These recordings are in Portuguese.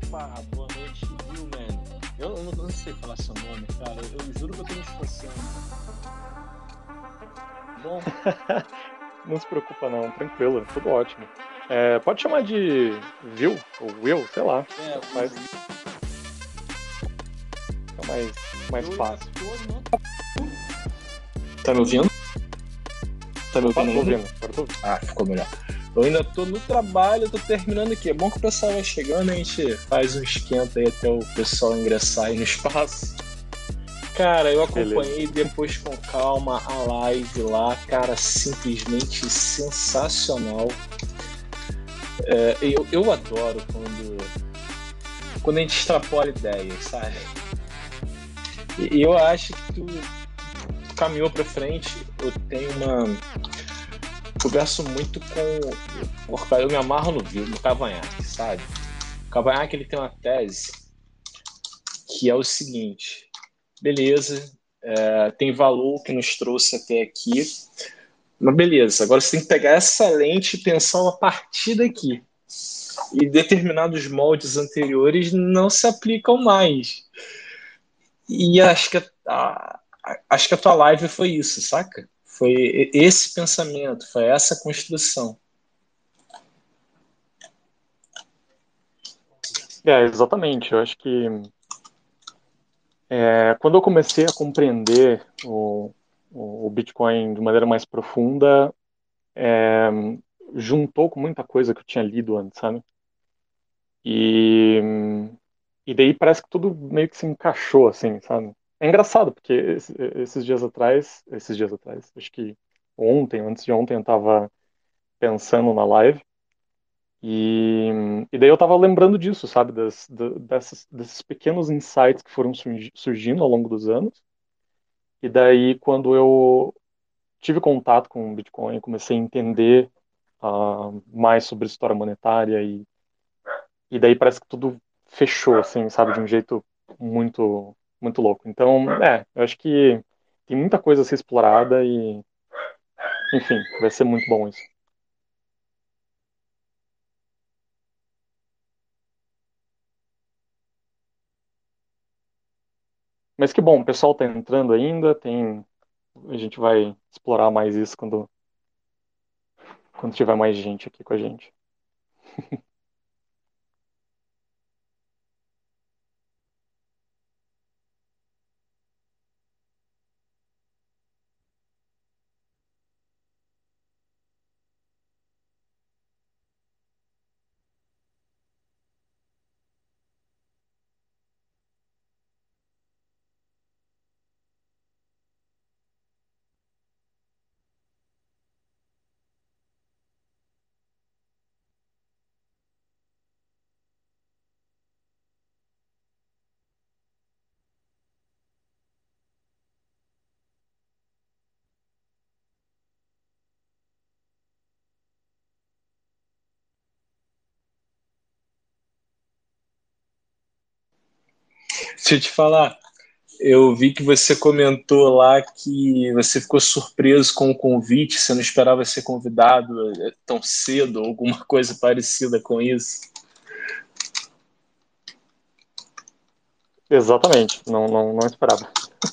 Opa, boa noite, viu, mano? Eu não sei falar seu nome, cara. Eu juro que eu tô me esforçando. Bom, Não se preocupa não, tranquilo, tudo ótimo. Pode chamar de Will ou Will, sei lá, tanto o faz, Will, fica mais eu ainda fácil. tô no. Tá me ouvindo? Tá me Opa, ouvindo tô ainda? ouvindo, agora tô ouvindo. Ah, ficou melhor. Eu ainda tô no trabalho, eu tô terminando aqui. É bom que o pessoal vai chegando, a gente faz um esquenta aí até o pessoal ingressar aí no espaço. Cara, eu Beleza. acompanhei depois com calma a live lá, cara, simplesmente sensacional. Eu adoro quando a gente extrapola ideias, sabe? E eu acho que tu caminhou pra frente. Eu tenho uma. Converso muito com. Eu me amarro no Cavanhaque, sabe? O Cavanhaque ele tem uma tese que é o seguinte: beleza, tem valor que nos trouxe até aqui, mas beleza, agora você tem que pegar essa lente e pensar a partir daqui. E determinados moldes anteriores não se aplicam mais. E acho que a tua live foi isso, saca? Foi esse pensamento, foi essa construção. Exatamente, eu acho que quando eu comecei a compreender o Bitcoin de maneira mais profunda, é, juntou com muita coisa que eu tinha lido antes, sabe? E, e daí parece que tudo meio que se encaixou, assim, sabe? É engraçado, porque esses dias atrás, acho que ontem, antes de ontem, eu tava pensando na live, e, e daí eu tava lembrando disso, sabe? Desses pequenos insights que foram surgindo ao longo dos anos, e daí quando eu tive contato com o Bitcoin, comecei a entender mais sobre história monetária e daí parece que tudo fechou, assim, sabe, de um jeito muito, muito louco. Então, eu acho que tem muita coisa a ser explorada e, enfim, vai ser muito bom isso. Mas que bom, o pessoal tá entrando ainda, a gente vai explorar mais isso quando tiver mais gente aqui com a gente. Deixa eu te falar, eu vi que você comentou lá que você ficou surpreso com o convite, você não esperava ser convidado tão cedo, ou alguma coisa parecida com isso. Exatamente, não, não, não esperava.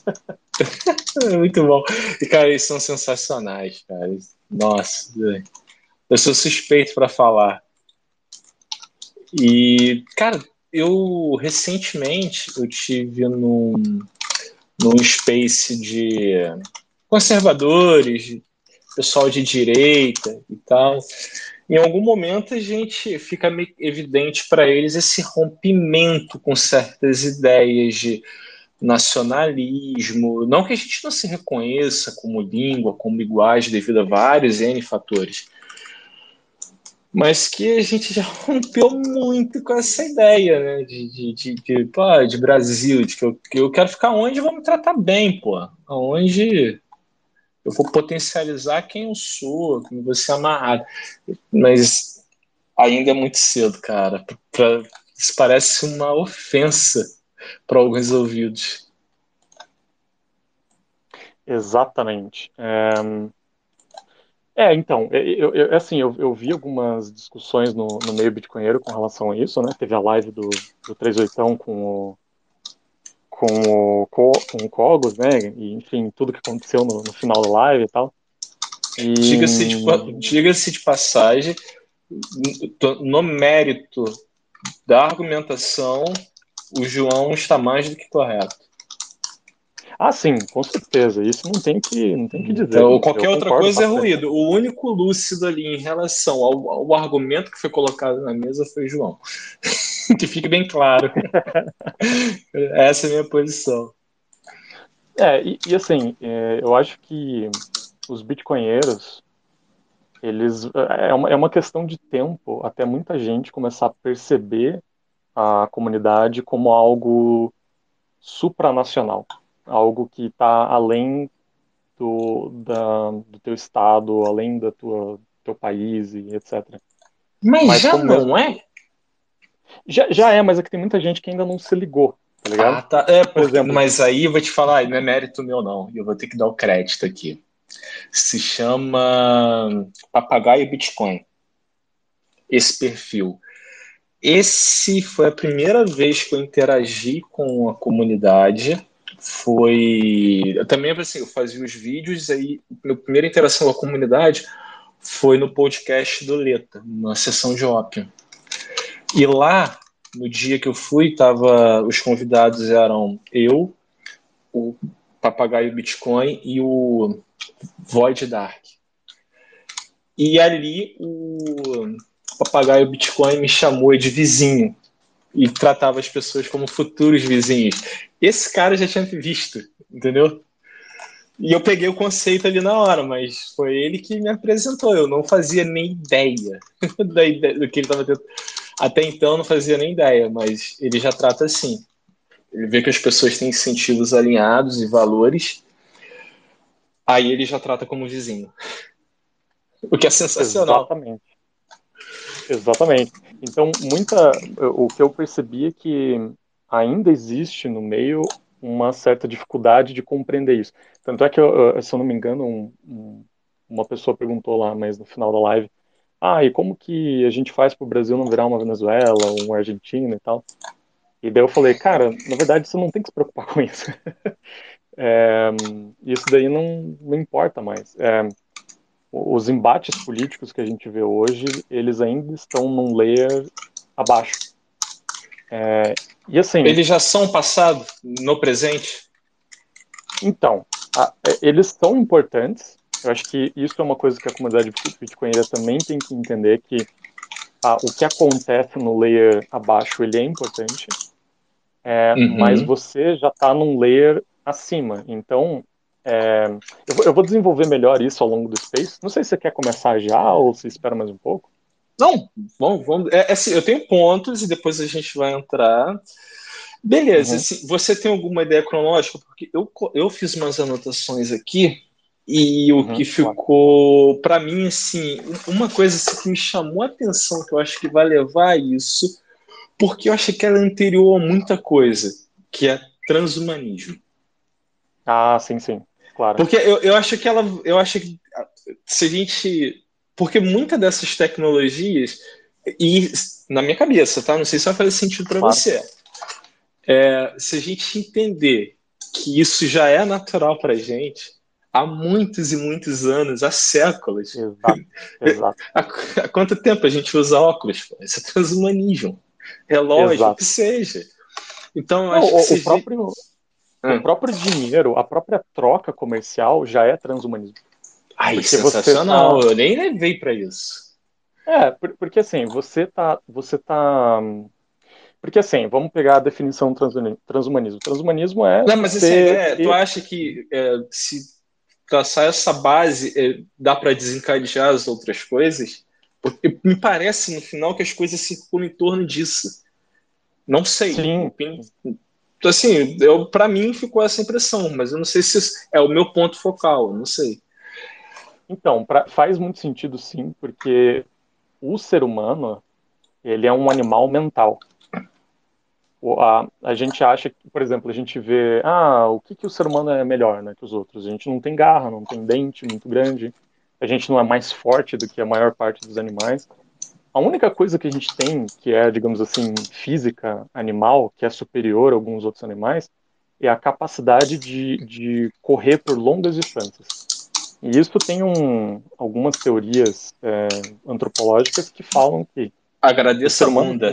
É muito bom. E, cara, eles são sensacionais, cara. Nossa, eu sou suspeito para falar. E, cara, eu recentemente eu tive num space de conservadores, pessoal de direita e tal. Em algum momento a gente fica meio evidente para eles esse rompimento com certas ideias de nacionalismo, não que a gente não se reconheça como língua, como linguagem devido a vários N fatores, mas que a gente já rompeu muito com essa ideia, né, de Brasil, que eu quero ficar onde vão me tratar bem, pô, onde eu vou potencializar quem eu sou, como você é amarrado, mas ainda é muito cedo, cara, isso parece uma ofensa para alguns ouvidos. Exatamente. Então, assim, eu vi algumas discussões no meio bitcoinheiro com relação a isso, né? Teve a live do 38 com o Cogos, né? E, enfim, tudo que aconteceu no final da live e tal. E, Diga-se de passagem, no mérito da argumentação, o João está mais do que correto. sim, com certeza, isso não tem que dizer. Então, Eu qualquer outra concordo coisa é bastante. ruído. O único lúcido ali em relação ao argumento que foi colocado na mesa foi o João. Que fique bem claro. Essa é a minha posição. E assim, eu acho que os bitcoinheiros, eles, é uma questão de tempo até muita gente começar a perceber a comunidade como algo supranacional, algo que está além do teu estado, além do teu país e etc. Mas Mas já como mesmo, não é? já é, mas é que tem muita gente que ainda não se ligou, tá ligado? Ah, tá. Por exemplo, Mas aí eu vou te falar, não é mérito meu, não. E eu vou ter que dar o crédito aqui. Se chama Papagaio Bitcoin, esse perfil. Esse foi a primeira vez que eu interagi com a comunidade. Eu também assim, eu fazia os vídeos, aí a minha primeira interação com a comunidade foi no podcast do Leta, na sessão de ópio. E lá, no dia que eu fui, os convidados eram eu, o Papagaio Bitcoin e o Void Dark. E ali o Papagaio Bitcoin me chamou de vizinho e tratava as pessoas como futuros vizinhos. Esse cara já tinha visto, entendeu? E eu peguei o conceito ali na hora, mas foi ele que me apresentou. Eu não fazia nem ideia do que ele estava tentando. Até então eu não fazia nem ideia, mas ele já trata assim. Ele vê que as pessoas têm incentivos alinhados e valores, aí ele já trata como vizinho. O que é sensacional. exatamente. Exatamente. Então, o que eu percebi é que ainda existe no meio uma certa dificuldade de compreender isso. Tanto é que, se eu não me engano, uma pessoa perguntou lá, mas no final da live, e como que a gente faz para o Brasil não virar uma Venezuela, ou uma Argentina e tal? E daí eu falei, cara, na verdade você não tem que se preocupar com isso. Isso daí não importa mais. Os embates políticos que a gente vê hoje, eles ainda estão num layer abaixo. E assim, Eles já são passado no presente? então, eles são importantes. Eu acho que isso é uma coisa que a comunidade bitcoinera também tem que entender, que o que acontece no layer abaixo, ele é importante, mas Uhum. você já está num layer acima. Então, eu vou desenvolver melhor isso ao longo do Space. Não sei se você quer começar já ou se espera mais um pouco. Não, vamos. Assim, eu tenho pontos e depois a gente vai entrar. Beleza, Uhum, assim, você tem alguma ideia cronológica? Porque eu fiz umas anotações aqui e o que uhum, claro. ficou, para mim, assim, uma coisa assim, que me chamou a atenção, que eu acho que vai levar a isso, porque eu acho que ela é anterior a muita coisa, que é transhumanismo. Sim, sim, claro. Porque eu acho que eu acho que se a gente, porque muitas dessas tecnologias, e na minha cabeça, tá? Não sei se vai fazer sentido para Claro. você. Se a gente entender que isso já é natural para a gente há muitos e muitos anos, há séculos. Exato, exato, Há quanto tempo a gente usa óculos? Pô? Isso é transhumanismo. Relógio, o que exato. seja. Então, eu Não, acho que o se. próprio, o Ah, próprio dinheiro, a própria troca comercial já é transhumanismo. ai, Porque você tá. sensacional. Eu nem levei para isso. Porque assim, você tá. Porque assim, vamos pegar a definição do transhumanismo. Transhumanismo é Não, mas assim, a você ideia tu ter. acha que se traçar essa base dá para desencadear as outras coisas? Porque me parece, no final, que as coisas circulam em torno disso. Não sei. Sim. Assim, para mim ficou essa impressão, mas eu não sei se isso é o meu ponto focal, eu não sei. Então, faz muito sentido sim, porque o ser humano, ele é um animal mental. A gente acha que, por exemplo, a gente vê, o que que o ser humano é melhor, né, que os outros? A gente não tem garra, não tem dente muito grande, a gente não é mais forte do que a maior parte dos animais. A única coisa que a gente tem, que é, digamos assim, física animal, que é superior a alguns outros animais, é a capacidade de correr por longas distâncias. E isso tem algumas teorias antropológicas que falam que o Agradeça ser a humano bunda.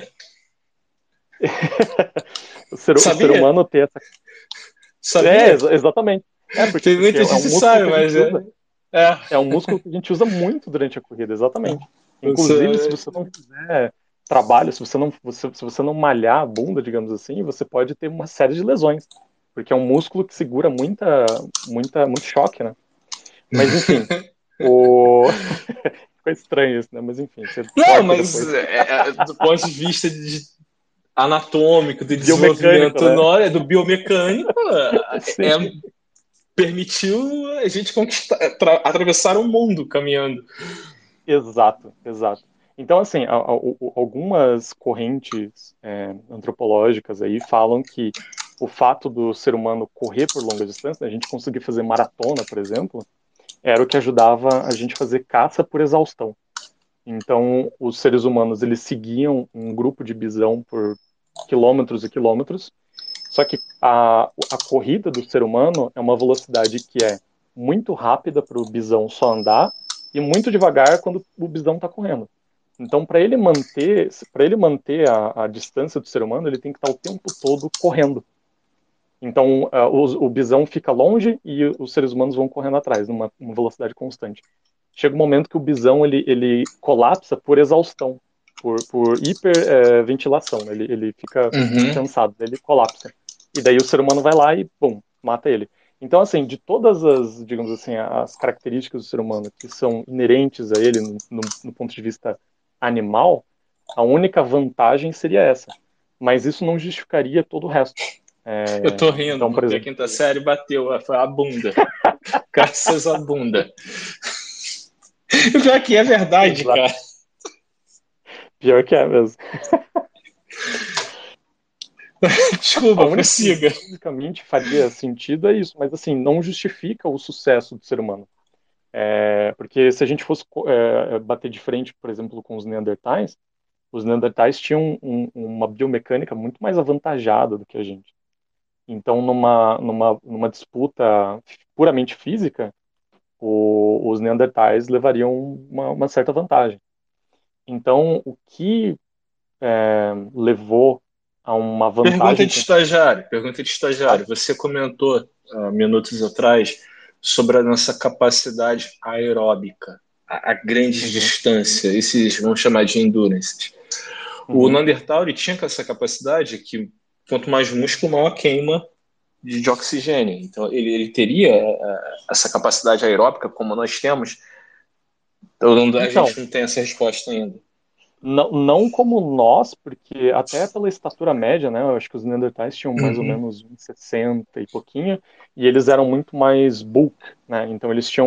o ser Sabia? humano ter essa. Sabia? Exatamente. Tem Porque muita é gente um que músculo sabe, que a mas gente usa. é. É um músculo que a gente usa muito durante a corrida, exatamente. Inclusive, se Você, você não fizer trabalho, se você não malhar a bunda, digamos assim, você pode ter uma série de lesões, porque é um músculo que segura muito choque, né? Mas enfim, o... ficou estranho isso, né? Mas enfim, você não, corta mas depois. do ponto de vista anatômico, de Biomecânico, desenvolvimento né? do biomecânico, Sim, permitiu a gente conquistar, atravessar o mundo caminhando. exato, exato. Então, assim, algumas correntes antropológicas aí falam que o fato do ser humano correr por longa distância, a gente conseguir fazer maratona, por exemplo, era o que ajudava a gente a fazer caça por exaustão. Então, os seres humanos, eles seguiam um grupo de bisão por quilômetros e quilômetros, só que a corrida do ser humano é uma velocidade que é muito rápida para o bisão só andar e muito devagar quando o bisão está correndo. Então, para ele manter a distância do ser humano, ele tem que estar o tempo todo correndo. Então, o bisão fica longe e os seres humanos vão correndo atrás, numa velocidade constante. Chega um momento que o bisão ele colapsa por exaustão, por hiperventilação. Ele fica Uhum. cansado, ele colapsa. E daí o ser humano vai lá e, bum, mata ele. Então, assim, de todas as, digamos assim, as características do ser humano que são inerentes a ele no ponto de vista animal, a única vantagem seria essa. Mas isso não justificaria todo o resto. Eu tô rindo, Então, por porque a exemplo, quinta série bateu, foi a bunda. Graças à bunda. O pior que é verdade, exato, cara. pior que é mesmo. A Desculpa, única coisa que prossiga. fisicamente faria sentido é isso, mas assim, não justifica o sucesso do ser humano. Porque se a gente fosse bater de frente, por exemplo, com os Neandertais tinham uma biomecânica muito mais avantajada do que a gente. Então, numa disputa puramente física, os Neandertais levariam uma certa vantagem. Então, o que levou a uma Pergunta vantagem de estagiário. Pergunta de claro. estagiário. Você comentou minutos atrás sobre a nossa capacidade aeróbica, a grande Uhum, distância, esses vamos chamar de endurance. O uhum. Neandertal ele tinha essa capacidade que quanto mais músculo, maior a queima de oxigênio. Então ele teria essa capacidade aeróbica como nós temos. Então, a Então, gente não tem essa resposta ainda. não como nós, porque até pela estatura média, né? Eu acho que os Neandertais tinham mais ou Uhum. menos 1,60 e pouquinho, e eles eram muito mais bulk, né? Então eles tinham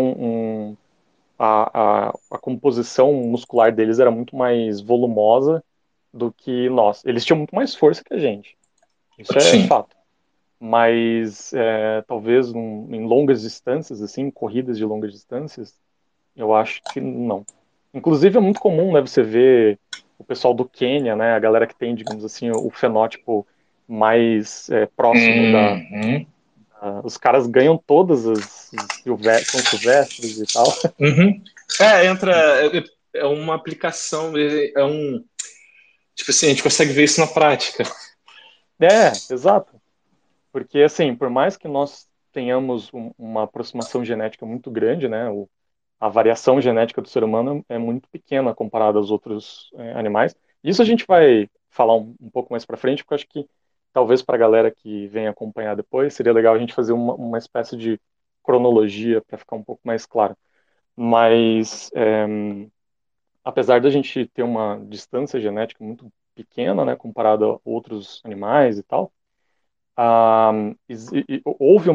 a composição muscular deles era muito mais volumosa do que nós. Eles tinham muito mais força que a gente. Isso é Sim. fato. Mas talvez em longas distâncias, assim, corridas de longas distâncias, eu acho que não. Inclusive é muito comum, né, você ver o pessoal do Quênia, né, a galera que tem, digamos assim, o fenótipo mais próximo Uhum. os caras ganham todas são silvestres e tal. Uhum. Entra. É uma aplicação, é um. Tipo assim, a gente consegue ver isso na prática. Exato. Porque, assim, por mais que nós tenhamos uma aproximação genética muito grande, né, a variação genética do ser humano é muito pequena comparada aos outros animais. Isso a gente vai falar um pouco mais para frente, porque eu acho que talvez para a galera que vem acompanhar depois seria legal a gente fazer uma espécie de cronologia para ficar um pouco mais claro. Mas apesar da gente ter uma distância genética muito pequena, né, comparada a outros animais e tal, ah, houve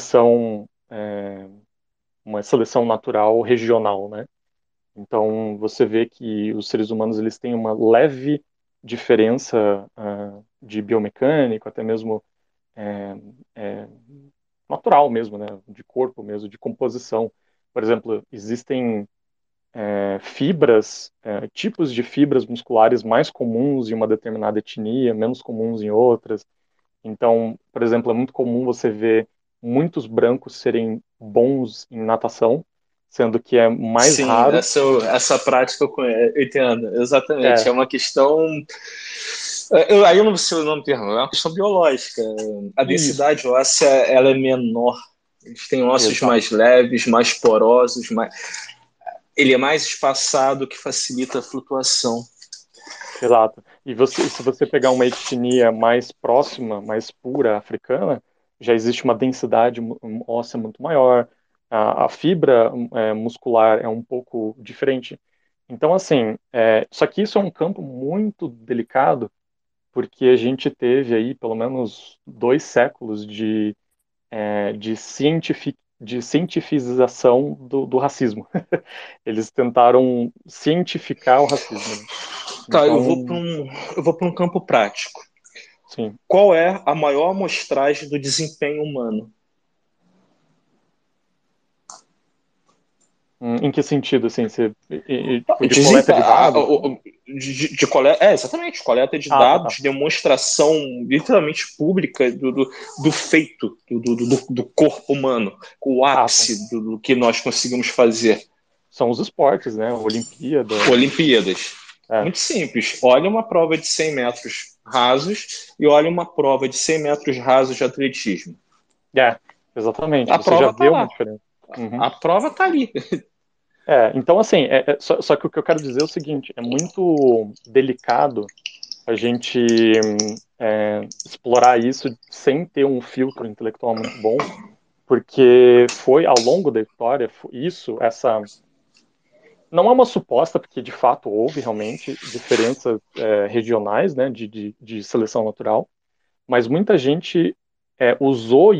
uma seleção natural regional, né? Então, você vê que os seres humanos eles têm uma leve diferença de biomecânico, até mesmo é, é, natural mesmo, né? De corpo mesmo, de composição. Por exemplo, existem fibras, tipos de fibras musculares mais comuns em uma determinada etnia, menos comuns em outras. Então, por exemplo, é muito comum você ver muitos brancos serem bons em natação, sendo que é mais Sim, raro. essa prática eu entendo, exatamente. É, É uma questão. Aí eu não sei o nome do termo, é uma questão biológica. A isso, densidade óssea ela é menor. Eles têm ossos exato, mais leves, mais porosos, ele é mais espaçado, que facilita a flutuação. exato. E se você pegar uma etnia mais próxima, mais pura, africana, já existe uma densidade óssea muito maior. A fibra muscular é um pouco diferente. Então, assim, só que isso é um campo muito delicado, porque a gente teve aí pelo menos 2 séculos de cientifização do racismo. Eles tentaram cientificar o racismo, né? Tá, Então, eu vou para um campo prático. sim. Qual é a maior amostragem do desempenho humano? Em que sentido, assim, tipo, de coleta de dados? Exatamente, coleta de Ah, tá, tá. dados, demonstração literalmente pública do feito do corpo humano, o Ah, ápice do que nós conseguimos fazer. são os esportes, né? Olimpíada. Olimpíadas. É, Muito simples. Olha uma prova de 100 metros rasos e olha uma prova de 100 metros rasos de atletismo. é, exatamente. A Você já prova está vê uma lá. diferença. Uhum. A prova está ali. Então, assim, só que o que eu quero dizer é o seguinte: é muito delicado a gente explorar isso sem ter um filtro intelectual muito bom, porque foi ao longo da história essa não é uma suposta, porque de fato houve realmente diferenças regionais, né, de seleção natural, mas muita gente usou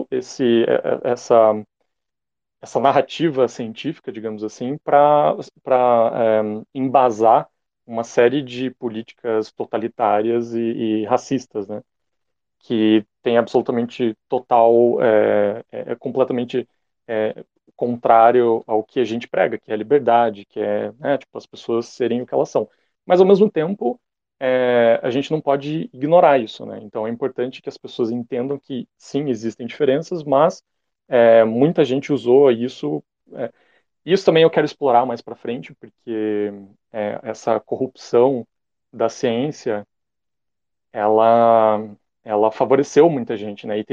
essa narrativa científica, digamos assim, para embasar uma série de políticas totalitárias e racistas, né? Que tem absolutamente completamente é, contrário ao que a gente prega, que é a liberdade, que é, né, tipo, as pessoas serem o que elas são. Mas, ao mesmo tempo, a gente não pode ignorar isso, né? Então, é importante que as pessoas entendam que, sim, existem diferenças, mas muita gente usou isso. Isso também eu quero explorar mais para frente, porque essa corrupção da ciência ela ela favoreceu muita gente, né?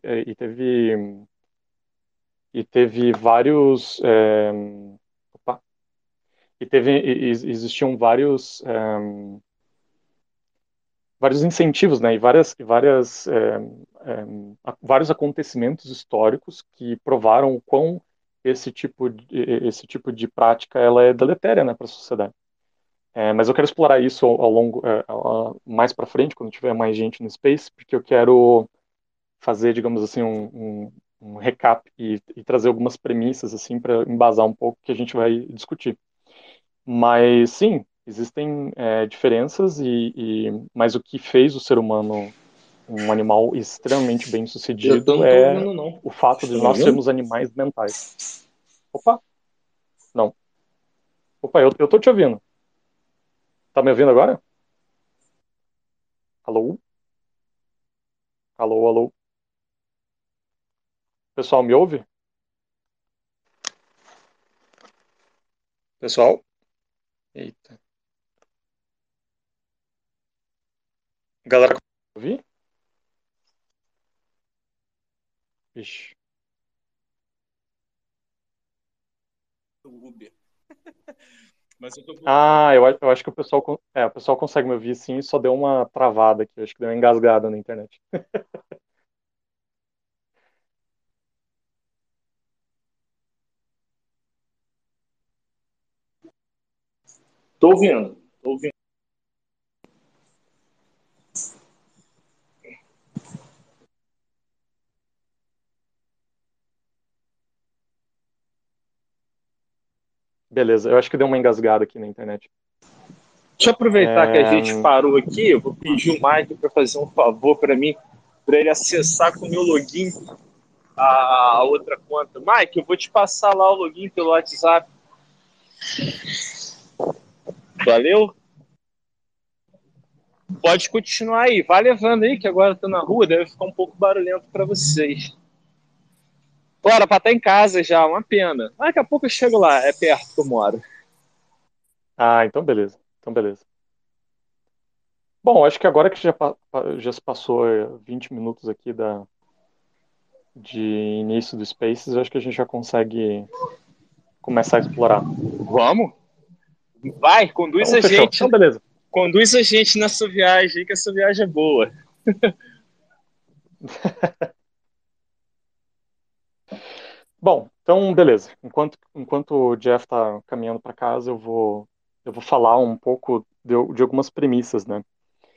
E teve vários opa, existiam vários incentivos, né? Vários acontecimentos históricos que provaram o quão esse tipo de prática ela é deletéria, né, para a sociedade. Mas eu quero explorar isso ao longo, mais para frente, quando tiver mais gente no Space, porque eu quero fazer, digamos assim, um recap e trazer algumas premissas assim para embasar um pouco o que a gente vai discutir. Mas sim, existem diferenças mas o que fez o ser humano um animal extremamente Eu bem-sucedido não estou é ouvindo, não. o fato de Estão me nós ouvindo? sermos animais mentais. Opa, não. Opa, eu tô te ouvindo. Tá me ouvindo agora? Alô? Alô, alô? Pessoal, me ouve? Pessoal? Eita. Galera, ouvir? Ixi. Uber. Mas eu tô voltando. Ah, eu acho que o pessoal consegue me ouvir sim, só deu uma travada aqui, eu acho que deu uma engasgada na internet. Tô ouvindo. Tô ouvindo. Beleza, eu acho que deu uma engasgada aqui na internet. Deixa eu aproveitar que a É, gente parou aqui. Eu vou pedir o Mike para fazer um favor para mim, para ele acessar com o meu login. a outra conta. Mike, eu vou te passar lá o login pelo WhatsApp. Valeu? Pode continuar aí. Vai levando aí, que agora eu tô na rua, deve ficar um pouco barulhento para vocês. Bora, pra estar em casa já, uma pena. Daqui a pouco eu chego lá, é perto que eu moro. Ah, então beleza. Então beleza. Bom, acho que agora que já se passou 20 minutos aqui de início do Spaces, acho que a gente já consegue começar a explorar. Vamos? Vai, Então, fechou. Então, beleza. conduz a gente nessa viagem, que essa viagem é boa. Bom, então, beleza. Enquanto o Jeff está caminhando para casa, eu vou falar um pouco de algumas premissas, né?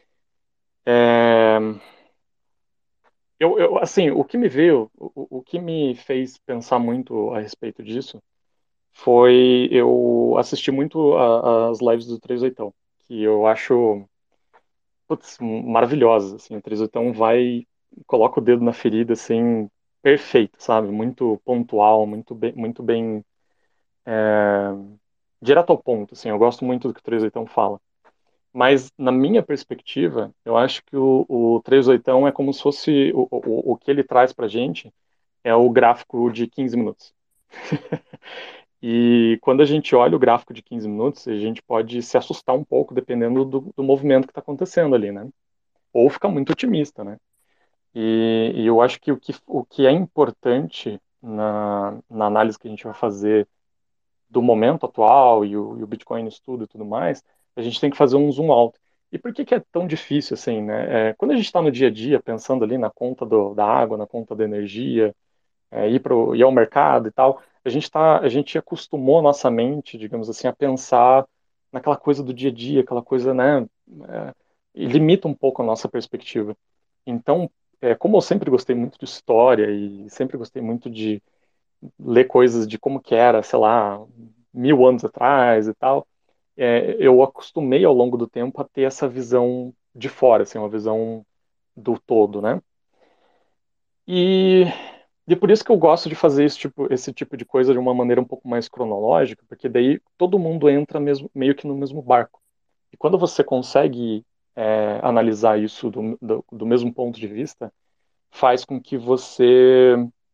É, assim, o que me veio, o que me fez pensar muito a respeito disso foi eu assistir muito as lives do 38, que eu acho, putz, maravilhosas, assim. O 38 vai, coloca o dedo na ferida, assim, perfeito, sabe? Muito pontual, muito bem direto ao ponto, assim. Eu gosto muito do que o 38 fala. Mas, na minha perspectiva, eu acho que o 38 é como se fosse o que ele traz pra gente é o gráfico de 15 minutos. E quando a gente olha o gráfico de 15 minutos, a gente pode se assustar um pouco dependendo do movimento que está acontecendo ali, né? Ou ficar muito otimista, né? E eu acho que o que é importante na análise que a gente vai fazer do momento atual e o Bitcoin no estudo e tudo mais, a gente tem que fazer um zoom out. E por que que é tão difícil assim, né? Quando a gente está no dia a dia pensando ali na conta da água, na conta da energia, ir ao mercado e tal, a gente acostumou a nossa mente, digamos assim, a pensar naquela coisa do dia a dia, aquela coisa, né, e limita um pouco a nossa perspectiva. Então, como eu sempre gostei muito de história e sempre gostei muito de ler coisas de como que era, sei lá, 1000 anos atrás e tal, eu acostumei ao longo do tempo a ter essa visão de fora, assim, uma visão do todo, né? E E por isso que eu gosto de fazer esse tipo de coisa de uma maneira um pouco mais cronológica, porque daí todo mundo entra meio que no mesmo barco. E quando você consegue analisar isso do mesmo ponto de vista, faz com que você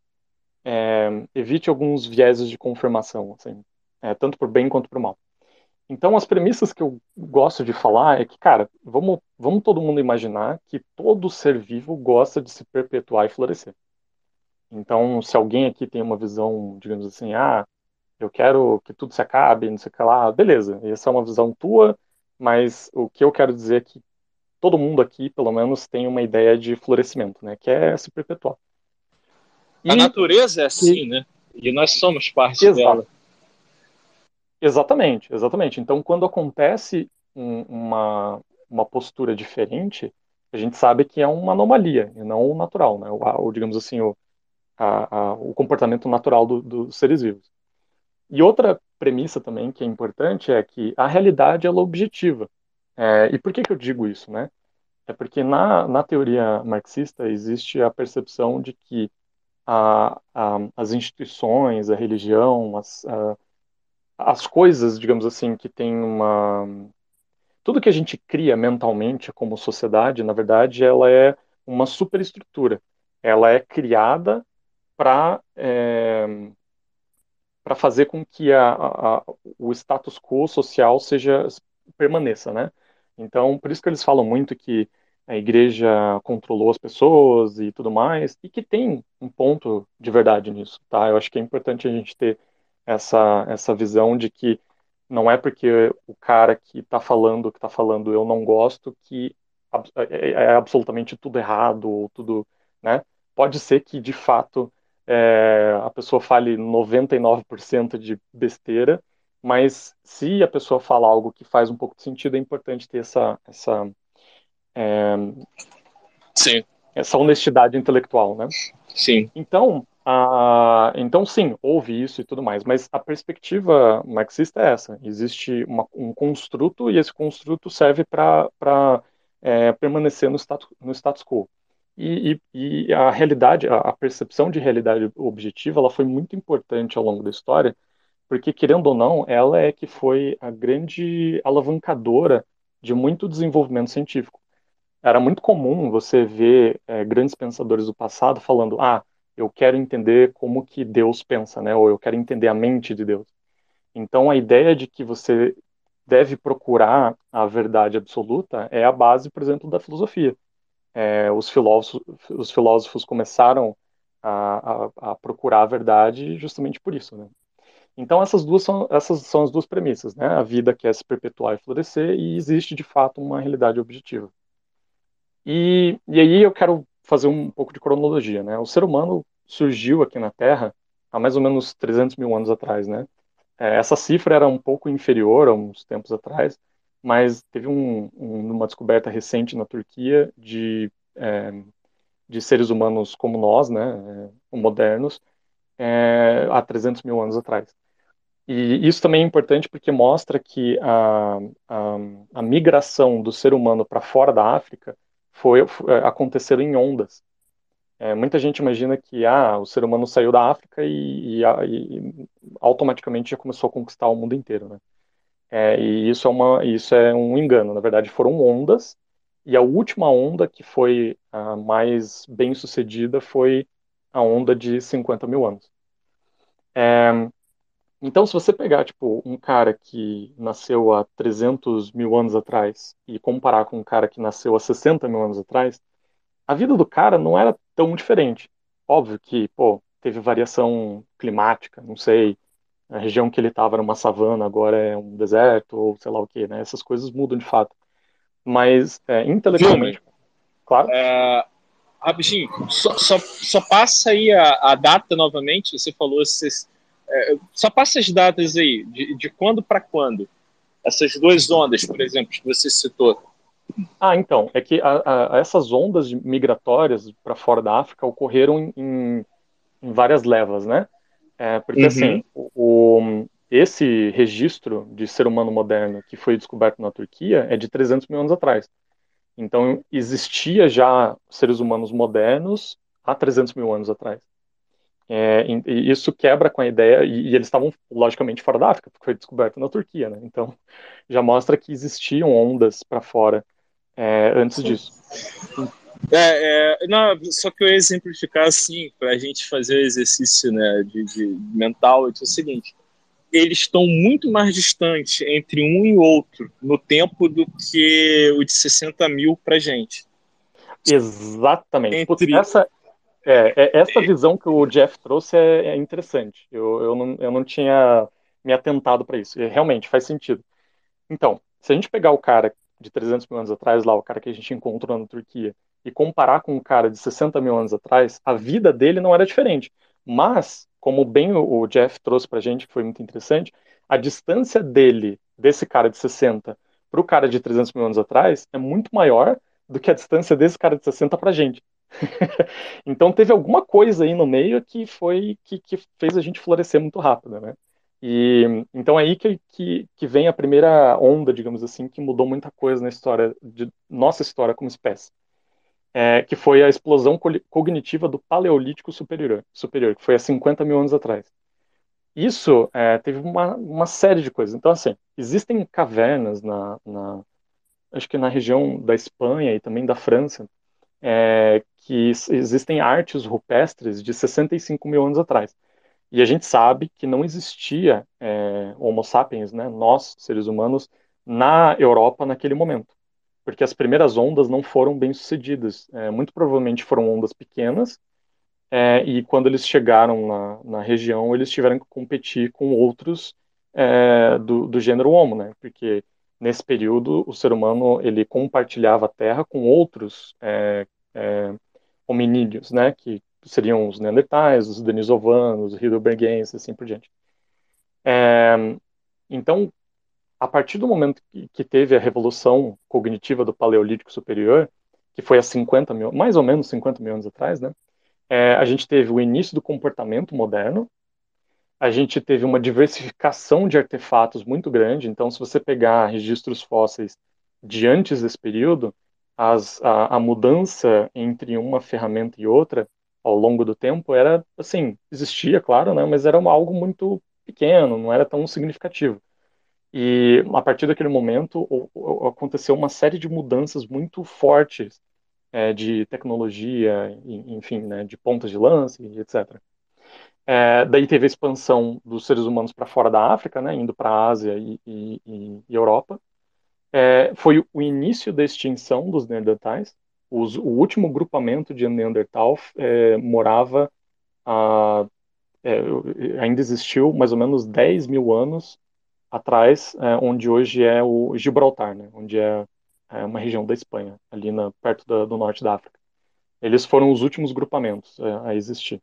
evite alguns vieses de confirmação, assim, tanto por bem quanto por mal. Então, as premissas que eu gosto de falar é que, cara, vamos todo mundo imaginar que todo ser vivo gosta de se perpetuar e florescer. Então, se alguém aqui tem uma visão, digamos assim, eu quero que tudo se acabe, não sei o que lá, beleza, essa é uma visão tua, mas o que eu quero dizer é que todo mundo aqui, pelo menos, tem uma ideia de florescimento, né, que é se perpetuar. A E, natureza é e assim, né? E nós somos parte exato, dela. exatamente, exatamente. Então, quando acontece uma postura diferente, a gente sabe que é uma anomalia e não o natural, né, digamos assim, o comportamento natural dos seres vivos. E outra premissa também que é importante é que a realidade ela é objetiva. E por que que eu digo isso, né? É porque na teoria marxista existe a percepção de que as instituições, a religião, as coisas, digamos assim, que tem uma... Tudo que a gente cria mentalmente como sociedade, na verdade, ela é uma superestrutura. Ela é criada para para fazer com que o status quo social permaneça, né? Então, por isso que eles falam muito que a igreja controlou as pessoas e tudo mais, e que tem um ponto de verdade nisso, tá? Eu acho que é importante a gente ter essa visão de que não é porque o cara que está falando o que está falando eu não gosto que é absolutamente tudo errado ou tudo, né? Pode ser que de fato a pessoa fale 99% de besteira, mas se a pessoa fala algo que faz um pouco de sentido, é importante ter Sim, essa honestidade intelectual, né? sim. Então sim, houve isso e tudo mais, mas a perspectiva marxista é essa. Existe um construto e esse construto serve para permanecer no status quo. E a realidade, a percepção de realidade objetiva, ela foi muito importante ao longo da história, porque, querendo ou não, ela é que foi a grande alavancadora de muito desenvolvimento científico. Era muito comum você ver grandes pensadores do passado falando, eu quero entender como que Deus pensa, né? Ou eu quero entender a mente de Deus. Então, a ideia de que você deve procurar a verdade absoluta é a base, por exemplo, da filosofia. Os filósofos começaram a procurar a verdade justamente por isso, né? Então, essas são as duas premissas, né? A vida quer se perpetuar e florescer, e existe, de fato, uma realidade objetiva. E aí eu quero fazer um pouco de cronologia, né? O ser humano surgiu aqui na Terra há mais ou menos 300 mil anos atrás, né? Essa cifra era um pouco inferior a uns tempos atrás, mas teve uma descoberta recente na Turquia de seres humanos como nós, né? Modernos, há 300 mil anos atrás. E isso também é importante porque mostra que a, a migração do ser humano para fora da África aconteceram em ondas. Muita gente imagina que o ser humano saiu da África e automaticamente já começou a conquistar o mundo inteiro, né? E isso é um engano. Na verdade, foram ondas, e a última onda que foi a mais bem sucedida foi a onda de 50 mil anos. Então, se você pegar, tipo, um cara que nasceu há 300 mil anos atrás e comparar com um cara que nasceu há 60 mil anos atrás, a vida do cara não era tão diferente. Óbvio que, pô, teve variação climática, não sei, a região que ele estava era uma savana, agora é um deserto, ou sei lá o quê, né? Essas coisas mudam de fato. Mas, Vini, intelectualmente, claro. rapidinho, só passa aí a data novamente. Você falou, só passa as datas aí, de quando para quando. Essas duas ondas, por exemplo, que você citou. Então, é que essas ondas migratórias para fora da África ocorreram em várias levas, né? Porque, assim, Uhum. esse registro de ser humano moderno que foi descoberto na Turquia é de 300 mil anos atrás. Então, existia já seres humanos modernos há 300 mil anos atrás. E isso quebra com a ideia, e eles estavam, logicamente, fora da África, porque foi descoberto na Turquia, né? Então, já mostra que existiam ondas para fora antes disso. Não, só que eu ia exemplificar assim, para a gente fazer o exercício, né, de mental, é o seguinte: eles estão muito mais distantes entre um e outro no tempo do que o de 60 mil para gente. Exatamente. Putz, Entre. essa visão que o Jeff trouxe é interessante. Eu não tinha me atentado para isso. E realmente faz sentido. Então, se a gente pegar o cara de 300 mil anos atrás, lá, o cara que a gente encontrou na Turquia, e comparar com o cara de 60 mil anos atrás, a vida dele não era diferente. Mas, como bem o Jeff trouxe pra gente, que foi muito interessante, a distância dele, desse cara de 60, para o cara de 300 mil anos atrás, é muito maior do que a distância desse cara de 60 pra gente. Então teve alguma coisa aí no meio que fez a gente florescer muito rápido, né? E então é aí que vem a primeira onda, digamos assim, que mudou muita coisa na história de nossa história como espécie, que foi a explosão cognitiva do Paleolítico superior, que foi há 50 mil anos atrás. Isso teve uma série de coisas. Então, assim, existem cavernas acho que na região da Espanha e também da França, que existem artes rupestres de 65 mil anos atrás. E a gente sabe que não existia Homo sapiens, né, nós, seres humanos, na Europa naquele momento. Porque as primeiras ondas não foram bem sucedidas. Muito provavelmente foram ondas pequenas, e quando eles chegaram na região, eles tiveram que competir com outros do gênero Homo, né? Porque nesse período o ser humano ele compartilhava a terra com outros hominídeos, né? Que seriam os Neandertais, os Denisovanos, os Heidelbergenses, assim por diante. Então, a partir do momento que teve a revolução cognitiva do Paleolítico Superior, que foi há 50 mil, mais ou menos 50 mil anos atrás, né? A gente teve o início do comportamento moderno, a gente teve uma diversificação de artefatos muito grande. Então, se você pegar registros fósseis de antes desse período, a mudança entre uma ferramenta e outra ao longo do tempo era, assim, existia, claro, né, mas era algo muito pequeno, não era tão significativo. E a partir daquele momento aconteceu uma série de mudanças muito fortes de tecnologia, enfim, né, de pontas de lança, etc. Daí teve a expansão dos seres humanos para fora da África, né, indo para a Ásia e Europa. Foi o início da extinção dos Neandertais. O último grupamento de Neandertal morava, a, é, ainda existiu mais ou menos 10 mil anos atrás, onde hoje é o Gibraltar, né, onde é uma região da Espanha, ali perto do norte da África. Eles foram os últimos grupamentos a existir.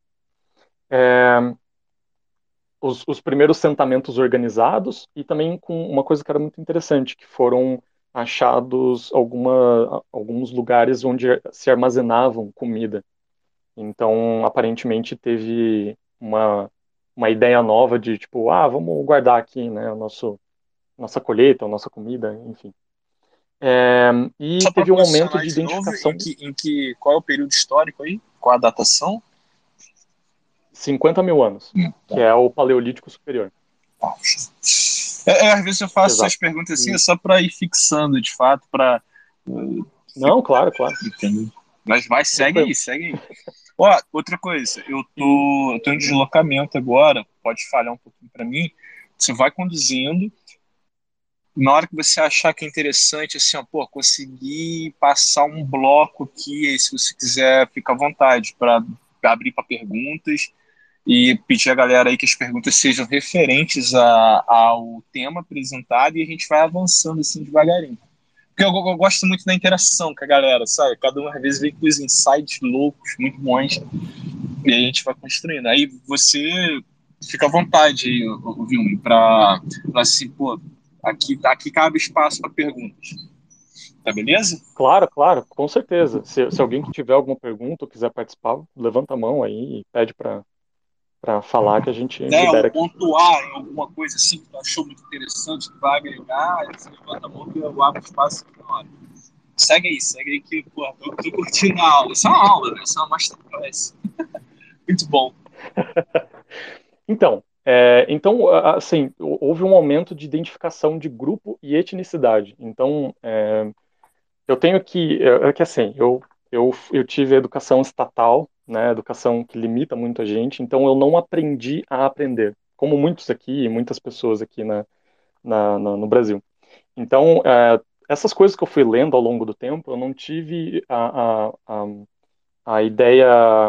Os primeiros assentamentos organizados e também com uma coisa que era muito interessante, que foram achados alguns lugares onde se armazenavam comida. Então, aparentemente, teve uma ideia nova de, tipo, vamos guardar aqui, né, nossa colheita, a nossa comida, enfim. E Só para teve um aumento posicionar de de novo, identificação, qual é o período histórico aí? Qual a datação? 50 mil anos, que Tá. é o Paleolítico Superior. Às vezes eu faço essas Exato. perguntas assim, é só para ir fixando, de fato, para Não, claro, claro. entender. Mas vai, segue Tranquilo. aí, segue aí. Ó, outra coisa, E, eu tô em deslocamento agora, pode falhar um pouquinho para mim. Você vai conduzindo, na hora que você achar que é interessante, assim, ó, pô, conseguir passar um bloco aqui, aí se você quiser, fica à vontade para abrir para perguntas e pedir a galera aí que as perguntas sejam referentes ao tema apresentado e a gente vai avançando assim devagarinho. Porque eu gosto muito da interação com a galera, sabe? Cada um às vezes vem com os insights loucos, muito bons, e aí a gente vai construindo. Aí você fica à vontade, Vilmi, para assim, pô, aqui cabe espaço para perguntas. Tá beleza? claro, claro, com certeza. Se alguém que tiver alguma pergunta ou quiser participar, levanta a mão aí e pede para falar que a gente Ou libera aqui. pontuar em alguma coisa assim que tu achou muito interessante, que vai agregar, aí você levanta a mão que eu abro espaço aqui na hora. Segue aí que, pô, eu tô curtindo a aula. Isso é uma aula, né? Isso é uma masterclass. Muito bom. Assim, houve um aumento de identificação de grupo e etnicidade. Então, eu tenho que assim, eu tive educação estatal, né, educação que limita muito a gente, então eu não aprendi a aprender, como muitos aqui e muitas pessoas aqui no Brasil. Então, essas coisas que eu fui lendo ao longo do tempo, eu não tive a ideia.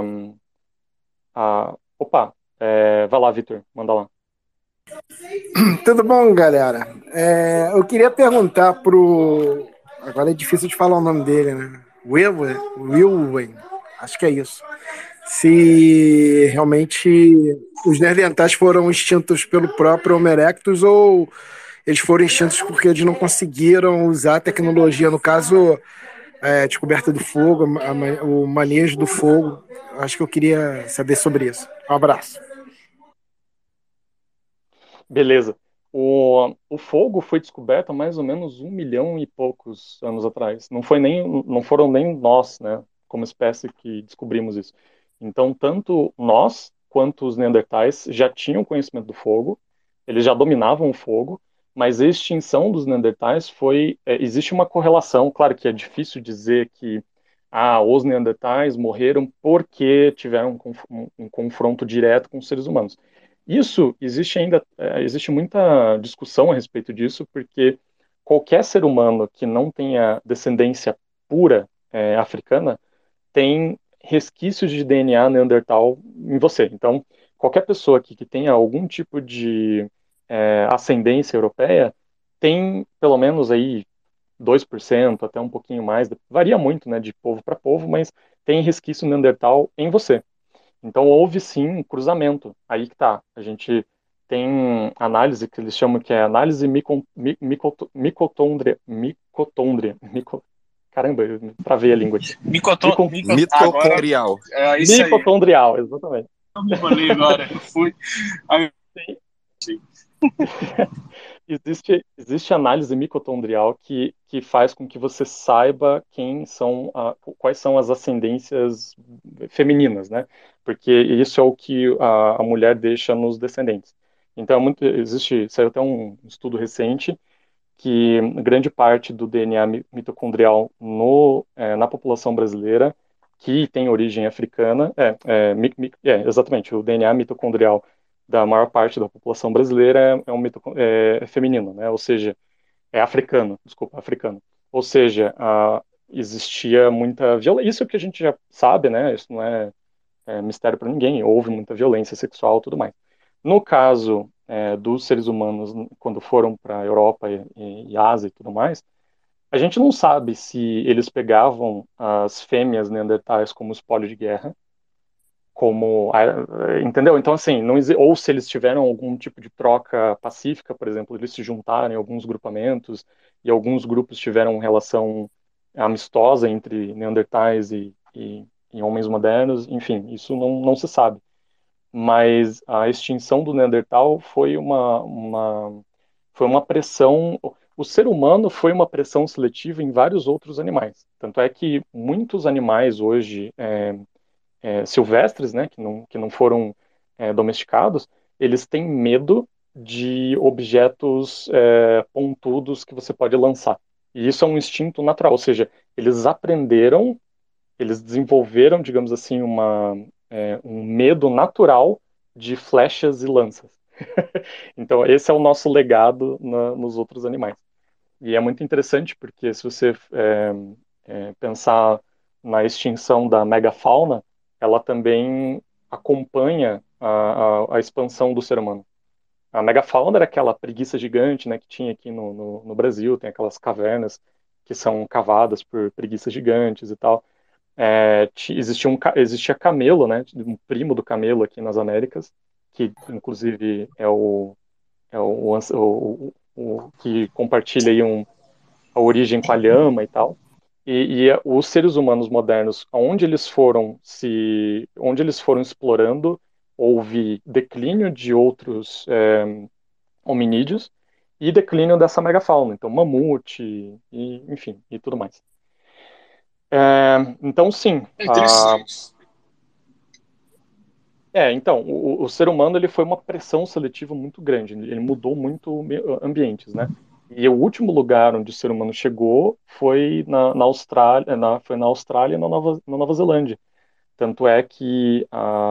Opa, vai lá, Vitor, manda lá. Tudo bom, galera? Eu queria perguntar pro. Agora é difícil de falar o nome dele, né? Wilwen, acho que é isso. Se realmente os Neandertais foram extintos pelo próprio Homo erectus ou eles foram extintos porque eles não conseguiram usar a tecnologia, no caso, descoberta do fogo, o manejo do fogo. Acho que eu queria saber sobre isso. Um abraço. Beleza. O fogo foi descoberto há mais ou menos 1 milhão e poucos anos atrás. Não foram nem nós, né, como espécie que descobrimos isso. Então, tanto nós quanto os Neandertais já tinham conhecimento do fogo, eles já dominavam o fogo, mas a extinção dos Neandertais existe uma correlação, claro que é difícil dizer que os Neandertais morreram porque tiveram um confronto direto com os seres humanos. Isso existe muita discussão a respeito disso, porque qualquer ser humano que não tenha descendência pura africana tem resquícios de DNA neandertal em você. Então, qualquer pessoa aqui que tenha algum tipo de ascendência europeia tem pelo menos aí 2% até um pouquinho mais, varia muito, né, de povo para povo, mas tem resquício neandertal em você. Então houve sim um cruzamento. Aí que tá. A gente tem análise que eles chamam que é análise caramba, eu travei a língua aqui. Agora Mitocondrial. é isso aí. Mitocondrial, exatamente. Eu me enrolei agora. Eu fui. Aí, Sim. existe análise mitocondrial que faz com que você saiba quais são as ascendências femininas, né? Porque isso é o que a mulher deixa nos descendentes. Então, saiu até um estudo recente que grande parte do DNA mitocondrial na população brasileira, que tem origem africana, exatamente, o DNA mitocondrial da maior parte da população brasileira é feminino, né? Ou seja, é africano, desculpa, africano. Ou seja, existia muita violência, isso que a gente já sabe, né? Isso não é mistério para ninguém, houve muita violência sexual e tudo mais. No caso dos seres humanos, quando foram para a Europa e Ásia e tudo mais, a gente não sabe se eles pegavam as fêmeas neandertais como espólio de guerra, entendeu? Então, assim, ou se eles tiveram algum tipo de troca pacífica, por exemplo, eles se juntaram em alguns grupamentos e alguns grupos tiveram relação amistosa entre neandertais e homens modernos, enfim, isso não se sabe. Mas a extinção do Neandertal foi uma pressão. O ser humano foi uma pressão seletiva em vários outros animais. Tanto é que muitos animais hoje silvestres, né, que não foram domesticados, eles têm medo de objetos pontudos que você pode lançar. E isso é um instinto natural, ou seja, eles desenvolveram, digamos assim, um medo natural de flechas e lanças. Então, esse é o nosso legado nos outros animais. E é muito interessante porque se você pensar na extinção da megafauna, ela também acompanha a expansão do ser humano. A megafauna era aquela preguiça gigante, né, que tinha aqui no Brasil, tem aquelas cavernas que são cavadas por preguiças gigantes e tal. Existia camelo, né, um primo do camelo aqui nas Américas, que inclusive é o que compartilha aí a origem com a lhama e tal. E os seres humanos modernos, onde eles foram explorando, houve declínio de outros hominídeos e declínio dessa megafauna, então mamute, enfim, e tudo mais. Então, sim. É interessante. Então, o ser humano ele foi uma pressão seletiva muito grande, ele mudou muito ambientes, né? E o último lugar onde o ser humano chegou foi na Austrália, e na Nova Zelândia. Tanto é que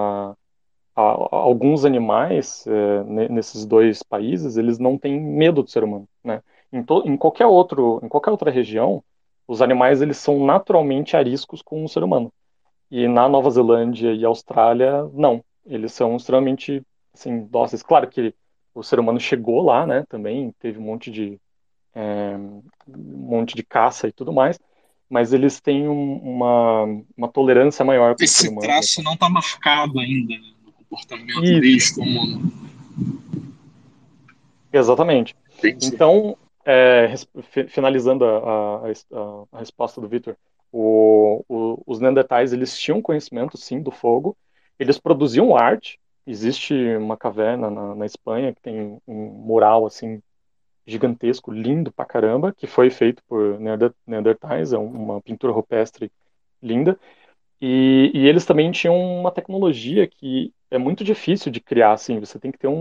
alguns animais nesses dois países eles não têm medo do ser humano, né? Em qualquer outra região, os animais eles são naturalmente ariscos com o ser humano. E na Nova Zelândia e Austrália, não. Eles são extremamente, assim, dóceis. Claro que o ser humano chegou lá, né, também, teve um monte de caça e tudo mais, mas eles têm uma tolerância maior com o ser Esse humano. traço não está marcado ainda, né, no comportamento Isso, deles como. exatamente. Entendi. Então, finalizando a resposta do Victor, os Neandertais eles tinham conhecimento, sim, do fogo, eles produziam arte. Existe uma caverna na Espanha que tem um mural assim gigantesco, lindo pra caramba, que foi feito por Neandertais, é uma pintura rupestre linda. E eles também tinham uma tecnologia que é muito difícil de criar, assim, você tem que ter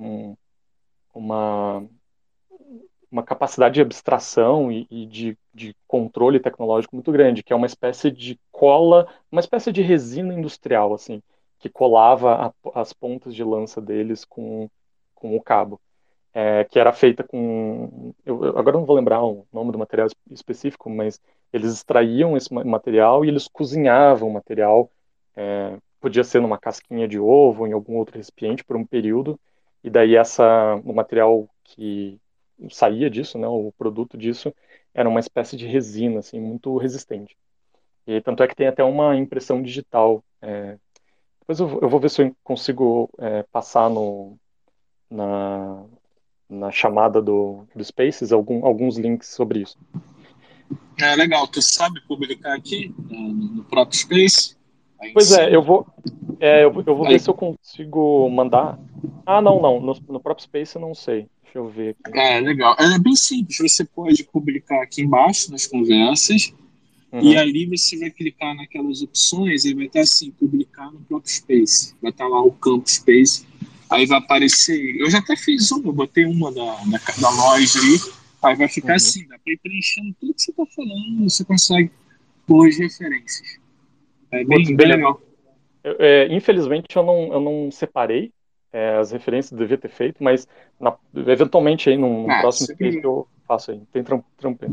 uma uma capacidade de abstração e de controle tecnológico muito grande, que é uma espécie de cola, uma espécie de resina industrial, assim, que colava as pontas de lança deles com o cabo, que era feita com... agora não vou lembrar o nome do material específico, mas eles extraíam esse material e eles cozinhavam o material, podia ser numa casquinha de ovo, em algum outro recipiente por um período, e daí o material que saía disso, né, o produto disso, era uma espécie de resina, assim, muito resistente. E tanto é que tem até uma impressão digital. Depois eu vou ver se eu consigo passar na, na chamada do Spaces alguns links sobre isso. É legal, tu sabe publicar aqui no próprio Space em Pois é, cima. eu vou ver Aí, se eu consigo mandar. Ah, não, não. No próprio Space eu não sei. Deixa eu ver aqui. legal. É bem simples. Você pode publicar aqui embaixo nas conversas. E Uhum, ali você vai clicar naquelas opções e vai estar assim, publicar no próprio Space. Vai estar lá o campo Space. Aí vai aparecer. Eu já até fiz uma, eu botei uma da loja aí. Aí vai ficar uhum. assim, dá para ir preenchendo tudo que você está falando, você consegue pôr as referências. É Putz, bem beleza. legal. Infelizmente eu não separei as referências, devia ter feito, mas eventualmente aí num Ah, próximo Space sempre. eu faço aí. Tem trampo.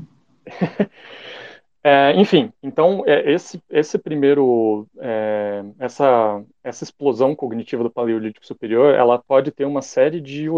Enfim, então esse primeiro, essa explosão cognitiva do Paleolítico Superior, ela pode ter uma série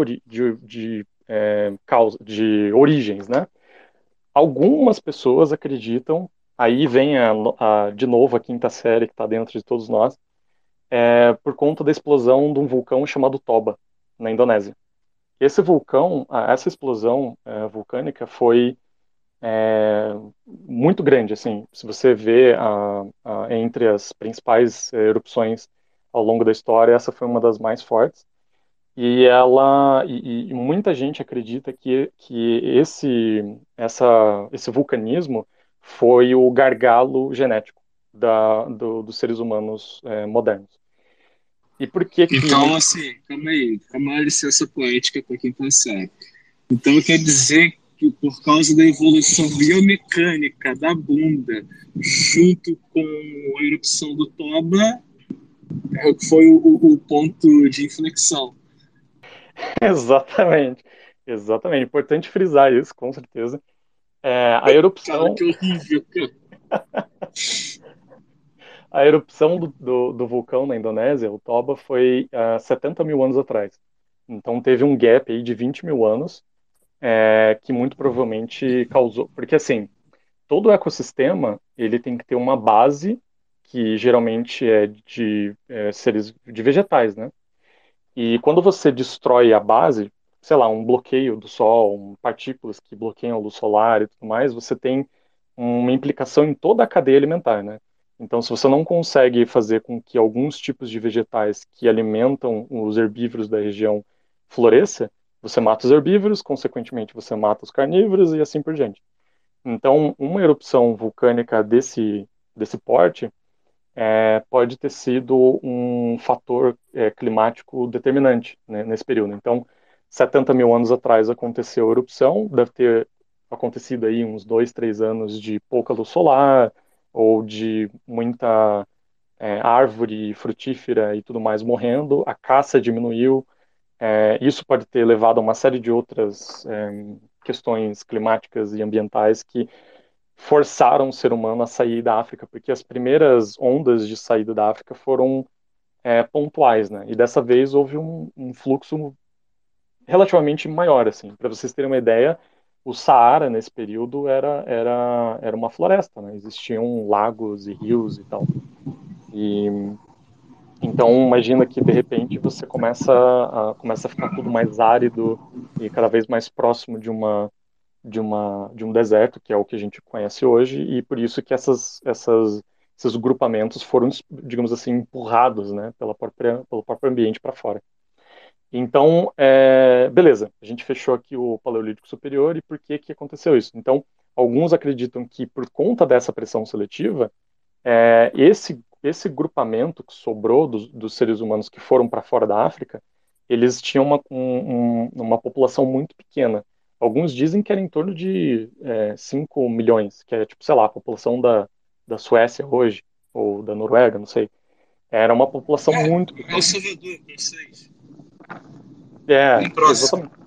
de origens, né? Algumas pessoas acreditam, aí vem de novo a quinta série que está dentro de todos nós, por conta da explosão de um vulcão chamado Toba, na Indonésia. Esse vulcão, essa explosão vulcânica foi muito grande, assim, se você vê entre as principais erupções ao longo da história, essa foi uma das mais fortes. E muita gente acredita que esse vulcanismo foi o gargalo genético dos seres humanos modernos. E por que que Então, muita... assim, calma aí, calma a licença poética para quem consegue. Então, quer dizer que por causa da evolução biomecânica da bunda, junto com a erupção do Toba, foi o ponto de inflexão. Exatamente, exatamente. Importante frisar isso, com certeza. A Cara, erupção, que horrível, cara. a erupção do vulcão na Indonésia, o Toba, foi há 70 mil anos atrás. Então teve um gap aí de 20 mil anos, que muito provavelmente causou... Porque assim, todo o ecossistema ele tem que ter uma base que geralmente é de seres de vegetais, né? E quando você destrói a base, sei lá, um bloqueio do Sol, partículas que bloqueiam a luz solar e tudo mais, você tem uma implicação em toda a cadeia alimentar, né? Então, se você não consegue fazer com que alguns tipos de vegetais que alimentam os herbívoros da região floresça, você mata os herbívoros, consequentemente você mata os carnívoros e assim por diante. Então, uma erupção vulcânica desse porte pode ter sido um fator climático determinante, né, nesse período. Então, 70 mil anos atrás aconteceu a erupção, deve ter acontecido aí uns 2, 3 anos de pouca luz solar, ou de muita árvore frutífera e tudo mais morrendo, a caça diminuiu, isso pode ter levado a uma série de outras questões climáticas e ambientais que forçaram o ser humano a sair da África, porque as primeiras ondas de saída da África foram pontuais, né? E dessa vez houve um fluxo relativamente maior, assim. Para vocês terem uma ideia, o Saara nesse período era uma floresta, né? Existiam lagos e rios e tal. E então imagina que de repente você começa a ficar tudo mais árido e cada vez mais próximo de um deserto, que é o que a gente conhece hoje, e por isso que esses grupamentos foram, digamos assim, empurrados, né, pelo próprio ambiente para fora. Então, beleza, a gente fechou aqui o Paleolítico Superior, e por que que aconteceu isso? Então, alguns acreditam que por conta dessa pressão seletiva, esse grupamento que sobrou dos seres humanos que foram para fora da África, eles tinham uma população muito pequena. Alguns dizem que era em torno de 5 milhões, que é tipo, sei lá, a população da Suécia hoje, ou da Noruega, não sei. Era uma população muito É o pequena. Salvador, com vocês. É, Bem próximo. exatamente.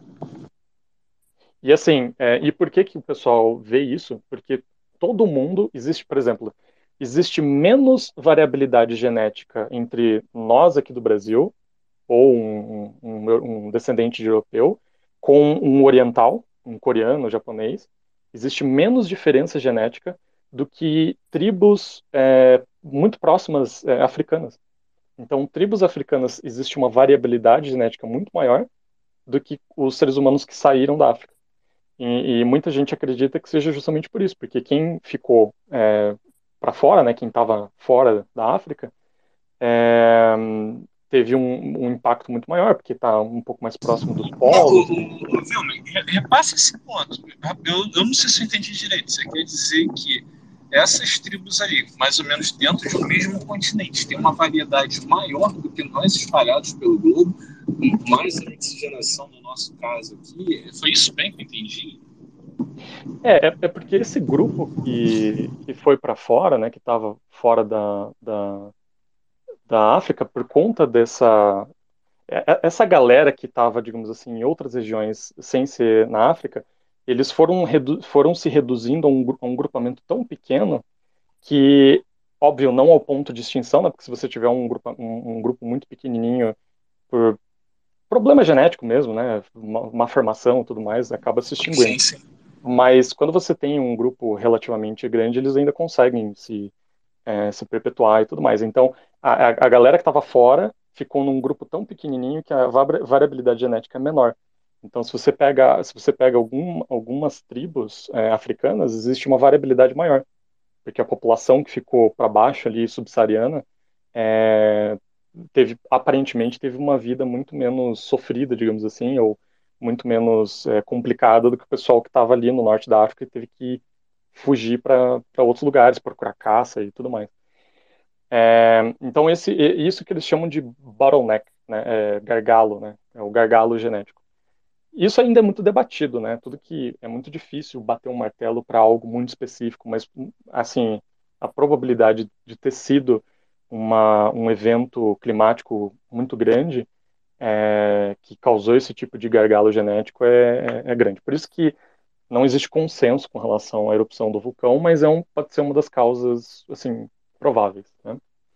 E assim, e por que que o pessoal vê isso? Porque todo mundo existe, por exemplo, existe menos variabilidade genética entre nós aqui do Brasil, ou um descendente de europeu, com um oriental, um coreano, um japonês. Existe menos diferença genética do que tribos muito próximas africanas. Então, tribos africanas existe uma variabilidade genética muito maior do que os seres humanos que saíram da África. E muita gente acredita que seja justamente por isso, porque quem ficou para fora, né, quem estava fora da África, é, teve um impacto muito maior, porque está um pouco mais próximo dos polos. Vilma, repassa esse ponto. Eu não sei se eu entendi direito. Você quer dizer que essas tribos ali, mais ou menos dentro de um mesmo continente, tem uma variedade maior do que nós espalhados pelo globo, mais a oxigenação no nosso caso aqui? Foi isso bem que eu entendi? É porque esse grupo que foi para fora, né, que estava fora da África, por conta essa galera que estava, digamos assim, em outras regiões sem ser na África, eles foram se reduzindo a um grupamento tão pequeno que, óbvio, não ao ponto de extinção, né, porque se você tiver um grupo muito pequenininho por problema genético mesmo, né, uma formação e tudo mais, acaba se extinguindo. Sim, sim. Mas quando você tem um grupo relativamente grande, eles ainda conseguem se perpetuar e tudo mais. Então, a galera que estava fora ficou num grupo tão pequenininho que a variabilidade genética é menor. Então, se você pega algumas tribos africanas, existe uma variabilidade maior, porque a população que ficou para baixo ali, subsaariana, é, aparentemente teve uma vida muito menos sofrida, digamos assim, ou muito menos complicada do que o pessoal que estava ali no norte da África e teve que fugir para outros lugares, procurar caça e tudo mais. Então isso que eles chamam de bottleneck, né, gargalo, né, é o gargalo genético. Isso ainda é muito debatido, né? Tudo que é muito difícil bater um martelo para algo muito específico, mas assim a probabilidade de ter sido um evento climático muito grande que causou esse tipo de gargalo genético é grande. Por isso que não existe consenso com relação à erupção do vulcão, mas pode ser uma das causas assim prováveis, né?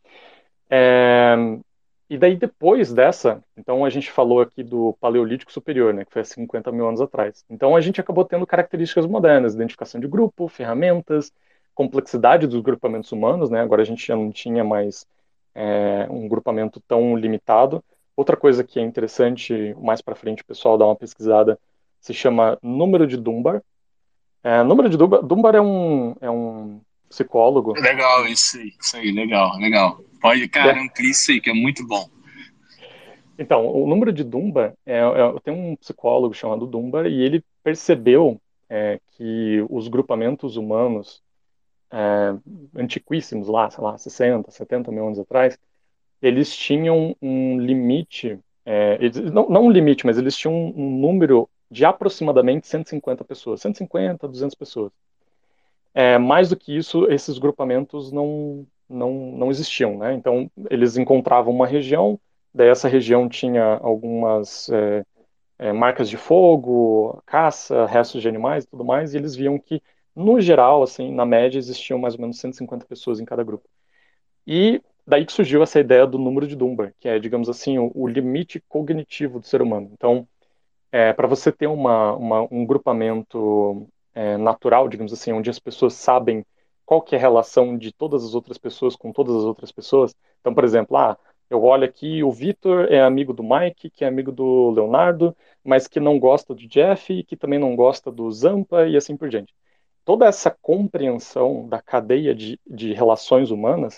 É, e daí depois dessa, então a gente falou aqui do Paleolítico Superior, né, que foi há 50 mil anos atrás. Então a gente acabou tendo características modernas, identificação de grupo, ferramentas, complexidade dos grupamentos humanos, né, agora a gente já não tinha mais um grupamento tão limitado. Outra coisa que é interessante, mais para frente o pessoal dá uma pesquisada, se chama número de Dunbar. Número de Dunbar é um psicólogo. Legal, isso aí, legal, legal. Pode, cara, que amplia isso aí, que é muito bom. Então, o número de Dunbar, tem um psicólogo chamado Dunbar e ele percebeu que os grupamentos humanos antiquíssimos lá, sei lá, 60, 70 mil anos atrás, eles tinham um limite, não um limite, mas eles tinham um número de aproximadamente 150 pessoas, 150, 200 pessoas. Mais do que isso, esses grupamentos não existiam, né? Então, eles encontravam uma região, daí essa região tinha algumas marcas de fogo, caça, restos de animais e tudo mais, e eles viam que, no geral, assim, na média, existiam mais ou menos 150 pessoas em cada grupo. E daí que surgiu essa ideia do número de Dunbar, que é, digamos assim, o limite cognitivo do ser humano. Então, para você ter um grupamento natural, digamos assim, onde as pessoas sabem qual que é a relação de todas as outras pessoas com todas as outras pessoas. Então, por exemplo, eu olho aqui, o Vitor é amigo do Mike, que é amigo do Leonardo, mas que não gosta do Jeff, e que também não gosta do Zampa, e assim por diante. Toda essa compreensão da cadeia de relações humanas,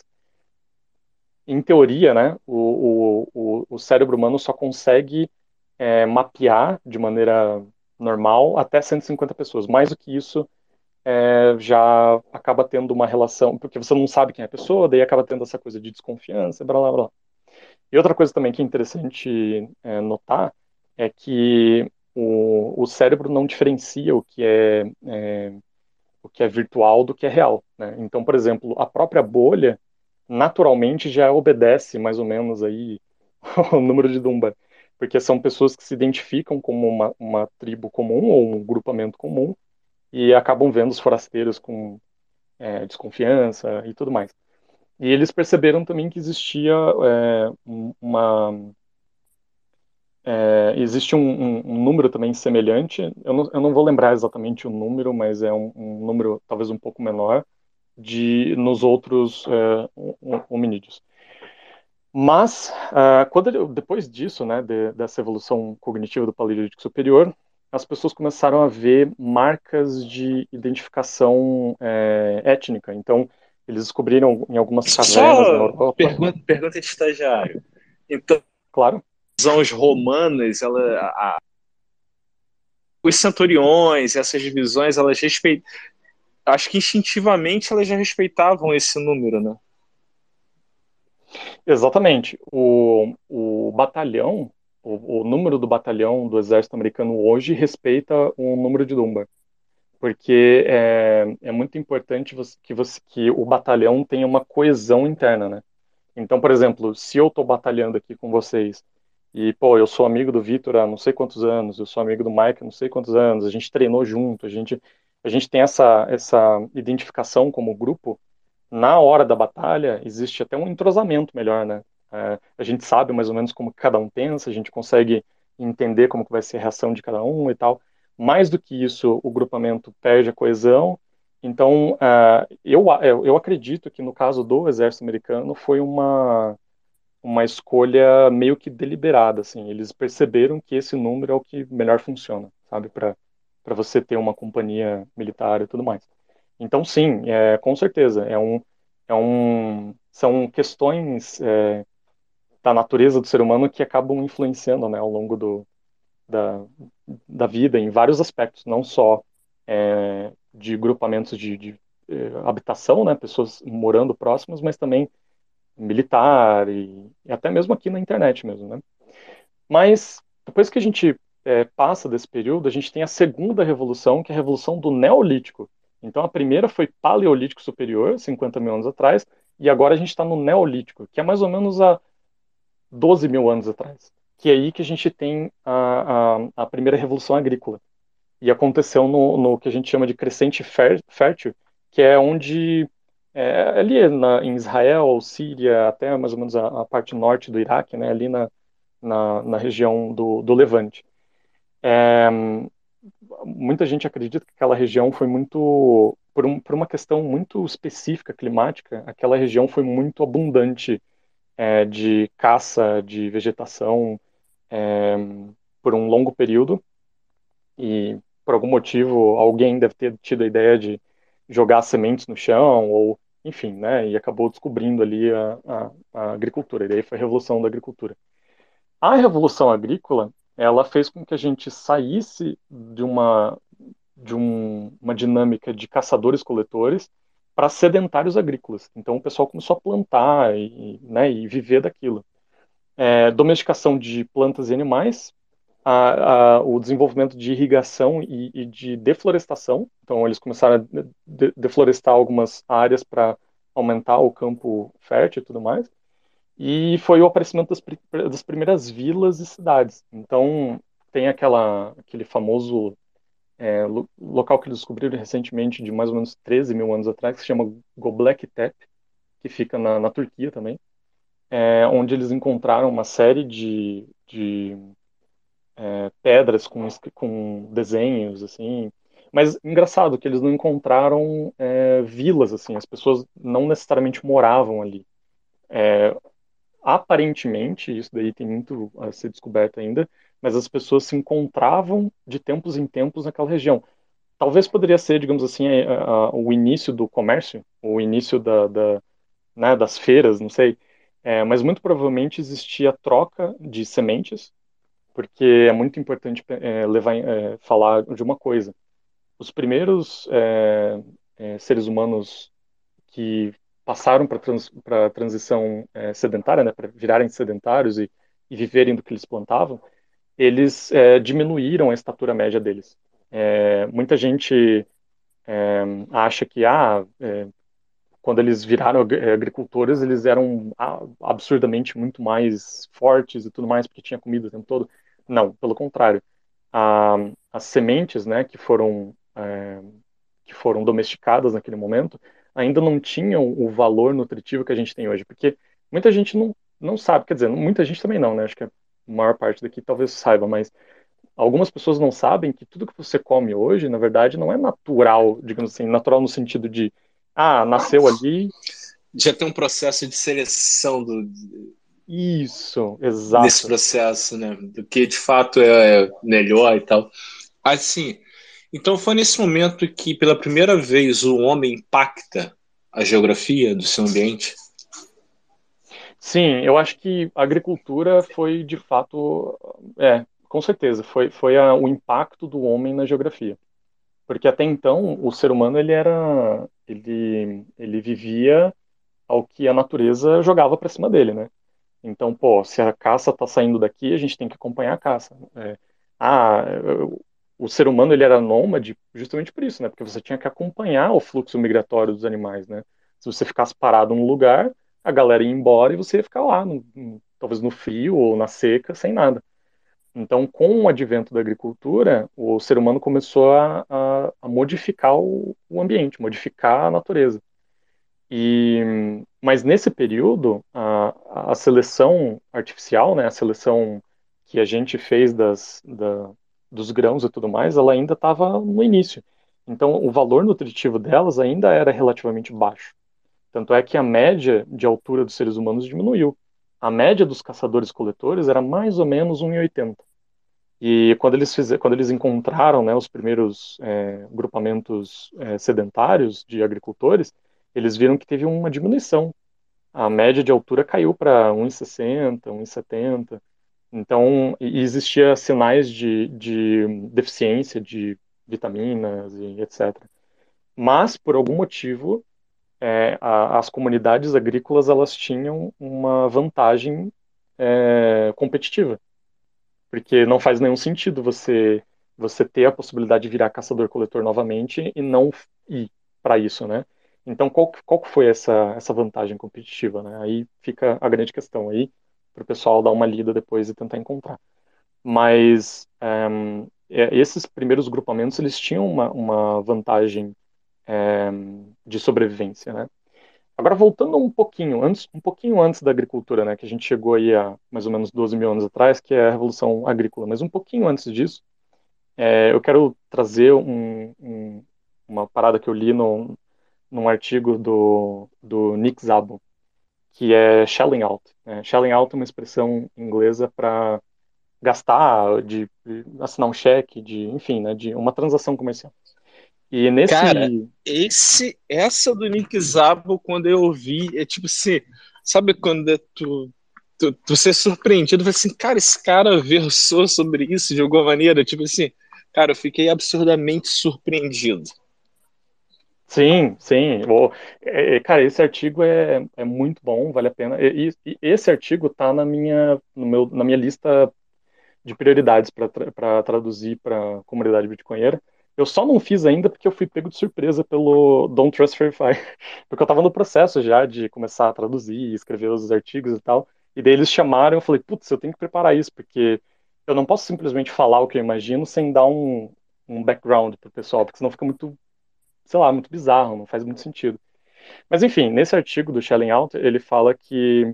em teoria, né, o cérebro humano só consegue mapear de maneira normal até 150 pessoas. Mais do que isso, já acaba tendo uma relação, porque você não sabe quem é a pessoa, daí acaba tendo essa coisa de desconfiança, blá blá blá. E outra coisa também que é interessante notar é que o cérebro não diferencia o que é virtual do que é real, né? Então, por exemplo, a própria bolha naturalmente já obedece mais ou menos aí o número de Dunbar, porque são pessoas que se identificam como uma tribo comum ou um grupamento comum e acabam vendo os forasteiros com desconfiança e tudo mais. E eles perceberam também que existia existe um número também semelhante. Eu não vou lembrar exatamente o número, mas é um número talvez um pouco menor nos outros hominídeos. Mas, depois disso, né, dessa evolução cognitiva do Paleolítico Superior, as pessoas começaram a ver marcas de identificação étnica. Então, Eles descobriram em algumas cavernas na Só Europa. pergunta de estagiário. Então, Claro. as divisões romanas, os centuriões, essas divisões, elas acho que instintivamente elas já respeitavam esse número, né? Exatamente. O batalhão, o número do batalhão do exército americano hoje respeita o número de Dunbar, porque é muito importante que o batalhão tenha uma coesão interna, né? Então, por exemplo, se eu estou batalhando aqui com vocês e, pô, eu sou amigo do Vitor há não sei quantos anos, eu sou amigo do Mike há não sei quantos anos, a gente treinou junto, a gente tem essa identificação como grupo, na hora da batalha existe até um entrosamento melhor, né? A gente sabe mais ou menos como cada um pensa, a gente consegue entender como que vai ser a reação de cada um e tal. Mais do que isso, o grupamento perde a coesão. Então, eu acredito que no caso do exército americano foi uma escolha meio que deliberada, assim. Eles perceberam que esse número é o que melhor funciona, sabe, para você ter uma companhia militar e tudo mais. Então, sim, com certeza, são questões da natureza do ser humano que acabam influenciando, né, ao longo da, da vida em vários aspectos, não só de grupamentos de habitação, né, pessoas morando próximas, mas também militar e até mesmo aqui na internet mesmo, né? Mas depois que a gente passa desse período, a gente tem a segunda revolução, que é a revolução do Neolítico. Então a primeira foi Paleolítico Superior, 50 mil anos atrás, e agora a gente está no Neolítico, que é mais ou menos há 12 mil anos atrás. Que é aí que a gente tem a primeira revolução agrícola. E aconteceu no que a gente chama de crescente fértil, que é onde ali em Israel, Síria, até mais ou menos a parte norte do Iraque, né, ali na região do Levante. É, muita gente acredita que aquela região foi muito, por uma questão muito específica climática, aquela região foi muito abundante de caça, de vegetação, é, por um longo período, e por algum motivo alguém deve ter tido a ideia de jogar sementes no chão, ou enfim, né, e acabou descobrindo ali a agricultura, e daí foi a revolução da agricultura. A revolução agrícola, ela fez com que a gente saísse de uma dinâmica de caçadores-coletores para sedentários agrícolas. Então o pessoal começou a plantar né, e viver daquilo. Domesticação de plantas e animais, o desenvolvimento de irrigação e de deflorestação. Então eles começaram a deflorestar algumas áreas para aumentar o campo fértil e tudo mais. E foi o aparecimento das primeiras vilas e cidades. Então, tem aquele famoso local que eles descobriram recentemente, de mais ou menos 13 mil anos atrás, que se chama Göbekli Tepe, que fica na Turquia também, onde eles encontraram uma série de pedras com desenhos, assim. Mas engraçado que eles não encontraram vilas, assim, as pessoas não necessariamente moravam ali. Aparentemente, isso daí tem muito a ser descoberto ainda, mas as pessoas se encontravam de tempos em tempos naquela região. Talvez poderia ser, digamos assim, o início do comércio, o início né, das feiras, não sei. Mas muito provavelmente existia troca de sementes, porque é muito importante falar de uma coisa. Os primeiros seres humanos que passaram para a transição sedentária, né, para virarem sedentários e viverem do que eles plantavam, eles diminuíram a estatura média deles. Muita gente acha que quando eles viraram agricultores, eles eram absurdamente muito mais fortes e tudo mais, porque tinha comida o tempo todo. Não, pelo contrário. As sementes, né, que foram domesticadas naquele momento, ainda não tinham o valor nutritivo que a gente tem hoje, porque muita gente não sabe, quer dizer, muita gente também não, né? Acho que a maior parte daqui talvez saiba, mas algumas pessoas não sabem que tudo que você come hoje, na verdade, não é natural, digamos assim, natural no sentido de, nasceu ali. Já tem um processo de seleção Isso, desse exato. processo, né? Do que de fato é melhor e tal. Assim, então foi nesse momento que pela primeira vez o homem impacta a geografia do seu ambiente? Sim, eu acho que a agricultura foi de fato, com certeza, foi o impacto do homem na geografia. Porque até então o ser humano ele vivia ao que a natureza jogava para cima dele, né? Então, pô, se a caça está saindo daqui, a gente tem que acompanhar a caça. O ser humano ele era nômade justamente por isso, né? Porque você tinha que acompanhar o fluxo migratório dos animais, né? Se você ficasse parado num lugar, a galera ia embora e você ia ficar lá, talvez no frio ou na seca, sem nada. Então, com o advento da agricultura, o ser humano começou a modificar o ambiente, modificar a natureza. Mas nesse período, a seleção artificial, né, a seleção que a gente fez dos grãos e tudo mais, ela ainda estava no início. Então, o valor nutritivo delas ainda era relativamente baixo. Tanto é que a média de altura dos seres humanos diminuiu. A média dos caçadores-coletores era mais ou menos 1,80. E quando eles encontraram, né, os primeiros grupamentos sedentários de agricultores, eles viram que teve uma diminuição. A média de altura caiu para 1,60, 1,70. Então, existia sinais de deficiência de vitaminas e etc. Mas, por algum motivo, as comunidades agrícolas elas tinham uma vantagem competitiva, porque não faz nenhum sentido você ter a possibilidade de virar caçador-coletor novamente e não ir para isso, né? Então, qual que foi essa vantagem competitiva, né? Aí fica a grande questão aí para o pessoal dar uma lida depois e tentar encontrar. Mas esses primeiros grupamentos eles tinham uma vantagem de sobrevivência, né? Agora, voltando um pouquinho antes da agricultura, né, que a gente chegou aí a mais ou menos 12 mil anos atrás, que é a Revolução Agrícola, mas um pouquinho antes disso, eu quero trazer uma parada que eu li num artigo do Nick Szabo, que é shelling out. Shelling out é uma expressão inglesa para gastar, de assinar um cheque, enfim, né, de uma transação comercial. E Cara, nesse... essa do Nick Szabo, quando eu ouvi, é tipo assim, sabe quando tu ser surpreendido, vai assim, cara, esse cara versou sobre isso de alguma maneira, tipo assim, cara, eu fiquei absurdamente surpreendido. Sim, sim. Cara, esse artigo é muito bom, vale a pena. E esse artigo está na minha lista de prioridades para traduzir para a comunidade bitcoinheira. Eu só não fiz ainda porque eu fui pego de surpresa pelo Don't Trust Verify, porque eu estava no processo já de começar a traduzir, escrever os artigos e tal. E daí eles chamaram, eu falei, putz, eu tenho que preparar isso, porque eu não posso simplesmente falar o que eu imagino sem dar um background para o pessoal, porque senão fica muito, sei lá, muito bizarro, não faz muito sentido. Mas enfim, nesse artigo do Shelling Out, ele fala que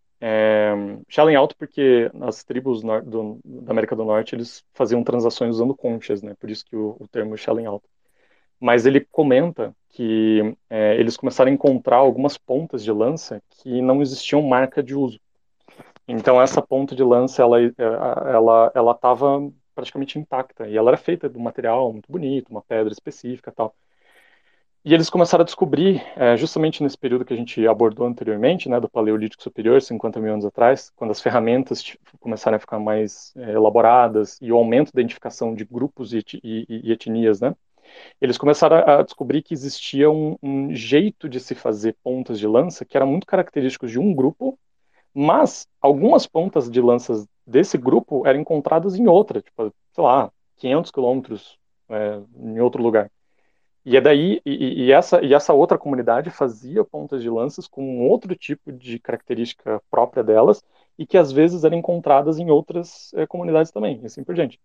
shelling out porque as tribos da América do Norte eles faziam transações usando conchas, né? Por isso que o termo shelling out. Mas ele comenta que eles começaram a encontrar algumas pontas de lança que não existiam marca de uso. Então essa ponta de lança ela estava praticamente intacta e ela era feita de um material muito bonito, uma pedra específica, tal. E eles começaram a descobrir, justamente nesse período que a gente abordou anteriormente, né, do Paleolítico Superior, 50 mil anos atrás, quando as ferramentas começaram a ficar mais elaboradas e o aumento da identificação de grupos e etnias, né, eles começaram a descobrir que existia um jeito de se fazer pontas de lança que era muito característico de um grupo, mas algumas pontas de lanças desse grupo eram encontradas em outra, tipo, sei lá, 500 quilômetros em outro lugar. E é daí, essa outra comunidade fazia pontas de lanças com um outro tipo de característica própria delas e que às vezes eram encontradas em outras comunidades também, e assim por diante.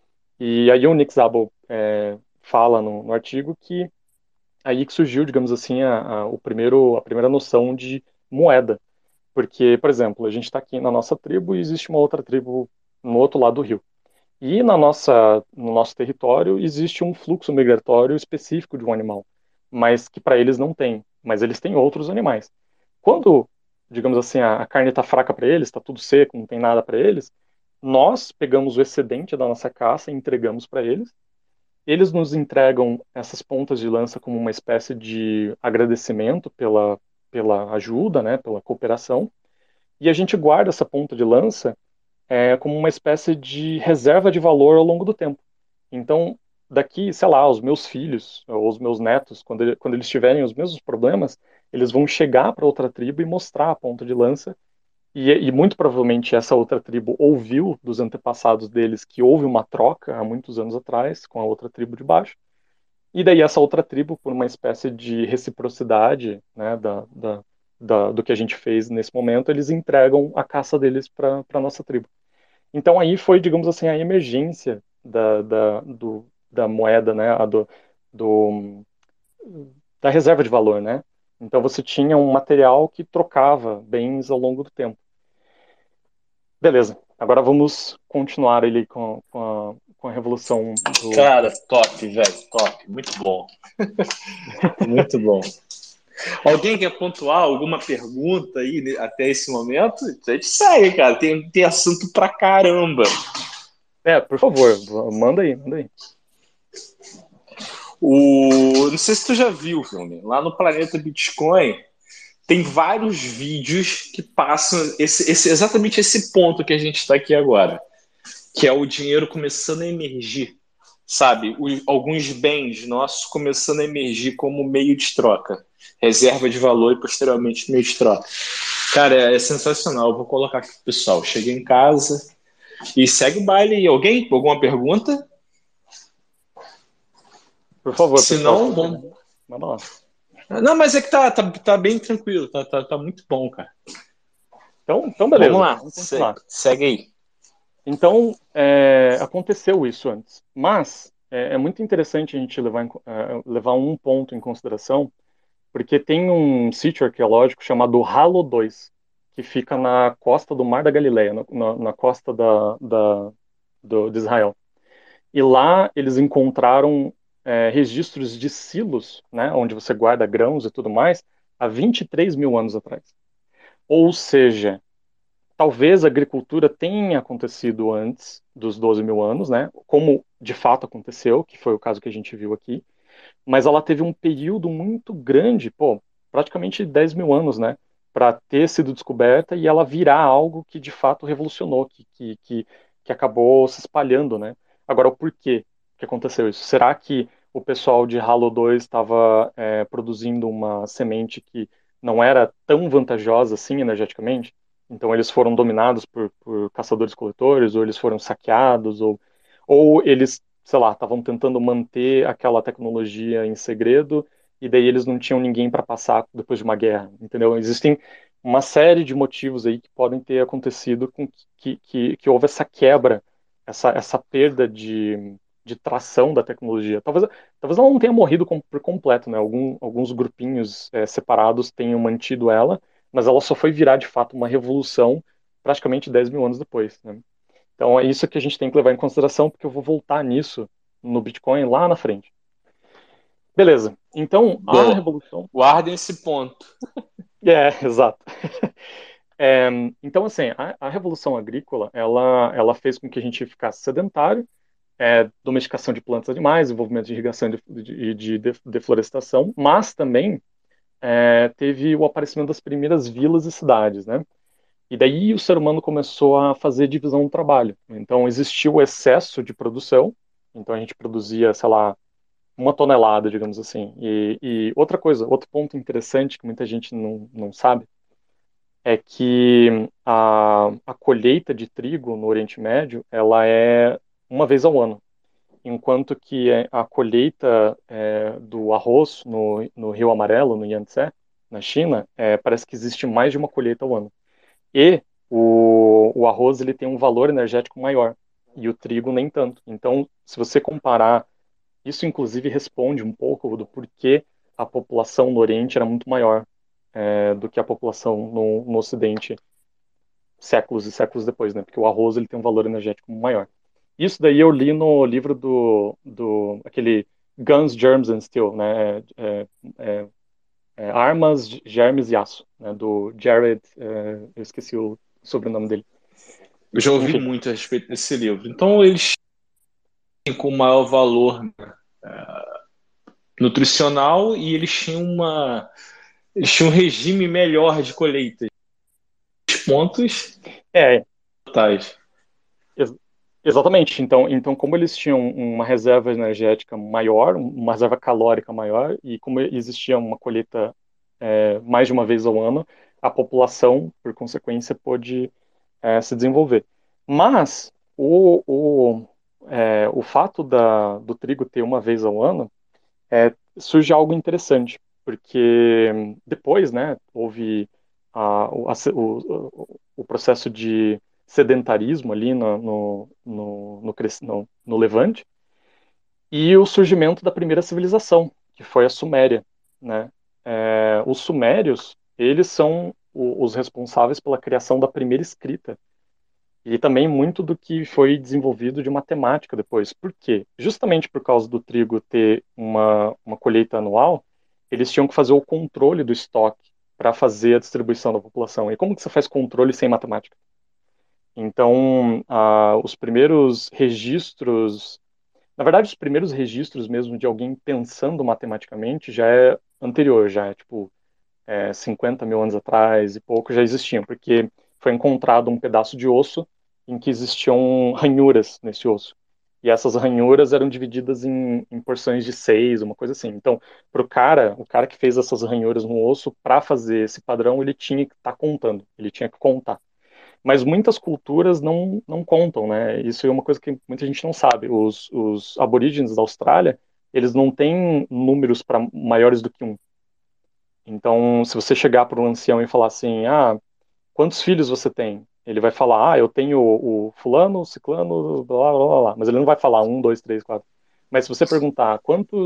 E aí o Nick Szabo fala no artigo que aí que surgiu, digamos assim, a primeira noção de moeda. Porque, por exemplo, a gente está aqui na nossa tribo e existe uma outra tribo no outro lado do rio. E no nosso território existe um fluxo migratório específico de um animal, mas que para eles não tem, mas eles têm outros animais. Quando, digamos assim, a carne está fraca para eles, está tudo seco, não tem nada para eles, nós pegamos o excedente da nossa caça e entregamos para eles, eles nos entregam essas pontas de lança como uma espécie de agradecimento pela ajuda, né, pela cooperação, e a gente guarda essa ponta de lança como uma espécie de reserva de valor ao longo do tempo. Então, daqui, sei lá, os meus filhos ou os meus netos, quando eles tiverem os mesmos problemas, eles vão chegar para outra tribo e mostrar a ponta de lança. E muito provavelmente essa outra tribo ouviu dos antepassados deles que houve uma troca há muitos anos atrás com a outra tribo de baixo. E daí essa outra tribo, por uma espécie de reciprocidade, né, do que a gente fez nesse momento, eles entregam a caça deles para a nossa tribo. Então aí foi, digamos assim, a emergência da moeda, né, do, da reserva de valor, né? Então você tinha um material que trocava bens ao longo do tempo. Beleza, agora vamos continuar ali com a revolução do... Cara, top, velho, top, muito bom. Muito bom. Alguém quer pontuar alguma pergunta aí até esse momento? A gente segue, cara. Tem assunto pra caramba. Por favor, manda aí, manda aí. Não sei se tu já viu, filme. Lá no Planeta Bitcoin tem vários vídeos que passam exatamente esse ponto que a gente está aqui agora, que é o dinheiro começando a emergir, sabe? Alguns bens nossos começando a emergir como meio de troca, reserva de valor e posteriormente meio de troca. Cara, é sensacional. Eu vou colocar aqui pro pessoal. Cheguei em casa e segue o baile aí. Alguém? Alguma pergunta? Por favor, Se pessoal. não, vamos. Manda lá. Não, mas é que tá bem tranquilo, tá muito bom, cara. Então beleza. Vamos lá, Vamos segue aí. Então, aconteceu isso antes. Mas é muito interessante a gente levar um ponto em consideração, porque tem um sítio arqueológico chamado Halo 2, que fica na costa do Mar da Galileia, na costa de Israel. E lá eles encontraram registros de silos, né, onde você guarda grãos e tudo mais, há 23 mil anos atrás. Ou seja, talvez a agricultura tenha acontecido antes dos 12 mil anos, né, como de fato aconteceu, que foi o caso que a gente viu aqui, mas ela teve um período muito grande, praticamente 10 mil anos, né, para ter sido descoberta e ela virar algo que de fato revolucionou, que acabou se espalhando, né. Agora, o porquê que aconteceu isso? Será que o pessoal de Halo 2 estava produzindo uma semente que não era tão vantajosa assim energeticamente? Então eles foram dominados por caçadores-coletores, ou eles foram saqueados, ou eles, sei lá, estavam tentando manter aquela tecnologia em segredo, e daí eles não tinham ninguém para passar depois de uma guerra, entendeu? Existem uma série de motivos aí que podem ter acontecido com que houve essa quebra, essa perda de tração da tecnologia. Talvez ela não tenha morrido por completo, né? Alguns grupinhos separados tenham mantido ela, mas ela só foi virar de fato uma revolução praticamente 10 mil anos depois, né? Então é isso que a gente tem que levar em consideração, porque eu vou voltar nisso no Bitcoin lá na frente. Beleza. Então a Boa. revolução. Guardem esse ponto. Exato. Então, assim, a revolução agrícola, ela fez com que a gente ficasse sedentário, domesticação de plantas e animais, desenvolvimento de irrigação e de deflorestação, mas também teve o aparecimento das primeiras vilas e cidades, né? E daí o ser humano começou a fazer divisão do trabalho. Então existiu o excesso de produção, então a gente produzia, sei lá, 1 tonelada, digamos assim. E outra coisa, outro ponto interessante que muita gente não sabe, é que a colheita de trigo no Oriente Médio, ela é uma vez ao ano, enquanto que a colheita do arroz no Rio Amarelo, no Yangtze, na China, parece que existe mais de uma colheita ao ano. E o arroz ele tem um valor energético maior e o trigo nem tanto. Então, se você comparar, isso inclusive responde um pouco do porquê a população no Oriente era muito maior do que a população no Ocidente séculos e séculos depois, né? Porque o arroz ele tem um valor energético maior. Isso daí eu li no livro do aquele Guns, Germs and Steel, né? Armas, Germes e Aço, né? Do Jared, eu esqueci o sobrenome dele. Eu já ouvi Enfim. muito a respeito desse livro. Então, eles têm com maior valor nutricional e eles tinham um regime melhor de colheita. Os pontos É, totais. ex- exatamente. Então, como eles tinham uma reserva energética maior, uma reserva calórica maior, e como existia uma colheita mais de uma vez ao ano, a população, por consequência, pôde se desenvolver. Mas o fato do trigo ter uma vez ao ano surge algo interessante, porque depois, né, houve o processo de sedentarismo ali no Levante e o surgimento da primeira civilização, que foi a Suméria, né? Os sumérios, eles são os responsáveis pela criação da primeira escrita e também muito do que foi desenvolvido de matemática depois. Por quê? Justamente por causa do trigo ter uma colheita anual, eles tinham que fazer o controle do estoque para fazer a distribuição da população. E como que você faz controle sem matemática? Então, os primeiros registros, na verdade, os primeiros registros mesmo de alguém pensando matematicamente já é anterior, já é tipo 50 mil anos atrás e pouco já existiam, porque foi encontrado um pedaço de osso em que existiam ranhuras nesse osso. E essas ranhuras eram divididas em porções de seis, uma coisa assim. Então, o cara que fez essas ranhuras no osso, para fazer esse padrão, ele tinha que estar contando, ele tinha que contar. Mas muitas culturas não contam, né? Isso é uma coisa que muita gente não sabe. Os aborígenes da Austrália, eles não têm números para maiores do que um. Então, se você chegar para um ancião e falar assim, quantos filhos você tem? Ele vai falar, eu tenho o fulano, o ciclano, blá, blá, blá, blá. Mas ele não vai falar um, dois, três, quatro. Mas se você perguntar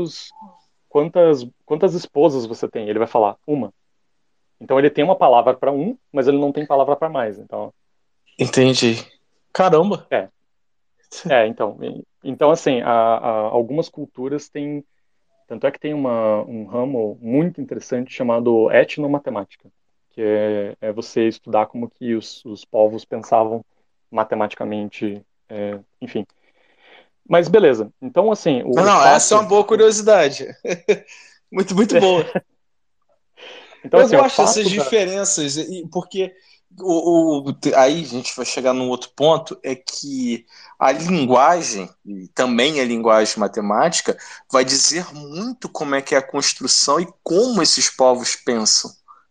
quantas esposas você tem, ele vai falar uma. Então ele tem uma palavra para um, mas ele não tem palavra para mais. Então, Entendi. Caramba! é, então assim, algumas culturas têm, tanto é que tem um ramo muito interessante chamado etnomatemática, que é você estudar como que os povos pensavam matematicamente, enfim. Mas beleza. Então, assim, Não, o não, essa é uma fato. boa curiosidade. Muito, muito boa. Então, Eu assim, o gosto dessas fato da. diferenças, porque aí a gente vai chegar num outro ponto, é que a linguagem, e também a linguagem matemática, vai dizer muito como é que é a construção e como esses povos pensam.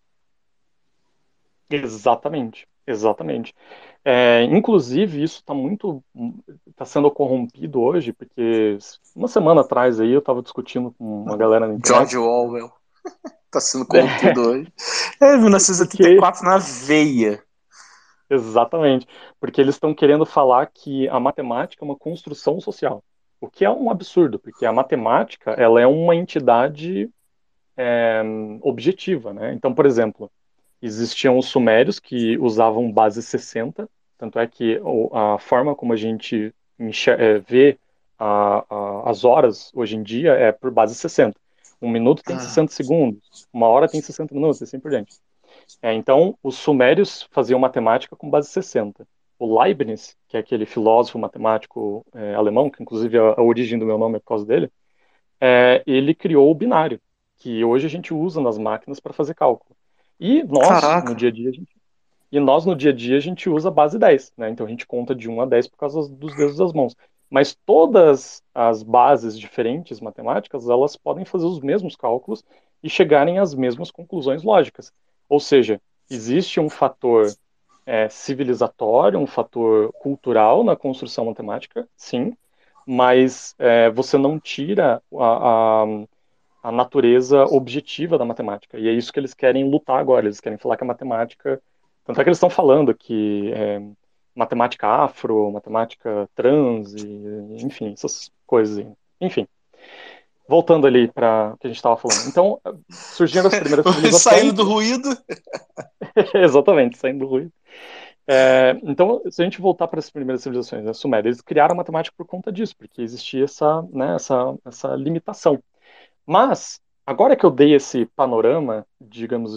Exatamente, exatamente. Inclusive, isso está sendo corrompido hoje, porque uma semana atrás aí eu estava discutindo com uma galera na George internet. Orwell está sendo corrompido hoje. É Porque 1984 na veia. Exatamente, porque eles estão querendo falar que a matemática é uma construção social, o que é um absurdo, porque a matemática ela é uma entidade objetiva, né? Então, por exemplo, existiam os sumérios que usavam base 60, tanto é que a forma como a gente vê as horas hoje em dia é por base 60. Um minuto tem Ah, 60 segundos, uma hora tem 60 minutos, e assim por diante. Então, os sumérios faziam matemática com base 60. O Leibniz, que é aquele filósofo matemático alemão, que inclusive a origem do meu nome é por causa dele, ele criou o binário, que hoje a gente usa nas máquinas para fazer cálculo. E nós, no caraca. dia a dia, a gente usa a base 10, né? Então a gente conta de 1 a 10 por causa dos dedos das mãos. Mas todas as bases diferentes matemáticas, elas podem fazer os mesmos cálculos e chegarem às mesmas conclusões lógicas. Ou seja, existe um fator civilizatório, um fator cultural na construção matemática, sim, mas você não tira a natureza objetiva da matemática. E é isso que eles querem lutar agora. Eles querem falar que a matemática. Tanto é que eles estão falando que matemática afro, matemática trans, enfim, essas coisas. Enfim, voltando ali para o que a gente estava falando. Então, surgiram as primeiras Saindo civilizações. do ruído. Exatamente, saindo do ruído. Então, se a gente voltar para as primeiras civilizações, né, Suméria, eles criaram a matemática por conta disso, porque existia essa limitação. Mas, agora que eu dei esse panorama, digamos,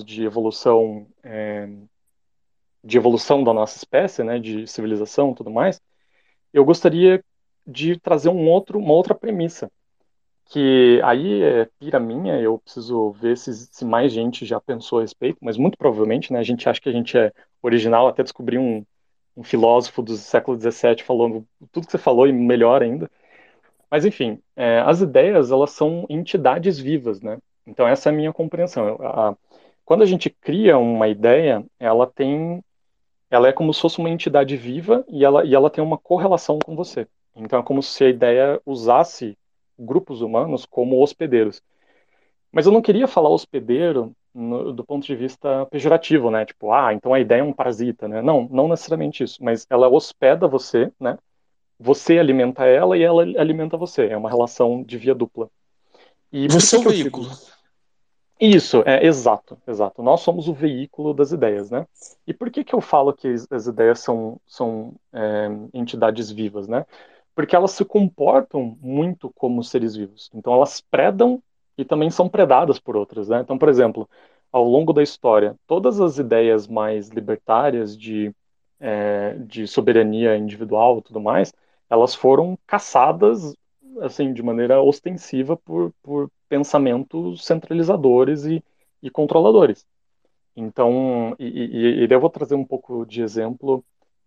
de evolução da nossa espécie, né, de civilização e tudo mais, eu gostaria de trazer uma outra premissa, que aí é pira minha, eu preciso ver se mais gente já pensou a respeito, mas muito provavelmente, né, a gente acha que a gente é original até descobrir um filósofo do século XVII falando tudo que você falou e melhor ainda. Mas enfim, as ideias, elas são entidades vivas, né? Então essa é a minha compreensão. Quando a gente cria uma ideia, ela é como se fosse uma entidade viva e ela tem uma correlação com você. Então é como se a ideia usasse grupos humanos como hospedeiros. Mas eu não queria falar hospedeiro do ponto de vista pejorativo, né? Tipo, então a ideia é um parasita, né? Não, não necessariamente isso, mas ela hospeda você, né? Você alimenta ela e ela alimenta você. É uma relação de via dupla. E por Você é que o que eu digo veículo. isso? Isso, exato, exato. Nós somos o veículo das ideias, né? E por que que eu falo que as ideias são entidades vivas, né? Porque elas se comportam muito como seres vivos. Então elas predam e também são predadas por outras, né? Então, por exemplo, ao longo da história, todas as ideias mais libertárias de soberania individual e tudo mais, elas foram caçadas assim de maneira ostensiva por pensamentos centralizadores e controladores. Então, e daí eu vou trazer um pouco de exemplo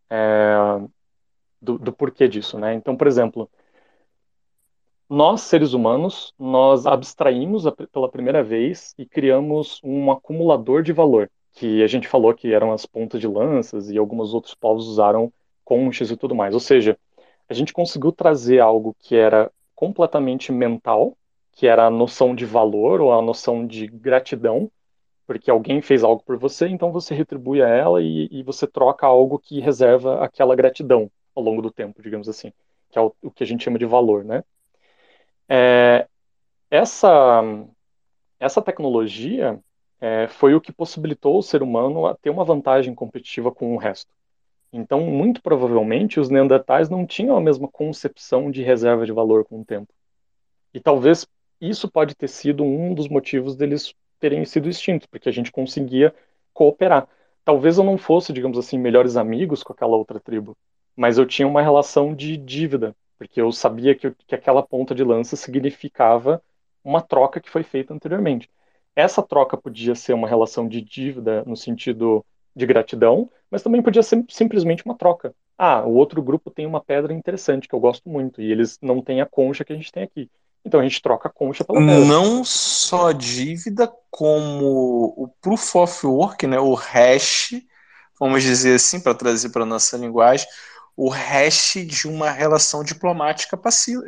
do porquê disso, né? Então, por exemplo, nós, seres humanos, nós abstraímos pela primeira vez e criamos um acumulador de valor, que a gente falou que eram as pontas de lanças e alguns outros povos usaram conchas e tudo mais. Ou seja, a gente conseguiu trazer algo que era completamente mental, que era a noção de valor ou a noção de gratidão, porque alguém fez algo por você, então você retribui a ela e você troca algo que reserva aquela gratidão ao longo do tempo, digamos assim, que é o que a gente chama de valor, né? É, essa, essa tecnologia foi o que possibilitou o ser humano a ter uma vantagem competitiva com o resto. Então, muito provavelmente, os neandertais não tinham a mesma concepção de reserva de valor com o tempo. E talvez isso pode ter sido um dos motivos deles terem sido extintos, porque a gente conseguia cooperar. Talvez eu não fosse, digamos assim, melhores amigos com aquela outra tribo, mas eu tinha uma relação de dívida, porque eu sabia que aquela ponta de lança significava uma troca que foi feita anteriormente. Essa troca podia ser uma relação de dívida no sentido de gratidão, mas também podia ser simplesmente uma troca. O outro grupo tem uma pedra interessante que eu gosto muito, e eles não têm a concha que a gente tem aqui. Então a gente troca a concha pela pedra. Não só dívida, como o proof of work, né, o hash, vamos dizer assim, para trazer para a nossa linguagem, o hash de uma relação diplomática passiva,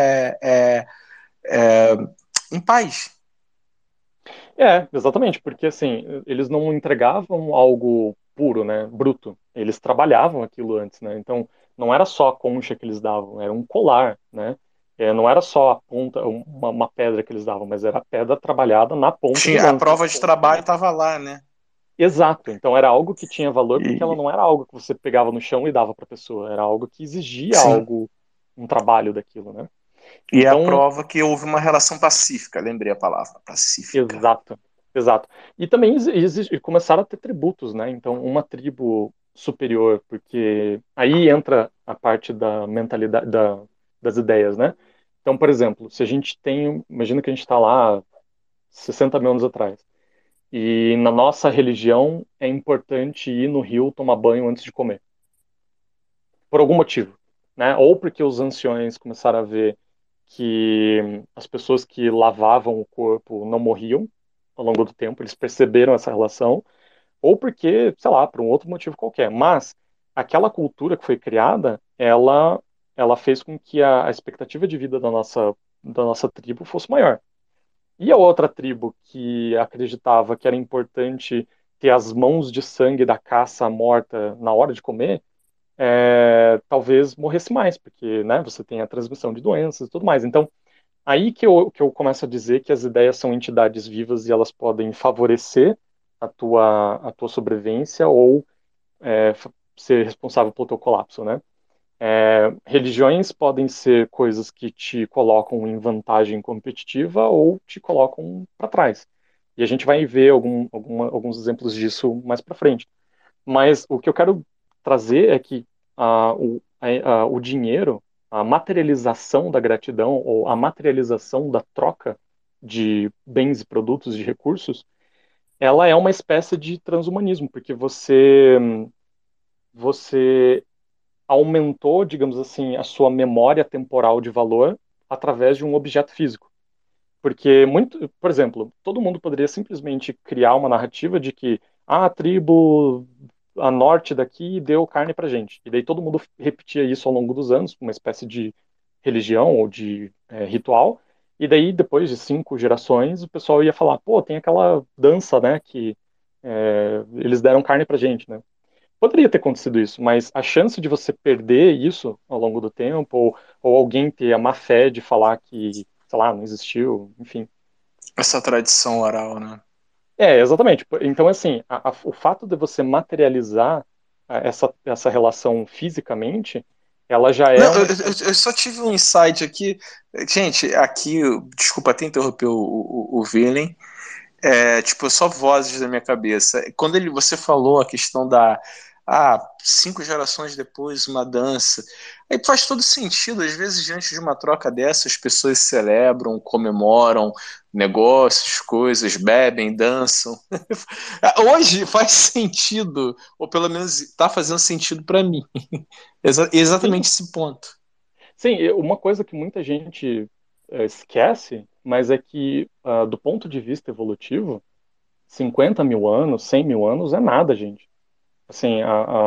em paz. Exatamente, porque assim, eles não entregavam algo puro, né, bruto. Eles trabalhavam aquilo antes, né? Então, não era só a concha que eles davam, era um colar, né? Não era só a ponta, uma pedra que eles davam, mas era a pedra trabalhada na ponta de Tinha, a lança. prova de trabalho estava lá, né? Exato. Então era algo que tinha valor porque ela E, não era algo que você pegava no chão e dava para a pessoa, era algo que exigia sim. algo, um trabalho daquilo, né? E é a Então, prova que houve uma relação pacífica, lembrei a palavra, pacífica. exato, exato. E também começaram a ter tributos, né? Então, uma tribo superior, porque aí entra a parte da mentalidade, das ideias, né? Então, por exemplo, se a gente tem, imagina que a gente está lá 60 mil anos atrás, e na nossa religião é importante ir no rio tomar banho antes de comer, por algum motivo, né? Ou porque os anciões começaram a ver que as pessoas que lavavam o corpo não morriam ao longo do tempo, eles perceberam essa relação, ou porque, sei lá, por um outro motivo qualquer. Mas aquela cultura que foi criada, ela fez com que a expectativa de vida da nossa tribo fosse maior. E a outra tribo que acreditava que era importante ter as mãos de sangue da caça morta na hora de comer, talvez morresse mais, porque, né, você tem a transmissão de doenças e tudo mais. Então, aí que eu começo a dizer que as ideias são entidades vivas e elas podem favorecer a tua sobrevivência ou ser responsável pelo teu colapso, né? Religiões podem ser coisas que te colocam em vantagem competitiva ou te colocam para trás. E a gente vai ver alguns exemplos disso mais para frente. Mas o que eu quero trazer é que o dinheiro a materialização da gratidão ou a materialização da troca de bens e produtos, de recursos, ela é uma espécie de transhumanismo, porque você aumentou, digamos assim, a sua memória temporal de valor através de um objeto físico. Porque, muito, por exemplo, todo mundo poderia simplesmente criar uma narrativa de que a tribo a norte daqui deu carne pra gente. E daí todo mundo repetia isso ao longo dos anos, uma espécie de religião ou de ritual. E daí, depois de 5 gerações, o pessoal ia falar, pô, tem aquela dança, né, que eles deram carne pra gente, né? Poderia ter acontecido isso, mas a chance de você perder isso ao longo do tempo, ou alguém ter a má fé de falar que, sei lá, não existiu, enfim. Essa tradição oral, né? Exatamente. Então, assim, o fato de você materializar essa relação fisicamente, ela já é Não, uma espécie. eu só tive um insight aqui. Gente, aqui, desculpa até interromper o Villain. Tipo, só vozes da minha cabeça. Quando você falou a questão da 5 gerações depois, uma dança. Aí faz todo sentido. Às vezes, diante de uma troca dessa, as pessoas celebram, comemoram negócios, coisas, bebem, dançam. Hoje faz sentido, ou pelo menos está fazendo sentido para mim. Sim, Exatamente esse ponto. sim, uma coisa que muita gente esquece, mas é que, do ponto de vista evolutivo, 50 mil anos, 100 mil anos é nada, gente. Assim,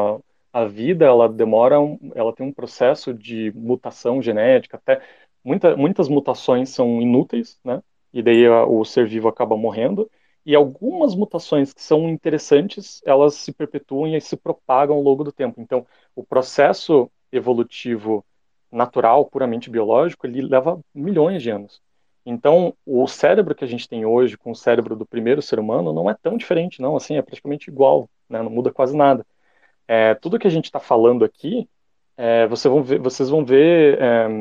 a vida, ela demora, ela tem um processo de mutação genética, até muitas mutações são inúteis, né? E daí o ser vivo acaba morrendo. E algumas mutações que são interessantes, elas se perpetuam e se propagam ao longo do tempo. Então, o processo evolutivo natural, puramente biológico, ele leva milhões de anos. Então, o cérebro que a gente tem hoje com o cérebro do primeiro ser humano não é tão diferente, não. Assim, é praticamente igual, né? Não muda quase nada. Tudo que a gente está falando aqui, vocês vão ver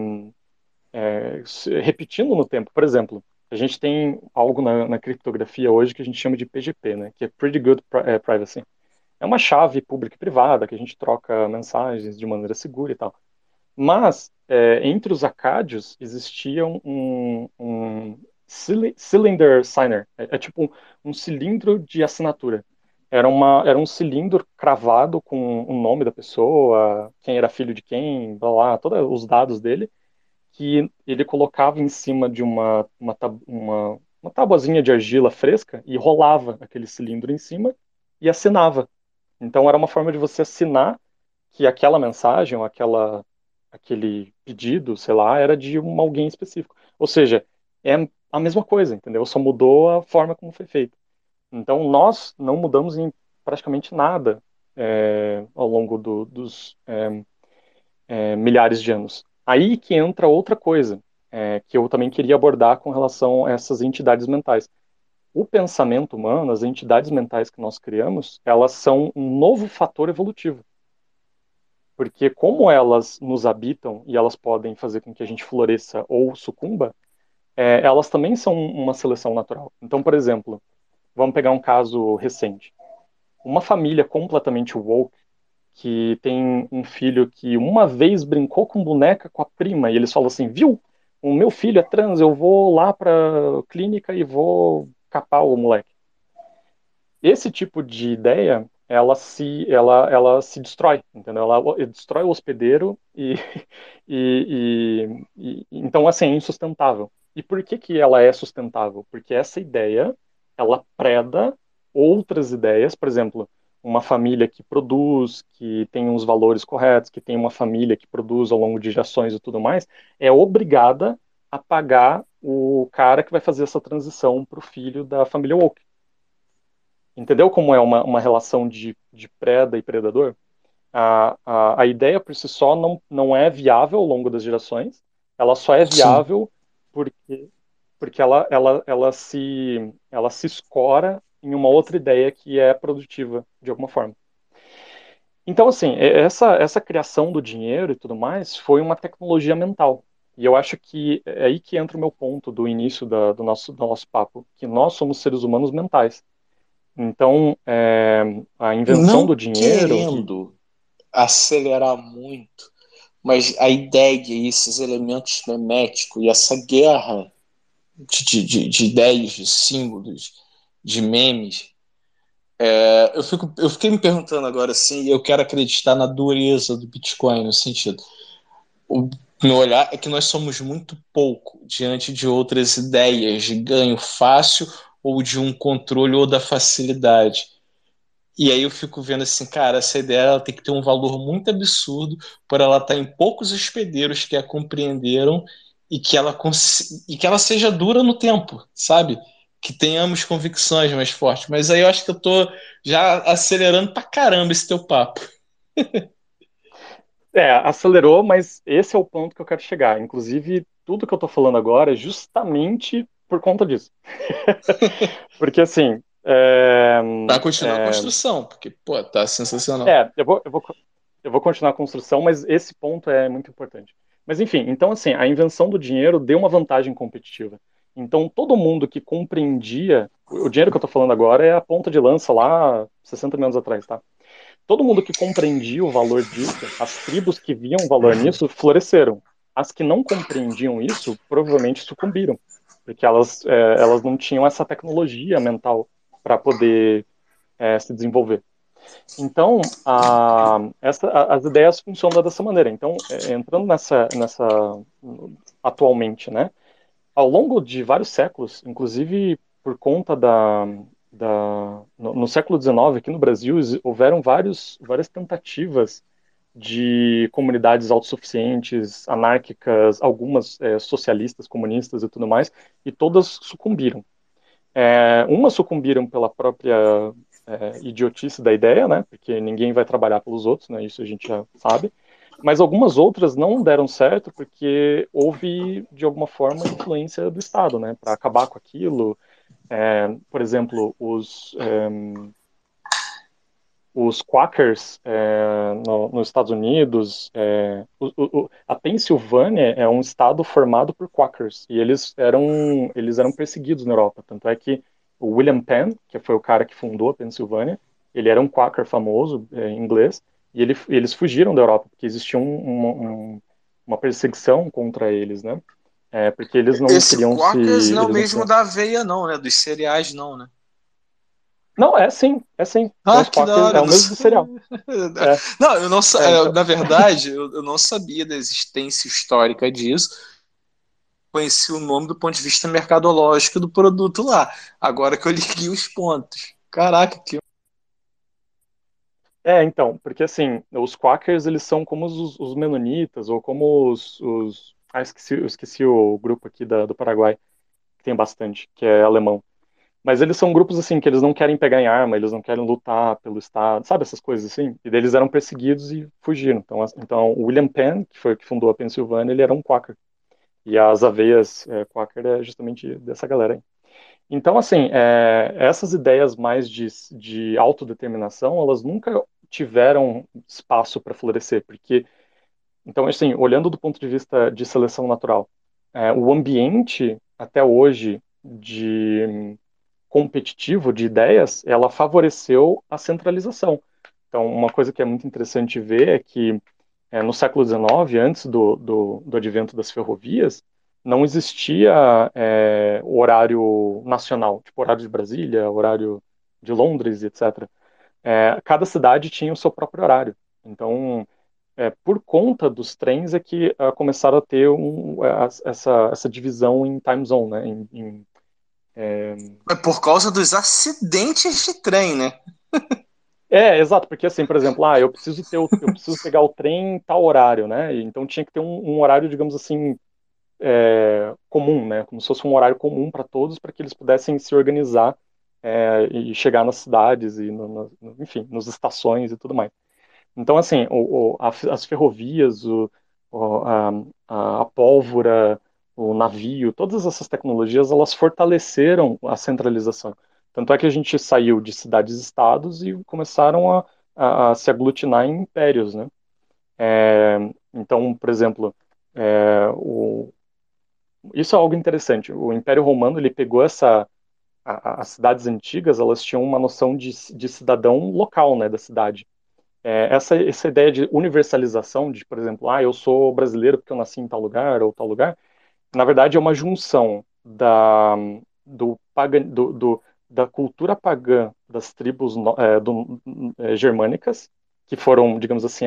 repetindo no tempo. Por exemplo, a gente tem algo na criptografia hoje que a gente chama de PGP, né? Que é Pretty Good Privacy. É uma chave pública e privada que a gente troca mensagens de maneira segura e tal. Mas, entre os acádios, existia um cylinder signer. É tipo um cilindro de assinatura. Era um cilindro cravado com o nome da pessoa, quem era filho de quem, blá, blá, todos os dados dele, que ele colocava em cima de uma tabuazinha de argila fresca e rolava aquele cilindro em cima e assinava. Então, era uma forma de você assinar que aquela mensagem ou aquele pedido, sei lá, era de alguém específico. Ou seja, é a mesma coisa, entendeu? Só mudou a forma como foi feito. Então, nós não mudamos em praticamente nada ao longo dos milhares de anos. Aí que entra outra coisa, que eu também queria abordar com relação a essas entidades mentais. O pensamento humano, as entidades mentais que nós criamos, elas são um novo fator evolutivo. Porque como elas nos habitam e elas podem fazer com que a gente floresça ou sucumba, elas também são uma seleção natural. Então, por exemplo, vamos pegar um caso recente. Uma família completamente woke, que tem um filho que uma vez brincou com boneca com a prima, e eles falam assim, viu? O meu filho é trans, eu vou lá pra clínica e vou capar o moleque. Esse tipo de ideia, ela se destrói, entendeu? Ela destrói o hospedeiro então, assim, é insustentável. E por que que ela é sustentável? Porque essa ideia, ela preda outras ideias, por exemplo, uma família que produz, que tem os valores corretos, que tem uma família que produz ao longo de gerações e tudo mais, é obrigada a pagar o cara que vai fazer essa transição para o filho da família woke. Entendeu como é uma relação de preda e predador? A ideia por si só não é viável ao longo das gerações, ela só é Sim. viável porque ela se escora em uma outra ideia que é produtiva de alguma forma. Então, assim, essa criação do dinheiro e tudo mais foi uma tecnologia mental. E eu acho que é aí que entra o meu ponto do início do nosso papo, que nós somos seres humanos mentais. Então, a invenção Não do dinheiro querendo acelerar muito, mas a ideia, esses elementos meméticos e essa guerra de ideias, de símbolos, de memes, eu fiquei me perguntando agora assim, e eu quero acreditar na dureza do Bitcoin, no sentido. O meu olhar é que nós somos muito pouco diante de outras ideias de ganho fácil ou de um controle ou da facilidade. E aí eu fico vendo assim, cara, essa ideia ela tem que ter um valor muito absurdo por ela estar em poucos hospedeiros que a compreenderam e que ela seja dura no tempo, sabe? Que tenhamos convicções mais fortes. Mas aí eu acho que eu tô já acelerando pra caramba esse teu papo. Acelerou, mas esse é o ponto que eu quero chegar. Inclusive, tudo que eu tô falando agora é justamente por conta disso. Porque, assim, Mas continua a construção, porque, pô, tá sensacional. eu vou continuar a construção, mas esse ponto é muito importante. Mas, enfim, então, assim, a invenção do dinheiro deu uma vantagem competitiva. Então, todo mundo que compreendia, o dinheiro que eu tô falando agora é a ponta de lança lá 60 mil anos atrás, tá? Todo mundo que compreendia o valor disso, as tribos que viam valor nisso, floresceram. As que não compreendiam isso, provavelmente sucumbiram, porque elas não tinham essa tecnologia mental para poder se desenvolver. Então, as ideias funcionam dessa maneira. Então, entrando atualmente, né? Ao longo de vários séculos, inclusive por conta no século XIX, aqui no Brasil, houveram várias tentativas de comunidades autossuficientes, anárquicas, algumas socialistas, comunistas e tudo mais, e todas sucumbiram. Umas sucumbiram pela própria idiotice da ideia, né? Porque ninguém vai trabalhar pelos outros, né? Isso a gente já sabe. Mas algumas outras não deram certo porque houve, de alguma forma, influência do Estado, né? Para acabar com aquilo. Por exemplo, os Quakers nos Estados Unidos, a Pensilvânia é um estado formado por Quakers e eles eram perseguidos na Europa. Tanto é que o William Penn, que foi o cara que fundou a Pensilvânia, ele era um Quaker famoso inglês e eles fugiram da Europa porque existia uma perseguição contra eles, né? Porque eles não Esse queriam se Quakers não é o eles não mesmo queriam. da aveia, não, né? Dos cereais, não, né? Não, é sim. São Ah, os que da Quakers, hora. é Eu o não, mesmo do cereal. É, não, eu não sa- então, na verdade, eu não sabia da existência histórica disso. Conheci o nome do ponto de vista mercadológico do produto lá. Agora que eu liguei os pontos. Caraca, que. então, porque assim, os Quakers, eles são como os Menonitas, ou como eu esqueci o grupo aqui do Paraguai, que tem bastante, que é alemão. Mas eles são grupos assim, que eles não querem pegar em arma, eles não querem lutar pelo Estado, sabe essas coisas assim? E daí eles eram perseguidos e fugiram. Então o William Penn, que foi o que fundou a Pensilvânia, ele era um Quaker. E as aveias Quaker é justamente dessa galera aí. Então, assim, essas ideias mais de autodeterminação, elas nunca tiveram espaço para florescer, porque, então, assim, olhando do ponto de vista de seleção natural, o ambiente, até hoje, de competitivo de ideias, ela favoreceu a centralização. Então, uma coisa que é muito interessante ver é que no século XIX, antes do advento das ferrovias, não existia o horário nacional, tipo horário de Brasília, horário de Londres, etc. Cada cidade tinha o seu próprio horário. Então, por conta dos trens é que começaram a ter essa divisão em time zone, né? É por causa dos acidentes de trem, né? Exato, porque assim, por exemplo, eu preciso pegar o trem em tal horário, né? Então tinha que ter um horário, digamos assim, comum, né? Como se fosse um horário comum para todos, para que eles pudessem se organizar e chegar nas cidades e, enfim, nas estações e tudo mais. Então, assim, as ferrovias, a pólvora, o navio, todas essas tecnologias, elas fortaleceram a centralização. Tanto é que a gente saiu de cidades-estados e começaram a se aglutinar em impérios, né? Então, por exemplo, é, o, isso é algo interessante. O Império Romano, ele pegou as cidades antigas, elas tinham uma noção de cidadão local, né, da cidade. essa ideia de universalização, de, por exemplo, eu sou brasileiro porque eu nasci em tal lugar ou tal lugar, na verdade é uma junção da cultura pagã das tribos germânicas, que foram, digamos assim,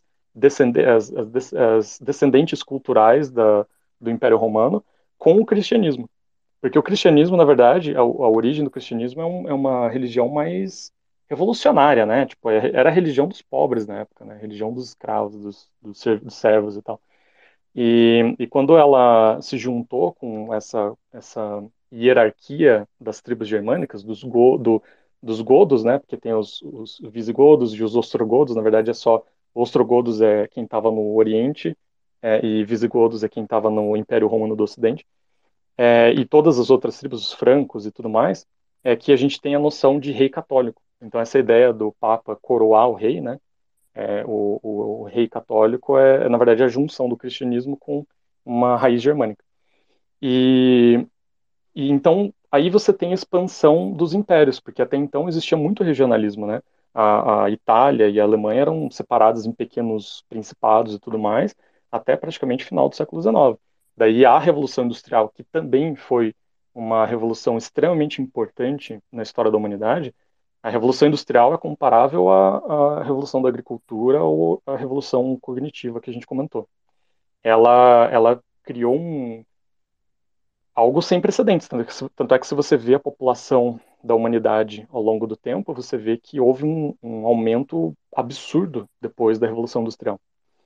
as descendentes culturais do Império Romano, com o cristianismo. Porque o cristianismo, na verdade, a origem do cristianismo é uma religião mais revolucionária, né? Tipo, era a religião dos pobres na época, né? A religião dos escravos, dos servos e tal. E quando ela se juntou com essa hierarquia das tribos germânicas, dos godos, né? Porque tem os visigodos e os ostrogodos, na verdade ostrogodos é quem estava no Oriente, e visigodos é quem estava no Império Romano do Ocidente, e todas as outras tribos, os francos e tudo mais, é que a gente tem a noção de rei católico. Então essa ideia do Papa coroar o rei, né? O rei católico na verdade, a junção do cristianismo com uma raiz germânica. E, e então, aí você tem a expansão dos impérios, porque até então existia muito regionalismo, né? A Itália e a Alemanha eram separadas em pequenos principados e tudo mais, até praticamente final do século XIX. Daí a Revolução Industrial, que também foi uma revolução extremamente importante na história da humanidade. A Revolução Industrial é comparável à Revolução da Agricultura ou à Revolução Cognitiva que a gente comentou. Ela criou algo sem precedentes, tanto é que se você vê a população da humanidade ao longo do tempo, você vê que houve um aumento absurdo depois da Revolução Industrial.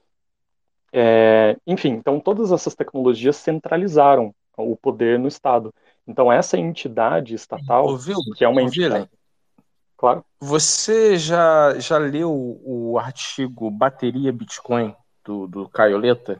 Enfim, então todas essas tecnologias centralizaram o poder no Estado. Então essa entidade estatal, que é uma entidade... Claro. Você já leu o artigo Bateria Bitcoin do Caio Letta?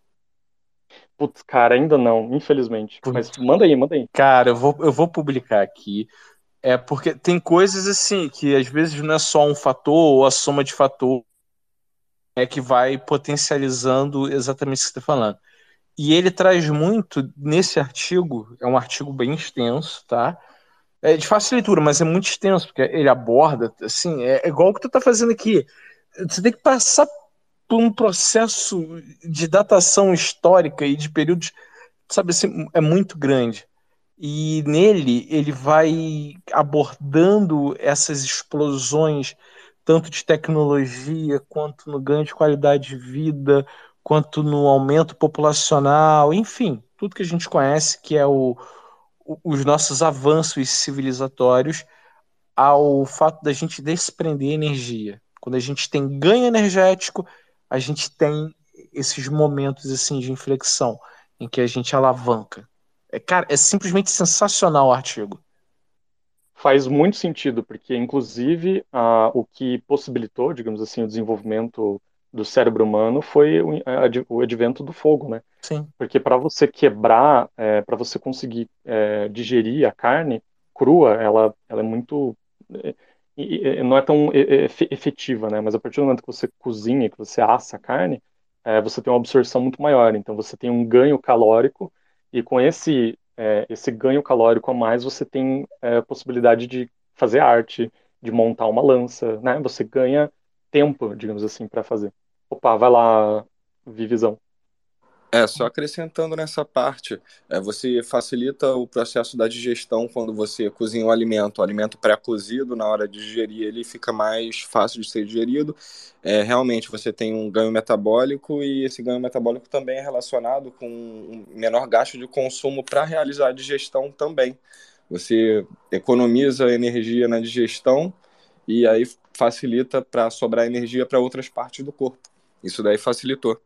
Putz, cara, ainda não, infelizmente. Mas manda aí, manda aí. Cara, eu vou publicar aqui. Porque tem coisas assim que às vezes não é só um fator ou a soma de fator que vai potencializando exatamente o que você está falando. E ele traz muito nesse artigo, é um artigo bem extenso, tá? É de fácil leitura, mas é muito extenso, porque ele aborda, assim, é igual o que tu tá fazendo aqui. Você tem que passar por um processo de datação histórica e de períodos, sabe assim, é muito grande. E nele ele vai abordando essas explosões, tanto de tecnologia, quanto no ganho de qualidade de vida, quanto no aumento populacional, enfim, tudo que a gente conhece, que é os nossos avanços civilizatórios, ao fato da gente desprender energia. Quando a gente tem ganho energético, a gente tem esses momentos assim de inflexão em que a gente alavanca. Cara, é simplesmente sensacional o artigo. Faz muito sentido, porque inclusive o que possibilitou, digamos assim, o desenvolvimento do cérebro humano foi o advento do fogo, né? Sim. Porque para você quebrar, para você conseguir digerir a carne crua, ela é muito não é tão efetiva, né? Mas a partir do momento que você cozinha, que você assa a carne, você tem uma absorção muito maior. Então você tem um ganho calórico e com esse ganho calórico a mais você tem a possibilidade de fazer arte, de montar uma lança, né? Você ganha tempo, digamos assim, para fazer. Opa, vai lá, Vivizão. Só acrescentando nessa parte, você facilita o processo da digestão quando você cozinha o alimento pré-cozido, na hora de digerir ele fica mais fácil de ser digerido. Realmente você tem um ganho metabólico e esse ganho metabólico também é relacionado com um menor gasto de consumo para realizar a digestão também. Você economiza energia na digestão e aí facilita para sobrar energia para outras partes do corpo. Isso daí facilitou.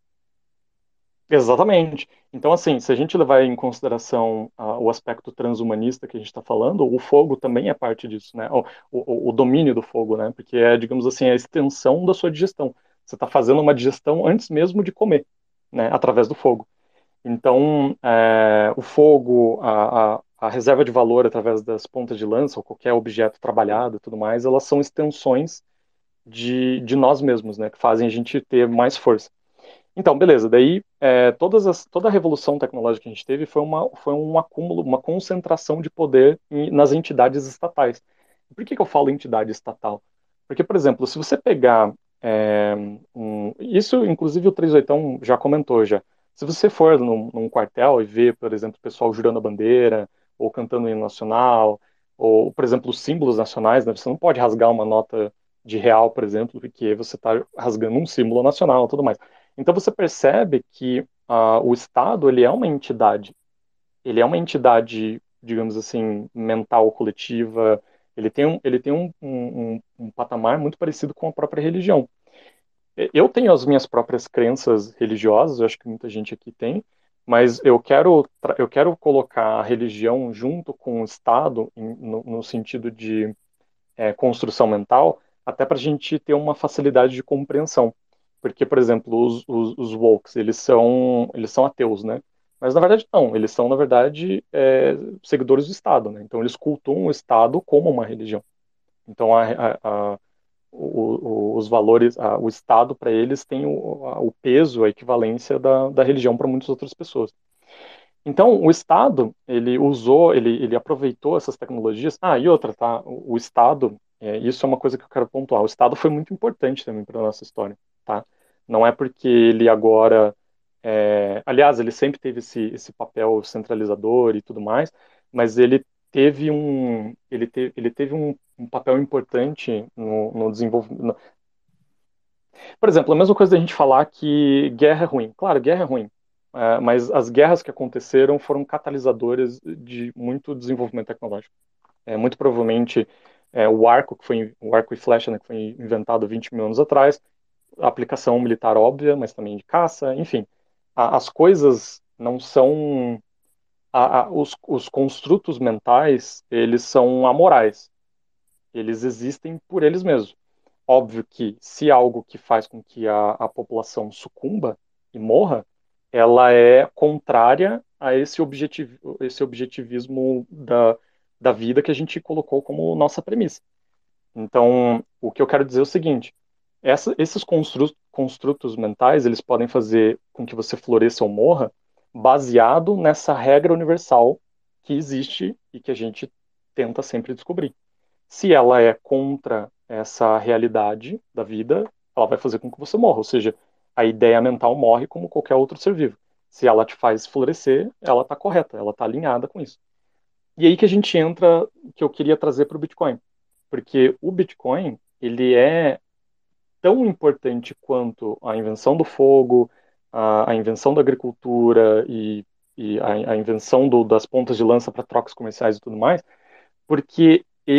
Exatamente. Então, assim, se a gente levar em consideração o aspecto transhumanista que a gente está falando, o fogo também é parte disso, né? O domínio do fogo, né? Porque é, digamos assim, a extensão da sua digestão. Você está fazendo uma digestão antes mesmo de comer, né? Através do fogo. Então, o fogo, a reserva de valor através das pontas de lança ou qualquer objeto trabalhado e tudo mais, elas são extensões de nós mesmos, né? Que fazem a gente ter mais força. Então, beleza. Daí, toda a revolução tecnológica que a gente teve foi um acúmulo, uma concentração de poder nas entidades estatais. Por que eu falo entidade estatal? Porque, por exemplo, se você pegar isso, inclusive o 38 já comentou já. Se você for num quartel e ver, por exemplo, o pessoal jurando a bandeira, ou cantando o hino nacional, ou, por exemplo, os símbolos nacionais, né? Você não pode rasgar uma nota de real, por exemplo, porque você está rasgando um símbolo nacional e tudo mais. Então você percebe que o Estado, ele é uma entidade. Ele é uma entidade, digamos assim, mental coletiva. Ele tem um patamar muito parecido com a própria religião. Eu tenho as minhas próprias crenças religiosas, eu acho que muita gente aqui tem, mas eu quero colocar a religião junto com o Estado no sentido de construção mental, até para a gente ter uma facilidade de compreensão. Porque, por exemplo, os wokes, eles são ateus, né? Mas na verdade não, eles são, na verdade, seguidores do Estado, né? Então eles cultuam o Estado como uma religião. Então os valores, o Estado para eles tem o peso, a equivalência da religião para muitas outras pessoas. Então, o Estado, ele aproveitou essas tecnologias. E outra, tá? O Estado, isso é uma coisa que eu quero pontuar. O Estado foi muito importante também para a nossa história, tá? Não é porque ele agora, aliás, ele sempre teve esse papel centralizador e tudo mais, mas ele teve um papel importante no desenvolvimento. Por exemplo, a mesma coisa da gente falar que guerra é ruim. Claro, guerra é ruim. Mas as guerras que aconteceram foram catalisadores de muito desenvolvimento tecnológico. Muito provavelmente o arco e flecha, né, que foi inventado 20 mil anos atrás, a aplicação militar óbvia, mas também de caça, enfim. As coisas não são... os construtos mentais, eles são amorais. Eles existem por eles mesmos. Óbvio que se algo que faz com que a população sucumba e morra, ela é contrária a esse objetivismo da vida que a gente colocou como nossa premissa. Então, o que eu quero dizer é o seguinte: esses construtos mentais, eles podem fazer com que você floresça ou morra baseado nessa regra universal que existe e que a gente tenta sempre descobrir. Se ela é contra essa realidade da vida, ela vai fazer com que você morra. Ou seja, a ideia mental morre como qualquer outro ser vivo. Se ela te faz florescer, ela está correta, ela está alinhada com isso. E aí que a gente entra, que eu queria trazer para o Bitcoin. Porque o Bitcoin, ele é tão importante quanto a invenção do fogo, a invenção da agricultura e a invenção das pontas de lança para trocas comerciais e tudo mais, porque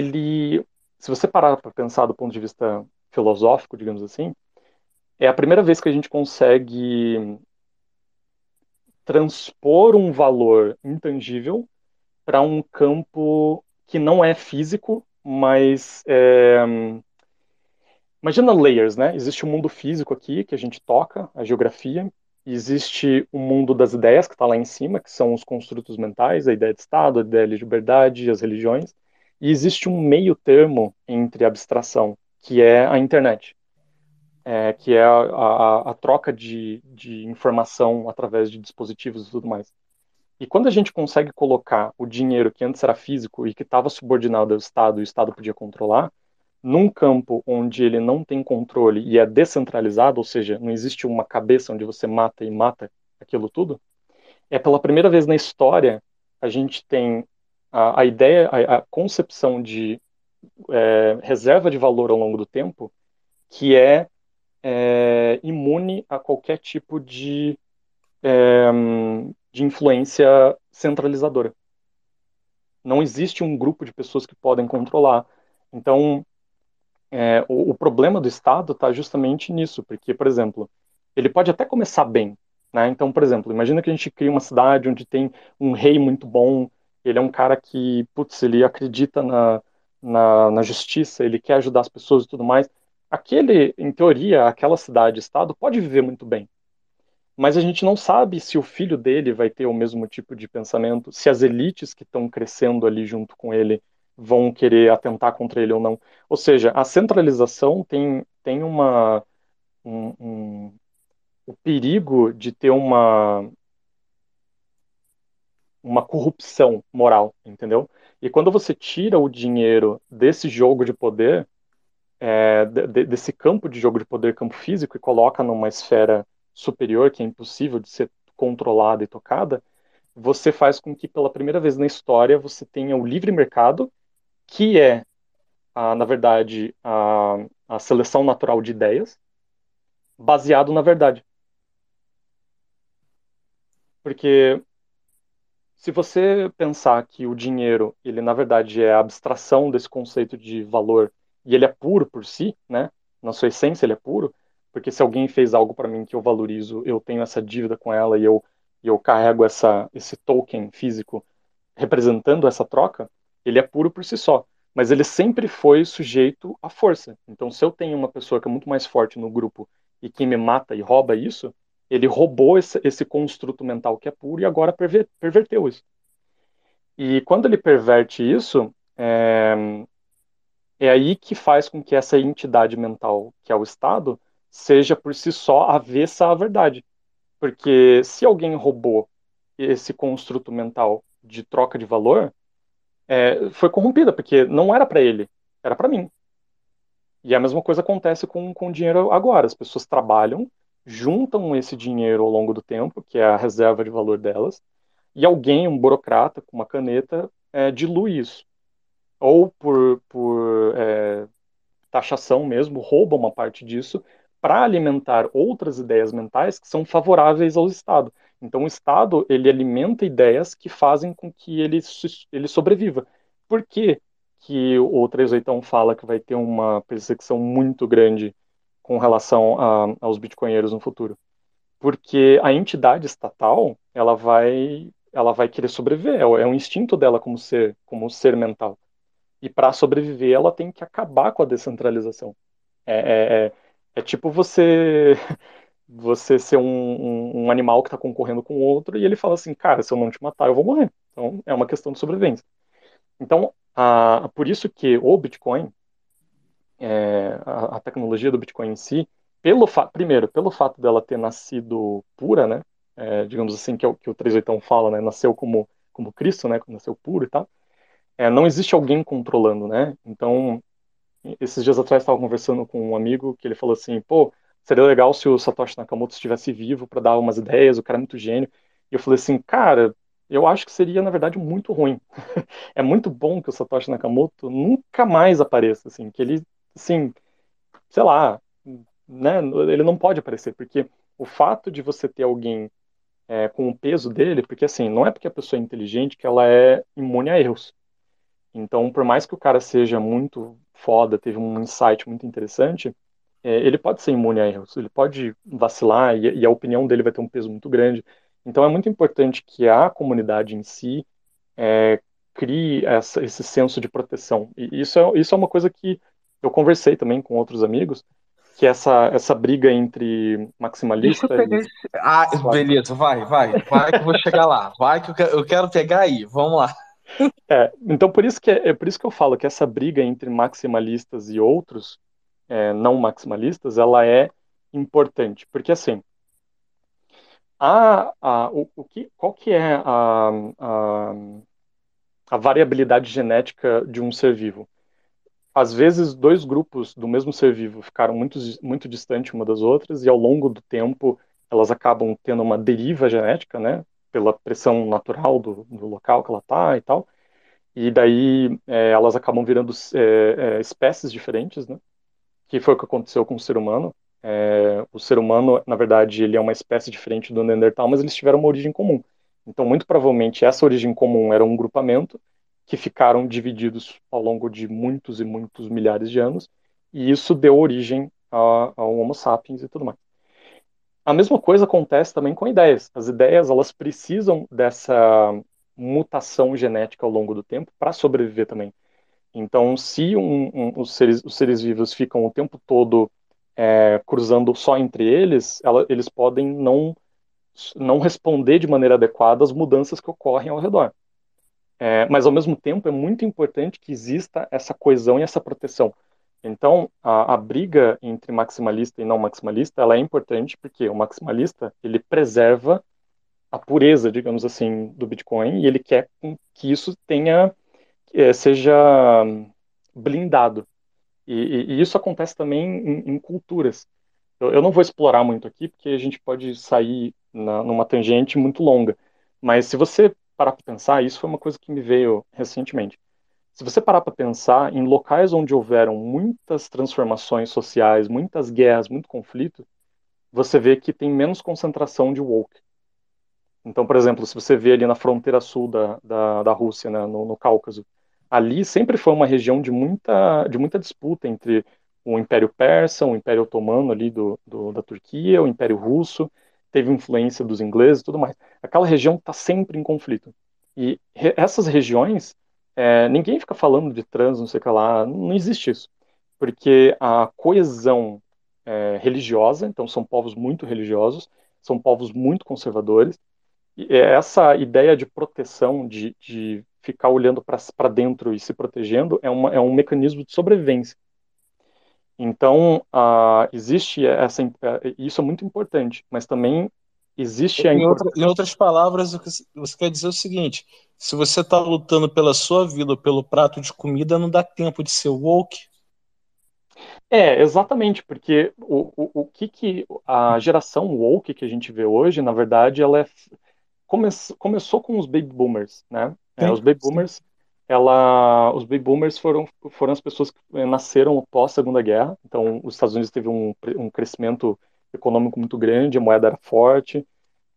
se você parar para pensar do ponto de vista filosófico, digamos assim, é a primeira vez que a gente consegue transpor um valor intangível para um campo que não é físico, mas imagina layers, né? Existe o mundo físico aqui que a gente toca, a geografia. Existe o mundo das ideias que está lá em cima, que são os construtos mentais, a ideia de Estado, a ideia de liberdade, as religiões. E existe um meio termo entre a abstração, que é a internet, que é a troca de informação através de dispositivos e tudo mais. E quando a gente consegue colocar o dinheiro que antes era físico e que estava subordinado ao Estado e o Estado podia controlar, num campo onde ele não tem controle e é descentralizado, ou seja, não existe uma cabeça onde você mata e mata aquilo tudo, pela primeira vez na história a gente tem a ideia, a concepção de reserva de valor ao longo do tempo que imune a qualquer tipo de influência centralizadora. Não existe um grupo de pessoas que podem controlar. Então, o problema do Estado está justamente nisso, porque, por exemplo, ele pode até começar bem, né? Então, por exemplo, imagina que a gente cria uma cidade onde tem um rei muito bom, ele é um cara que, putz, ele acredita na justiça, ele quer ajudar as pessoas e tudo mais. Em teoria, aquela cidade-estado pode viver muito bem, mas a gente não sabe se o filho dele vai ter o mesmo tipo de pensamento, se as elites que estão crescendo ali junto com ele vão querer atentar contra ele ou não. Ou seja, a centralização tem o perigo de ter uma corrupção moral, entendeu? E quando você tira o dinheiro desse jogo de poder, desse campo de jogo de poder, campo físico, e coloca numa esfera superior, que é impossível de ser controlada e tocada, você faz com que, pela primeira vez na história, você tenha o livre mercado, que é, na verdade, a seleção natural de ideias, baseado na verdade. Porque se você pensar que o dinheiro, ele na verdade é a abstração desse conceito de valor, e ele é puro por si, né? Na sua essência ele é puro, porque se alguém fez algo para mim que eu valorizo, eu tenho essa dívida com ela e eu carrego esse token físico representando essa troca, ele é puro por si só. Mas ele sempre foi sujeito à força. Então, se eu tenho uma pessoa que é muito mais forte no grupo e que me mata e rouba isso, ele roubou esse construto mental que é puro e agora perverteu isso. E quando ele perverte isso, é aí que faz com que essa entidade mental, que é o Estado, seja por si só avessa à verdade. Porque se alguém roubou esse construto mental de troca de valor, foi corrompida, porque não era para ele, era para mim. E a mesma coisa acontece com o dinheiro agora. As pessoas trabalham, juntam esse dinheiro ao longo do tempo, que é a reserva de valor delas, e alguém, um burocrata com uma caneta, dilui isso. Ou por taxação mesmo, rouba uma parte disso para alimentar outras ideias mentais que são favoráveis ao Estado. Então, o Estado, ele alimenta ideias que fazem com que ele sobreviva. Por que que o 38 fala que vai ter uma perseguição muito grande com relação aos bitcoinheiros no futuro? Porque a entidade estatal, ela vai querer sobreviver, é um instinto dela como ser mental. E para sobreviver, ela tem que acabar com a descentralização. É, é, é tipo você ser um animal que está concorrendo com outro e ele fala assim, cara, se eu não te matar, eu vou morrer. Então, é uma questão de sobrevivência. Então, por isso que o Bitcoin, a tecnologia do Bitcoin em si, primeiro, pelo fato dela ter nascido pura, né, digamos assim, que é o que o 38 fala, né, nasceu como Cristo, né, nasceu puro e tal, não existe alguém controlando, né? Então, esses dias atrás estava conversando com um amigo que ele falou assim, pô, seria legal se o Satoshi Nakamoto estivesse vivo para dar umas ideias, o cara é muito gênio. E eu falei assim, cara, eu acho que seria, na verdade, muito ruim. É muito bom que o Satoshi Nakamoto nunca mais apareça, assim, que ele, assim, sei lá, né, ele não pode aparecer, porque o fato de você ter alguém com o peso dele, porque assim, não é porque a pessoa é inteligente que ela é imune a erros. Então, por mais que o cara seja muito foda, teve um insight muito interessante, ele pode ser imune a erros, ele pode vacilar e a opinião dele vai ter um peso muito grande. Então, é muito importante que a comunidade em si crie esse senso de proteção. E isso é uma coisa que eu conversei também com outros amigos, que essa briga entre Deixa eu maximalista pegar e... esse. Ah, beleza, vai que eu vou chegar lá. Vai que eu quero pegar aí. Vamos lá. Então, por isso que eu falo que essa briga entre maximalistas e outros não maximalistas, ela é importante, porque assim, qual que é a, a variabilidade genética de um ser vivo? Às vezes, dois grupos do mesmo ser vivo ficaram muito, muito distantes uma das outras e ao longo do tempo elas acabam tendo uma deriva genética, né, pela pressão natural do local que ela está e tal. E daí elas acabam virando espécies diferentes, né? Que foi o que aconteceu com o ser humano. O ser humano, na verdade, ele é uma espécie diferente do Neandertal, mas eles tiveram uma origem comum. Então, muito provavelmente, essa origem comum era um grupamento que ficaram divididos ao longo de muitos e muitos milhares de anos, e isso deu origem ao Homo sapiens e tudo mais. A mesma coisa acontece também com ideias. As ideias, elas precisam dessa mutação genética ao longo do tempo para sobreviver também. Então, se os seres vivos ficam o tempo todo cruzando só entre eles, eles podem não responder de maneira adequada às mudanças que ocorrem ao redor. Mas, ao mesmo tempo, é muito importante que exista essa coesão e essa proteção. Então, a briga entre maximalista e não maximalista, ela é importante porque o maximalista, ele preserva a pureza, digamos assim, do Bitcoin e ele quer que isso seja blindado. E isso acontece também em culturas. Eu não vou explorar muito aqui, porque a gente pode sair numa tangente muito longa. Mas se você parar para pensar, isso foi uma coisa que me veio recentemente. Se você parar para pensar em locais onde houveram muitas transformações sociais, muitas guerras, muito conflito, você vê que tem menos concentração de woke. Então, por exemplo, se você vê ali na fronteira sul da Rússia, né, no Cáucaso, ali sempre foi uma região de muita disputa entre o Império Persa, o Império Otomano ali da Turquia, o Império Russo, teve influência dos ingleses e tudo mais. Aquela região está sempre em conflito. E essas regiões, ninguém fica falando de trans, não sei o que lá, não existe isso. Porque a coesão religiosa, então são povos muito religiosos, são povos muito conservadores, e essa ideia de proteção, de ficar olhando para dentro e se protegendo, é um mecanismo de sobrevivência. Então, existe isso é muito importante, mas também existe a importância. Em outras palavras, o que você quer dizer é o seguinte: se você está lutando pela sua vida ou pelo prato de comida, não dá tempo de ser woke. Exatamente, porque o que a geração woke que a gente vê hoje, na verdade, começou com os baby boomers, né? Sim, Os baby sim. boomers, os baby boomers foram as pessoas que nasceram após a Segunda Guerra. Então, os Estados Unidos teve um crescimento econômico muito grande, a moeda era forte,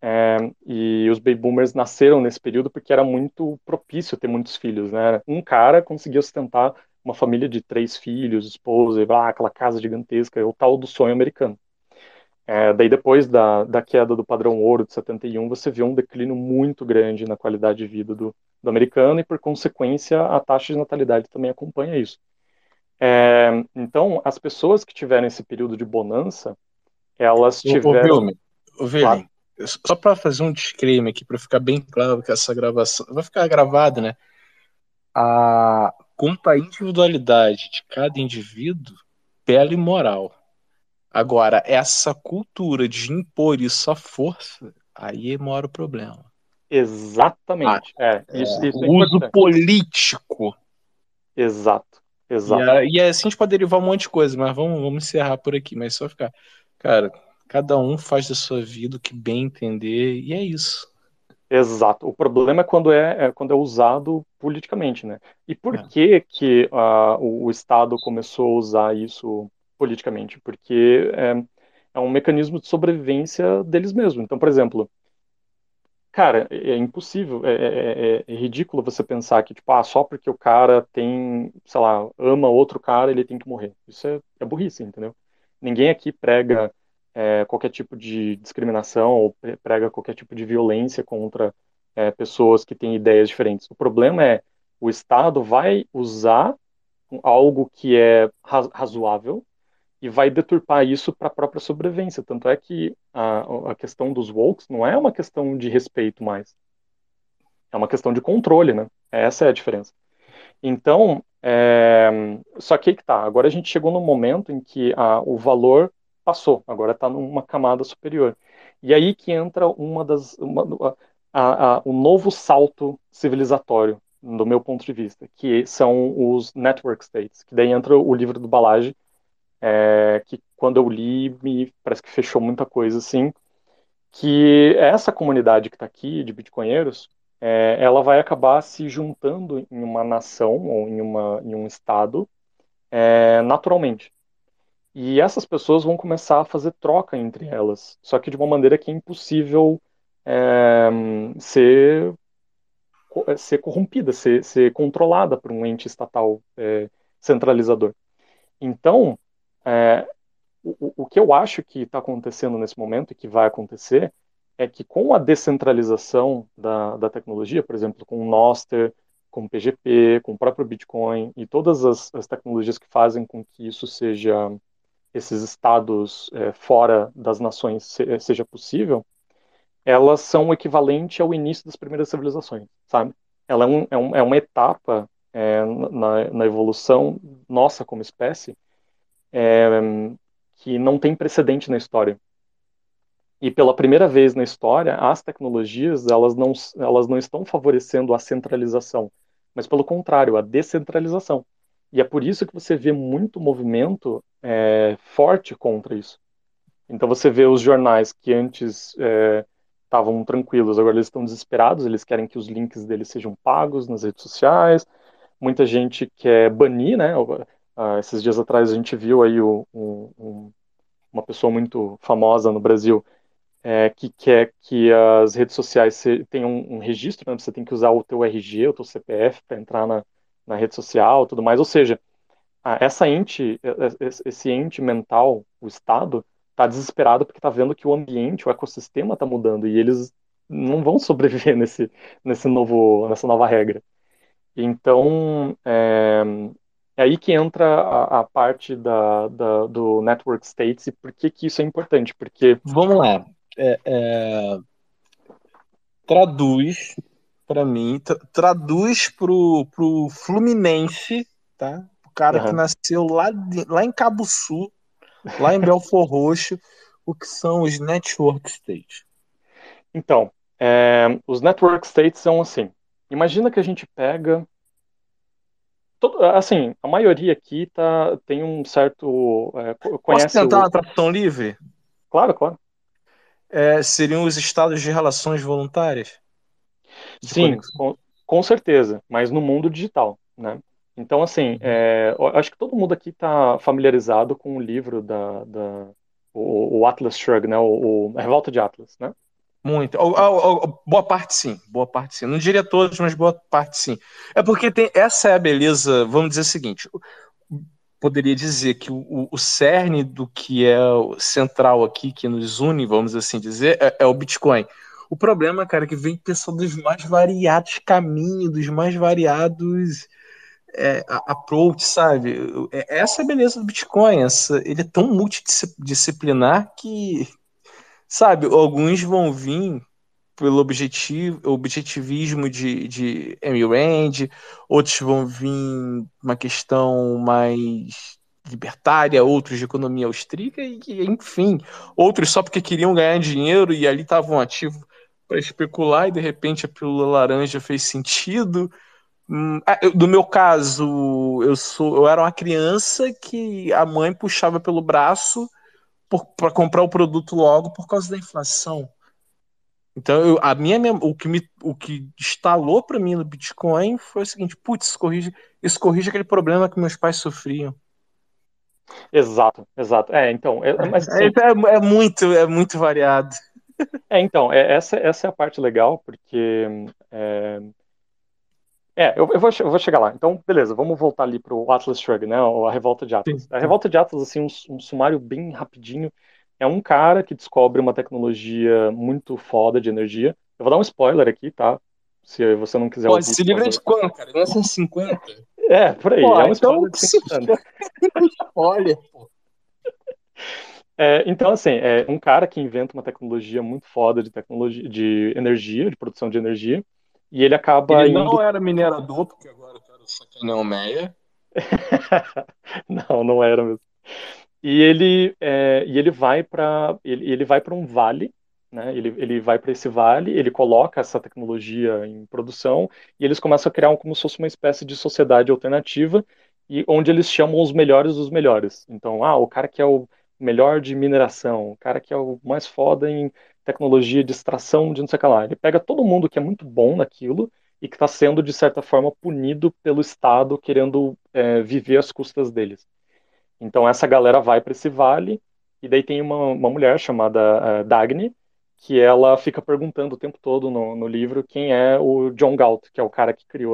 e os baby boomers nasceram nesse período porque era muito propício ter muitos filhos, né? Um cara conseguia sustentar uma família de 3 filhos, esposa, aquela casa gigantesca, é o tal do sonho americano. Daí depois da queda do padrão ouro de 71, você vê um declínio muito grande na qualidade de vida do americano e, por consequência, a taxa de natalidade também acompanha isso. Então, as pessoas que tiveram esse período de bonança, elas Ô, tiveram, Vilme, ô, claro, Vilme, só para fazer um disclaimer aqui, para ficar bem claro que essa gravação vai ficar gravada, né? Quanto à individualidade de cada indivíduo, bela e moral. Agora, essa cultura de impor isso à força, aí mora o problema. exatamente. Isso é O uso importante. político. Exato, E, exato. e assim a gente pode derivar um monte de coisa, mas vamos encerrar por aqui. Mas só ficar. Cara, cada um faz da sua vida o que bem entender, e é isso. Exato. O problema é quando é usado politicamente, né? E por É. que o Estado começou a usar isso politicamente? Porque é um mecanismo de sobrevivência deles mesmos. Então, por exemplo, cara, é impossível, é ridículo você pensar que, tipo, só porque o cara tem, sei lá, ama outro cara, ele tem que morrer. Isso é burrice, entendeu? Ninguém aqui prega qualquer tipo de discriminação ou prega qualquer tipo de violência contra pessoas que têm ideias diferentes. O problema é o Estado vai usar algo que é razoável e vai deturpar isso para a própria sobrevivência. Tanto é que a questão dos wokes não é uma questão de respeito mais, é uma questão de controle, né? Essa é a diferença. Então, só que aí que tá. Agora a gente chegou no momento em que o valor passou, agora está numa camada superior. E aí que entra o novo salto civilizatório, do meu ponto de vista, que são os network states, que daí entra o livro do Balaji, que quando eu li, me parece que fechou muita coisa, assim, que essa comunidade que está aqui, de bitcoinheiros, ela vai acabar se juntando em uma nação ou em um estado naturalmente. E essas pessoas vão começar a fazer troca entre elas, só que de uma maneira que é impossível é, ser, ser corrompida, ser controlada por um ente estatal centralizador. Então, é, o que eu acho que está acontecendo nesse momento e que vai acontecer é que com a descentralização da tecnologia, por exemplo, com o Nostr, com o PGP, com o próprio Bitcoin e todas as tecnologias que fazem com que isso seja, esses estados fora das nações seja possível, elas são o equivalente ao início das primeiras civilizações, sabe? Ela é uma etapa na evolução nossa como espécie é, que não tem precedente na história. E pela primeira vez na história, as tecnologias elas não estão favorecendo a centralização, mas pelo contrário, a descentralização. E é por isso que você vê muito movimento forte contra isso. Então você vê os jornais que antes estavam tranquilos, agora eles estão desesperados, eles querem que os links deles sejam pagos nas redes sociais. Muita gente quer banir, né? Esses dias atrás a gente viu aí uma pessoa muito famosa no Brasil que quer que as redes sociais tenham um registro, né? Você tem que usar o teu RG, o teu CPF para entrar na rede social, tudo mais. Ou seja, esse ente mental, o Estado, está desesperado porque está vendo que o ambiente, o ecossistema está mudando e eles não vão sobreviver nessa nova regra. Então, é aí que entra a parte do Network States e por que que isso é importante. Porque, Vamos lá. Traduz para mim, traduz pro Fluminense, tá? O cara que nasceu lá em Cabo Sul, lá em Belford Roxo, o que são os Network States. Então, os Network States são assim. Imagina que a gente pega assim, a maioria aqui tem um certo. Posso Conhece tentar o. uma tradução livre? Claro, claro. Seriam os estados de relações voluntárias? De Sim, conexão? com certeza, mas no mundo digital, né? Então, assim, eu acho que todo mundo aqui está familiarizado com o livro o Atlas Shrugged, né? A Revolta de Atlas, né? Muito. Boa parte sim, boa parte sim. Não diria todos, mas boa parte sim. É porque essa é a beleza, vamos dizer o seguinte, poderia dizer que o cerne do que é o central aqui, que nos une, vamos assim dizer, é o Bitcoin. O problema, cara, é que vem pessoal dos mais variados caminhos, dos mais variados approach, sabe? Essa é a beleza do Bitcoin. Ele é tão multidisciplinar que, sabe, alguns vão vir pelo objetivismo de Amy Rand, outros vão vir uma questão mais libertária, outros de economia austríaca, e enfim, outros só porque queriam ganhar dinheiro e ali estavam ativos para especular e de repente a pílula laranja fez sentido. No meu caso, eu era uma criança que a mãe puxava pelo braço para comprar o produto logo por causa da inflação. Então, o que instalou para mim no Bitcoin foi o seguinte: putz, isso corrige aquele problema que meus pais sofriam. Exato, exato. Então, mas assim, É muito variado. essa é a parte legal, porque eu vou chegar lá. Então, beleza, vamos voltar ali para o Atlas Shrugged, né? A Revolta de Sim, Atlas. A sim. Revolta de Atlas, assim, um sumário bem rapidinho. É um cara que descobre uma tecnologia muito foda de energia. Eu vou dar um spoiler aqui, tá? Se você não quiser Pô, ouvir, esse por livro é de favor. quanto, cara? 1950? Por aí. Pô, É um então spoiler de 5 se anos. olha, pô. Então, assim, é um cara que inventa uma tecnologia muito foda de tecnologia, de energia, de produção de energia, e ele acaba Ele não indo. era minerador, porque agora eu quero sacanear o Meia. Não, não era mesmo. E ele vai para um vale, né? Ele vai para esse vale, ele coloca essa tecnologia em produção e eles começam a criar como se fosse uma espécie de sociedade alternativa e onde eles chamam os melhores dos melhores. Então, o cara que é o melhor de mineração, o cara que é o mais foda em tecnologia de extração de não sei o que lá. Ele pega todo mundo que é muito bom naquilo e que está sendo, de certa forma, punido pelo Estado querendo viver às custas deles. Então essa galera vai para esse vale e daí tem uma mulher chamada Dagny que ela fica perguntando o tempo todo no livro quem é o John Galt, que é o cara que criou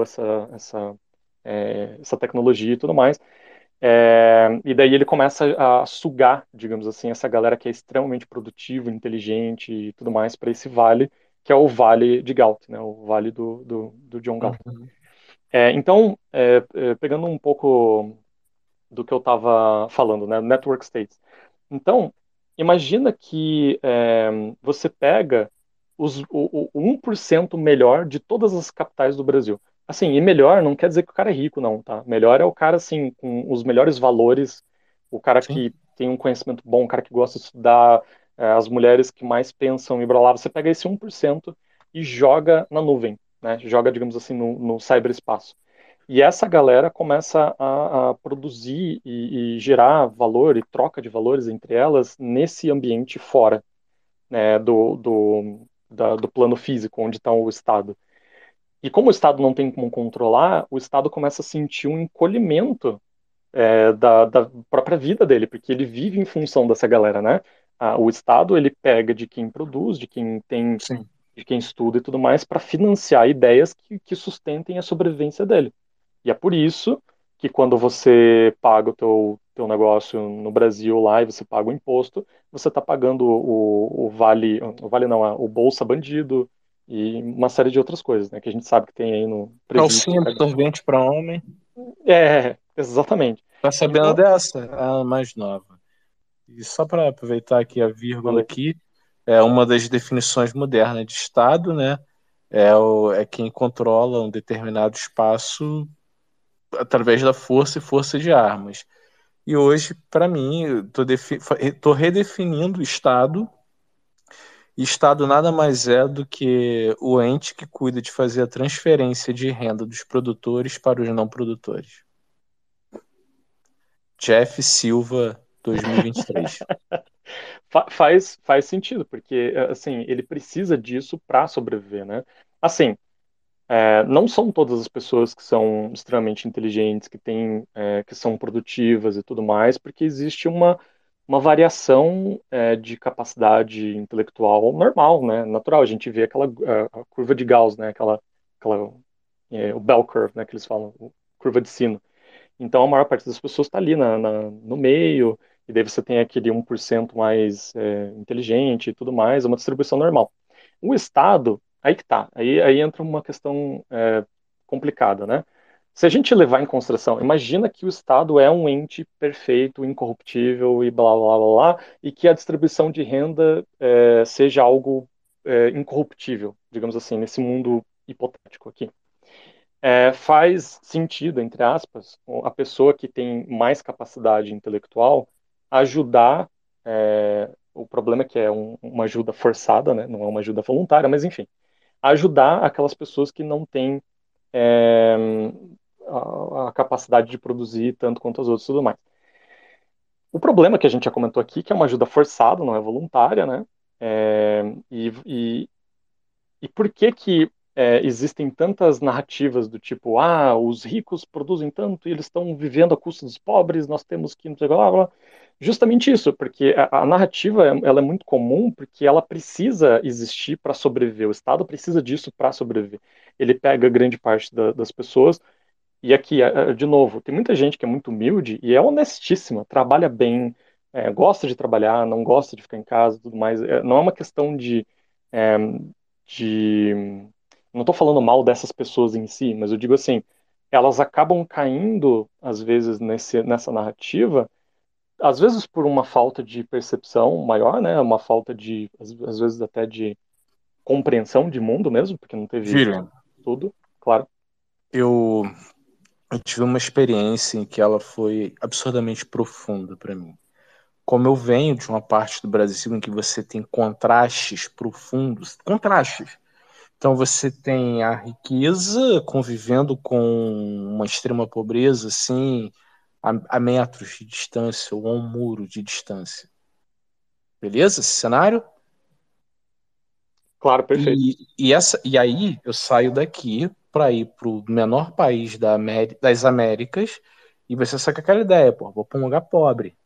essa tecnologia e tudo mais. E daí ele começa a sugar, digamos assim, essa galera que é extremamente produtiva, inteligente e tudo mais para esse vale, que é o Vale de Galt, né, o Vale do John Galt. Então, pegando um pouco do que eu estava falando, né? Network States. Então, imagina que você pega o 1% melhor de todas as capitais do Brasil. Assim, e melhor não quer dizer que o cara é rico, não, tá? Melhor é o cara, assim, com os melhores valores, o cara Sim. que tem um conhecimento bom, o cara que gosta de estudar, as mulheres que mais pensam e blá blá. Você pega esse 1% e joga na nuvem, né? Joga, digamos assim, no cyberespaço. E essa galera começa a produzir e gerar valor e troca de valores entre elas nesse ambiente fora, né, do plano físico, onde está o Estado. E como o Estado não tem como controlar, o Estado começa a sentir um encolhimento da própria vida dele, porque ele vive em função dessa galera, né? O Estado ele pega de quem produz, de quem tem, Sim. de quem estuda e tudo mais, para financiar ideias que sustentem a sobrevivência dele. E é por isso que quando você paga o teu negócio no Brasil lá e você paga o imposto, você está pagando o vale não, o Bolsa Bandido e uma série de outras coisas, né? Que a gente sabe que tem aí no presídio. Calcinha absorvente para homem. Exatamente. Tá sabendo Então, dessa? A mais nova. E só para aproveitar aqui a vírgula manda aí. aqui, é uma das definições modernas de Estado, né? É quem controla um determinado espaço através da força e força de armas. E hoje, para mim, eu tô redefinindo o Estado. E Estado nada mais é do que o ente que cuida de fazer a transferência de renda dos produtores para os não produtores. Jeff Silva, 2023. Faz sentido, porque assim, ele precisa disso para sobreviver, né? Assim, não são todas as pessoas que são extremamente inteligentes, que são produtivas e tudo mais, porque existe uma variação de capacidade intelectual normal, né? Natural. A gente vê a curva de Gauss, né? O bell curve, né? Que eles falam, curva de sino. Então, a maior parte das pessoas está ali no meio, e daí você tem aquele 1% mais inteligente e tudo mais, é uma distribuição normal. O Estado, aí que tá, aí entra uma questão complicada, né? Se a gente levar em consideração, imagina que o Estado é um ente perfeito, incorruptível e blá blá blá blá, e que a distribuição de renda seja algo incorruptível, digamos assim, nesse mundo hipotético aqui. Faz sentido, entre aspas, a pessoa que tem mais capacidade intelectual ajudar. O problema é que é uma ajuda forçada, né? Não é uma ajuda voluntária, mas enfim, ajudar aquelas pessoas que não têm é, a capacidade de produzir tanto quanto as outras e tudo mais. O problema que a gente já comentou aqui, que é uma ajuda forçada, não é voluntária, né? É, e, e por que que existem tantas narrativas do tipo, os ricos produzem tanto e eles estão vivendo à custa dos pobres, nós temos que... Blá, blá, blá. Justamente isso, porque a narrativa ela é muito comum porque ela precisa existir para sobreviver, o Estado precisa disso para sobreviver. Ele pega grande parte das pessoas, e aqui, de novo, tem muita gente que é muito humilde e é honestíssima, trabalha bem, gosta de trabalhar, não gosta de ficar em casa e tudo mais. Não é uma questão é, de. Não estou falando mal dessas pessoas em si, mas eu digo assim, elas acabam caindo, às vezes, nessa narrativa, às vezes por uma falta de percepção maior, né? Uma falta de, às vezes até de compreensão de mundo mesmo, porque não teve Júlio, tudo, claro. eu tive uma experiência em que ela foi absurdamente profunda para mim. Como eu venho de uma parte do Brasil em que você tem contrastes profundos, contrastes. Então você tem a riqueza convivendo com uma extrema pobreza, assim, a metros de distância ou a um muro de distância. Beleza? Esse cenário? Claro, perfeito. E aí eu saio daqui para ir para o menor país das Américas e você saca aquela ideia, pô, vou para um lugar pobre.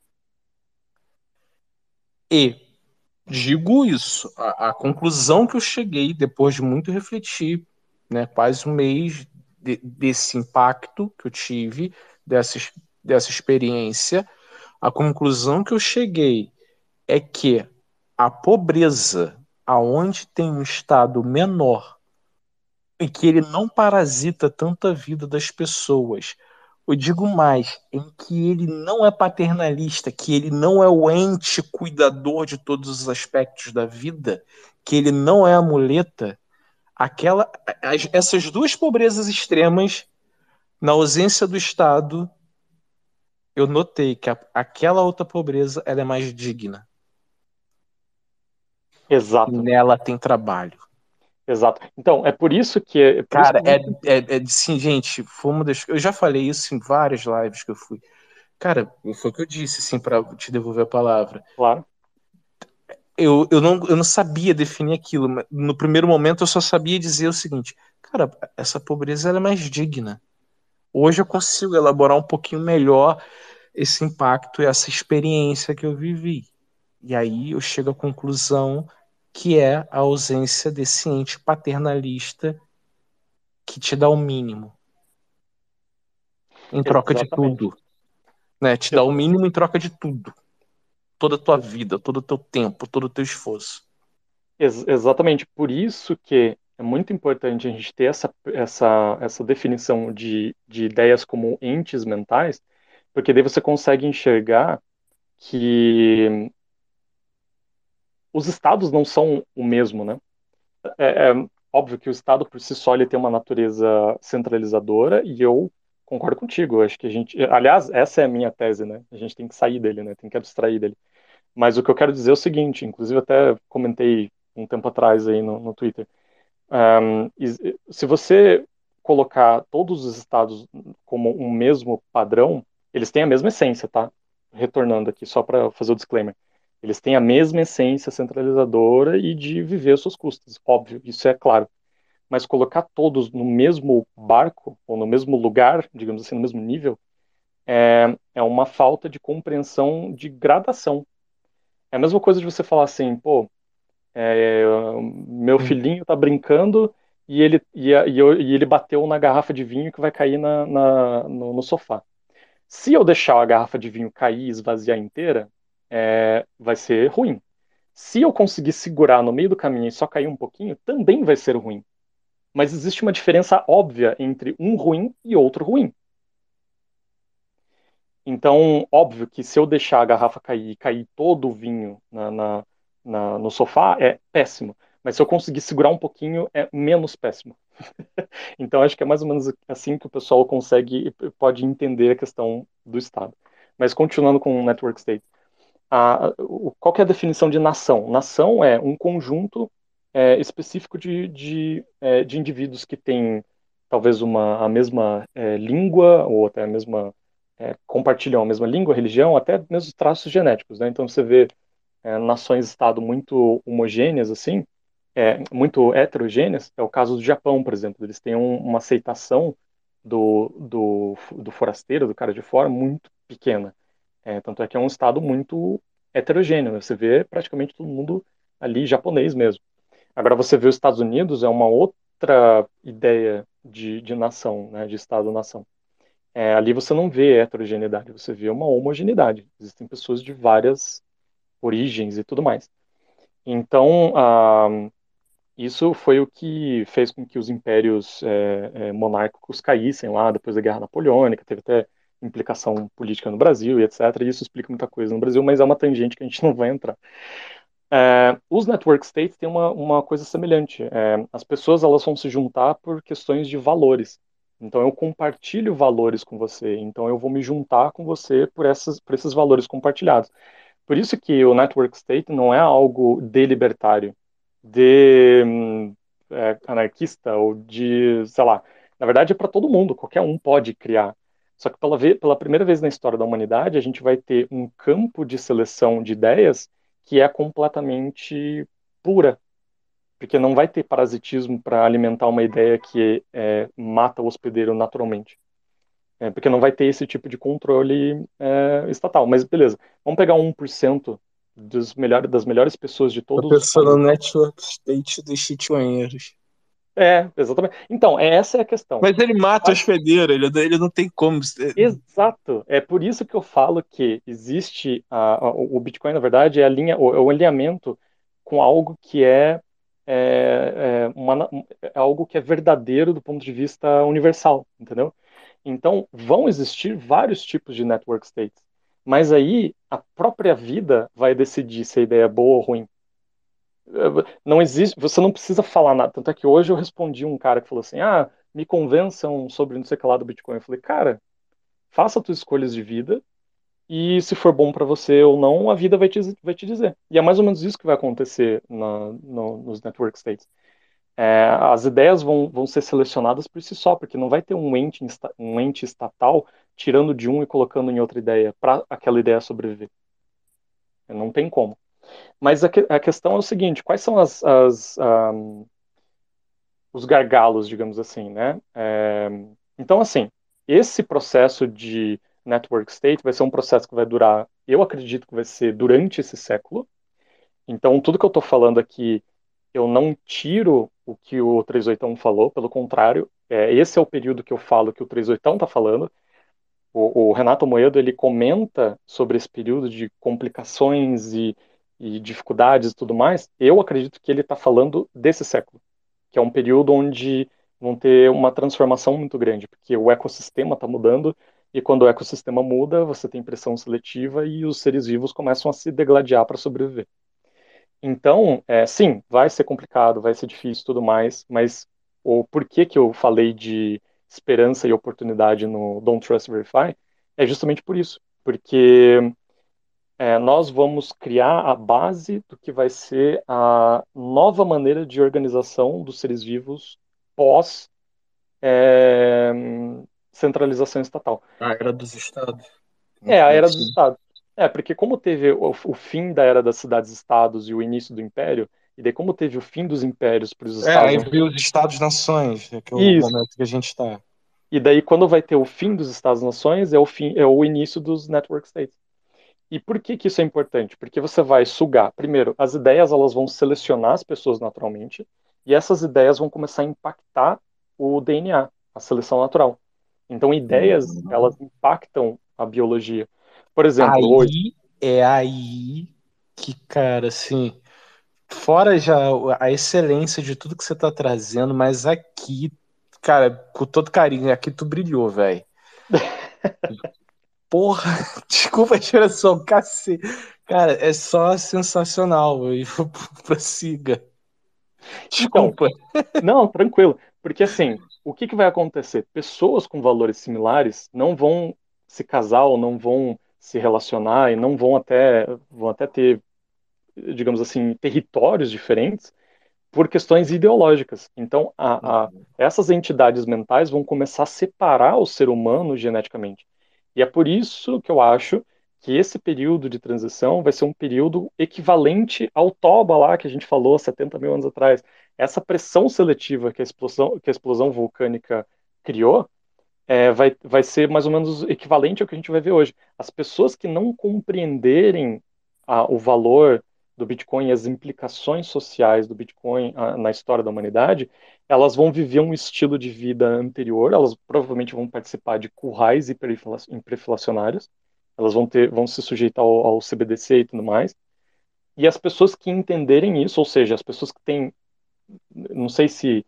E digo isso, a conclusão que eu cheguei depois de muito refletir, né, quase um mês desse impacto que eu tive, dessa experiência, a conclusão que eu cheguei é que a pobreza, aonde tem um estado menor e que ele não parasita tanto a vida das pessoas. Eu digo mais, em que ele não é paternalista, que ele não é o ente cuidador de todos os aspectos da vida, que ele não é a muleta, essas duas pobrezas extremas, na ausência do Estado, eu notei que aquela outra pobreza ela é mais digna. Exato. Nela tem trabalho. Exato. Então, é por isso que Cara, sim, gente, eu já falei isso em várias lives que eu fui. Cara, foi o que eu disse, assim, pra te devolver a palavra. claro. Eu não sabia definir aquilo. Mas no primeiro momento, eu só sabia dizer o seguinte: cara, essa pobreza ela é mais digna. Hoje eu consigo elaborar um pouquinho melhor esse impacto e essa experiência que eu vivi. E aí eu chego à conclusão que é a ausência desse ente paternalista que te dá o mínimo em troca de Exatamente. tudo, né? Te dá o mínimo em troca de tudo, toda a tua vida, todo o teu tempo, todo o teu esforço. Exatamente. Por isso que é muito importante a gente ter essa definição de ideias como entes mentais, porque daí você consegue enxergar que os estados não são o mesmo, né? É óbvio que o estado por si só ele tem uma natureza centralizadora e eu concordo contigo. Eu acho que a gente, aliás, essa é a minha tese, né? A gente tem que sair dele, né? Tem que abstrair dele. Mas o que eu quero dizer é o seguinte, inclusive até comentei um tempo atrás aí no Twitter. Se você colocar todos os estados como um mesmo padrão, eles têm a mesma essência, tá? Retornando aqui, só para fazer o disclaimer. Eles têm a mesma essência centralizadora e de viver às suas custas, óbvio, isso é claro. Mas colocar todos no mesmo barco, ou no mesmo lugar, digamos assim, no mesmo nível, é uma falta de compreensão de gradação. É a mesma coisa de você falar assim, pô, meu filhinho tá brincando e ele bateu na garrafa de vinho que vai cair no sofá. Se eu deixar a garrafa de vinho cair e esvaziar inteira, vai ser ruim. Se eu conseguir segurar no meio do caminho e só cair um pouquinho, também vai ser ruim. Mas existe uma diferença óbvia entre um ruim e outro ruim. Então, óbvio que se eu deixar a garrafa cair e cair todo o vinho no sofá, é péssimo. Mas se eu conseguir segurar um pouquinho, é menos péssimo. Então, acho que é mais ou menos assim que o pessoal consegue e pode entender a questão do Estado. Mas continuando com o Network State. Qual que é a definição de nação? Nação é um conjunto específico de indivíduos que têm talvez a mesma língua ou até a mesma compartilham a mesma língua, religião, até mesmo traços genéticos, né? Então você vê nações-estado muito homogêneas assim, muito heterogêneas. É o caso do Japão, por exemplo. Eles têm uma aceitação do forasteiro, do cara de fora, muito pequena. Tanto é que é um estado muito heterogêneo, né? Você vê praticamente todo mundo ali japonês mesmo. Agora você vê os Estados Unidos, é uma outra ideia de nação, né? De estado-nação. Ali você não vê heterogeneidade, você vê uma homogeneidade. Existem pessoas de várias origens e tudo mais. Então, isso foi o que fez com que os impérios monárquicos caíssem lá depois da Guerra Napoleônica, teve até implicação política no Brasil e etc. E isso explica muita coisa no Brasil, mas é uma tangente que a gente não vai entrar. Os network states têm uma coisa semelhante. As pessoas elas vão se juntar por questões de valores. Então eu compartilho valores com você. Então eu vou me juntar com você por esses valores compartilhados. Por isso que o network state não é algo de libertário, de anarquista ou de, sei lá. Na verdade é para todo mundo. Qualquer um pode criar. Só que pela primeira vez na história da humanidade a gente vai ter um campo de seleção de ideias que é completamente pura, porque não vai ter parasitismo para alimentar uma ideia que mata o hospedeiro naturalmente. Porque não vai ter esse tipo de controle estatal. Mas beleza, vamos pegar 1% das melhores pessoas de Tô todos os pensando no países. network state dos chitoenheiros. Exatamente. Então, essa é a questão. Mas ele mata o hospedeiro, ele não tem como. Exato. É por isso que eu falo que existe o Bitcoin, na verdade, o alinhamento com algo que é algo que é verdadeiro do ponto de vista universal, entendeu? Então, vão existir vários tipos de network states, mas aí a própria vida vai decidir se a ideia é boa ou ruim. Não existe, você não precisa falar nada. Tanto é que hoje eu respondi um cara que falou assim: me convençam sobre não sei o que lá do Bitcoin. Eu falei, cara, faça suas escolhas de vida e se for bom para você ou não, a vida vai te dizer. E é mais ou menos isso que vai acontecer nos network states. as ideias vão ser selecionadas por si só, porque não vai ter um ente estatal tirando de um e colocando em outra ideia para aquela ideia sobreviver. Não tem como. Mas a questão é o seguinte: quais são os gargalos, digamos assim, né? Então, assim, esse processo de network state vai ser um processo que vai durar, eu acredito que vai ser durante esse século. Então, tudo que eu estou falando aqui, eu não tiro o que o 381 falou, pelo contrário, esse é o período que eu falo que o 381 está falando. O Renato Moedo, ele comenta sobre esse período de complicações e dificuldades e tudo mais. Eu acredito que ele está falando desse século, que é um período onde vão ter uma transformação muito grande, porque o ecossistema está mudando, e quando o ecossistema muda, você tem pressão seletiva e os seres vivos começam a se degladiar para sobreviver. Então, sim, vai ser complicado, vai ser difícil e tudo mais, mas o porquê que eu falei de esperança e oportunidade no Don't Trust Verify é justamente por isso, porque nós vamos criar a base do que vai ser a nova maneira de organização dos seres vivos pós é, centralização estatal. A era dos estados. A era dos estados. Porque como teve o fim da era das cidades-estados e o início do império, e daí como teve o fim dos impérios para os estados... Aí veio os estados-nações, que é o Isso. momento que a gente está. E daí quando vai ter o fim dos estados-nações, é o início dos network states. E por que isso é importante? Porque você vai sugar, primeiro, as ideias elas vão selecionar as pessoas naturalmente, e essas ideias vão começar a impactar o DNA, a seleção natural. Então, ideias, elas impactam a biologia. Por exemplo, hoje... Aí que, cara, assim, fora já a excelência de tudo que você tá trazendo, mas aqui, cara, com todo carinho, aqui tu brilhou, velho. Porra, desculpa a expressão, cacete. Cara, é só sensacional, e prossiga. Desculpa. Então, não, tranquilo. Porque assim, o que vai acontecer? Pessoas com valores similares não vão se casar ou não vão se relacionar e não vão até ter, digamos assim, territórios diferentes por questões ideológicas. Então, essas entidades mentais vão começar a separar o ser humano geneticamente. E é por isso que eu acho que esse período de transição vai ser um período equivalente ao Toba lá que a gente falou 70 mil anos atrás. Essa pressão seletiva que a explosão vulcânica criou vai ser mais ou menos equivalente ao que a gente vai ver hoje. As pessoas que não compreenderem o valor do Bitcoin e as implicações sociais do Bitcoin na história da humanidade, elas vão viver um estilo de vida anterior, elas provavelmente vão participar de currais hiperinflacionários, elas vão se sujeitar ao CBDC e tudo mais. E as pessoas que entenderem isso, ou seja, as pessoas que têm, não sei se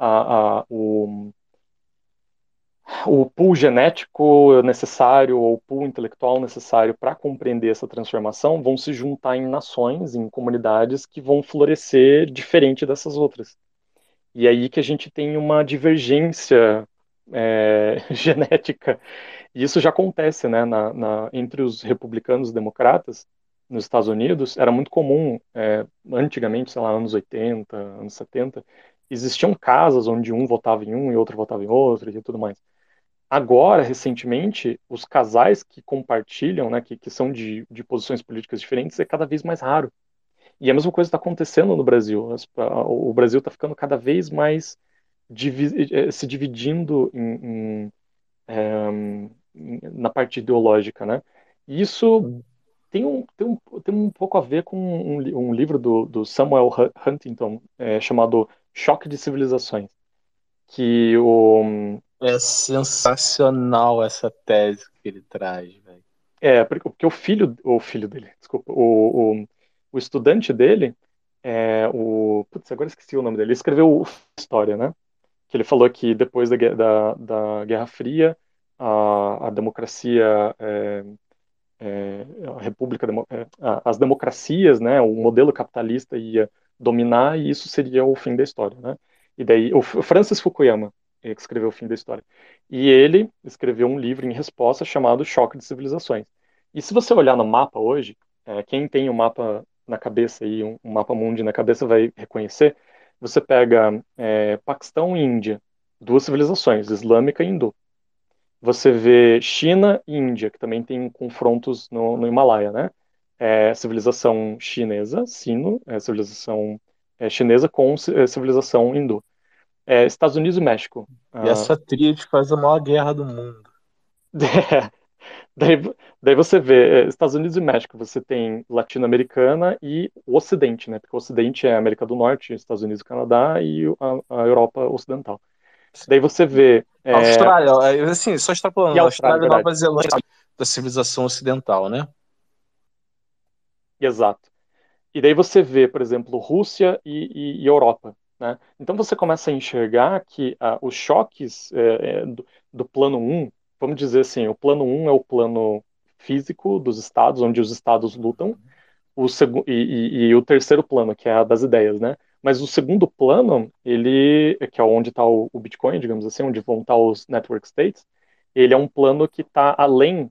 o pool genético necessário ou o pool intelectual necessário para compreender essa transformação vão se juntar em nações, em comunidades que vão florescer diferente dessas outras. E é aí que a gente tem uma divergência genética. E isso já acontece, né, entre os republicanos e democratas nos Estados Unidos. Era muito comum, antigamente, sei lá, anos 80, anos 70, existiam casas onde um votava em um e outro votava em outro e tudo mais. Agora, recentemente, os casais que compartilham, né, que são de posições políticas diferentes, é cada vez mais raro. E a mesma coisa está acontecendo no Brasil. O Brasil está ficando cada vez mais se dividindo na parte ideológica, né? E isso tem um pouco a ver com um livro do Samuel Huntington chamado Choque de Civilizações, que é sensacional essa tese que ele traz, velho. Porque o filho dele, desculpa, o estudante dele, putz, agora esqueci o nome dele, ele escreveu História, né? Que ele falou que depois da Guerra Fria, a democracia, a República, as democracias, né, o modelo capitalista ia dominar e isso seria o fim da história, né? E daí, o Francis Fukuyama, que escreveu O Fim da História. E ele escreveu um livro em resposta chamado Choque de Civilizações. E se você olhar no mapa hoje, quem tem o mapa na cabeça, aí, um mapa mundi na cabeça vai reconhecer, você pega Paquistão e Índia, duas civilizações, islâmica e hindu. Você vê China e Índia, que também tem confrontos no Himalaia, né? Civilização chinesa, sino, civilização chinesa com civilização hindu. Estados Unidos e México. E essa tríade faz a maior guerra do mundo. Daí, daí você vê Estados Unidos e México, você tem latino-americana e o Ocidente, né? Porque o Ocidente é a América do Norte, Estados Unidos e Canadá e a Europa Ocidental. Daí você vê Austrália, assim, só extrapolando, e a Austrália, Austrália e Nova verdade. Zelândia da civilização ocidental, né? Exato. E daí você vê, por exemplo, Rússia e Europa, né? Então você começa a enxergar que os choques do plano um, vamos dizer assim, o plano um é o plano físico dos estados, onde os estados lutam, e o terceiro plano, que é a das ideias, né? Mas o segundo plano, ele, que é onde está o Bitcoin, digamos assim, onde vão estar os network states, ele é um plano que está além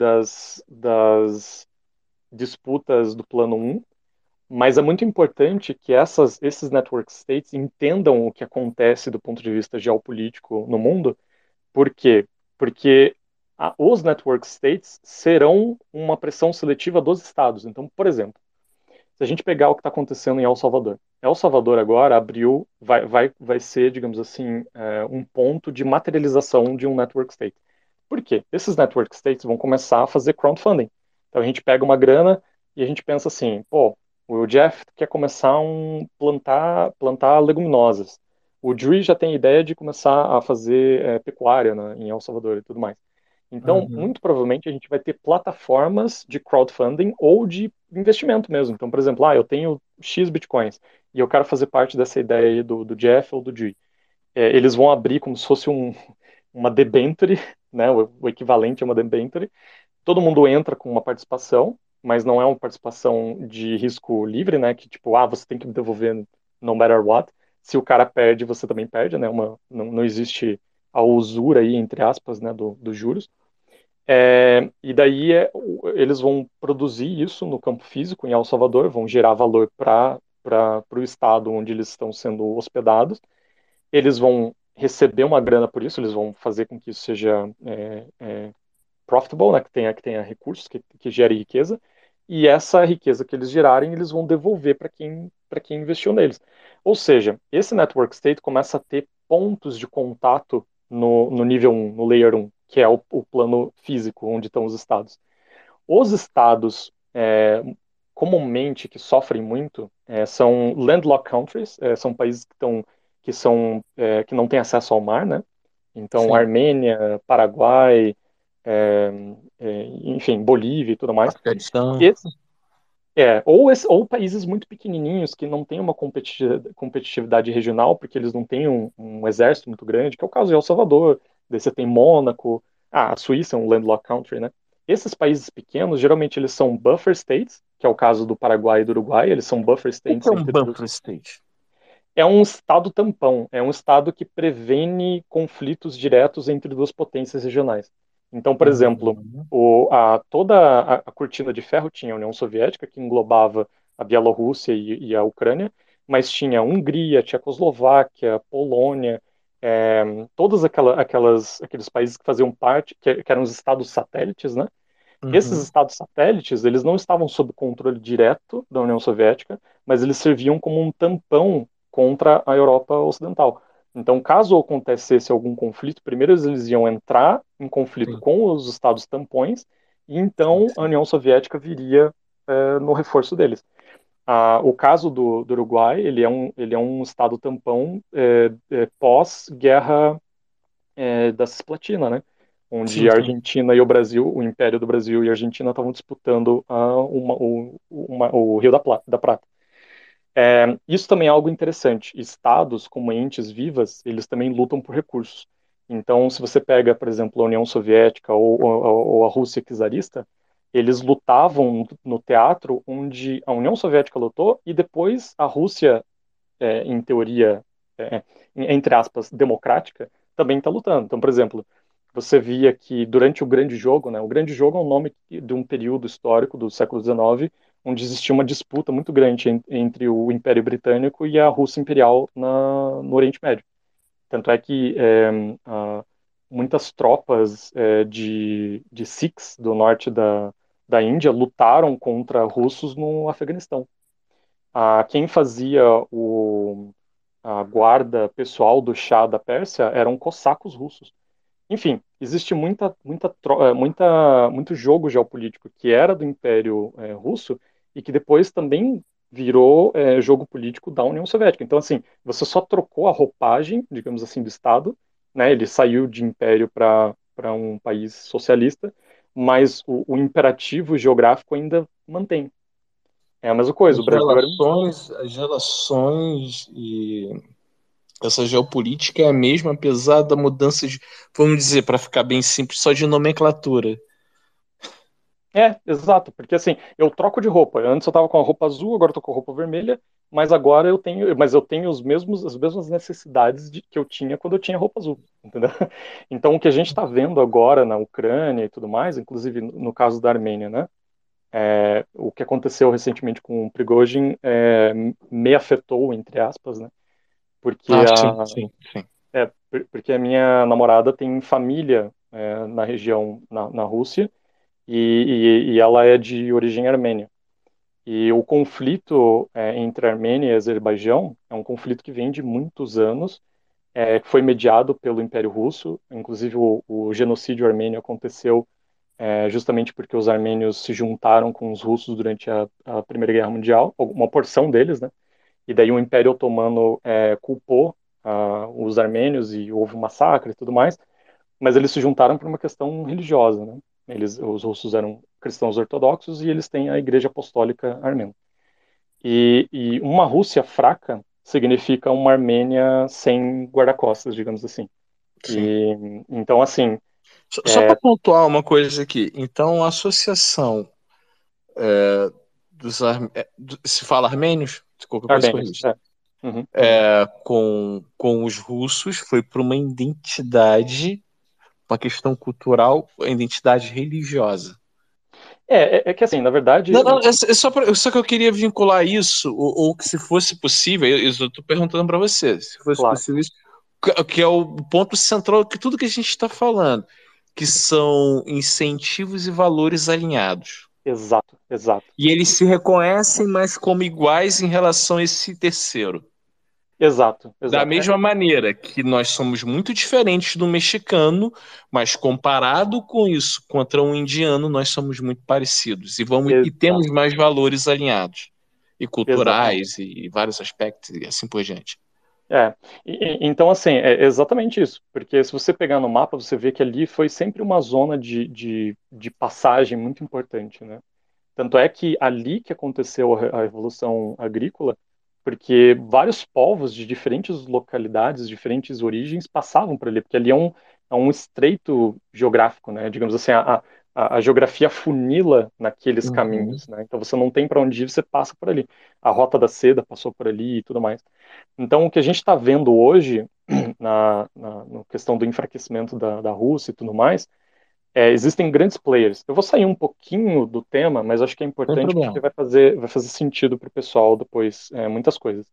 das disputas do plano um, mas é muito importante que esses network states entendam o que acontece do ponto de vista geopolítico no mundo. Por quê? Porque os network states serão uma pressão seletiva dos estados. Então, por exemplo, se a gente pegar o que está acontecendo em El Salvador. El Salvador agora abriu, vai ser, digamos assim, um ponto de materialização de um network state. Por quê? Esses network states vão começar a fazer crowdfunding. Então a gente pega uma grana e a gente pensa assim, pô, o Jeff quer começar plantar leguminosas. O Dewey já tem ideia de começar a fazer pecuária em El Salvador e tudo mais. Então, Uhum. muito provavelmente a gente vai ter plataformas de crowdfunding ou de investimento mesmo. Então, por exemplo, eu tenho X bitcoins e eu quero fazer parte dessa ideia aí do Jeff ou do Dewey. Eles vão abrir como se fosse uma debenture, né, o equivalente a uma debenture. Todo mundo entra com uma participação, mas não é uma participação de risco livre, né, que tipo, você tem que me devolver no matter what. Se o cara perde, você também perde, né, não existe a usura aí, entre aspas, né, dos juros. E daí eles vão produzir isso no campo físico em El Salvador, vão gerar valor para o estado onde eles estão sendo hospedados. Eles vão receber uma grana por isso, eles vão fazer com que isso seja profitable, né, que tenha recursos, que gere riqueza. E essa riqueza que eles gerarem, eles vão devolver para quem investiu neles. Ou seja, esse network state começa a ter pontos de contato no nível 1, no layer 1, que é o plano físico, onde estão os estados. Os estados, comumente, que sofrem muito, são landlocked countries, são países que não têm acesso ao mar, né? Então, Sim. Armênia, Paraguai, enfim, Bolívia e tudo mais. Afeganistão. Ou países muito pequenininhos que não têm uma competitividade regional, porque eles não têm um exército muito grande, que é o caso de El Salvador, daí você tem Mônaco, a Suíça é um landlocked country, né? Esses países pequenos, geralmente eles são buffer states, que é o caso do Paraguai e do Uruguai, eles são buffer O que states é um entre bumper state? é um estado tampão, é um estado que previne conflitos diretos entre duas potências regionais. Então, por exemplo, Uhum. toda a cortina de ferro tinha a União Soviética, que englobava a Bielorrússia e a Ucrânia, mas tinha a Hungria, Tchecoslováquia, Polônia, todos aqueles países que faziam parte, que eram os estados satélites, né? Esses Uhum. estados satélites, eles não estavam sob controle direto da União Soviética, mas eles serviam como um tampão contra a Europa Ocidental. Então, caso acontecesse algum conflito, primeiro eles iam entrar em conflito Sim, com os estados tampões, e sim, então a sim. União Soviética viria no reforço deles. O caso do Uruguai, ele é um estado tampão pós-guerra da Cisplatina, né? Onde Sim, a sim. Argentina e o Brasil, o Império do Brasil e a Argentina estavam disputando o Rio da Prata. Isso também é algo interessante. Estados, como entes vivas, eles também lutam por recursos. Então, se você pega, por exemplo, a União Soviética ou a Rússia czarista, eles lutavam no teatro onde a União Soviética lutou e depois a Rússia, em teoria, é, entre aspas, democrática, também está lutando. Então, por exemplo, você via que durante o Grande Jogo, né, o Grande Jogo é um nome de um período histórico do século XIX, onde existia uma disputa muito grande entre o Império Britânico e a Rússia Imperial no Oriente Médio. Tanto é que muitas tropas de Sikhs do norte da Índia lutaram contra russos no Afeganistão. Quem fazia a guarda pessoal do Shah da Pérsia eram cossacos russos. Enfim, existe muito jogo geopolítico que era do Império Russo e que depois também virou jogo político da União Soviética. Então, assim, você só trocou a roupagem, digamos assim, do Estado, né? Ele saiu de império para um país socialista, mas o imperativo geográfico ainda mantém. É a mesma coisa. O Brasil era As relações e essa geopolítica é a mesma, apesar da mudança de, vamos dizer, para ficar bem simples, só de nomenclatura. Exato, porque assim, eu troco de roupa. Antes eu tava com a roupa azul, agora eu tô com a roupa vermelha, mas agora eu tenho as mesmas necessidades que eu tinha quando eu tinha roupa azul, entendeu? Então o que a gente está vendo agora na Ucrânia e tudo mais, inclusive no caso da Armênia, né? O que aconteceu recentemente com o Prigozhin me afetou, entre aspas, né? Porque Sim. porque a minha namorada tem família na região, na Rússia, e ela é de origem armênia. E o conflito entre Armênia e Azerbaijão é um conflito que vem de muitos anos, que foi mediado pelo Império Russo. Inclusive, o genocídio armênio aconteceu justamente porque os armênios se juntaram com os russos durante a Primeira Guerra Mundial, uma porção deles, né? E daí o Império Otomano culpou os armênios e houve um massacre e tudo mais, mas eles se juntaram por uma questão religiosa, né? Os russos eram cristãos ortodoxos e eles têm a Igreja Apostólica Armênia. E uma Rússia fraca significa uma Armênia sem guarda-costas, digamos assim. Então, assim... Só para pontuar uma coisa aqui. Então, a associação se fala armênios? Qualquer coisa Armênios, corrigida. Uhum. Com os russos foi para uma identidade, uma questão cultural, uma identidade religiosa. Que assim, na verdade... Não, só que eu queria vincular isso, ou que se fosse possível, eu estou perguntando para você, se fosse Claro. possível isso, que é o ponto central que tudo que a gente está falando, que são incentivos e valores alinhados. Exato. E eles se reconhecem, mas como iguais em relação a esse terceiro. Exato. Da mesma maneira que nós somos muito diferentes do mexicano, mas comparado com isso, contra um indiano, nós somos muito parecidos. E temos mais valores alinhados. E culturais, e vários aspectos, e assim por diante. Então, assim, é exatamente isso. Porque se você pegar no mapa, você vê que ali foi sempre uma zona de passagem muito importante, né? Tanto é que ali que aconteceu a Revolução Agrícola, porque vários povos de diferentes localidades, diferentes origens, passavam por ali, porque ali é um estreito geográfico, né? Digamos assim, a geografia funila naqueles caminhos, né? Então você não tem para onde ir, você passa por ali. A Rota da Seda passou por ali e tudo mais. Então o que a gente está vendo hoje, na questão do enfraquecimento da Rússia e tudo mais, existem grandes players. Eu vou sair um pouquinho do tema, mas acho que é importante porque vai fazer sentido para o pessoal depois, muitas coisas.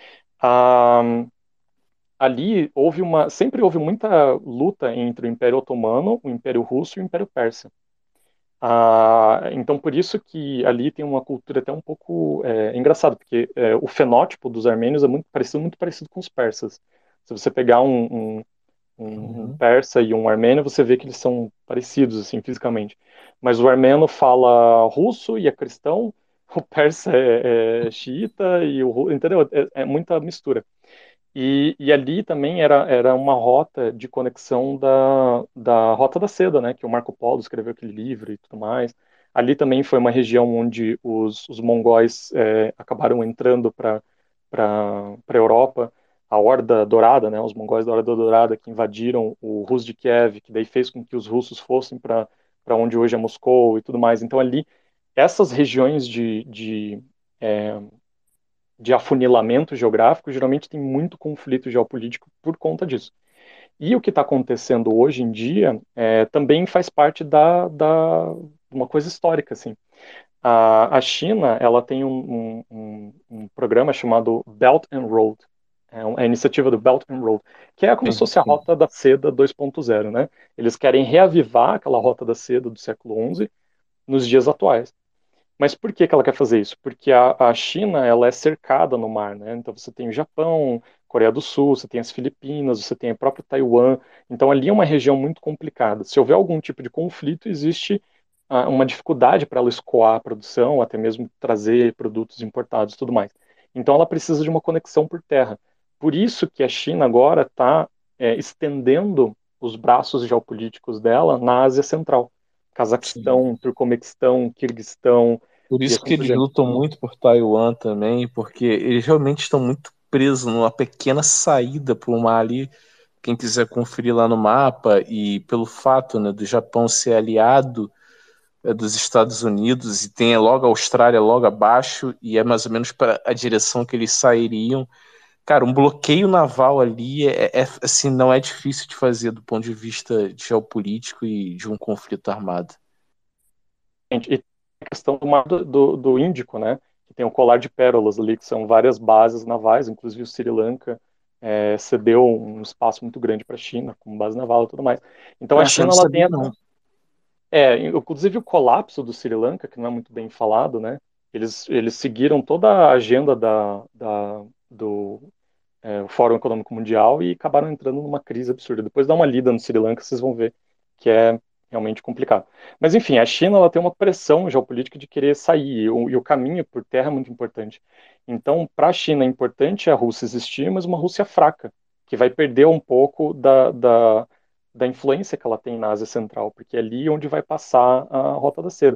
Ali sempre houve muita luta entre o Império Otomano, o Império Russo e o Império Persa. Então, por isso que ali tem uma cultura até um pouco engraçada, porque o fenótipo dos armênios é muito parecido com os persas. Se você pegar um persa e um armênio, você vê que eles são parecidos, assim, fisicamente. Mas o armênio fala russo e é cristão, o persa é xiita, entendeu? É muita mistura. E ali também era uma rota de conexão da Rota da Seda, né? Que o Marco Polo escreveu aquele livro e tudo mais. Ali também foi uma região onde os mongóis acabaram entrando para a Europa. A Horda Dourada, né? Os mongóis da Horda Dourada que invadiram o Rus de Kiev, que daí fez com que os russos fossem para onde hoje é Moscou e tudo mais. Então ali, essas regiões de afunilamento geográfico, geralmente tem muito conflito geopolítico por conta disso. E o que está acontecendo hoje em dia também faz parte uma coisa histórica, assim. A China, ela tem um programa chamado Belt and Road, é a iniciativa do Belt and Road, que é como se Sim, fosse a sim. Rota da Seda 2.0, né? Eles querem reavivar aquela Rota da Seda do século XI nos dias atuais. Mas por que que ela quer fazer isso? Porque a China, ela é cercada no mar, né? Então você tem o Japão, Coreia do Sul, você tem as Filipinas, você tem a própria Taiwan. Então ali é uma região muito complicada. Se houver algum tipo de conflito, existe uma dificuldade para ela escoar a produção, até mesmo trazer produtos importados e tudo mais. Então ela precisa de uma conexão por terra. Por isso que a China agora está estendendo os braços geopolíticos dela na Ásia Central. Sim. Cazaquistão, Turcomequistão, Quirguistão Por e isso assim que por eles diante. lutam muito por Taiwan também, porque eles realmente estão muito presos numa pequena saída para o mar ali. Quem quiser conferir lá no mapa, e pelo fato, né, do Japão ser aliado dos Estados Unidos e tem logo a Austrália logo abaixo, e é mais ou menos para a direção que eles sairiam. Cara, um bloqueio naval ali assim, não é difícil de fazer do ponto de vista geopolítico e de um conflito armado. E a questão do mar do Índico, né? Que tem o colar de pérolas ali, que são várias bases navais, inclusive o Sri Lanka cedeu um espaço muito grande para a China, como base naval e tudo mais. Então a Ah, eu China, não ela tem sabia, essa. não. Inclusive o colapso do Sri Lanka, que não é muito bem falado, né? Eles seguiram toda a agenda do o Fórum Econômico Mundial e acabaram entrando numa crise absurda. Depois dá uma lida no Sri Lanka, vocês vão ver que é realmente complicado. Mas enfim, a China ela tem uma pressão geopolítica de querer sair e o caminho por terra é muito importante. Então, para a China é importante a Rússia existir, mas uma Rússia fraca, que vai perder um pouco da influência que ela tem na Ásia Central, porque é ali onde vai passar a Rota da Seda.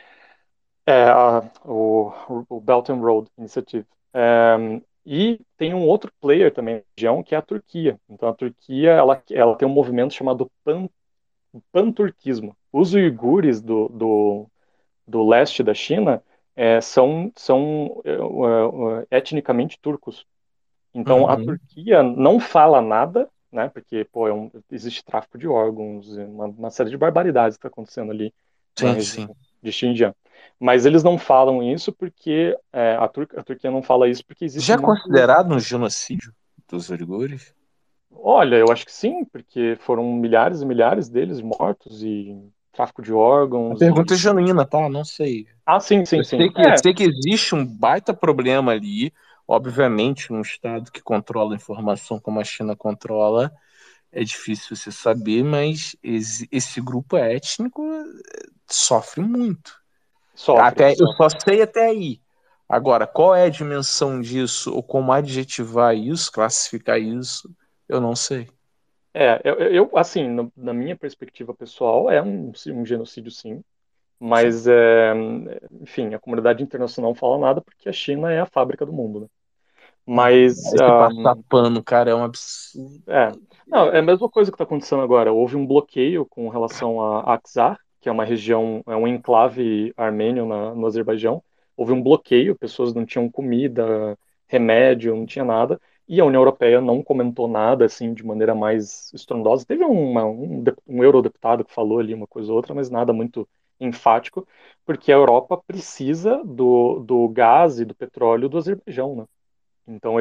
O Belt and Road Initiative. E tem um outro player também na região, que é a Turquia. Então, a Turquia ela tem um movimento chamado panturquismo. Os uigures do leste da China são etnicamente turcos. Então, a Uhum. Turquia não fala nada, né? Porque pô, existe tráfico de órgãos, uma série de barbaridades que está acontecendo ali na Sim, região sim. de Xinjiang. Mas eles não falam isso porque a Turquia não fala isso porque existe Já é muito. considerado um genocídio dos uigures? Olha, eu acho que sim, porque foram milhares e milhares deles mortos e tráfico de A órgãos pergunta é e. genuína, tá? Não sei. Ah, sim, sim, sim. Eu sei que existe um baita problema ali. Obviamente, um Estado que controla a informação como a China controla, é difícil você saber, mas esse grupo étnico sofre muito. Sofre, Até, eu sofre. só sei até aí. Agora, qual é a dimensão disso, ou como adjetivar isso, classificar isso, eu não sei. Assim, na minha perspectiva pessoal, é um genocídio, sim. Sim. Mas, enfim, a comunidade internacional não fala nada porque a China é a fábrica do mundo, né? Mas, Esse passar pano, cara, é um absurdo. é. Não, é a mesma coisa que está acontecendo agora. Houve um bloqueio com relação a Aksar, que é uma região, é um enclave armênio no Azerbaijão. Houve um bloqueio, pessoas não tinham comida, remédio, não tinha nada. E a União Europeia não comentou nada, assim, de maneira mais estrondosa. Teve um eurodeputado que falou ali uma coisa ou outra, mas nada muito enfático, porque a Europa precisa do gás e do petróleo do Azerbaijão, né? Então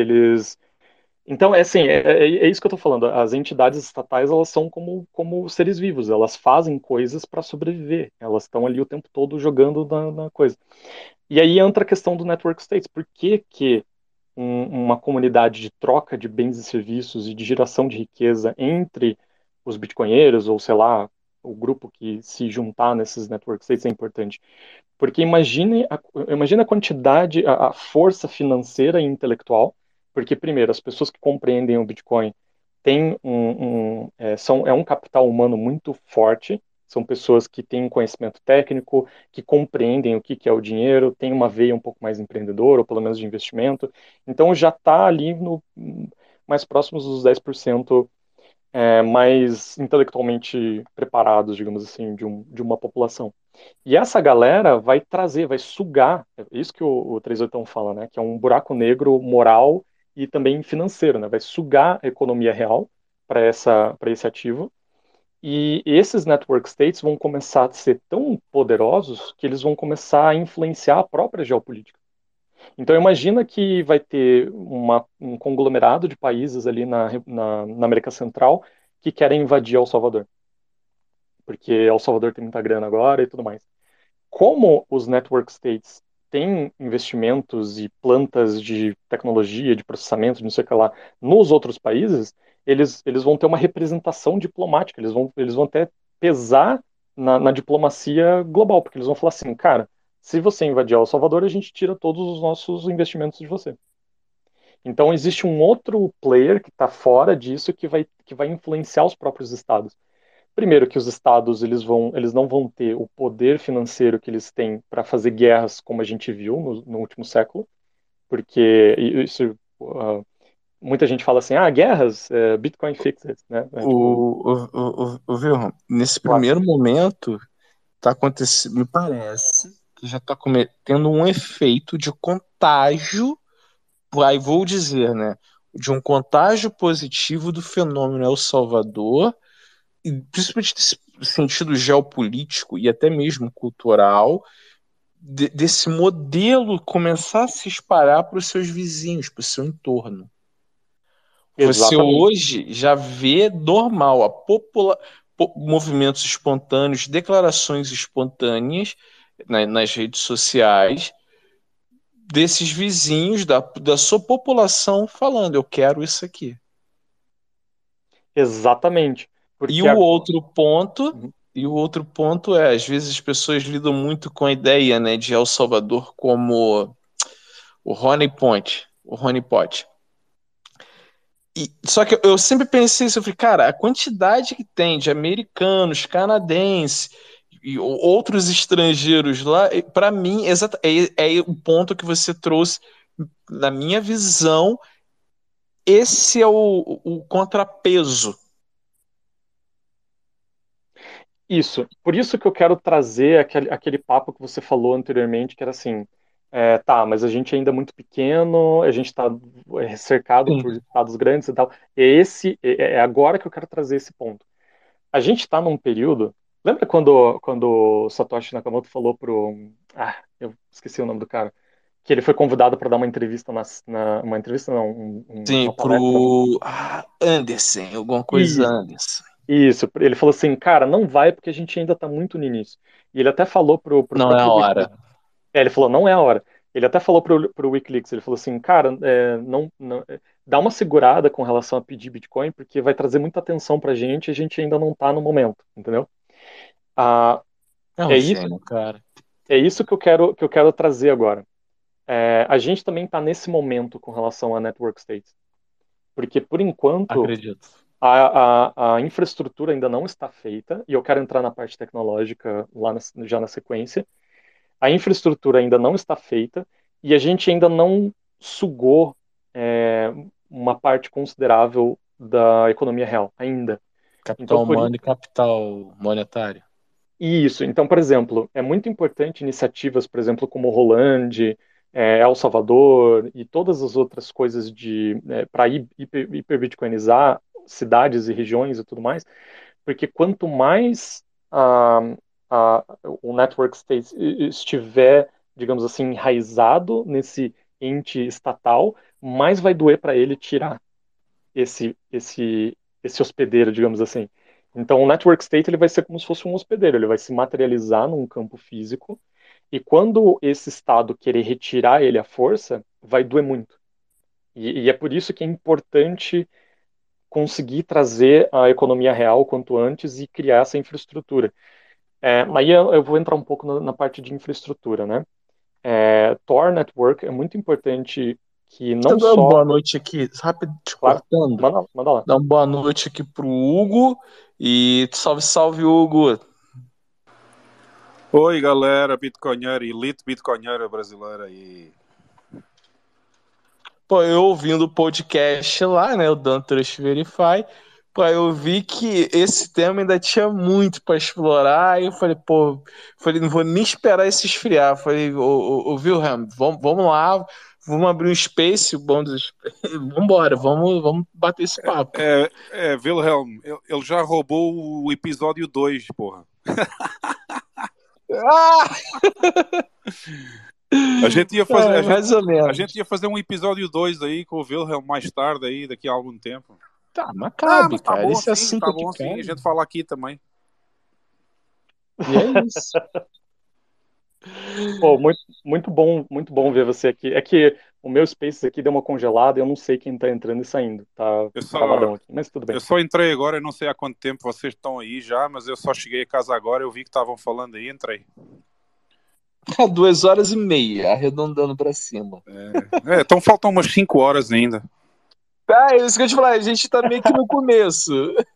então, é isso que eu estou falando. As entidades estatais, elas são como seres vivos. Elas fazem coisas para sobreviver. Elas estão ali o tempo todo jogando na coisa. E aí entra a questão do network states. Por que que uma comunidade de troca de bens e serviços e de geração de riqueza entre os bitcoinheiros, ou sei lá, o grupo que se juntar nesses network states é importante? Porque imagine a quantidade, a força financeira e intelectual, porque, primeiro, as pessoas que compreendem o Bitcoin têm é um capital humano muito forte, são pessoas que têm conhecimento técnico, que compreendem o que é o dinheiro, têm uma veia um pouco mais empreendedora, ou pelo menos de investimento, então já está ali no mais próximos dos 10% mais intelectualmente preparados, digamos assim, de uma população. E essa galera vai trazer, vai sugar, é isso que o 38 fala, né? Que é um buraco negro moral e também financeiro, né? Vai sugar a economia real para esse ativo E esses network states vão começar a ser tão poderosos que eles vão começar a influenciar a própria geopolítica. Então imagina que vai ter um conglomerado de países ali na América Central que querem invadir El Salvador, porque El Salvador tem muita grana agora e tudo mais. Como os network states têm investimentos e plantas de tecnologia, de processamento, de não sei o que lá, nos outros países, eles vão ter uma representação diplomática, eles vão até pesar na diplomacia global, porque eles vão falar assim, cara, se você invadir El Salvador, a gente tira todos os nossos investimentos de você. Então existe um outro player que está fora disso que vai influenciar os próprios estados. Primeiro que os estados eles não vão ter o poder financeiro que eles têm para fazer guerras como a gente viu no último século, porque isso muita gente fala assim, guerras, Bitcoin fixes, né? O Wilhelm, nesse primeiro momento tá acontecendo, me parece que já está tendo um efeito de contágio, aí vou dizer, né, de um contágio positivo do fenômeno El Salvador, e principalmente nesse sentido geopolítico e até mesmo cultural, desse modelo começar a se espalhar para os seus vizinhos, para o seu entorno. Você Exatamente. hoje já vê normal movimentos espontâneos, declarações espontâneas nas redes sociais desses vizinhos da sua população falando, eu quero isso aqui. Exatamente. Porque E o outro ponto é, às vezes as pessoas lidam muito com a ideia, né, de El Salvador como o honeypot. Só que eu sempre pensei isso, eu falei, cara, a quantidade que tem de americanos, canadenses e outros estrangeiros lá, para mim, é o ponto que você trouxe, na minha visão, esse é o contrapeso. Isso. Por isso que eu quero trazer aquele papo que você falou anteriormente, que era assim, tá, mas a gente ainda é muito pequeno, a gente está cercado Sim. por estados grandes e tal. É agora que eu quero trazer esse ponto. A gente está num período. Lembra quando o Satoshi Nakamoto falou eu esqueci o nome do cara, que ele foi convidado para dar uma entrevista uma entrevista não, Sim, uma palestra. pro Anderson, alguma coisa Isso. Anderson. Isso, ele falou assim, cara, não vai porque a gente ainda tá muito no início. E ele até falou pro Não é a próprio hora. Wikileaks. Ele falou, não é a hora. Ele até falou pro Wikileaks, ele falou assim, cara, dá uma segurada com relação a pedir Bitcoin, porque vai trazer muita atenção pra gente e a gente ainda não tá no momento, entendeu? Ah, É um é isso, gênio, cara. é isso que eu quero trazer agora. A gente também tá nesse momento com relação a Network States. Porque, por enquanto, Acredito. a infraestrutura ainda não está feita, e eu quero entrar na parte tecnológica já na sequência. A infraestrutura ainda não está feita e a gente ainda não sugou uma parte considerável da economia real, ainda. Então, Capital humano e capital monetário. Isso. Então, por exemplo, é muito importante iniciativas, por exemplo, como o Roland, El Salvador e todas as outras coisas para hiperbitcoinizar cidades e regiões e tudo mais, porque quanto mais o network state estiver, digamos assim, enraizado nesse ente estatal, mais vai doer para ele tirar esse hospedeiro, digamos assim. Então, o network state ele vai ser como se fosse um hospedeiro, ele vai se materializar num campo físico, e quando esse estado querer retirar ele à força, vai doer muito. E é por isso que é importante conseguir trazer a economia real quanto antes e criar essa infraestrutura. Aí eu vou entrar um pouco na parte de infraestrutura, né? Tor Network é muito importante que Deixa eu não dar uma só... boa noite aqui, rápido, te Claro, cortando. manda lá. Dar uma boa noite aqui pro Hugo. E salve, salve, Hugo. Oi, galera, Bitcoinheira, elite Bitcoinheira brasileira aí. Pô, eu ouvindo o podcast lá, né, o Don't Trust Verify, pô, eu vi que esse tema ainda tinha muito para explorar, e eu falei, não vou nem esperar esse esfriar. Falei, ô Wilhelm, vamos lá, Vamos abrir um space, o bom dos... Vambora, vamos bater esse papo. Wilhelm, ele já roubou o episódio 2, porra. A gente ia fazer, mais ou menos. A gente ia fazer um episódio 2 aí com o Wilhelm mais tarde, aí, daqui a algum tempo. Tá, mas cabe, mas tá cara. bom, Esse sim, assunto tá aqui, bom, sim. cara. A gente fala aqui também. E é isso. Pô, muito bom ver você aqui. É que o meu Spaces aqui deu uma congelada e eu não sei quem tá entrando e saindo. Tá travadão aqui, mas tudo bem. Eu só entrei agora, eu não sei há quanto tempo vocês estão aí já, mas eu só cheguei a casa agora, eu vi que estavam falando aí, entrei. 2h30, arredondando pra cima. Então faltam umas 5 horas ainda. É isso que eu te falei, a gente tá meio que no começo.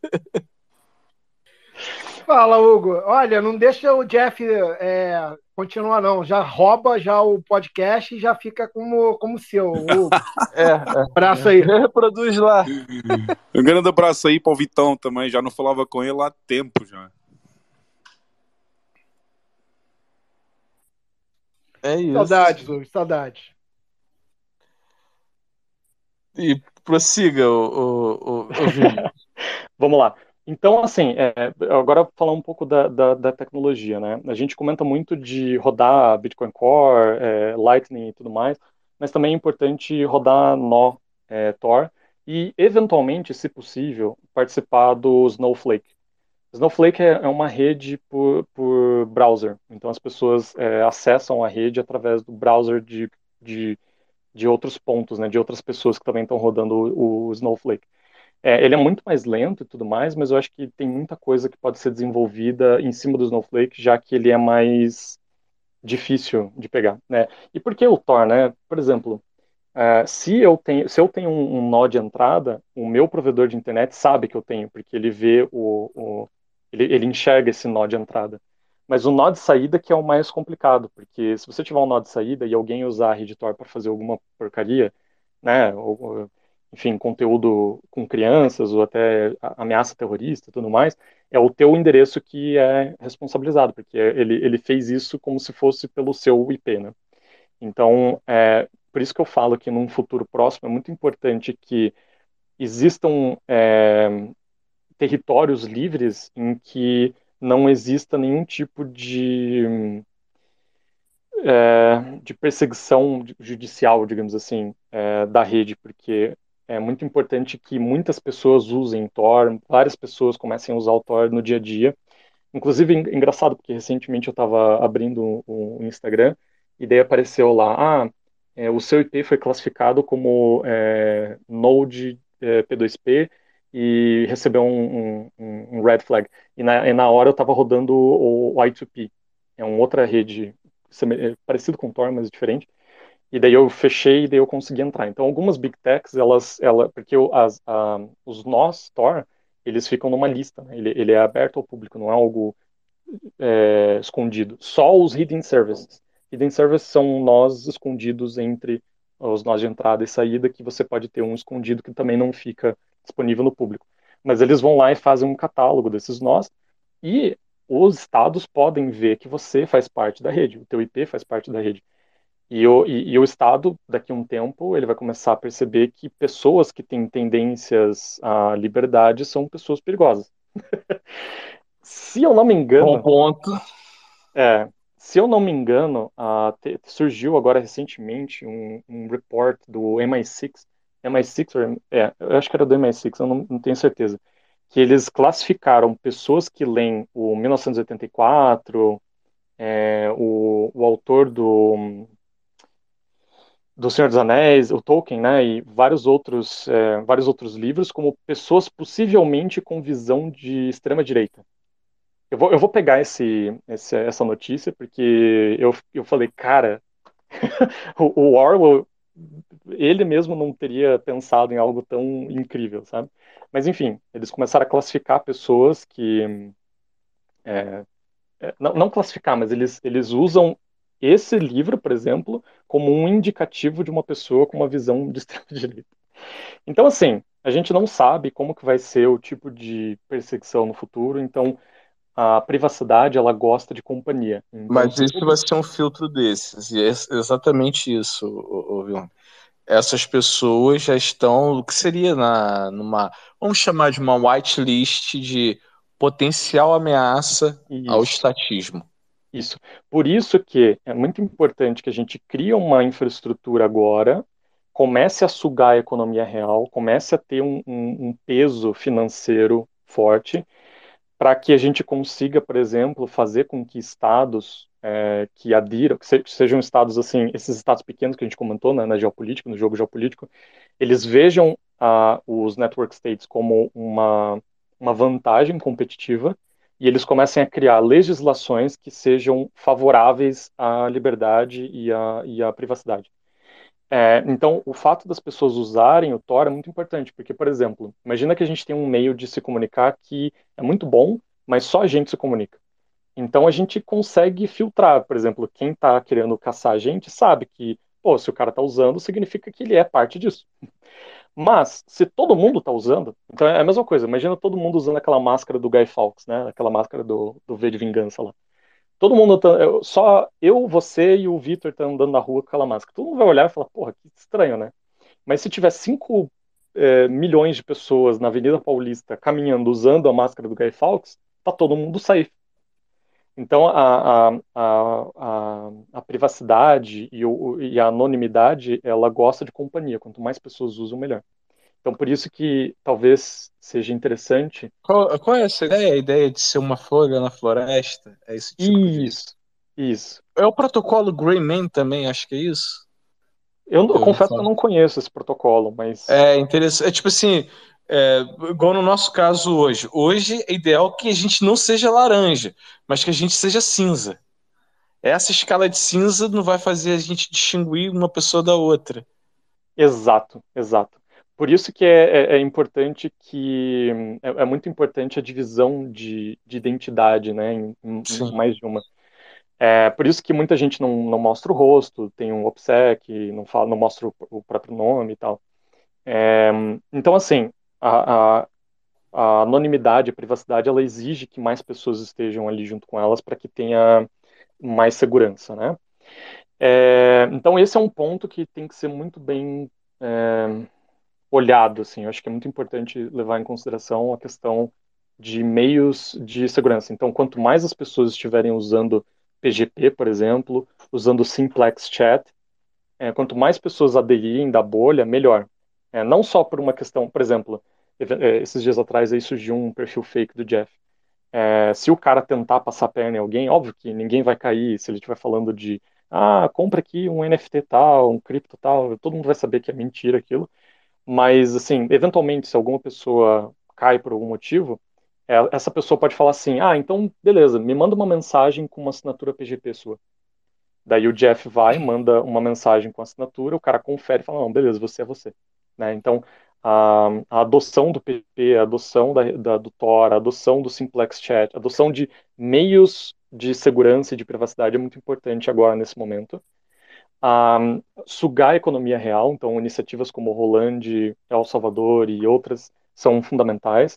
Fala, Hugo. Olha, não deixa o Jeff continuar, não. Já rouba já o podcast e já fica como seu, Hugo. Abraço aí. Reproduz lá. Um grande abraço aí pro Vitão também, já não falava com ele há tempo já. É isso. Saudades, Hugo, saudades. E prossiga, o Vini. Vamos lá. Então, assim, agora falar um pouco da tecnologia, né? A gente comenta muito de rodar Bitcoin Core, Lightning e tudo mais, mas também é importante rodar nó, Tor, e, eventualmente, se possível, participar do Snowflake. Snowflake é uma rede por browser, então as pessoas acessam a rede através do browser de outros pontos, né? De outras pessoas que também estão rodando o Snowflake. Ele é muito mais lento e tudo mais, mas eu acho que tem muita coisa que pode ser desenvolvida em cima do Snowflake, já que ele é mais difícil de pegar, né? E por que o Tor, né? Por exemplo, se eu tenho um nó de entrada, o meu provedor de internet sabe que eu tenho, porque ele vê ele enxerga esse nó de entrada. Mas o nó de saída que é o mais complicado, porque se você tiver um nó de saída e alguém usar a rede Tor para fazer alguma porcaria, né? Enfim, conteúdo com crianças ou até ameaça terrorista e tudo mais, é o teu endereço que é responsabilizado, porque ele fez isso como se fosse pelo seu IP, né? Então, por isso que eu falo que num futuro próximo é muito importante que existam territórios livres em que não exista nenhum tipo de perseguição judicial, digamos assim, da rede, porque é muito importante que muitas pessoas usem Tor, várias pessoas comecem a usar o Tor no dia a dia. Inclusive, engraçado, porque recentemente eu estava abrindo o Instagram e daí apareceu lá, o seu IP foi classificado como Node P2P e recebeu um red flag. E na hora eu estava rodando o I2P, é uma outra rede parecido com Tor, mas diferente. E daí eu fechei e daí eu consegui entrar. Então, algumas big techs, porque os nós Tor, eles ficam numa lista, né? Ele é aberto ao público, não é algo escondido. Só os hidden services. Hidden services são nós escondidos entre os nós de entrada e saída, que você pode ter um escondido que também não fica disponível no público. Mas eles vão lá e fazem um catálogo desses nós, e os estados podem ver que você faz parte da rede, o teu IP faz parte da rede. E o Estado, daqui a um tempo, ele vai começar a perceber que pessoas que têm tendências à liberdade são pessoas perigosas. Se eu não me engano, Bom ponto. se eu não me engano, surgiu agora recentemente um report do MI6, eu acho que era do MI6, eu não tenho certeza, que eles classificaram pessoas que leem o 1984, o autor do Senhor dos Anéis, o Tolkien, né, e vários outros livros como pessoas possivelmente com visão de extrema direita. Eu vou pegar essa notícia, porque eu falei, cara, o Orwell, ele mesmo não teria pensado em algo tão incrível, sabe? Mas, enfim, eles começaram a classificar pessoas que... não classificar, mas eles usam esse livro, por exemplo, como um indicativo de uma pessoa com uma visão de extrema-direita. Então, assim, a gente não sabe como que vai ser o tipo de perseguição no futuro, então a privacidade, ela gosta de companhia. Então, mas isso vai ser um filtro desses, e é exatamente isso, Vilão. essas pessoas já estão, o que seria vamos chamar de uma whitelist de potencial ameaça ao Isso, estatismo. isso. Por isso que é muito importante que a gente crie uma infraestrutura agora, comece a sugar a economia real, comece a ter um peso financeiro forte, para que a gente consiga, por exemplo, fazer com que estados que adiram, sejam estados assim, esses estados pequenos que a gente comentou, né, na geopolítica, no jogo geopolítico, eles vejam os network states como uma vantagem competitiva e eles comecem a criar legislações que sejam favoráveis à liberdade e à privacidade. Então, o fato das pessoas usarem o Tor é muito importante, porque, por exemplo, imagina que a gente tem um meio de se comunicar que é muito bom, mas só a gente se comunica. Então, a gente consegue filtrar, por exemplo, quem está querendo caçar a gente sabe que, pô, se o cara está usando, significa que ele é parte disso. Mas, se todo mundo está usando, então é a mesma coisa. Imagina todo mundo usando aquela máscara do Guy Fawkes, né? Aquela máscara do V de Vingança lá. Todo mundo, só eu, você e o Vitor estão andando na rua com aquela máscara. Todo mundo vai olhar e falar, porra, que estranho, né? Mas se tiver 5 milhões de pessoas na Avenida Paulista caminhando usando a máscara do Guy Fawkes, tá todo mundo safe. Então a privacidade e a anonimidade, ela gosta de companhia. Quanto mais pessoas usam, melhor. Então por isso que talvez seja interessante. Qual é essa ideia? A ideia de ser uma folha na floresta? É esse tipo de... Isso. É o protocolo Greyman também, acho que é isso. Eu Eu ouvi confesso que eu falar. não conheço esse protocolo, mas... É interessante. É tipo assim, igual no nosso caso hoje. Hoje é ideal que a gente não seja laranja, mas que a gente seja cinza. Essa escala de cinza não vai fazer a gente distinguir uma pessoa da outra. Exato, exato. Por isso que é importante é muito importante a divisão de identidade, né, em Sim. mais de uma. Por isso que muita gente não mostra o rosto, tem um OPSEC, não mostra o próprio nome e tal. Então, assim, a, a, a anonimidade, a privacidade, ela exige que mais pessoas estejam ali junto com elas para que tenha mais segurança, né? Então, esse é um ponto que tem que ser muito bem olhado, assim. Eu acho que é muito importante levar em consideração a questão de meios de segurança. Então, quanto mais as pessoas estiverem usando PGP, por exemplo, usando Simplex Chat, quanto mais pessoas aderirem da bolha, melhor. Não só por uma questão, por exemplo, esses dias atrás aí surgiu um perfil fake do Jeff. Se o cara tentar passar a perna em alguém, óbvio que ninguém vai cair se ele estiver falando de compra aqui um NFT tal, um cripto tal, todo mundo vai saber que é mentira aquilo. Mas, assim, eventualmente, se alguma pessoa cai por algum motivo, essa pessoa pode falar assim: então, beleza, me manda uma mensagem com uma assinatura PGP sua. Daí o Jeff vai, manda uma mensagem com assinatura, o cara confere e fala: não, beleza, você é você. Né? Então, a adoção do PGP, a adoção do Tor, a adoção do Simplex Chat, a adoção de meios de segurança e de privacidade é muito importante agora, nesse momento. Sugar a economia real, então iniciativas como Roland, El Salvador e outras são fundamentais.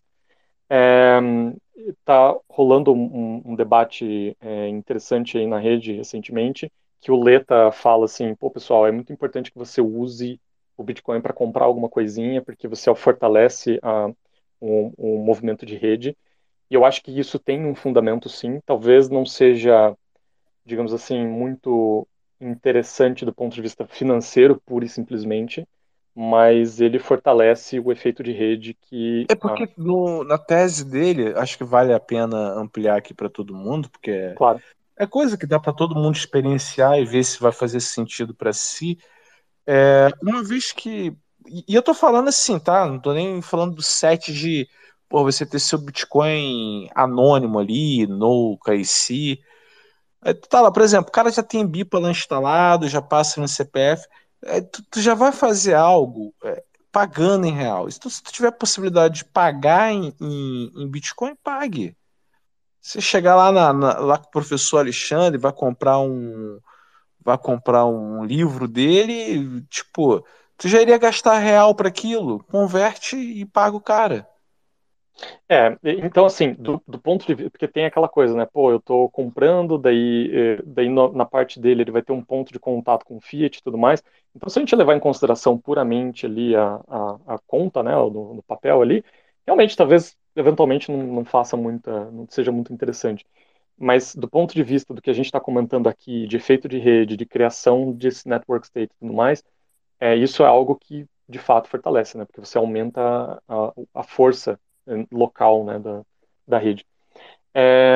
Está rolando um debate interessante aí na rede recentemente, que o Leta fala assim, pô pessoal, é muito importante que você use o Bitcoin para comprar alguma coisinha, porque você fortalece um movimento de rede, e eu acho que isso tem um fundamento sim, talvez não seja, digamos assim, muito interessante do ponto de vista financeiro, pura e simplesmente, mas ele fortalece o efeito de rede que... É porque na tese dele, acho que vale a pena ampliar aqui para todo mundo, porque claro. é coisa que dá para todo mundo experienciar e ver se vai fazer sentido para si. Uma vez que. E eu tô falando assim, tá? Não tô nem falando do set de você ter seu Bitcoin anônimo ali, no KIC. Tá lá, por exemplo, o cara já tem BIPA lá instalado, já passa no CPF. Tu já vai fazer algo pagando em real. Então, se tu tiver a possibilidade de pagar em Bitcoin, pague. Você chegar lá, lá com o professor Alexandre, vai comprar um livro dele, tipo, tu já iria gastar real para aquilo, converte e paga o cara. Então assim, do ponto de vista, porque tem aquela coisa, né? Pô, eu tô comprando, daí na parte dele ele vai ter um ponto de contato com o Fiat e tudo mais. Então, se a gente levar em consideração puramente ali a conta, né, no papel ali, realmente talvez eventualmente não faça muita, não seja muito interessante. Mas do ponto de vista do que a gente está comentando aqui, de efeito de rede, de criação desse network state e tudo mais, isso é algo que de fato fortalece, né? Porque você aumenta a força local, né, da rede. É,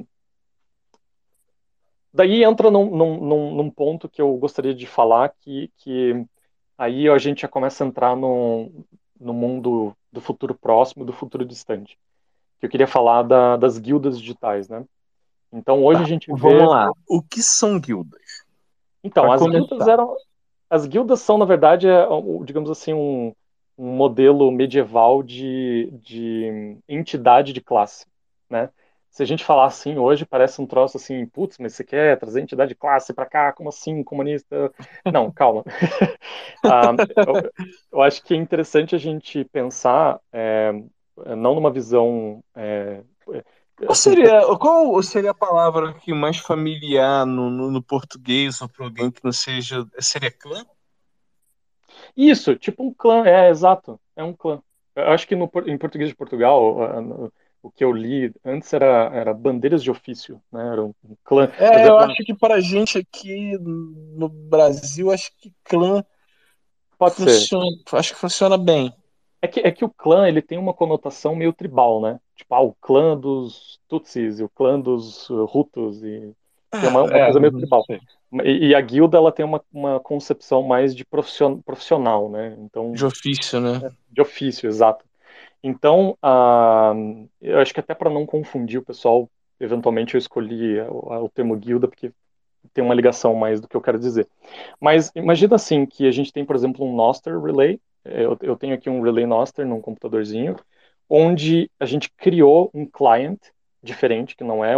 daí entra num ponto que eu gostaria de falar que aí a gente já começa a entrar no mundo do futuro próximo, do futuro distante. Que eu queria falar das guildas digitais, né? Então hoje a Tá, gente vamos vê. lá. O que são guildas? Então, Para as guildas começar. eram. As guildas são, na verdade, digamos assim, um modelo medieval de entidade de classe, né? Se a gente falar assim hoje, parece um troço assim, putz, mas você quer trazer entidade de classe para cá? Como assim, comunista? Não, calma. Ah, eu acho que é interessante a gente pensar, não numa visão, assim, Qual seria a palavra que mais familiar no português ou para alguém que não seja. Seria clã? isso, tipo um clã, exato, é um clã. Eu acho que em português de Portugal, o que eu li antes era bandeiras de ofício, né? Era um clã. Mas Eu acho que para a gente aqui no Brasil, acho que clã pode ser. funciona, acho que funciona bem. É que o clã ele tem uma conotação meio tribal, né? Tipo, o clã dos Tutsis, e o clã dos Hutus, e tem uma coisa meio Não tribal. sei. E a guilda ela tem uma concepção mais de profissional, né? De Então, ofício, né? de ofício, exato. Então, eu acho que até para não confundir o pessoal, eventualmente eu escolhi o termo guilda porque tem uma ligação mais do que eu quero dizer. Mas imagina assim que a gente tem, por exemplo, um Noster Relay. Eu tenho aqui um Relay Noster num computadorzinho, onde a gente criou um client diferente, que não é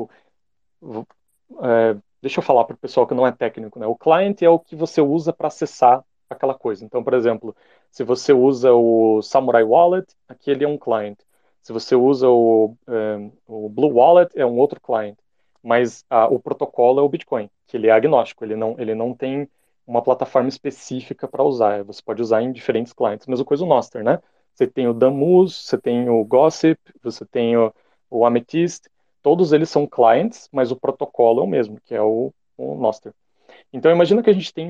deixa eu falar para o pessoal que não é técnico, né? O client é o que você usa para acessar aquela coisa. Então, por exemplo, se você usa o Samurai Wallet, aquele é um client. Se você usa o Blue Wallet, é um outro client. Mas o protocolo é o Bitcoin, que ele é agnóstico, ele não tem uma plataforma específica para usar. Você pode usar em diferentes clientes. Mesma coisa o Nostr, né? Você tem o Damus, você tem o Gossip, você tem o Amethyst, todos eles são clients, mas o protocolo é o mesmo, que é o Nostr. Então imagina que a gente tem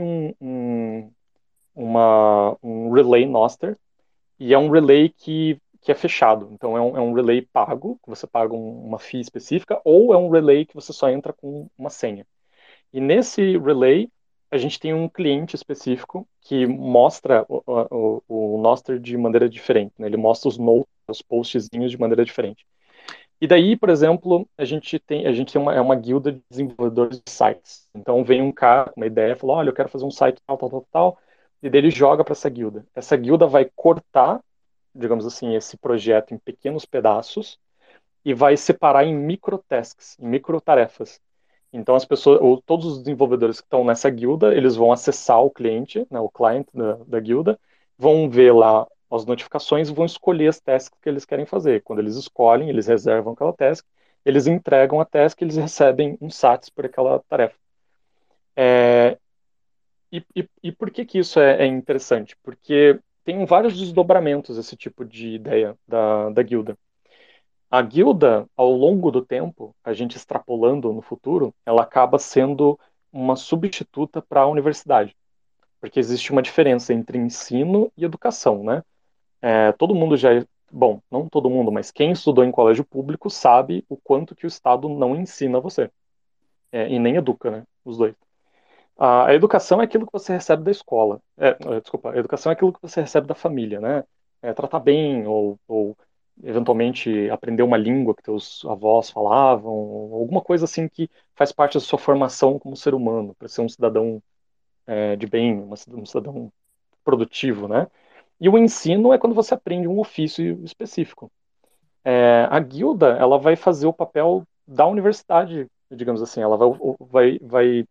um relay Nostr, e é um relay que é fechado. Então é um relay pago, que você paga uma fee específica, ou é um relay que você só entra com uma senha. E nesse relay, a gente tem um cliente específico que mostra o Nostr de maneira diferente, né? Ele mostra os notes, os postzinhos de maneira diferente. E daí, por exemplo, a gente tem uma guilda de desenvolvedores de sites. Então vem um cara com uma ideia, fala, olha, eu quero fazer um site tal, tal, tal, tal, e daí ele joga para essa guilda. Essa guilda vai cortar, digamos assim, esse projeto em pequenos pedaços e vai separar em microtasks, em microtarefas. Então as pessoas, ou todos os desenvolvedores que estão nessa guilda, eles vão acessar o cliente, né, o client da guilda, vão ver lá as notificações e vão escolher as tasks que eles querem fazer. Quando eles escolhem, eles reservam aquela task, eles entregam a task e eles recebem um sats por aquela tarefa. É, e por que que isso é interessante? Porque tem vários desdobramentos esse tipo de ideia da guilda. A guilda, ao longo do tempo, a gente extrapolando no futuro, ela acaba sendo uma substituta para a universidade, porque existe uma diferença entre ensino e educação, né? Todo mundo bom, não todo mundo, mas quem estudou em colégio público sabe o quanto que o Estado não ensina você, e nem educa, né? Os dois. A educação é aquilo que você recebe da escola. Desculpa, a educação é aquilo que você recebe da família, né? Tratar bem ou eventualmente aprender uma língua que teus avós falavam, ou alguma coisa assim que faz parte da sua formação como ser humano, para ser um cidadão de bem, um cidadão produtivo, né? E o ensino é quando você aprende um ofício específico. A guilda, ela vai fazer o papel da universidade, digamos assim, ela vai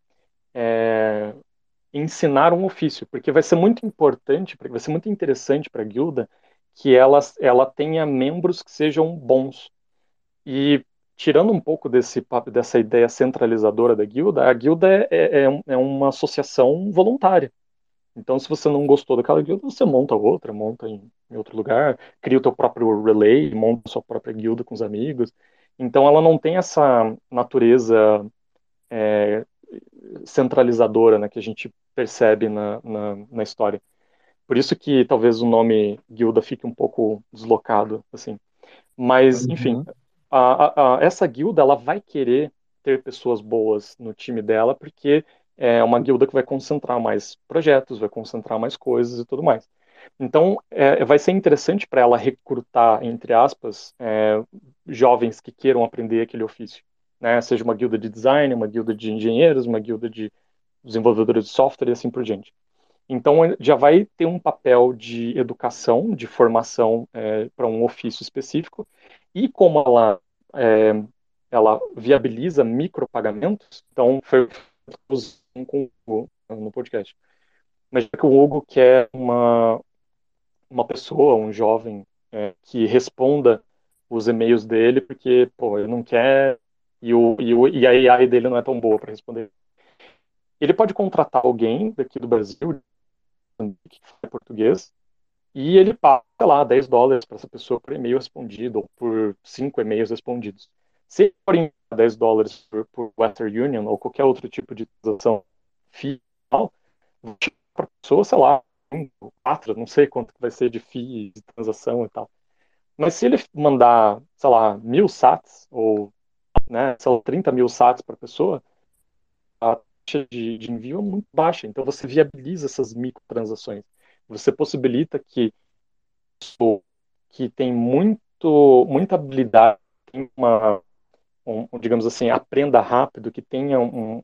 ensinar um ofício, porque vai ser muito importante, vai ser muito interessante para a guilda que ela tenha membros que sejam bons. E tirando um pouco dessa ideia centralizadora da guilda, a guilda é uma associação voluntária. Então, se você não gostou daquela guilda, você monta outra, monta em outro lugar, cria o teu próprio relay, monta a sua própria guilda com os amigos. Então, ela não tem essa natureza é, centralizadora, né, que a gente percebe na história. Por isso que talvez o nome guilda fique um pouco deslocado, assim. Mas, enfim, Uhum. essa guilda ela vai querer ter pessoas boas no time dela, porque é uma guilda que vai concentrar mais projetos, vai concentrar mais coisas e tudo mais. Então, vai ser interessante para ela recrutar, entre aspas, jovens que queiram aprender aquele ofício. Né? Seja uma guilda de design, uma guilda de engenheiros, uma guilda de desenvolvedores de software e assim por diante. Então, já vai ter um papel de educação, de formação para um ofício específico, e como é, ela viabiliza micropagamentos, então foi com o Hugo no podcast. Mas que o Hugo quer uma pessoa, um jovem, que responda os e-mails dele, porque, pô, ele não quer, e a AI dele não é tão boa para responder. Ele pode contratar alguém daqui do Brasil, que fala português, e ele paga, sei lá, $10 para essa pessoa por e-mail respondido, ou por 5 e-mails respondidos. Se ele forem $10 por Western Union, ou qualquer outro tipo de transação final, para a pessoa, sei lá, 4, não sei quanto que vai ser de FII, de transação e tal. Mas se ele mandar, sei lá, 1.000 sats, ou né, sei lá, 30 mil sats para a pessoa, a taxa de envio é muito baixa. Então você viabiliza essas microtransações. Você possibilita que que tem muita habilidade, tem digamos assim, aprenda rápido, que tenha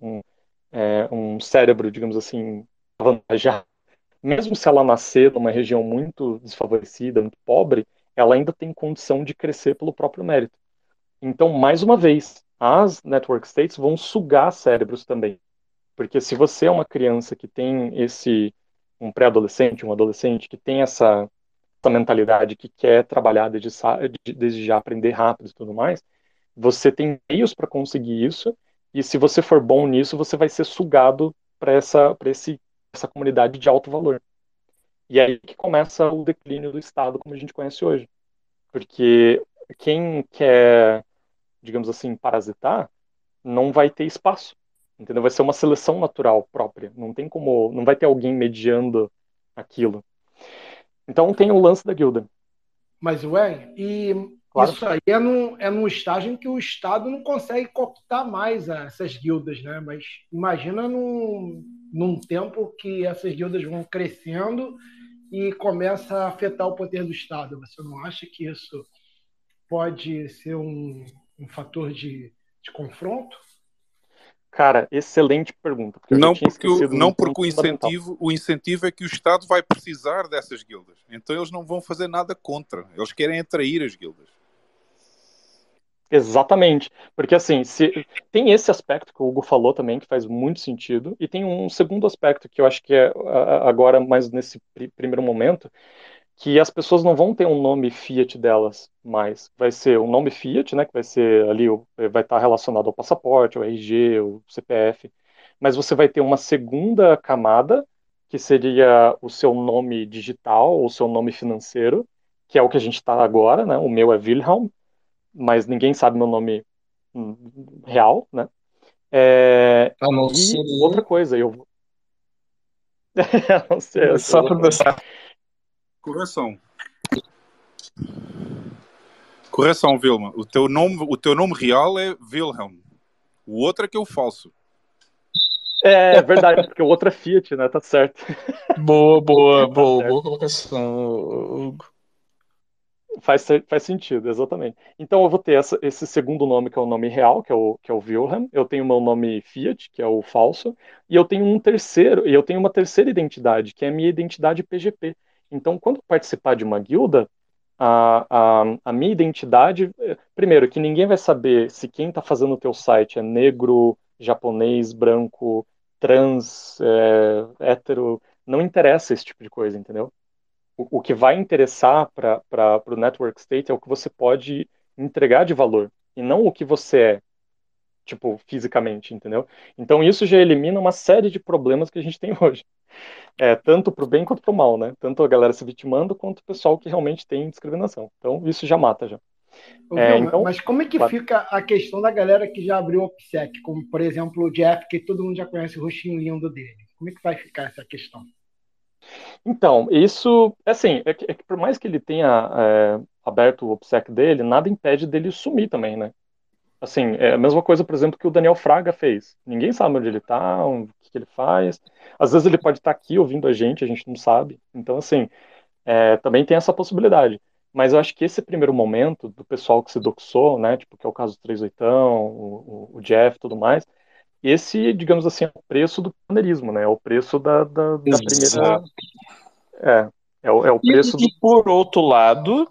um cérebro, digamos assim, avantajado, mesmo se ela nascer numa região muito desfavorecida, muito pobre, ela ainda tem condição de crescer pelo próprio mérito. Então, mais uma vez, as network states vão sugar cérebros também. Porque se você é uma criança que tem um pré-adolescente, um adolescente que tem essa mentalidade que quer trabalhar desde já aprender rápido e tudo mais, você tem meios para conseguir isso, e se você for bom nisso, você vai ser sugado para essa comunidade de alto valor. E é aí que começa o declínio do Estado como a gente conhece hoje. Porque quem quer, digamos assim, parasitar, não vai ter espaço. Entendeu? Vai ser uma seleção natural própria. Não tem como, não vai ter alguém mediando aquilo. Então tem o lance da guilda. Mas, ué, e Claro. isso aí é num estágio em que o Estado não consegue cooptar mais essas guildas, né? Mas imagina num tempo que essas guildas vão crescendo e começa a afetar o poder do Estado. Você não acha que isso pode ser um fator de confronto? Cara, excelente pergunta, porque eu já Não tinha porque, esquecido não um ponto porque fundamental. o incentivo é que o Estado vai precisar dessas guildas. Então eles não vão fazer nada contra. Eles querem atrair as guildas. Exatamente, porque assim, tem esse aspecto que o Hugo falou também, que faz muito sentido, e tem um segundo aspecto que eu acho que é agora mais nesse primeiro momento, que as pessoas não vão ter um nome Fiat delas mais. Vai ser um nome Fiat, né, que vai ser ali, vai estar relacionado ao passaporte, ao RG, ao CPF, mas você vai ter uma segunda camada, que seria o seu nome digital, ou seu nome financeiro, que é o que a gente está agora, né? O meu é Wilhelm, mas ninguém sabe meu nome real, né? A não ser E outra coisa, eu não sei, só para exatamente. deixar. Correção. Correção, Vilma. O teu nome real é Wilhelm. O outro é que é o falso. É verdade, porque o outro é Fiat, né? Tá certo. Boa, boa, Tá boa, certo. boa colocação, Hugo. Faz sentido, exatamente. Então eu vou ter esse segundo nome, que é o nome real, que é o Wilhelm. Eu tenho meu nome Fiat, que é o falso. E eu tenho uma terceira identidade, que é a minha identidade PGP. Então, quando eu participar de uma guilda, a minha identidade, primeiro, que ninguém vai saber se quem está fazendo o teu site é negro, japonês, branco, trans, hétero, não interessa esse tipo de coisa, entendeu? O que vai interessar para o network state é o que você pode entregar de valor, e não o que você é, tipo, fisicamente, entendeu? Então isso já elimina uma série de problemas que a gente tem hoje. Tanto para o bem quanto para o mal, né? Tanto a galera se vitimando quanto o pessoal que realmente tem discriminação. Então isso já mata já. Então, Mas como é que claro. fica a questão da galera que já abriu o OPSEC, como por exemplo o Jeff, que todo mundo já conhece o rostinho lindo dele? Como é que vai ficar essa questão? Então, isso, assim, é que por mais que ele tenha aberto o OPSEC dele, nada impede dele sumir também, né? Assim, é a mesma coisa, por exemplo, que o Daniel Fraga fez. Ninguém sabe onde ele tá, o que ele faz. Às vezes ele pode estar aqui ouvindo a gente não sabe. Então, assim, também tem essa possibilidade. Mas eu acho que esse primeiro momento do pessoal que se doxou, né, tipo, que é o caso do 38, o Jeff e tudo mais, esse, digamos assim, é o preço do pioneirismo, né? É o preço da primeira. Exato. É o preço do. E por outro lado,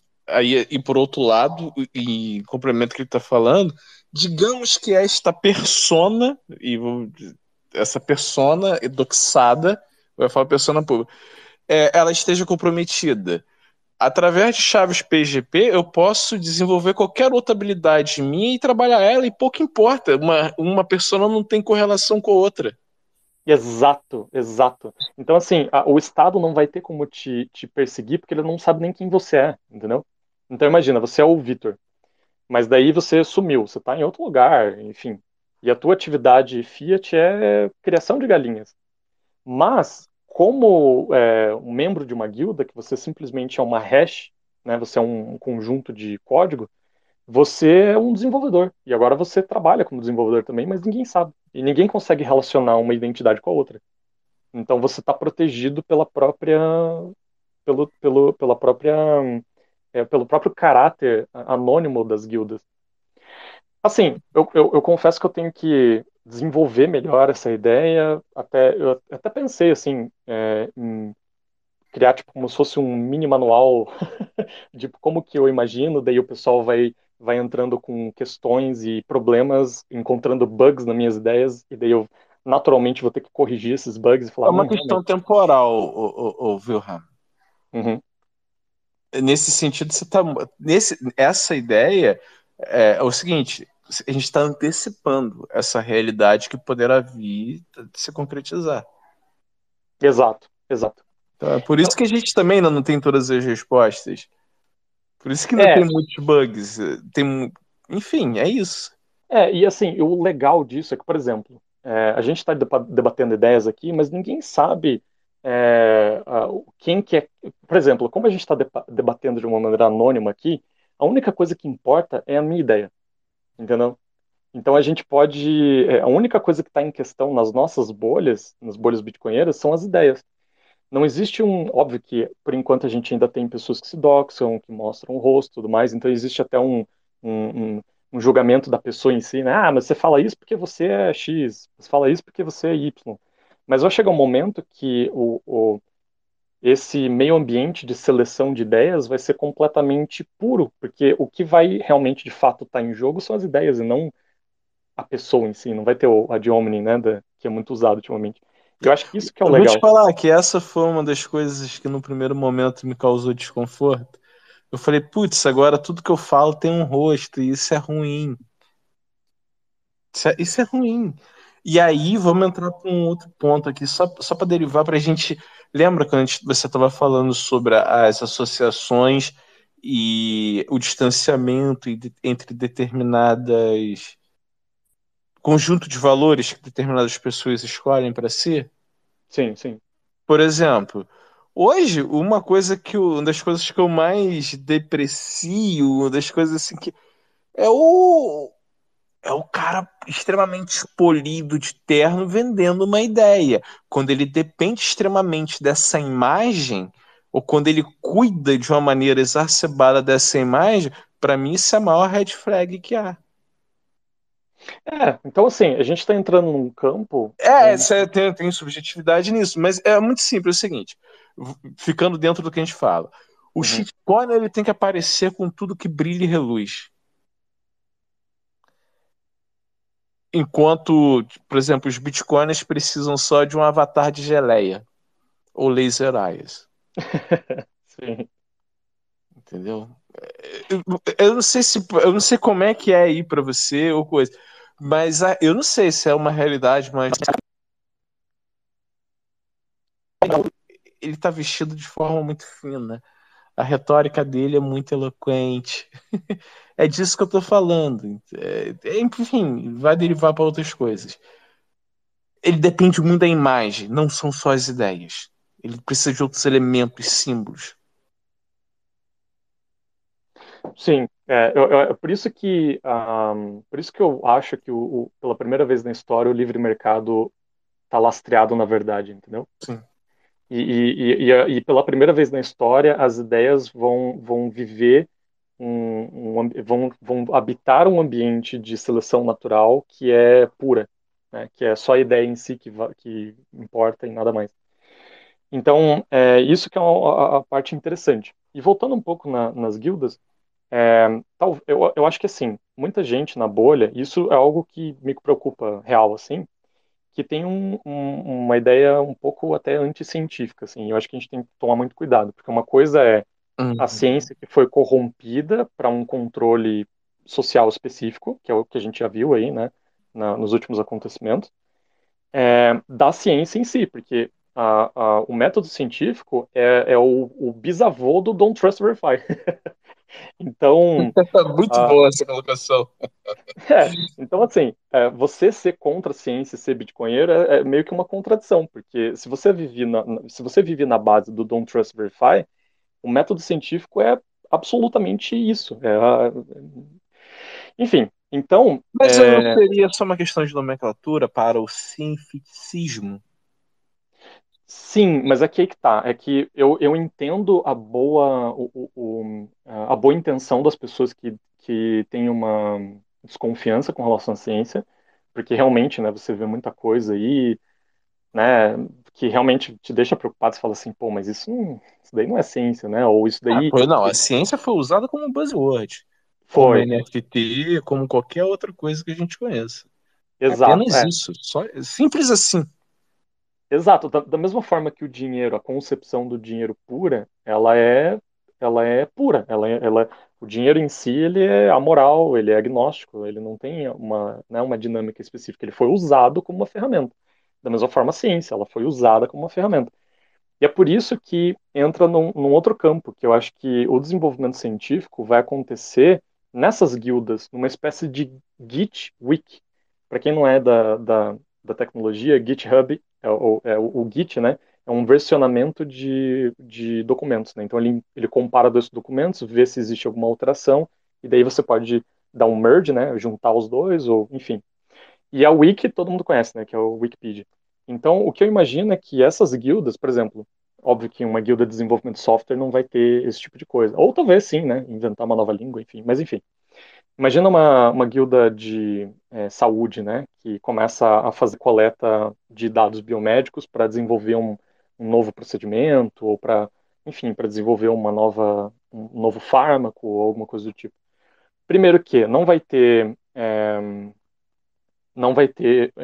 e complemento o que ele está falando, digamos que esta persona, essa persona doxada, eu falo persona pública, ela esteja comprometida. Através de chaves PGP, eu posso desenvolver qualquer outra habilidade minha e trabalhar ela, e pouco importa. Uma persona não tem correlação com a outra. Exato, exato. Então, assim, o Estado não vai ter como te perseguir porque ele não sabe nem quem você é, entendeu? Então, imagina, você é o Vitor, mas daí você sumiu, você está em outro lugar, enfim. E a tua atividade Fiat é criação de galinhas. Mas, como um membro de uma guilda, que você simplesmente é uma hash, né, você é um conjunto de código, você é um desenvolvedor. E agora você trabalha como desenvolvedor também, mas ninguém sabe. E ninguém consegue relacionar uma identidade com a outra. Então você está protegido pela própria, pelo próprio caráter anônimo das guildas. Assim, eu confesso que eu tenho que desenvolver melhor essa ideia. Eu até pensei assim, em criar tipo como se fosse um mini manual de como que eu imagino. Daí o pessoal vai entrando com questões e problemas, encontrando bugs nas minhas ideias, e daí eu naturalmente vou ter que corrigir esses bugs e É falar, uma questão realmente. temporal, o Wilhelm. Uhum. Nesse sentido, essa ideia é o seguinte: a gente está antecipando essa realidade que poderá vir a se concretizar. Exato, exato. Então, é por Então, isso que a gente também ainda não tem todas as respostas. Por isso que ainda é, tem muitos bugs. Enfim, é isso. e assim, o legal disso é que, por exemplo, a gente está debatendo ideias aqui, mas ninguém sabe quem que é. Por exemplo, como a gente está debatendo de uma maneira anônima aqui, a única coisa que importa é a minha ideia, entendeu? Então a gente pode. A única coisa que está em questão nas nossas bolhas, nas bolhas bitcoinheiras, são as ideias. Não existe óbvio que por enquanto a gente ainda tem pessoas que se doxam, que mostram o rosto e tudo mais, então existe até um, um julgamento da pessoa em si, né? Ah, mas você fala isso porque você é X, você fala isso porque você é Y. Mas vai chegar um momento que esse meio ambiente de seleção de ideias vai ser completamente puro, porque o que vai realmente de fato estar em jogo são as ideias e não a pessoa em si, não vai ter o ad hominem, né, que é muito usado ultimamente. E eu acho que isso que é o Eu vou te legal. falar que essa foi uma das coisas que no primeiro momento me causou desconforto. Eu falei, putz, agora tudo que eu falo tem um rosto e isso é ruim. Isso é ruim. E aí, vamos entrar para um outro ponto aqui, só para derivar, para a gente. Lembra quando você estava falando sobre as associações e o distanciamento entre determinadas conjunto de valores que determinadas pessoas escolhem para si? Sim, sim. Por exemplo, hoje, uma das coisas que eu mais deprecio, uma das coisas assim que é o cara extremamente polido de terno vendendo uma ideia. Quando ele depende extremamente dessa imagem, ou quando ele cuida de uma maneira exacerbada dessa imagem, para mim isso é a maior red flag que há. Então assim, a gente está entrando num campo onde. Tem subjetividade nisso, mas é muito simples, é o seguinte, ficando dentro do que a gente fala. O Uhum. shitcoin ele tem que aparecer com tudo que brilha e reluz. Enquanto, por exemplo, os bitcoins precisam só de um avatar de geleia ou laser eyes. Sim. Entendeu? Eu não sei se eu não sei como é que é aí pra você ou coisa, mas eu não sei se é uma realidade, mas ele tá vestido de forma muito fina. A retórica dele é muito eloquente. É disso que eu tô falando. Enfim, vai derivar para outras coisas. Ele depende muito da imagem, não são só as ideias. Ele precisa de outros elementos, símbolos. Sim, por isso que eu acho que pela primeira vez na história o livre mercado está lastreado na verdade, entendeu? Sim. E pela primeira vez na história as ideias vão viver vão habitar um ambiente de seleção natural que é pura, né? Que é só a ideia em si que importa e nada mais. Então, isso que é a parte interessante. E voltando um pouco nas guildas, eu acho que assim, muita gente na bolha, isso é algo que me preocupa real, assim, que tem uma ideia um pouco até anticientífica, assim. Eu acho que a gente tem que tomar muito cuidado, porque uma coisa é a Uhum. ciência que foi corrompida para um controle social específico, que é o que a gente já viu aí, né, nos últimos acontecimentos, da ciência em si, porque o método científico é o bisavô do Don't Trust Verify. Então, Muito ah, boa essa colocação. então, assim, você ser contra a ciência e ser bitcoinheiro é meio que uma contradição, porque se você vive na base do Don't Trust Verify, o método científico é absolutamente isso. Enfim, então, Mas não seria só uma questão de nomenclatura para o cientificismo? sim, mas aqui é que tá. É que eu entendo a boa intenção das pessoas que têm uma desconfiança com relação à ciência, porque realmente, né, você vê muita coisa aí, né, que realmente te deixa preocupado. Você fala assim, pô, mas isso daí não é ciência, né? Ou isso daí Pois não, a ciência foi usada como buzzword, como foi. NFT, como qualquer outra coisa que a gente conheça. É Exato, apenas isso, só simples assim. exato. Da mesma forma que o dinheiro, a concepção do dinheiro pura, ela é pura. O dinheiro em si, ele é amoral, ele é agnóstico, ele não tem uma dinâmica específica. Ele foi usado como uma ferramenta. Da mesma forma, a ciência, ela foi usada como uma ferramenta. E é por isso que entra num outro campo, que eu acho que o desenvolvimento científico vai acontecer nessas guildas, numa espécie de Git Wiki. Para quem não é da tecnologia, GitHub, o Git, né, é um versionamento de documentos, né? Então ele compara dois documentos, vê se existe alguma alteração, e daí você pode dar um merge, né, juntar os dois, ou enfim. E a Wiki todo mundo conhece, né, que é o Wikipedia. Então, o que eu imagino é que essas guildas, por exemplo, óbvio que uma guilda de desenvolvimento de software não vai ter esse tipo de coisa. Ou talvez sim, né, inventar uma nova língua, enfim. Mas enfim, imagina uma guilda de saúde, né, que começa a fazer coleta de dados biomédicos para desenvolver um novo procedimento ou para, enfim, para desenvolver um novo fármaco ou alguma coisa do tipo. Primeiro que não vai ter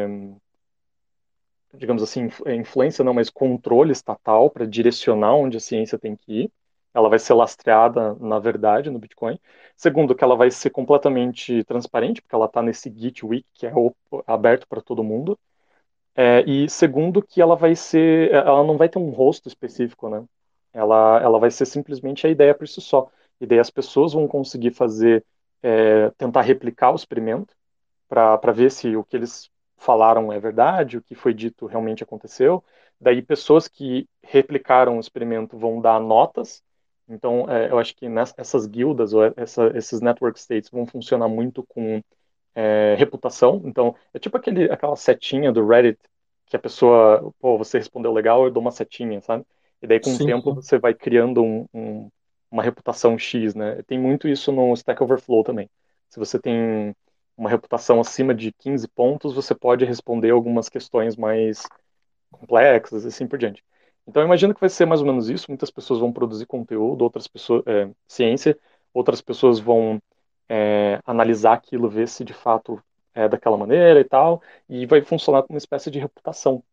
digamos assim, influência não, mas controle estatal para direcionar onde a ciência tem que ir. Ela vai ser lastreada, na verdade, no Bitcoin. Segundo, que ela vai ser completamente transparente, porque ela está nesse Git Wiki, que é aberto para todo mundo. E segundo, que ela não vai ter um rosto específico, né? Ela vai ser simplesmente a ideia por si só. E daí as pessoas vão conseguir tentar replicar o experimento para ver se o que eles falaram é verdade, o que foi dito realmente aconteceu. Daí, pessoas que replicaram o experimento vão dar notas. Então, eu acho que essas guildas ou esses network states vão funcionar muito com reputação. Então, é tipo aquela setinha do Reddit que a pessoa, pô, você respondeu legal, eu dou uma setinha, sabe? E daí, com o Sim, tempo, sim. você vai criando uma reputação X, né? Tem muito isso no Stack Overflow também. Se você tem uma reputação acima de 15 pontos, você pode responder algumas questões mais complexas, e assim por diante. Então, eu imagino que vai ser mais ou menos isso. Muitas pessoas vão produzir conteúdo, outras pessoas, ciência, outras pessoas vão analisar aquilo, ver se de fato é daquela maneira e tal, e vai funcionar como uma espécie de reputação.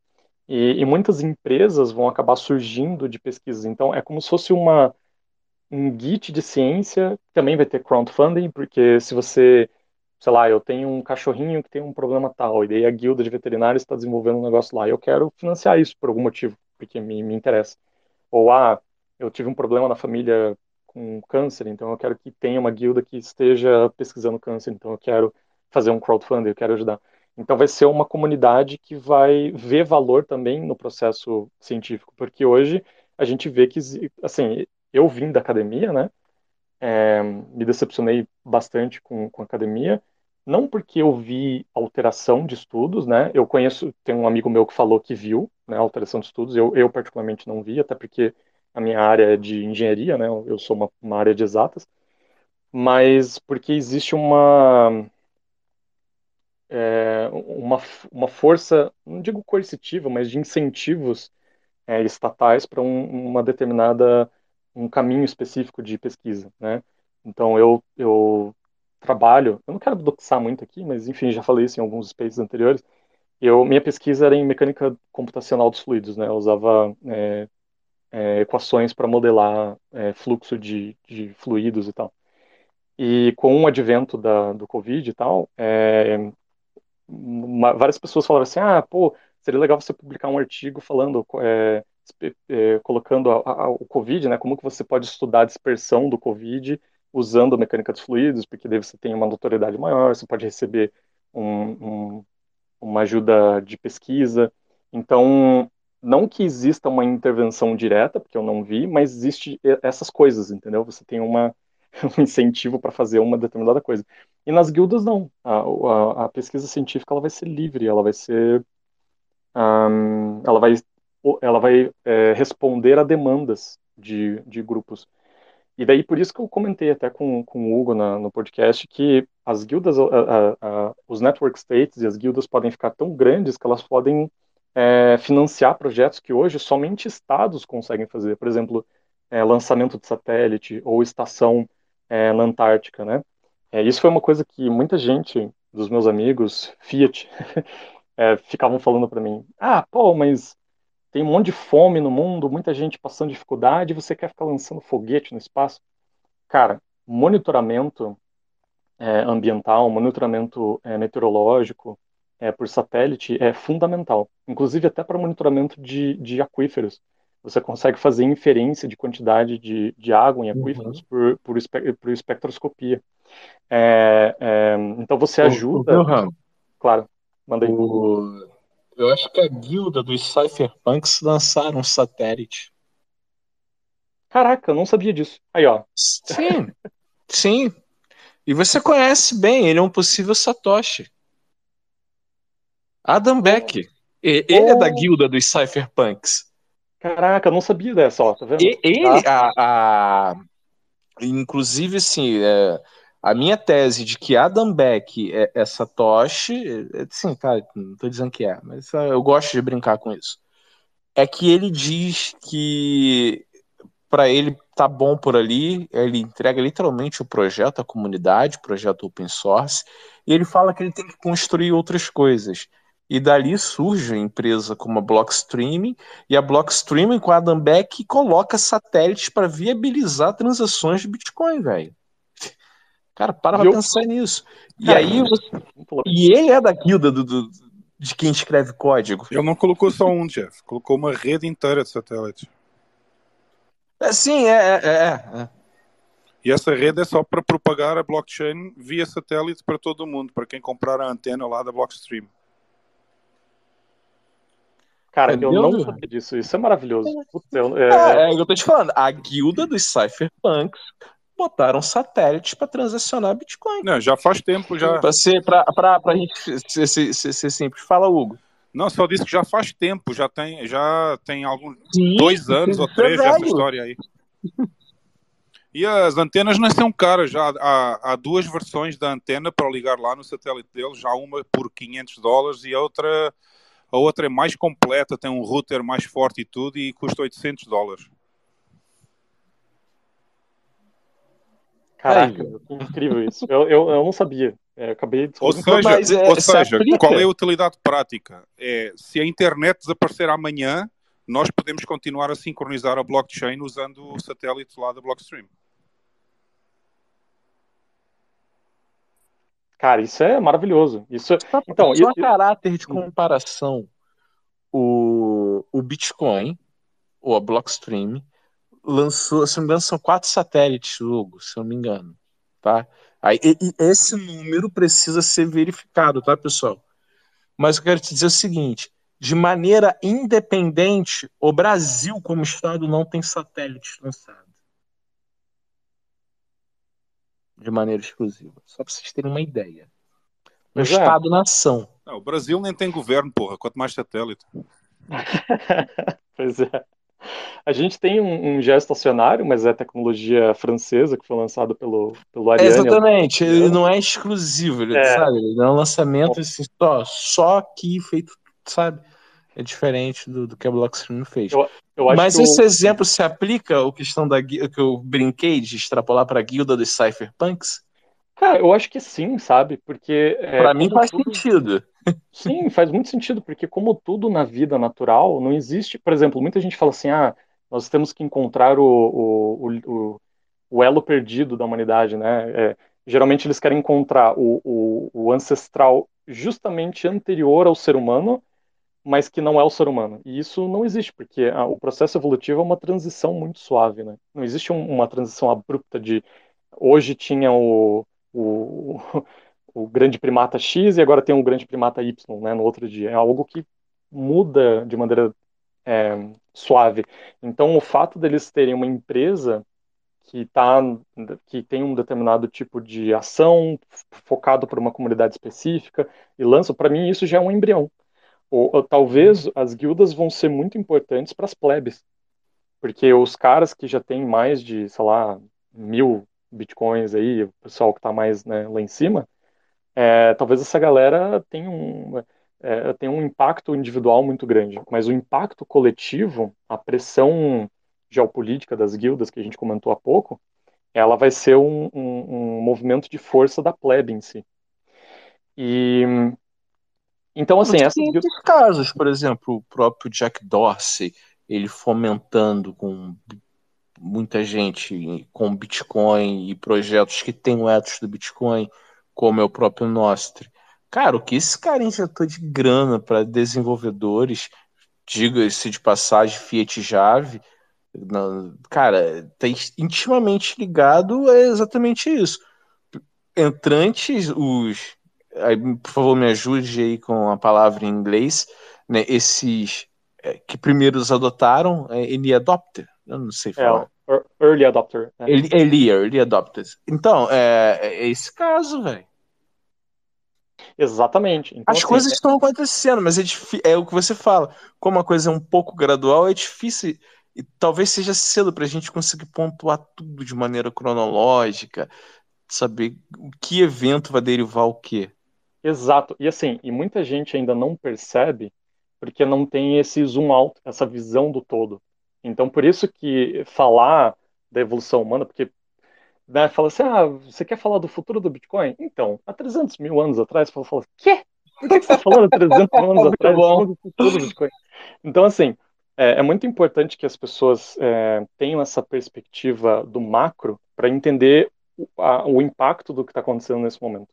E muitas empresas vão acabar surgindo de pesquisas. Então, é como se fosse um Git de ciência, que também vai ter crowdfunding, porque se você, sei lá, eu tenho um cachorrinho que tem um problema tal, e daí a guilda de veterinários está desenvolvendo um negócio lá, e eu quero financiar isso por algum motivo, porque me interessa. Ou, eu tive um problema na família com câncer, então eu quero que tenha uma guilda que esteja pesquisando câncer, então eu quero fazer um crowdfunding, eu quero ajudar. Então vai ser uma comunidade que vai ver valor também no processo científico, porque hoje a gente vê que, assim, eu vim da academia, né? Me decepcionei bastante com a academia, não porque eu vi alteração de estudos, né? Eu conheço, tem um amigo meu que falou que viu, né, alteração de estudos, eu particularmente não vi, até porque a minha área é de engenharia, né? Eu sou uma área de exatas, mas porque existe uma, uma força, não digo coercitiva, mas de incentivos estatais para uma determinada um caminho específico de pesquisa, né? Então eu trabalho, eu não quero doxar muito aqui, mas enfim, já falei isso em alguns spaces anteriores. Minha pesquisa era em mecânica computacional dos fluidos, né? Eu usava equações para modelar fluxo de fluidos e tal. E com o advento do Covid e tal, várias pessoas falaram assim, pô, seria legal você publicar um artigo falando, colocando o Covid, né, como que você pode estudar a dispersão do Covid usando a mecânica dos fluidos, porque daí você tem uma notoriedade maior, você pode receber uma ajuda de pesquisa. Então, não que exista uma intervenção direta, porque eu não vi, mas existe essas coisas, entendeu? Você tem um incentivo para fazer uma determinada coisa. E nas guildas, não. A pesquisa científica ela vai ser livre, ela vai ser. Ela vai, responder a demandas de grupos. E daí, por isso que eu comentei até com o Hugo no podcast que as guildas, os network states e as guildas podem ficar tão grandes que elas podem financiar projetos que hoje somente estados conseguem fazer. Por exemplo, lançamento de satélite ou estação na Antártica, né? Isso foi uma coisa que muita gente dos meus amigos, Fiat, ficavam falando para mim. Pô, mas tem um monte de fome no mundo, muita gente passando dificuldade, e você quer ficar lançando foguete no espaço? Cara, monitoramento ambiental, monitoramento meteorológico por satélite é fundamental. Inclusive até para monitoramento de aquíferos. Você consegue fazer inferência de quantidade de água em aquíferos por espectroscopia. Então você ajuda... Wilhelm, Claro, manda aí. eu acho que a guilda dos cypherpunks lançaram um satélite. Caraca, eu não sabia disso. Aí, ó. Sim, sim. E você conhece bem, ele é um possível Satoshi. Adam Beck. Ele é da guilda dos cypherpunks. Caraca, eu não sabia dessa, ó, tá vendo? Ele, inclusive, assim, a minha tese de que Adam Beck é Satoshi, assim, cara, não tô dizendo que é, mas eu gosto de brincar com isso. É que ele diz que para ele tá bom por ali, ele entrega literalmente o projeto à comunidade, o projeto open source, e ele fala que ele tem que construir outras coisas. E dali surge a empresa como a Blockstream, e a Blockstream com a Adam Beck coloca satélites para viabilizar transações de Bitcoin, velho. Cara, para pra pensar nisso. Cara, e ele é da guilda de quem escreve código. Ele não colocou só um, Jeff. Colocou uma rede inteira de satélites. Sim. E essa rede é só para propagar a blockchain via satélite para todo mundo, para quem comprar a antena lá da Blockstream. Cara, eu não sabia disso. Isso é maravilhoso. Putz, eu tô te falando. A guilda dos cypherpunks botaram satélites para transacionar Bitcoin. Não, já faz tempo já. Pra gente ser simples. Fala, Hugo. Não, só disse que já faz tempo, já tem alguns 2 anos ou 3 essa história aí. E as antenas não são caras, já há 2 versões da antena para ligar lá no satélite deles, já uma por $500 e a outra é mais completa, tem um router mais forte e tudo e custa $800. Caraca, que incrível isso. Eu não sabia. Eu acabei Ou descobrindo. seja, qual é a utilidade prática? Se a internet desaparecer amanhã, nós podemos continuar a sincronizar a blockchain usando o satélite lá da Blockstream. Cara, isso é maravilhoso. Então, só caráter de comparação, o Bitcoin, ou a Blockstream, lançou, se não me engano, são 4 satélites, Hugo, se eu não me engano, tá? Aí, e esse número precisa ser verificado, tá, pessoal? Mas eu quero te dizer o seguinte, de maneira independente, o Brasil, como Estado, não tem satélites lançados. De maneira exclusiva. Só para vocês terem uma ideia. Um Estado-nação. O Brasil nem tem governo, porra, quanto mais satélite. Pois é. A gente tem um geoestacionário, mas é tecnologia francesa que foi lançado pelo Ariane. Exatamente, ele não é exclusivo, sabe? Ele é um lançamento assim, só aqui feito, sabe? É diferente do que a Blockstream fez. Mas esse exemplo se aplica à questão que eu brinquei de extrapolar para a guilda dos cypherpunks? Cara, eu acho que sim, sabe? Porque para mim faz sentido. Sim, faz muito sentido, porque como tudo na vida natural, não existe, por exemplo, muita gente fala assim, nós temos que encontrar o elo perdido da humanidade, né? Geralmente eles querem encontrar o ancestral justamente anterior ao ser humano, mas que não é o ser humano. E isso não existe, porque o processo evolutivo é uma transição muito suave, né? Não existe uma transição abrupta de hoje tinha o, o grande primata X e agora tem um grande primata Y, né, no outro dia. É algo que muda de maneira suave. Então, o fato deles terem uma empresa que tem um determinado tipo de ação focado por uma comunidade específica e lança, para mim, isso já é um embrião. Ou talvez as guildas vão ser muito importantes para as plebes, porque os caras que já têm mais de, sei lá, 1.000 bitcoins aí, o pessoal que está mais, né, lá em cima, talvez essa galera tenha um impacto individual muito grande, mas o impacto coletivo, a pressão geopolítica das guildas que a gente comentou há pouco, ela vai ser um movimento de força da plebe em si. E então, assim, tem esses casos, por exemplo, o próprio Jack Dorsey, ele fomentando com muita gente com Bitcoin e projetos que têm o ethos do Bitcoin, como é o próprio Nostr. Cara, o que esse cara injetou de grana para desenvolvedores, diga-se de passagem, Fiat Jave, cara, tá intimamente ligado a exatamente isso. Entrantes, aí, por favor, me ajude aí com a palavra em inglês, né, esses que primeiro os adotaram, early adopter, eu não sei falar. Early adopter. Né? Early adopters. Então, é esse caso, velho. Exatamente. Então, as coisas estão acontecendo, mas é o que você fala. Como a coisa é um pouco gradual, é difícil. E talvez seja cedo para a gente conseguir pontuar tudo de maneira cronológica, saber o que evento vai derivar o quê. Exato. E assim, muita gente ainda não percebe porque não tem esse zoom out, essa visão do todo. Então, por isso que falar da evolução humana, porque né, fala assim, você quer falar do futuro do Bitcoin? Então, há 300 mil anos atrás, você fala, quê? Por que você está falando há 300 mil anos atrás do futuro do Bitcoin? Então, assim, é muito importante que as pessoas tenham essa perspectiva do macro para entender o impacto do que está acontecendo nesse momento.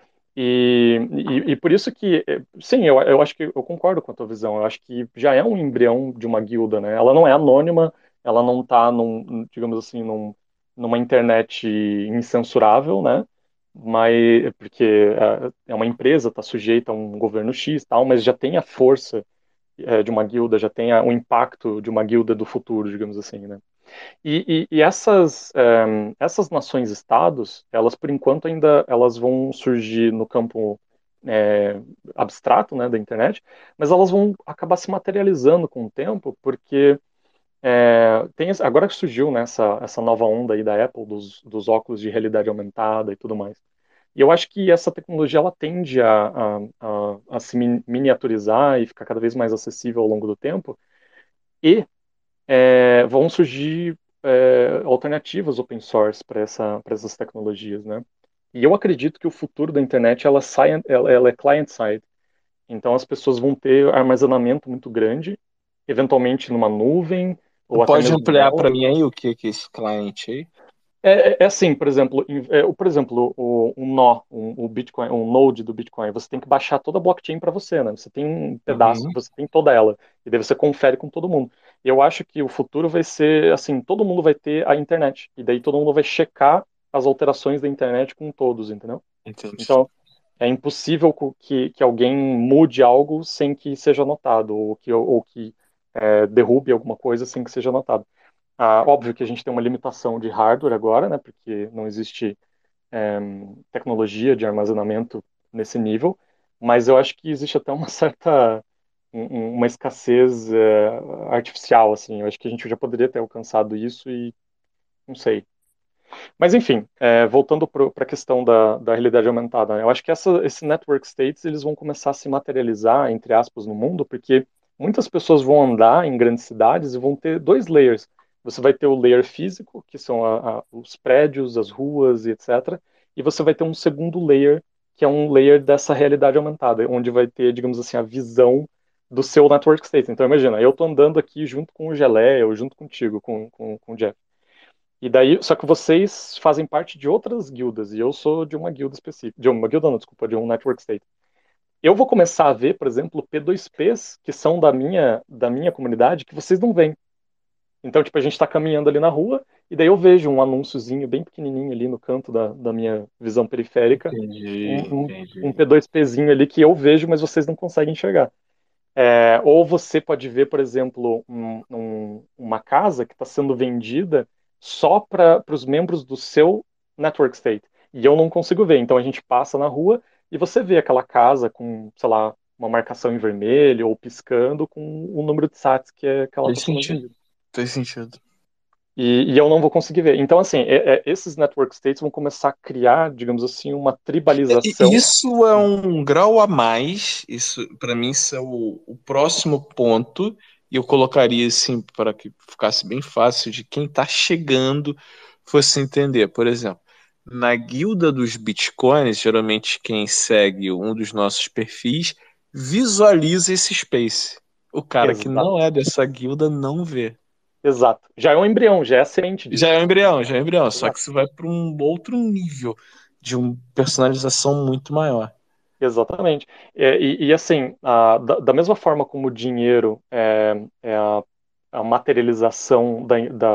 E por isso que, sim, eu acho que eu concordo com a tua visão. Eu acho que já é um embrião de uma guilda, né? Ela não é anônima, ela não está digamos assim, numa internet incensurável, né? Mas porque é uma empresa, está sujeita a um governo X, tal, mas já tem a força de uma guilda, já tem o impacto de uma guilda do futuro, digamos assim, né? E essas nações-estados, elas por enquanto ainda elas vão surgir no campo abstrato, né, da internet, mas elas vão acabar se materializando com o tempo, porque agora que surgiu, né, essa nova onda aí da Apple, dos óculos de realidade aumentada e tudo mais. E eu acho que essa tecnologia ela tende a se miniaturizar e ficar cada vez mais acessível ao longo do tempo, e vão surgir alternativas open source para essas tecnologias, né? E eu acredito que o futuro da internet ela é client-side. Então as pessoas vão ter armazenamento muito grande, eventualmente numa nuvem ou até Pode mesmo ampliar nela. para mim aí o que é esse cliente aí? É assim, por exemplo, um nó, o Bitcoin, um node do Bitcoin, você tem que baixar toda a blockchain para você, né? Você tem um pedaço, Uhum. você tem toda ela, e daí você confere com todo mundo. Eu acho que o futuro vai ser assim, todo mundo vai ter a internet, e daí todo mundo vai checar as alterações da internet com todos, entendeu? Entendi. Então, é impossível que alguém mude algo sem que seja notado, ou que derrube alguma coisa sem que seja notado. Óbvio que a gente tem uma limitação de hardware agora, né, porque não existe tecnologia de armazenamento nesse nível, mas eu acho que existe até uma certa uma escassez artificial, assim. Eu acho que a gente já poderia ter alcançado isso e não sei. Mas enfim, voltando para a questão da realidade aumentada, né, eu acho que esses network states eles vão começar a se materializar, entre aspas, no mundo, porque muitas pessoas vão andar em grandes cidades e vão ter dois layers. Você vai ter o layer físico, que são os prédios, as ruas e etc. E você vai ter um segundo layer, que é um layer dessa realidade aumentada, onde vai ter, digamos assim, a visão do seu network state. Então imagina, eu estou andando aqui junto com o Geleia, ou junto contigo, com o Jeff. E daí, só que vocês fazem parte de outras guildas, e eu sou de uma guilda específica. De uma guilda não, desculpa, de um network state. Eu vou começar a ver, por exemplo, P2Ps, que são da minha comunidade, que vocês não veem. Então, tipo, a gente está caminhando ali na rua, e daí eu vejo um anúnciozinho bem pequenininho ali no canto da minha visão periférica, Entendi, um entendi. P2Pzinho ali que eu vejo, mas vocês não conseguem enxergar. Ou você pode ver, por exemplo, uma casa que está sendo vendida só para os membros do seu network state. E eu não consigo ver. Então a gente passa na rua e você vê aquela casa com, sei lá, uma marcação em vermelho ou piscando com o número de sats que ela Faz está sendo sentido. vendida. Faz sentido. E eu não vou conseguir ver. Então, assim, esses network states vão começar a criar, digamos assim, uma tribalização. Isso é um grau a mais. Isso, para mim, isso é o próximo ponto. E eu colocaria assim para que ficasse bem fácil de quem está chegando fosse entender. Por exemplo, na guilda dos bitcoins, geralmente quem segue um dos nossos perfis visualiza esse space. O cara que Exato. não é dessa guilda não vê. Exato. Já é um embrião, já é a semente Já disso. é um embrião, já é um embrião. Só Exato. que isso vai para um outro nível de uma personalização muito maior. Exatamente. Assim, da mesma forma como o dinheiro é a materialização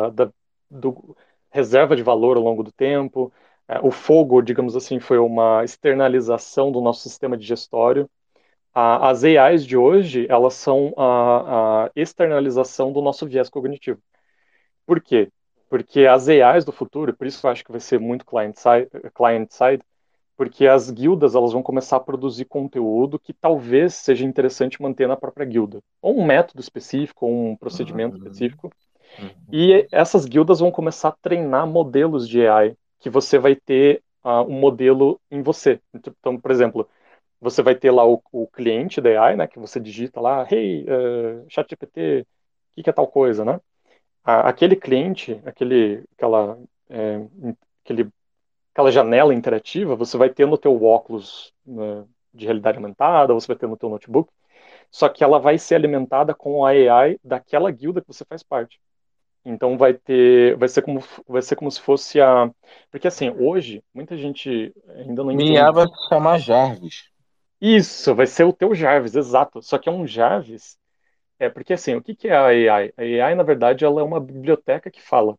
do reserva de valor ao longo do tempo, o fogo, digamos assim, foi uma externalização do nosso sistema digestório. As AIs de hoje, elas são a externalização do nosso viés cognitivo. Por quê? Porque as AIs do futuro, por isso que eu acho que vai ser muito client-side, porque as guildas elas vão começar a produzir conteúdo que talvez seja interessante manter na própria guilda, ou um método específico, ou um procedimento Uhum. específico. E essas guildas vão começar a treinar modelos de AI, que você vai ter um modelo em você. Então, por exemplo, você vai ter lá o cliente da AI, né, que você digita lá, hey, ChatGPT, o que é tal coisa, né? Aquele cliente, é, aquele aquela janela interativa, você vai ter no teu óculos, né, de realidade aumentada, você vai ter no teu notebook, só que ela vai ser alimentada com a AI daquela guilda que você faz parte. Então vai ser como se fosse porque assim, hoje muita gente ainda não Minha IA entende. vai se chamar Jarvis. Isso, vai ser o teu Jarvis, exato. Só que é um Jarvis, porque assim, o que que é a AI? A AI, na verdade, ela é uma biblioteca que fala.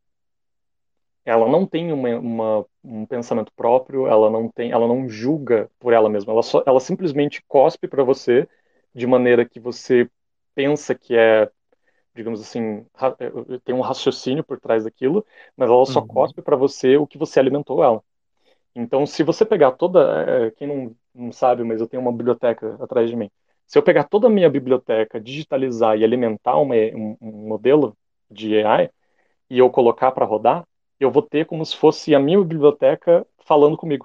Ela não tem um pensamento próprio, ela não julga por ela mesma, ela simplesmente cospe para você de maneira que você pensa que digamos assim, tem um raciocínio por trás daquilo, mas ela só Uhum. cospe para você o que você alimentou ela. Então, se você pegar quem não sabe, mas eu tenho uma biblioteca atrás de mim. Se eu pegar toda a minha biblioteca, digitalizar e alimentar um modelo de AI, e eu colocar para rodar, eu vou ter como se fosse a minha biblioteca falando comigo.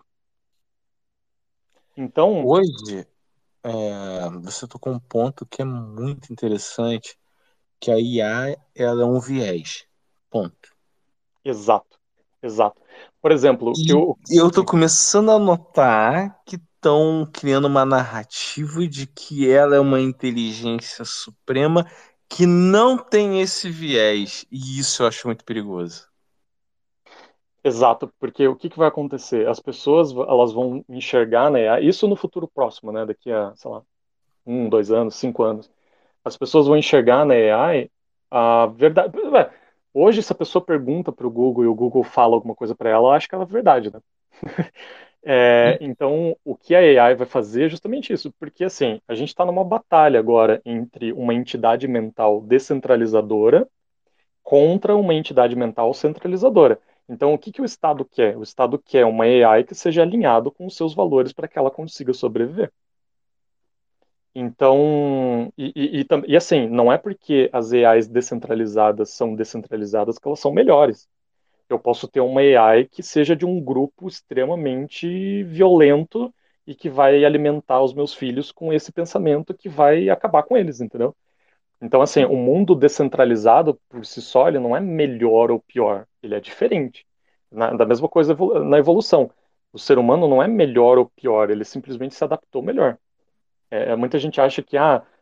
Então, Hoje, você tocou um ponto que é muito interessante, que a IA ela é um viés. Ponto. Exato, exato. Por exemplo, Eu tô começando a notar que estão criando uma narrativa de que ela é uma inteligência suprema que não tem esse viés, e isso eu acho muito perigoso. Exato, porque o que vai acontecer? As pessoas, elas vão enxergar, né? Isso no futuro próximo, né? Daqui a, sei lá, 2 anos, 5 anos. As pessoas vão enxergar na AI a verdade. Hoje, se a pessoa pergunta para o Google e o Google fala alguma coisa para ela, eu acho que ela é verdade, né? Então, o que a AI vai fazer é justamente isso, porque assim, a gente está numa batalha agora entre uma entidade mental descentralizadora contra uma entidade mental centralizadora. Então, o que o Estado quer? O Estado quer uma AI que seja alinhado com os seus valores para que ela consiga sobreviver. Então, e assim, não é porque as AIs descentralizadas são descentralizadas que elas são melhores. Eu posso ter uma AI que seja de um grupo extremamente violento e que vai alimentar os meus filhos com esse pensamento que vai acabar com eles, entendeu? Então, assim, o mundo descentralizado por si só, ele não é melhor ou pior, ele é diferente. Da mesma coisa na evolução. O ser humano não é melhor ou pior, ele simplesmente se adaptou melhor. Muita gente acha que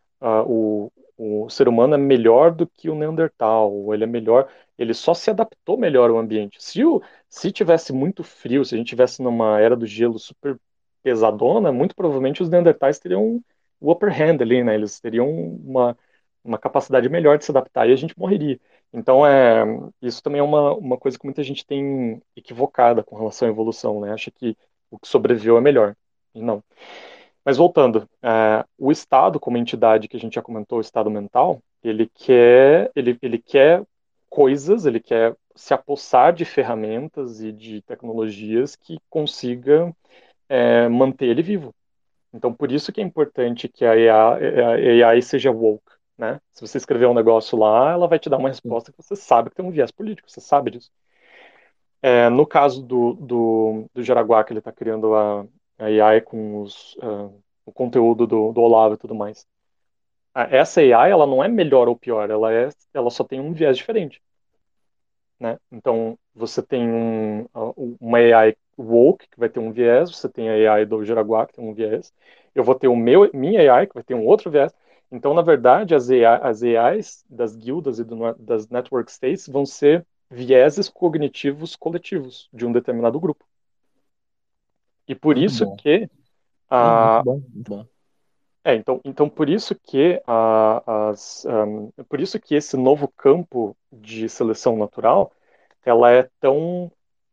o ser humano é melhor do que o Neandertal, ou ele é melhor, ele só se adaptou melhor ao ambiente. Se tivesse muito frio, se a gente tivesse numa era do gelo super pesadona, muito provavelmente os Neandertais teriam o upper hand ali, né? Eles teriam uma capacidade melhor de se adaptar e a gente morreria. Então, isso também é uma coisa que muita gente tem equivocada com relação à evolução, né? Acha que o que sobreviveu é melhor. E não. Mas voltando, o Estado, como entidade que a gente já comentou, o Estado mental, ele quer coisas, ele quer se apossar de ferramentas e de tecnologias que consiga manter ele vivo. Então, por isso que é importante que a AI seja woke, né? Se você escrever um negócio lá, ela vai te dar uma resposta que você sabe que tem um viés político, você sabe disso. No caso do Jaraguá, que ele está criando a AI com o conteúdo do Olavo e tudo mais. Essa AI, ela não é melhor ou pior, ela só tem um viés diferente, né? Então, você tem uma AI woke, que vai ter um viés, você tem a AI do Jaraguá, que tem um viés, eu vou ter minha AI, que vai ter um outro viés. Então, na verdade, as AIs das guildas e das network states vão ser vieses cognitivos coletivos de um determinado grupo. E por Muito isso bom. que Muito bom, muito bom. Então por isso que por isso que esse novo campo de seleção natural, ela é tão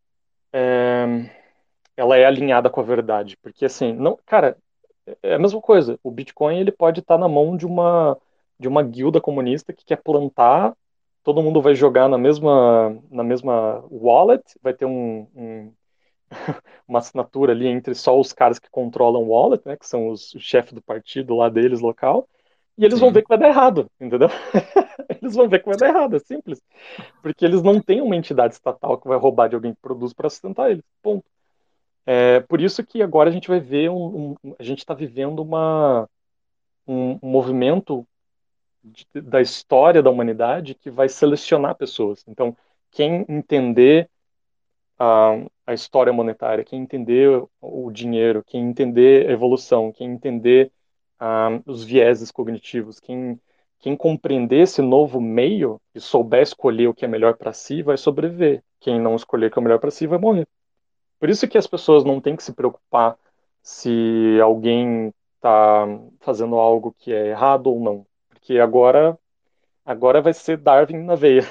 ela é alinhada com a verdade, porque assim, não, cara, é a mesma coisa. O Bitcoin ele pode estar na mão de uma guilda comunista que quer plantar, todo mundo vai jogar na mesma wallet, vai ter uma assinatura ali entre só os caras que controlam o wallet, né, que são os chefes do partido lá deles local, e eles vão ver Sim. que vai dar errado, entendeu? Eles vão ver que vai dar errado, é simples. Porque eles não têm uma entidade estatal que vai roubar de alguém que produz para sustentar eles. Ponto. Por isso que agora a gente vai ver a gente está vivendo um movimento da história da humanidade que vai selecionar pessoas. Então, quem entender a história monetária, quem entender o dinheiro, quem entender a evolução, quem entender os vieses cognitivos, quem compreender esse novo meio e souber escolher o que é melhor para si, vai sobreviver. Quem não escolher o que é melhor para si, vai morrer. Por isso que as pessoas não têm que se preocupar se alguém está fazendo algo que é errado ou não. Porque agora vai ser Darwin na veia.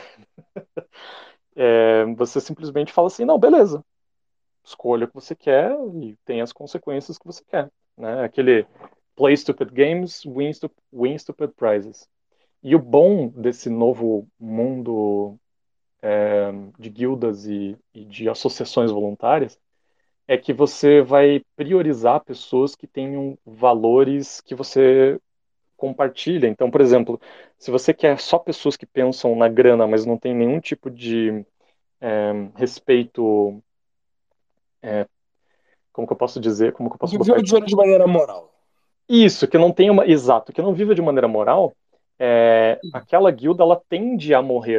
Você simplesmente fala assim, não, beleza, escolha o que você quer e tem as consequências que você quer, né? Aquele play stupid games, win stupid prizes. E o bom desse novo mundo de guildas e de associações voluntárias é que você vai priorizar pessoas que tenham valores que você compartilha. Então, por exemplo, se você quer só pessoas que pensam na grana, mas não tem nenhum tipo de respeito, como que eu posso dizer, como que eu posso Viver botar o isso? dinheiro de maneira moral. Isso, exato, que não viva de maneira moral, aquela guilda ela tende a morrer.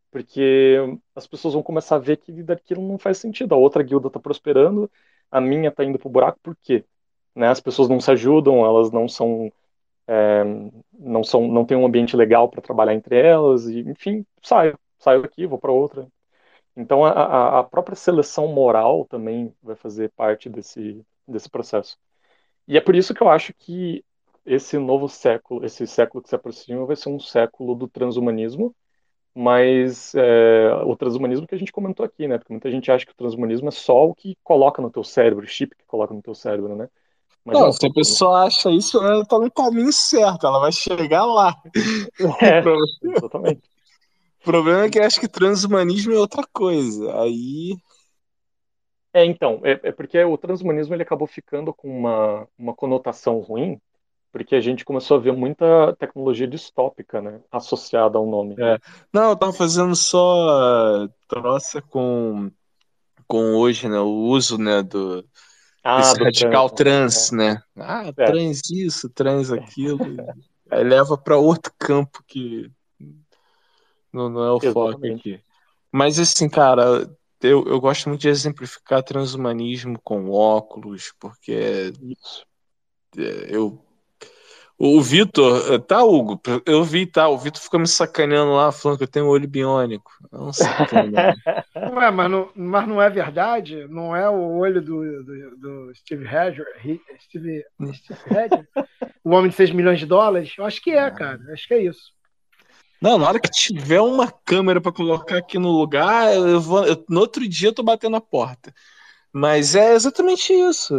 porque as pessoas vão começar a ver que daquilo não faz sentido. A outra guilda está prosperando, a minha está indo pro buraco, por quê? Né? As pessoas não se ajudam, elas é, não têm um ambiente legal para trabalhar entre elas, e enfim, saio aqui, vou para outra. Então a própria seleção moral também vai fazer parte desse processo. E é por isso que eu acho que esse novo século, esse século que se aproxima, vai ser um século do transhumanismo, mas o transhumanismo que a gente comentou aqui, né? Porque muita gente acha que o transhumanismo é só o que coloca no teu cérebro, o chip que coloca no teu cérebro, né? Mas Não, não. se a pessoa acha isso, ela tá no caminho certo, ela vai chegar lá. É, exatamente. O problema é que eu acho que transhumanismo é outra coisa. Aí. Então, é porque o transhumanismo ele acabou ficando com uma conotação ruim, porque a gente começou a ver muita tecnologia distópica, né, associada ao nome. É. Não, eu tava fazendo só troça com hoje, né? O uso, né, Ah, desse do radical trans, trans, né? Ah, né? trans isso, trans aquilo. Aí leva para outro campo que não é o foco Exatamente. aqui. Mas assim, cara, eu gosto muito de exemplificar transhumanismo com óculos, porque Isso. eu. O Vitor, tá, Hugo? Eu vi, tá? O Vitor fica me sacaneando lá, falando que eu tenho olho biônico. É um sacanagem. Ué, mas não é verdade? Não é o olho do Steve Hedger, Steve Hedger? O homem de 6 milhões de dólares? Eu acho que é, cara. Acho que é isso. Não, na hora que tiver uma câmera para colocar aqui no lugar, no outro dia eu tô batendo a porta. Mas é exatamente isso.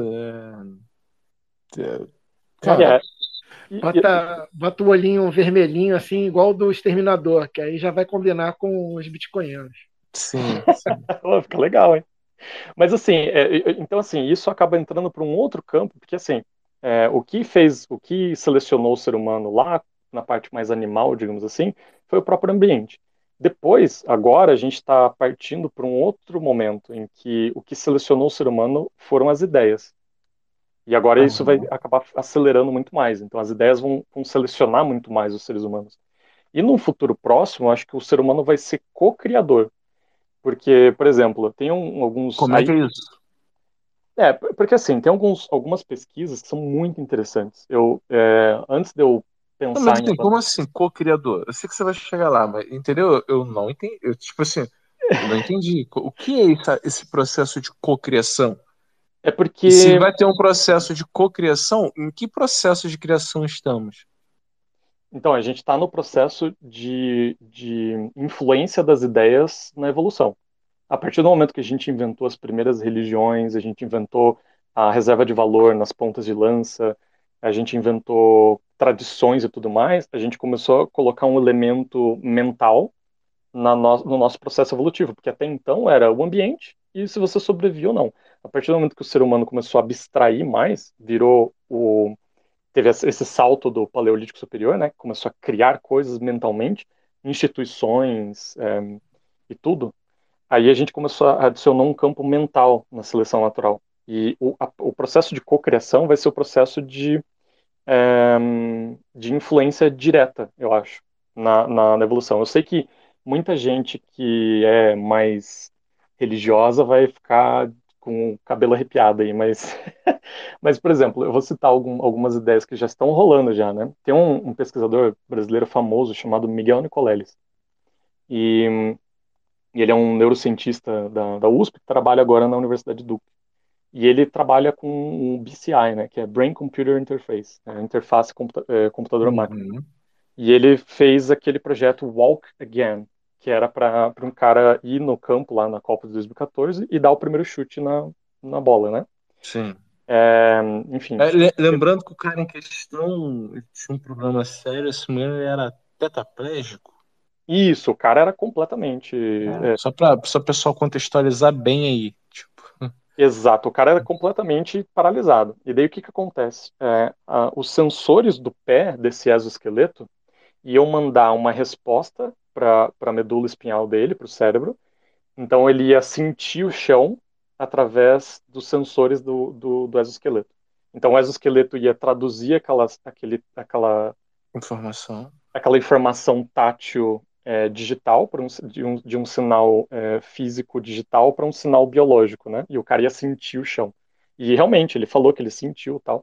Cara, É, Bota o olhinho vermelhinho, assim, igual o do Exterminador, que aí já vai combinar com os bitcoinheiros. sim, sim. fica legal, hein? Mas assim, então assim, isso acaba entrando para um outro campo, porque assim, o que selecionou o ser humano lá na parte mais animal, digamos assim, foi o próprio ambiente. Depois, agora a gente está partindo para um outro momento em que o que selecionou o ser humano foram as ideias. E agora isso vai Aham. acabar acelerando muito mais. Então as ideias vão selecionar muito mais os seres humanos. E num futuro próximo, eu acho que o ser humano vai ser co-criador. Porque, por exemplo, tem alguns. Como é que é isso? Porque assim, tem algumas pesquisas que são muito interessantes. Antes de eu Não, mas pensar em assim, como assim, co-criador? Eu sei que você vai chegar lá, mas entendeu? Eu não entendi. Tipo assim, eu não entendi. O que é esse processo de cocriação? é E se porque vai ter um processo de cocriação, em que processo de criação estamos? então a gente está no processo de influência das ideias na evolução. A partir do momento que a gente inventou as primeiras religiões, a gente inventou a reserva de valor nas pontas de lança, a gente inventou tradições e tudo mais, a gente começou a colocar um elemento mental no nosso processo evolutivo, porque até então era o ambiente e se você sobrevivia ou não. A partir do momento que o ser humano começou a abstrair mais, teve esse salto do Paleolítico Superior, né, que começou a criar coisas mentalmente, instituições, e tudo. Aí a gente começou a adicionar um campo mental na seleção natural. E o processo de cocriação vai ser o processo é, de influência direta, eu acho, na evolução. Eu sei que muita gente que é mais religiosa vai ficar com o cabelo arrepiado aí, mas, mas por exemplo, eu vou citar algumas ideias que já estão rolando já, né? Tem um pesquisador brasileiro famoso chamado Miguel Nicoleles, e, e ele é um neurocientista da USP que trabalha agora na Universidade Duke. E ele trabalha com o BCI, né, que é Brain Computer Interface, interface computador-máquina. Uhum. E ele fez aquele projeto Walk Again, que era para um cara ir no campo lá na Copa de 2014 e dar o primeiro chute na bola, né? Sim. É, enfim. Lembrando que o cara em questão tinha um problema sério, se não me engano, ele era tetraplégico. Isso, o cara era completamente. Só o pessoal contextualizar bem aí. Tipo, Exato, o cara era completamente paralisado. E daí o que que acontece? Os sensores do pé desse exoesqueleto iam mandar uma resposta para a medula espinhal dele, para o cérebro. Então ele ia sentir o chão através dos sensores do exoesqueleto. Então o exoesqueleto ia traduzir aquela informação. informação tátil digital de um sinal físico digital para um sinal biológico, né? E o cara ia sentir o chão. E realmente, ele falou que ele sentiu tal.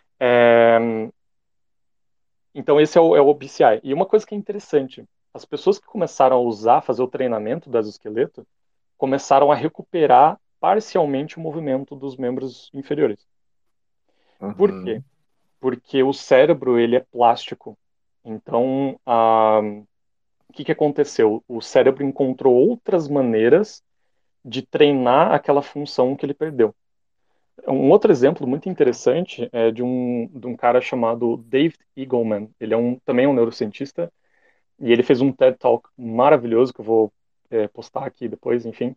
Então esse é o BCI. E uma coisa que é interessante, as pessoas que começaram a usar, fazer o treinamento do exoesqueleto, começaram a recuperar parcialmente o movimento dos membros inferiores. Por quê? Porque o cérebro, ele é plástico. Então, o que aconteceu? O cérebro encontrou outras maneiras de treinar aquela função que ele perdeu. Um outro exemplo muito interessante é de um cara chamado David Eagleman. Ele também é um neurocientista e ele fez um TED Talk maravilhoso que eu vou postar aqui depois, enfim,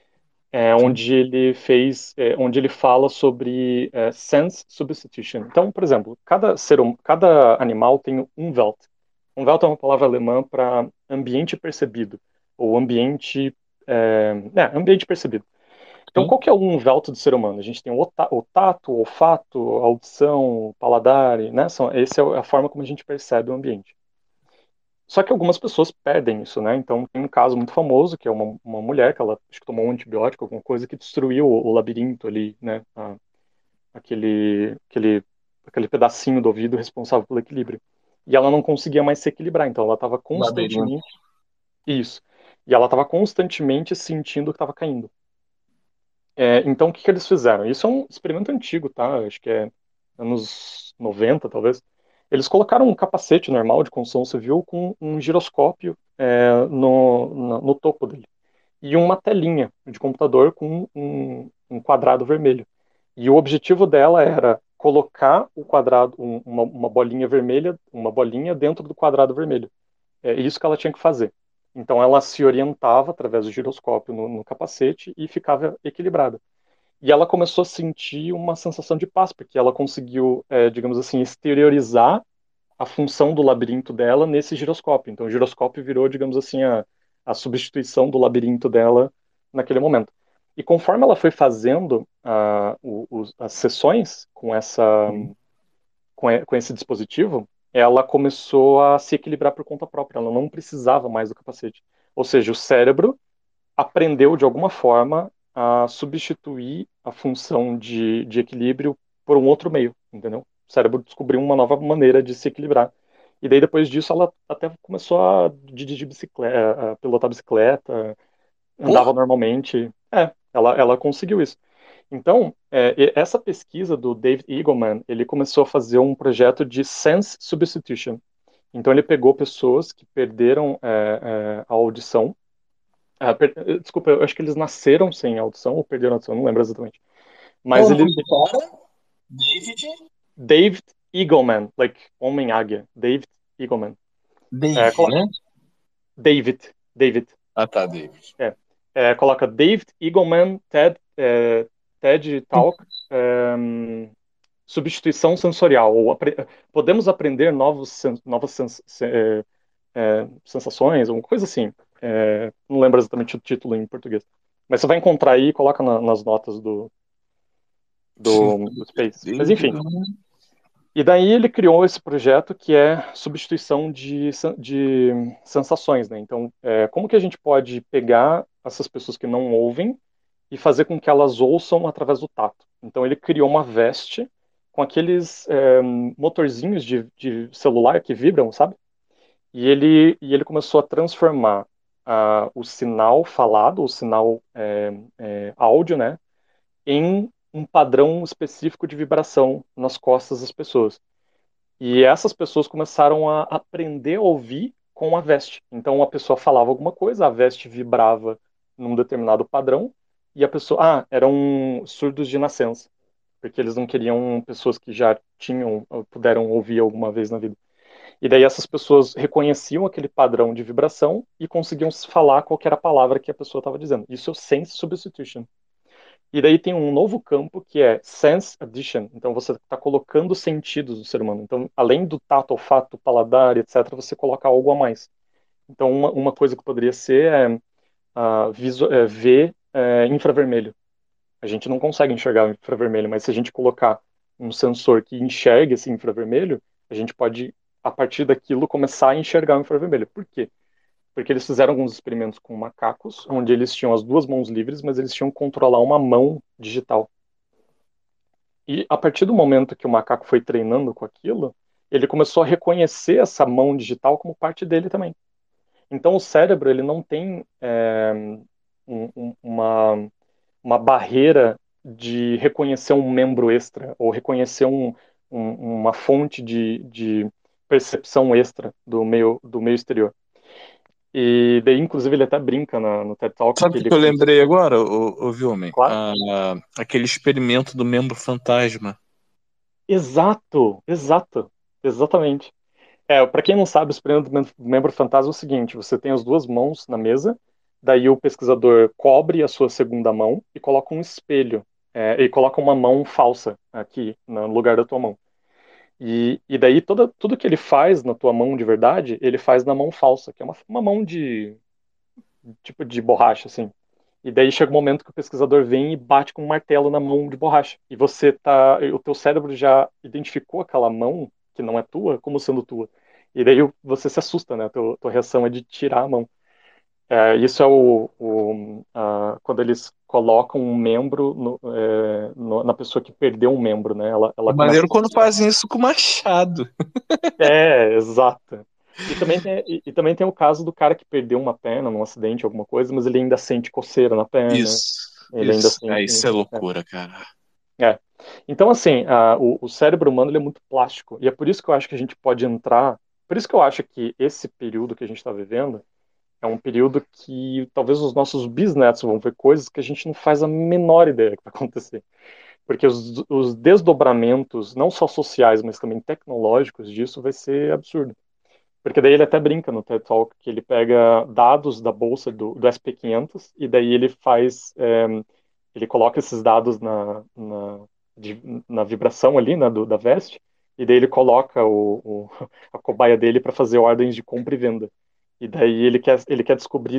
onde ele fala sobre sense substitution. Então, por exemplo, cada animal tem um Welt. Um Welt é uma palavra alemã para ambiente percebido ou ambiente percebido. Então, qual que é o Welt do ser humano? A gente tem o tato, o olfato, a audição, o paladar, né? Essa é a forma como a gente percebe o ambiente. Só que algumas pessoas perdem isso, né? Então, tem um caso muito famoso, que é uma mulher que ela acho que tomou um antibiótico, alguma coisa que destruiu o labirinto ali, né? Aquele pedacinho do ouvido responsável pelo equilíbrio. E ela não conseguia mais se equilibrar, então ela estava constantemente... Isso. E ela estava constantemente sentindo que estava caindo. Então, o que eles fizeram? Isso é um experimento antigo, tá? Acho que é anos 90, talvez. Eles colocaram um capacete normal de construção civil com um giroscópio no topo dele. E uma telinha de computador com um quadrado vermelho. E o objetivo dela era colocar o quadrado, uma bolinha vermelha, uma bolinha dentro do quadrado vermelho. É isso que ela tinha que fazer. Então ela se orientava através do giroscópio no capacete e ficava equilibrada. E ela começou a sentir uma sensação de paz, porque ela conseguiu, digamos assim, exteriorizar a função do labirinto dela nesse giroscópio. Então o giroscópio virou, digamos assim, a substituição do labirinto dela naquele momento. E conforme ela foi fazendo as sessões com esse dispositivo, ela começou a se equilibrar por conta própria. Ela não precisava mais do capacete. Ou seja, o cérebro aprendeu de alguma forma a substituir a função de equilíbrio por um outro meio, entendeu? O cérebro descobriu uma nova maneira de se equilibrar. E daí depois disso ela até começou a dirigir bicicleta, a pilotar bicicleta, andava normalmente. Ela conseguiu isso. Então, essa pesquisa do David Eagleman, ele começou a fazer um projeto de sense substitution. Então ele pegou pessoas que perderam a audição. Desculpa, eu acho que eles nasceram sem audição ou perderam a audição, não lembro exatamente. Mas ele... David? David Eagleman, like homem-águia. David Eagleman. Né? David. Ah, tá, David. Coloca David Eagleman, TED Talk, substituição sensorial. Podemos aprender novas sensações, uma coisa assim. Não lembro exatamente o título em português. Mas você vai encontrar aí e coloca nas notas do Space. Mas enfim. E daí ele criou esse projeto que é substituição de sensações, né? Então, como que a gente pode pegar essas pessoas que não ouvem e fazer com que elas ouçam através do tato? Então ele criou uma veste com aqueles motorzinhos de celular que vibram, sabe? E ele começou a transformar o sinal falado, o sinal áudio, né, em um padrão específico de vibração nas costas das pessoas. E essas pessoas começaram a aprender a ouvir com a veste. Então a pessoa falava alguma coisa, a veste vibrava num determinado padrão, e a pessoa, eram surdos de nascença, porque eles não queriam pessoas que já puderam ouvir alguma vez na vida. E daí essas pessoas reconheciam aquele padrão de vibração e conseguiam falar qual que era a palavra que a pessoa estava dizendo. Isso é o sense substitution. E daí tem um novo campo que é sense addition. Então você está colocando sentidos do ser humano. Então, além do tato, olfato, paladar, etc., você coloca algo a mais. Então, uma coisa que poderia ser ver infravermelho. A gente não consegue enxergar o infravermelho, mas se a gente colocar um sensor que enxergue esse infravermelho, a gente pode, a partir daquilo, começar a enxergar o infravermelho. Por quê? porque eles fizeram alguns experimentos com macacos, onde eles tinham as duas mãos livres, mas eles tinham que controlar uma mão digital. E a partir do momento que o macaco foi treinando com aquilo, ele começou a reconhecer essa mão digital como parte dele também. Então o cérebro ele não tem uma barreira de reconhecer um membro extra ou reconhecer uma fonte de percepção extra do meio exterior. E daí, inclusive, ele até brinca no TED Talk Sabe que o ele... que eu lembrei agora, ô Vilmen? Claro. Aquele experimento do membro fantasma. Exatamente. Para quem não sabe, o experimento do membro fantasma é o seguinte: você tem as duas mãos na mesa, daí o pesquisador cobre a sua segunda mão e coloca um espelho, e coloca uma mão falsa aqui no lugar da tua mão. E daí tudo que ele faz na tua mão de verdade, ele faz na mão falsa, que é uma mão de tipo de borracha, assim. E daí chega um momento que o pesquisador vem e bate com um martelo na mão de borracha. E o teu cérebro já identificou aquela mão que não é tua como sendo tua. E daí você se assusta, né? Tua reação é de tirar a mão. Isso é quando eles colocam um membro na pessoa que perdeu um membro, né? Ela É começa maneiro quando fazem isso com machado. Exato. E também tem o caso do cara que perdeu uma perna num acidente, alguma coisa, mas ele ainda sente coceira na perna. Isso. Ele ainda sente. Isso é loucura, cara. É. Então, assim, o cérebro humano ele é muito plástico. E é por isso que eu acho que a gente pode entrar. Por isso que eu acho que esse período que a gente está vivendo é um período que talvez os nossos bisnetos vão ver coisas que a gente não faz a menor ideia que vai acontecer. Porque os desdobramentos, não só sociais, mas também tecnológicos disso, vai ser absurdo. Porque daí ele até brinca no TED Talk que ele pega dados da bolsa do SP500 e daí ele coloca esses dados na vibração ali, né, da veste, e daí ele coloca a cobaia dele para fazer ordens de compra e venda. E daí ele quer descobrir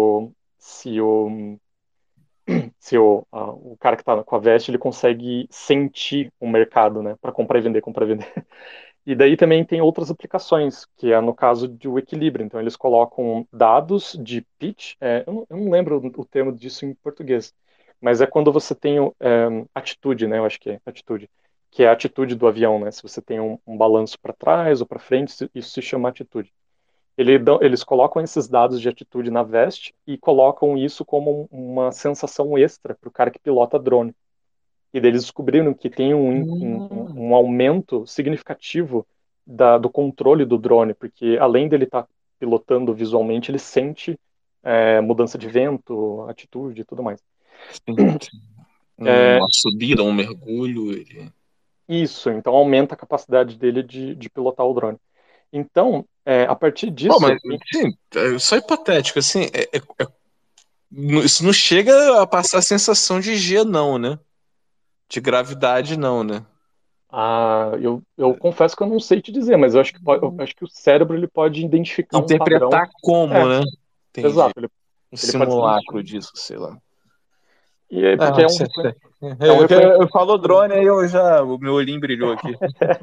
se o cara que está com a veste ele consegue sentir o mercado, né, para comprar e vender, comprar e vender. E daí também tem outras aplicações, que é no caso do equilíbrio. Então eles colocam dados de pitch, eu não lembro o termo disso em português, mas é quando você tem atitude, né? Eu acho que é atitude, que é a atitude do avião, né? Se você tem um balanço para trás ou para frente, isso se chama atitude. Eles colocam esses dados de atitude na veste e colocam isso como uma sensação extra para o cara que pilota drone. E daí eles descobriram que tem um aumento significativo do controle do drone, porque além dele estar pilotando visualmente, ele sente mudança de vento, atitude e tudo mais. Sim. É, Uma subida, um mergulho. Isso, então aumenta a capacidade dele de pilotar o drone. Então, a partir Pô, disso... mas, sim, só hipotético, assim, isso não chega a passar a sensação de G, não, né? De gravidade, não, né? Eu confesso que eu não sei te dizer, mas eu acho que o cérebro ele pode identificar um padrão. Interpretar como, né? Entendi. Exato, ele Um pode simulacro disso, sei lá. porque Sei. um Eu falo drone, aí o meu olhinho brilhou aqui.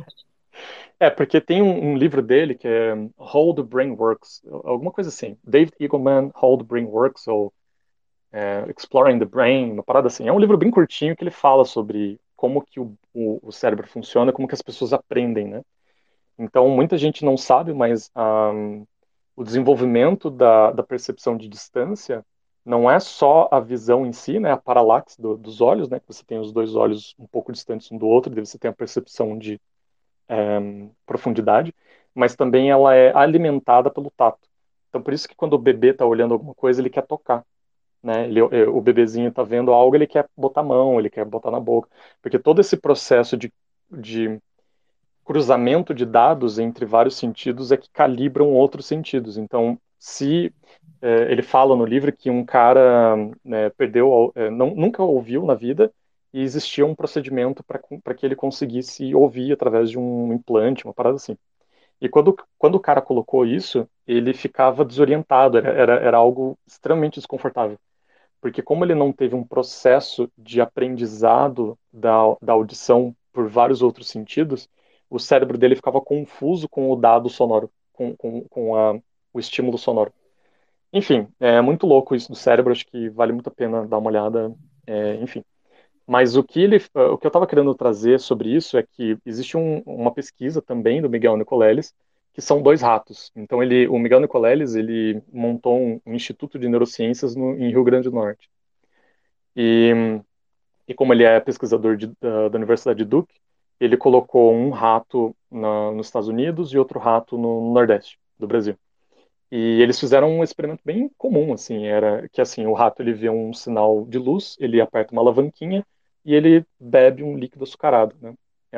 Porque tem um livro dele que é How the Brain Works, alguma coisa assim. David Eagleman, How the Brain Works, ou Exploring the Brain, uma parada assim. É um livro bem curtinho que ele fala sobre como que o cérebro funciona, como que as pessoas aprendem, né? Então, muita gente não sabe, mas o desenvolvimento da percepção de distância não é só a visão em si, né, a paralaxe dos olhos, né, que você tem os dois olhos um pouco distantes um do outro, daí você tem a percepção de profundidade, mas também ela é alimentada pelo tato. Então, por isso que quando o bebê está olhando alguma coisa, ele quer tocar, né? O bebezinho está vendo algo, ele quer botar a mão, ele quer botar na boca, porque todo esse processo de cruzamento de dados entre vários sentidos é que calibram outros sentidos. Então, se ele fala no livro que um cara perdeu, nunca ouviu na vida e existia um procedimento para que ele conseguisse ouvir através de um implante, uma parada assim. E quando o cara colocou isso, ele ficava desorientado, era algo extremamente desconfortável. Porque como ele não teve um processo de aprendizado da audição por vários outros sentidos, o cérebro dele ficava confuso com o dado sonoro, com o estímulo sonoro. Enfim, é muito louco isso do cérebro, acho que vale muito a pena dar uma olhada, enfim. Mas o que eu estava querendo trazer sobre isso é que existe uma pesquisa também do Miguel Nicoleles, que são dois ratos. Então o Miguel Nicoleles, ele montou um instituto de neurociências em Rio Grande do Norte. E, e como ele é pesquisador da Universidade de Duke, ele colocou um rato nos Estados Unidos e outro rato no Nordeste do Brasil. E eles fizeram um experimento bem comum, assim, era que assim, o rato ele vê um sinal de luz, ele aperta uma alavanquinha e ele bebe um líquido açucarado, né?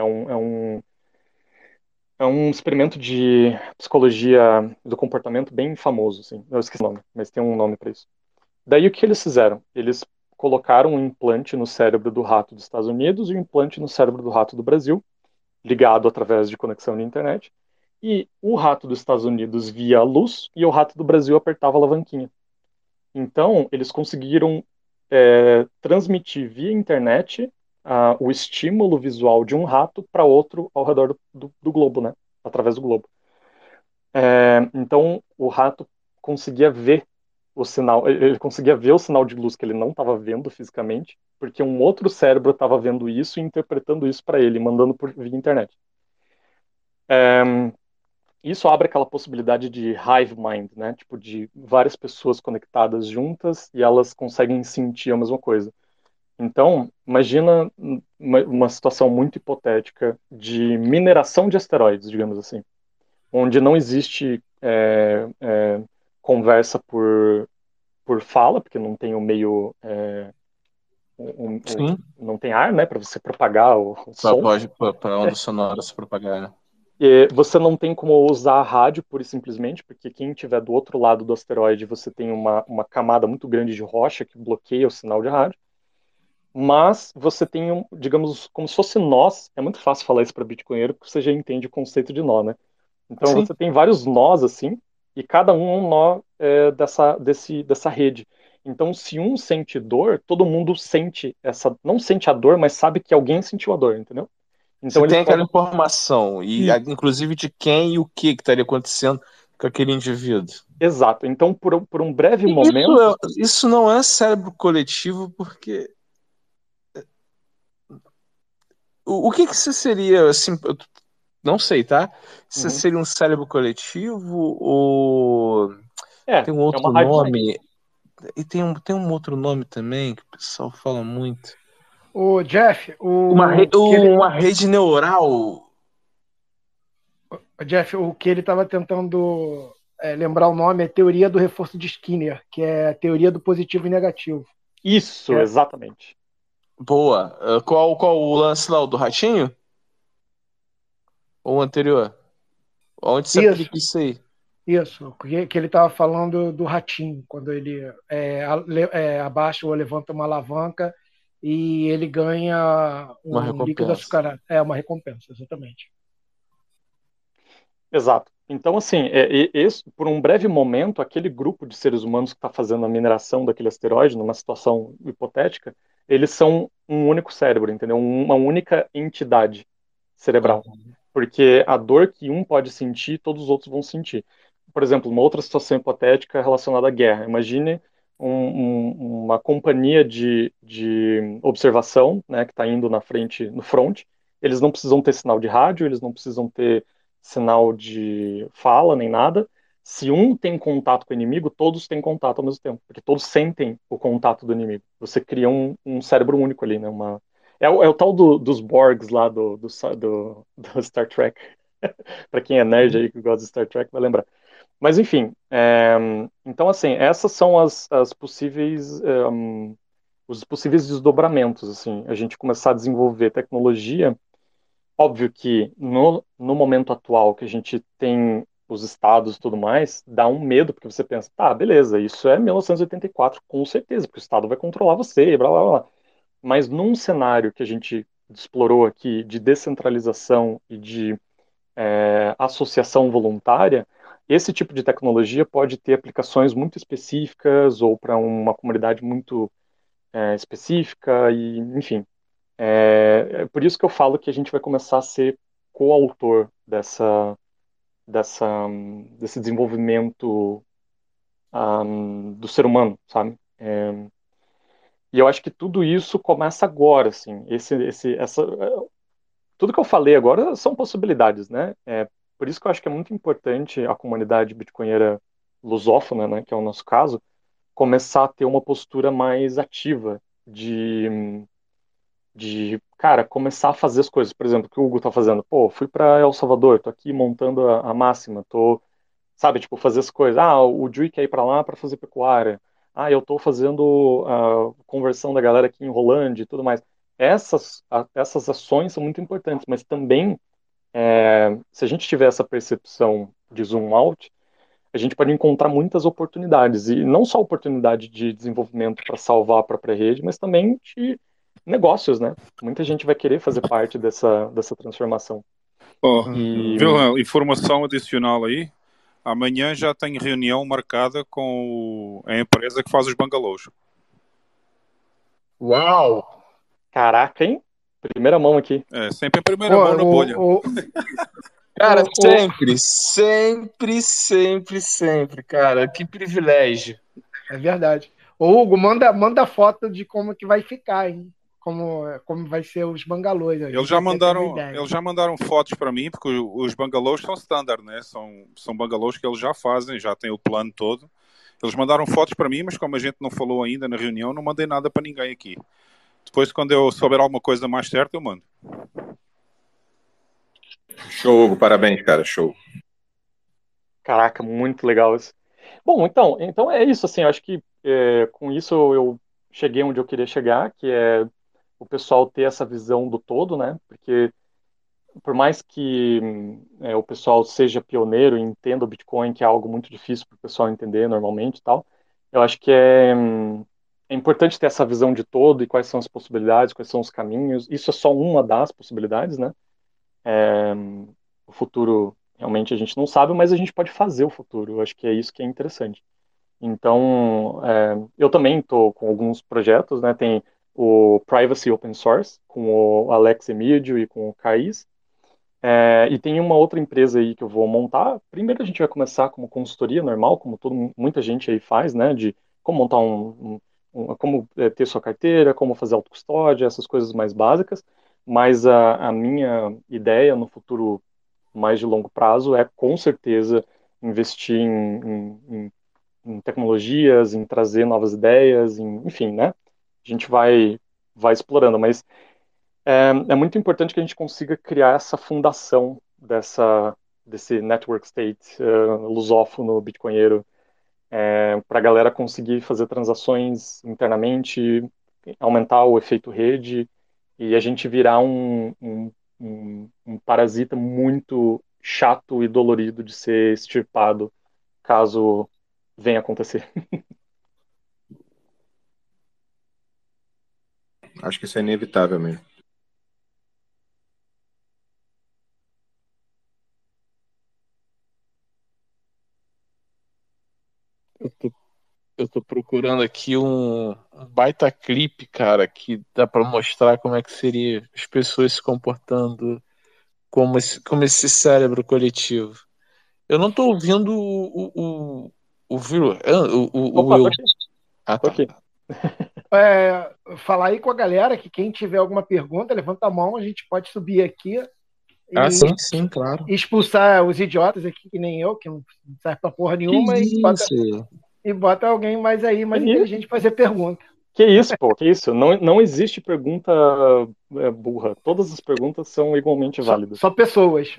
É um experimento de psicologia do comportamento bem famoso, assim. Eu esqueci o nome, mas tem um nome para isso. Daí o que eles fizeram? Eles colocaram um implante no cérebro do rato dos Estados Unidos e um implante no cérebro do rato do Brasil, ligado através de conexão de internet. E o rato dos Estados Unidos via a luz e o rato do Brasil apertava a alavanquinha. Então, eles conseguiram transmitir via internet o estímulo visual de um rato para outro ao redor do globo, né? Através do globo. Então, o rato conseguia ver o sinal, ele conseguia ver o sinal de luz que ele não estava vendo fisicamente, porque um outro cérebro estava vendo isso e interpretando isso para ele, mandando por via internet. Isso abre aquela possibilidade de hive mind, né? Tipo, de várias pessoas conectadas juntas e elas conseguem sentir a mesma coisa. Então, imagina uma situação muito hipotética de mineração de asteroides, digamos assim, onde não existe conversa por fala, porque não tem o meio, Sim, não tem ar, né, para você propagar o som. para onda sonora se propagar. E você não tem como usar a rádio, pura e simplesmente, porque quem estiver do outro lado do asteroide, você tem uma camada muito grande de rocha que bloqueia o sinal de rádio. Mas você tem, digamos, como se fosse nós. É muito fácil falar isso para bitcoinheiro, porque você já entende o conceito de nó, né? Então Sim. você tem vários nós, assim, e cada um é um nó dessa rede. Então, se um sente dor, todo mundo sente não sente a dor, mas sabe que alguém sentiu a dor, entendeu? Então Você eles tem aquela podem. informação, e inclusive de quem e o que estaria acontecendo com aquele indivíduo. Exato. Então, por um breve E momento. isso não é cérebro coletivo, porque. O que isso seria, assim, eu não sei, tá? Isso Uhum. seria um cérebro coletivo ou tem um É outro uma hive mind. nome? E tem um outro nome também que o pessoal fala muito. O Jeff, Uma rede neural. Jeff, o que ele estava tentando lembrar o nome é teoria do reforço de Skinner, que é a teoria do positivo e negativo. Isso, exatamente. Boa. Qual o lance lá, o do ratinho? Ou o anterior? Onde se aplica isso aí? Isso, que ele estava falando do ratinho, quando ele abaixa ou levanta uma alavanca e ele ganha um líquido açucarado. É uma recompensa, exatamente. Exato. Então, assim, por um breve momento, aquele grupo de seres humanos que está fazendo a mineração daquele asteroide, numa situação hipotética, eles são um único cérebro, entendeu? Uma única entidade cerebral. Porque a dor que um pode sentir, todos os outros vão sentir. Por exemplo, uma outra situação hipotética relacionada à guerra. Imagine uma companhia de observação, né, que está indo na frente, no front. Eles não precisam ter sinal de rádio, eles não precisam ter sinal de fala nem nada. Se um tem contato com o inimigo, todos têm contato ao mesmo tempo, porque todos sentem o contato do inimigo. Você cria um cérebro único ali, né? É o tal dos Borgs lá do Star Trek. Para quem é nerd aí que gosta de Star Trek vai lembrar. Mas enfim, então assim, essas são as possíveis os possíveis desdobramentos, assim, a gente começar a desenvolver tecnologia. Óbvio que no momento atual que a gente tem os estados e tudo mais, dá um medo, porque você pensa, tá, beleza, isso é 1984, com certeza, porque o estado vai controlar você, blá blá blá. Mas num cenário que a gente explorou aqui de descentralização e de associação voluntária, esse tipo de tecnologia pode ter aplicações muito específicas ou para uma comunidade muito específica e, enfim. É por isso que eu falo que a gente vai começar a ser coautor desse desenvolvimento do ser humano, sabe? E eu acho que tudo isso começa agora, assim. Tudo que eu falei agora são possibilidades, né? Por isso que eu acho que é muito importante a comunidade bitcoinheira lusófona, né, que é o nosso caso, começar a ter uma postura mais ativa cara, começar a fazer as coisas. Por exemplo, o que o Hugo tá fazendo. Pô, fui para El Salvador, tô aqui montando a máxima, sabe, tipo, fazer as coisas. Ah, o Jui quer ir para lá para fazer pecuária. Ah, eu tô fazendo a conversão da galera aqui em Rolândia e tudo mais. Essas ações são muito importantes, mas também, se a gente tiver essa percepção de zoom out, a gente pode encontrar muitas oportunidades, e não só oportunidade de desenvolvimento para salvar a própria rede, mas também de negócios, né? Muita gente vai querer fazer parte dessa transformação. Viu, informação adicional aí? Amanhã já tenho reunião marcada com a empresa que faz os bangalôs. Uau! Caraca, hein? Primeira mão aqui. Sempre a primeira mão na bolha. Cara, sempre, cara. Que privilégio. É verdade. Ô, Hugo, manda foto de como que vai ficar, hein? Como vai ser os bangalôs. Eles já mandaram fotos para mim, porque os bangalôs são standard, né? São bangalôs que eles já fazem, já têm o plano todo. Eles mandaram fotos para mim, mas como a gente não falou ainda na reunião, não mandei nada para ninguém aqui. Depois, quando eu souber alguma coisa mais certa, eu mando. Show, Hugo. Parabéns, cara. Show. Caraca, muito legal isso. Bom, então é isso, assim, eu acho que com isso eu cheguei onde eu queria chegar, que é o pessoal ter essa visão do todo, né? Porque por mais que o pessoal seja pioneiro e entenda o Bitcoin, que é algo muito difícil para o pessoal entender normalmente e tal, eu acho que é importante ter essa visão de todo e quais são as possibilidades, quais são os caminhos. Isso é só uma das possibilidades, né? O futuro realmente a gente não sabe, mas a gente pode fazer o futuro. Eu acho que é isso que é interessante. Então, eu também estou com alguns projetos, né? Tem o Privacy Open Source, com o Alex Emídio e com o Caís. E tem uma outra empresa aí que eu vou montar. Primeiro a gente vai começar como consultoria normal, como muita gente aí faz, né? De como montar como ter sua carteira, como fazer autocustódia, essas coisas mais básicas. Mas a minha ideia no futuro mais de longo prazo é, com certeza, investir em tecnologias, em trazer novas ideias, enfim, né? A gente vai explorando, mas é muito importante que a gente consiga criar essa fundação desse network state lusófono, bitcoinheiro, para a galera conseguir fazer transações internamente, aumentar o efeito rede e a gente virar um parasita muito chato e dolorido de ser extirpado caso venha acontecer. Acho que isso é inevitável mesmo. Eu tô procurando aqui um baita clipe, cara, que dá pra mostrar como é que seria as pessoas se comportando como esse cérebro coletivo. Eu não tô ouvindo o Opa, Will. tô aqui. Ah, Tô tá. aqui. Falar aí com a galera que quem tiver alguma pergunta, levanta a mão, a gente pode subir aqui Ah, sim, claro. expulsar os idiotas aqui, que nem eu, que não serve pra porra nenhuma, e bota alguém mais aí, mais inteligente fazer pergunta. Que isso, pô, que isso. Não existe pergunta burra. Todas as perguntas são igualmente válidas. Só pessoas.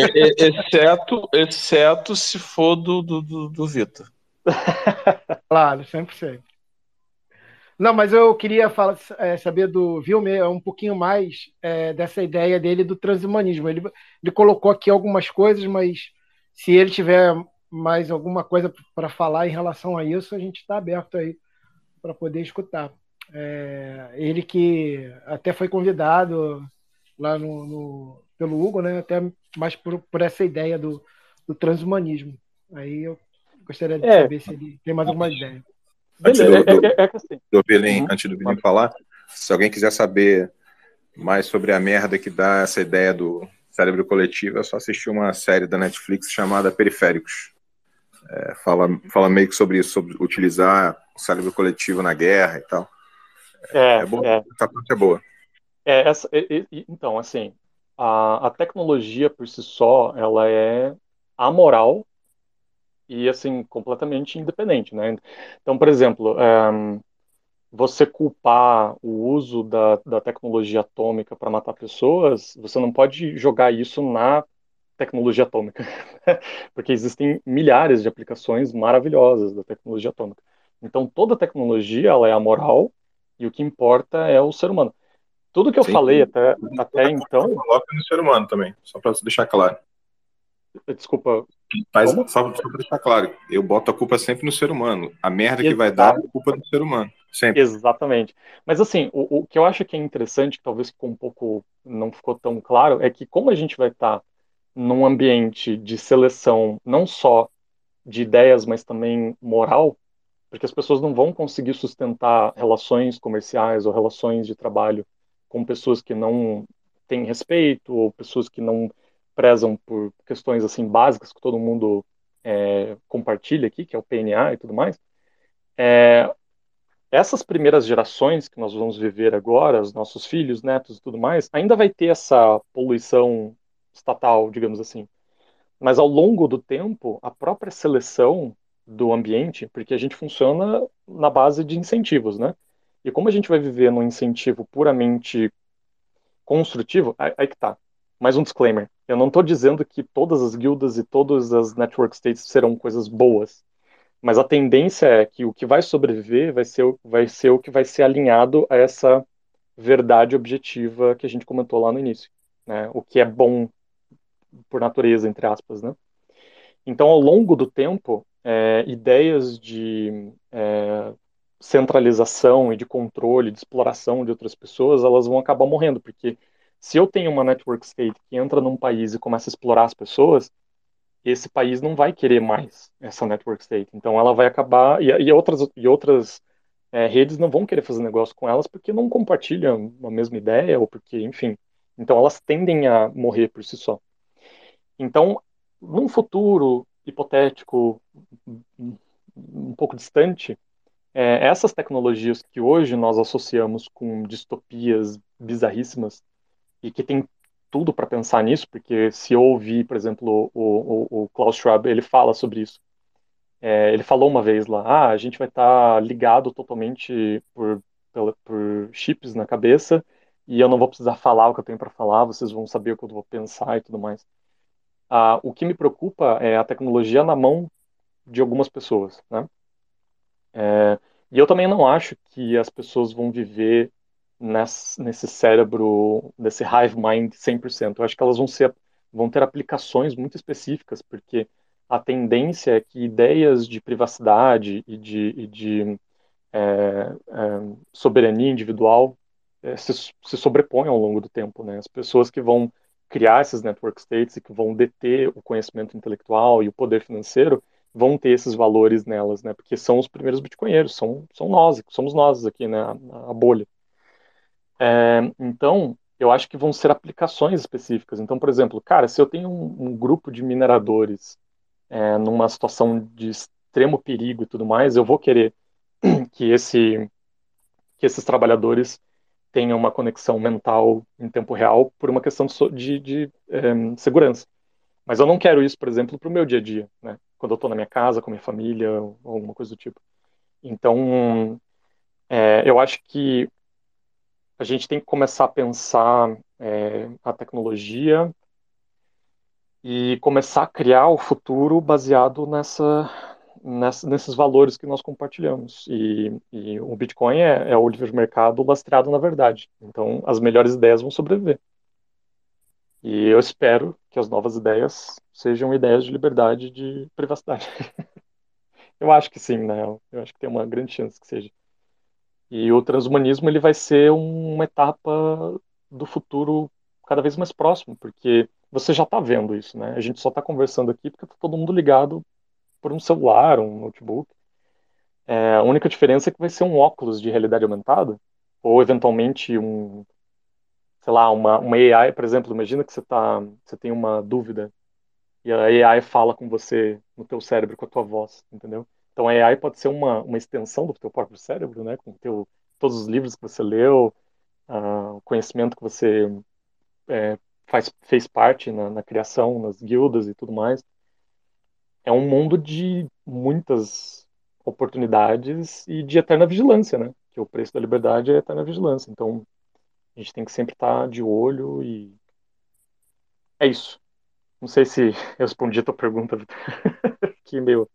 Exceto se for do Vitor. Claro, sempre. Não, mas eu queria saber do Vilmer um pouquinho mais dessa ideia dele do transhumanismo. Ele colocou aqui algumas coisas, mas se ele tiver mais alguma coisa para falar em relação a isso, a gente está aberto aí para poder escutar. Ele que até foi convidado lá pelo Hugo, né? Até mais por essa ideia do transhumanismo. Aí eu gostaria de saber se ele tem mais alguma ideia. Antes do Vilim falar, se alguém quiser saber mais sobre a merda que dá essa ideia do cérebro coletivo, é só assistir uma série da Netflix chamada Periféricos. Fala meio que sobre isso, sobre utilizar o cérebro coletivo na guerra e tal. É bom, essa parte é boa. Então, assim, a tecnologia por si só, ela é amoral e, assim, completamente independente, né? Então, por exemplo, você culpar o uso da tecnologia atômica para matar pessoas, você não pode jogar isso na tecnologia atômica, porque existem milhares de aplicações maravilhosas da tecnologia atômica. Então, toda tecnologia, ela é amoral e o que importa é o ser humano. Tudo que eu falei até então... Coloca no ser humano também, só para deixar claro. Desculpa, Só para deixar claro, eu boto a culpa sempre no ser humano. A merda que vai Exato. dar é a culpa do ser humano, sempre. Exatamente. Mas assim, o que eu acho que é interessante, que talvez ficou um pouco, não ficou tão claro, é que como a gente vai estar num ambiente de seleção, não só de ideias, mas também moral, porque as pessoas não vão conseguir sustentar relações comerciais ou relações de trabalho com pessoas que não têm respeito ou pessoas que não prezam por questões assim básicas que todo mundo compartilha aqui, que é o PNA e tudo mais. Essas primeiras gerações que nós vamos viver agora, os nossos filhos, netos e tudo mais, ainda vai ter essa poluição estatal, digamos assim. Mas ao longo do tempo, a própria seleção do ambiente, porque a gente funciona na base de incentivos, né? E como a gente vai viver num incentivo puramente construtivo, aí que tá. Mais um disclaimer. Eu não estou dizendo que todas as guildas e todas as network states serão coisas boas. Mas a tendência é que o que vai sobreviver vai ser o que vai ser alinhado a essa verdade objetiva que a gente comentou lá no início, né? O que é bom por natureza, entre aspas, né? Então, ao longo do tempo, ideias de centralização e de controle, de exploração de outras pessoas, elas vão acabar morrendo, porque se eu tenho uma network state que entra num país e começa a explorar as pessoas, esse país não vai querer mais essa network state. Então ela vai acabar e outras redes não vão querer fazer negócio com elas porque não compartilham a mesma ideia ou porque, enfim. Então elas tendem a morrer por si só. Então, num futuro hipotético um pouco distante, essas tecnologias que hoje nós associamos com distopias bizarríssimas e que tem tudo para pensar nisso, porque se eu ouvir, por exemplo, o Klaus Schwab, ele fala sobre isso. Ele falou uma vez lá, a gente vai estar ligado totalmente por chips na cabeça e eu não vou precisar falar o que eu tenho para falar, vocês vão saber o que eu vou pensar e tudo mais. O que me preocupa é a tecnologia na mão de algumas pessoas, né? E eu também não acho que as pessoas vão viver nesse cérebro, nesse hive mind 100%. Eu acho que elas vão ter aplicações muito específicas, porque a tendência é que ideias de privacidade e de soberania individual se sobrepõem ao longo do tempo, né? As pessoas que vão criar esses network states e que vão deter o conhecimento intelectual e o poder financeiro vão ter esses valores nelas, né? Porque são os primeiros bitcoinheiros, são nós, somos nós aqui, né? A bolha. Então, eu acho que vão ser aplicações específicas. Então, por exemplo, cara, se eu tenho um grupo de mineradores numa situação de extremo perigo e tudo mais, eu vou querer que esses trabalhadores tenham uma conexão mental em tempo real por uma questão de segurança. Mas eu não quero isso, por exemplo, para o meu dia a dia, né? Quando eu estou na minha casa, com a minha família, ou alguma coisa do tipo. Então, eu acho que a gente tem que começar a pensar a tecnologia e começar a criar o futuro baseado nesses valores que nós compartilhamos. E o Bitcoin é o livre mercado lastreado na verdade. Então, as melhores ideias vão sobreviver. E eu espero que as novas ideias sejam ideias de liberdade e de privacidade. Eu acho que sim, né? Eu acho que tem uma grande chance que seja. E o transhumanismo ele vai ser uma etapa do futuro cada vez mais próximo, porque você já está vendo isso, né? A gente só está conversando aqui porque está todo mundo ligado por um celular, um notebook. A única diferença é que vai ser um óculos de realidade aumentada, ou eventualmente sei lá, uma AI, por exemplo. Imagina que você tem uma dúvida e a AI fala com você no teu cérebro, com a tua voz, entendeu? Então a AI pode ser uma extensão do teu próprio cérebro, né? Com todos os livros que você leu, o conhecimento que você fez parte na criação, nas guildas e tudo mais. É um mundo de muitas oportunidades e de eterna vigilância, né? Que o preço da liberdade é a eterna vigilância. Então, a gente tem que sempre estar de olho e é isso. Não sei se eu respondi a tua pergunta, Vitor. Que meio...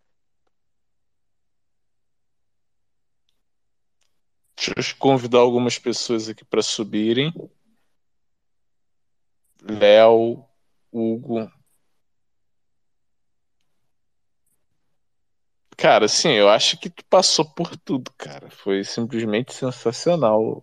Deixa eu convidar algumas pessoas aqui para subirem. Léo, Hugo. Cara, assim, eu acho que tu passou por tudo, cara. Foi simplesmente sensacional.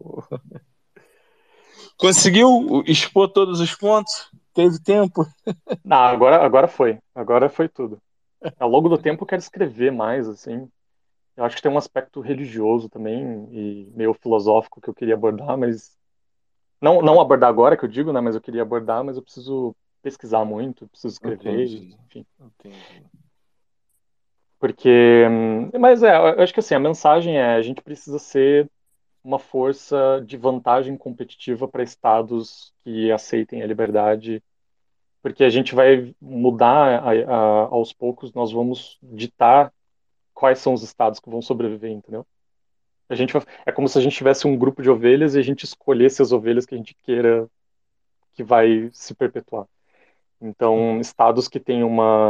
Conseguiu expor todos os pontos? Teve tempo? Não, agora foi. Agora foi tudo. Ao longo do tempo eu quero escrever mais, assim. Eu acho que tem um aspecto religioso também e meio filosófico que eu queria abordar, mas não abordar agora, que eu digo, né? Mas eu queria abordar, mas eu preciso pesquisar muito, preciso escrever, Entendi. enfim. Entendi. Porque, mas eu acho que assim, a mensagem é, a gente precisa ser uma força de vantagem competitiva para estados que aceitem a liberdade, porque a gente vai mudar aos poucos, nós vamos ditar quais são os estados que vão sobreviver, entendeu? É como se a gente tivesse um grupo de ovelhas e a gente escolhesse as ovelhas que a gente queira que vai se perpetuar. Então, estados que têm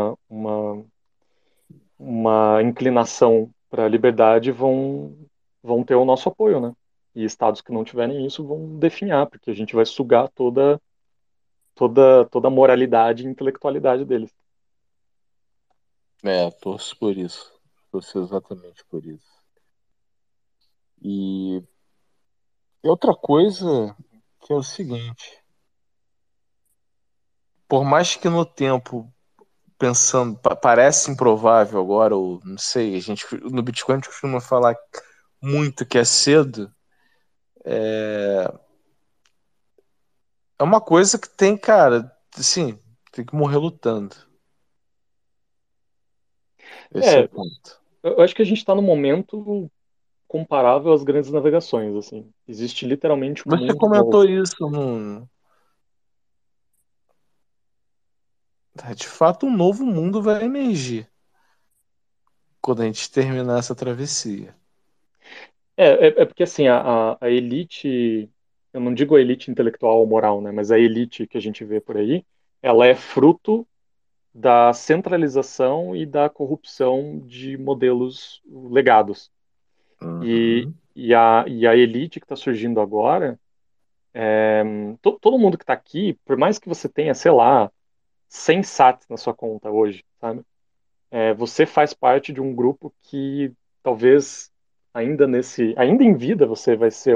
uma inclinação para a liberdade vão ter o nosso apoio, né? E estados que não tiverem isso vão definhar, porque a gente vai sugar toda a moralidade e intelectualidade deles. Torço por isso. Torço exatamente por isso. E outra coisa que é o seguinte, por mais que no tempo, pensando, parece improvável agora, ou não sei, a gente no Bitcoin a gente costuma falar muito que é cedo, é uma coisa que tem, cara, assim, tem que morrer lutando. Esse é o ponto. Eu acho que a gente está num momento comparável às grandes navegações, assim. Existe literalmente um Você mundo comentou novo. isso de fato, um novo mundo vai emergir quando a gente terminar essa travessia. É porque assim, a elite, eu não digo a elite intelectual ou moral, né, mas a elite que a gente vê por aí, ela é fruto da centralização e da corrupção de modelos legados. Uhum. E a elite que está surgindo agora, todo mundo que está aqui, por mais que você tenha, sei lá, 100 sats na sua conta hoje, sabe? Você faz parte de um grupo que talvez ainda em vida você vai ser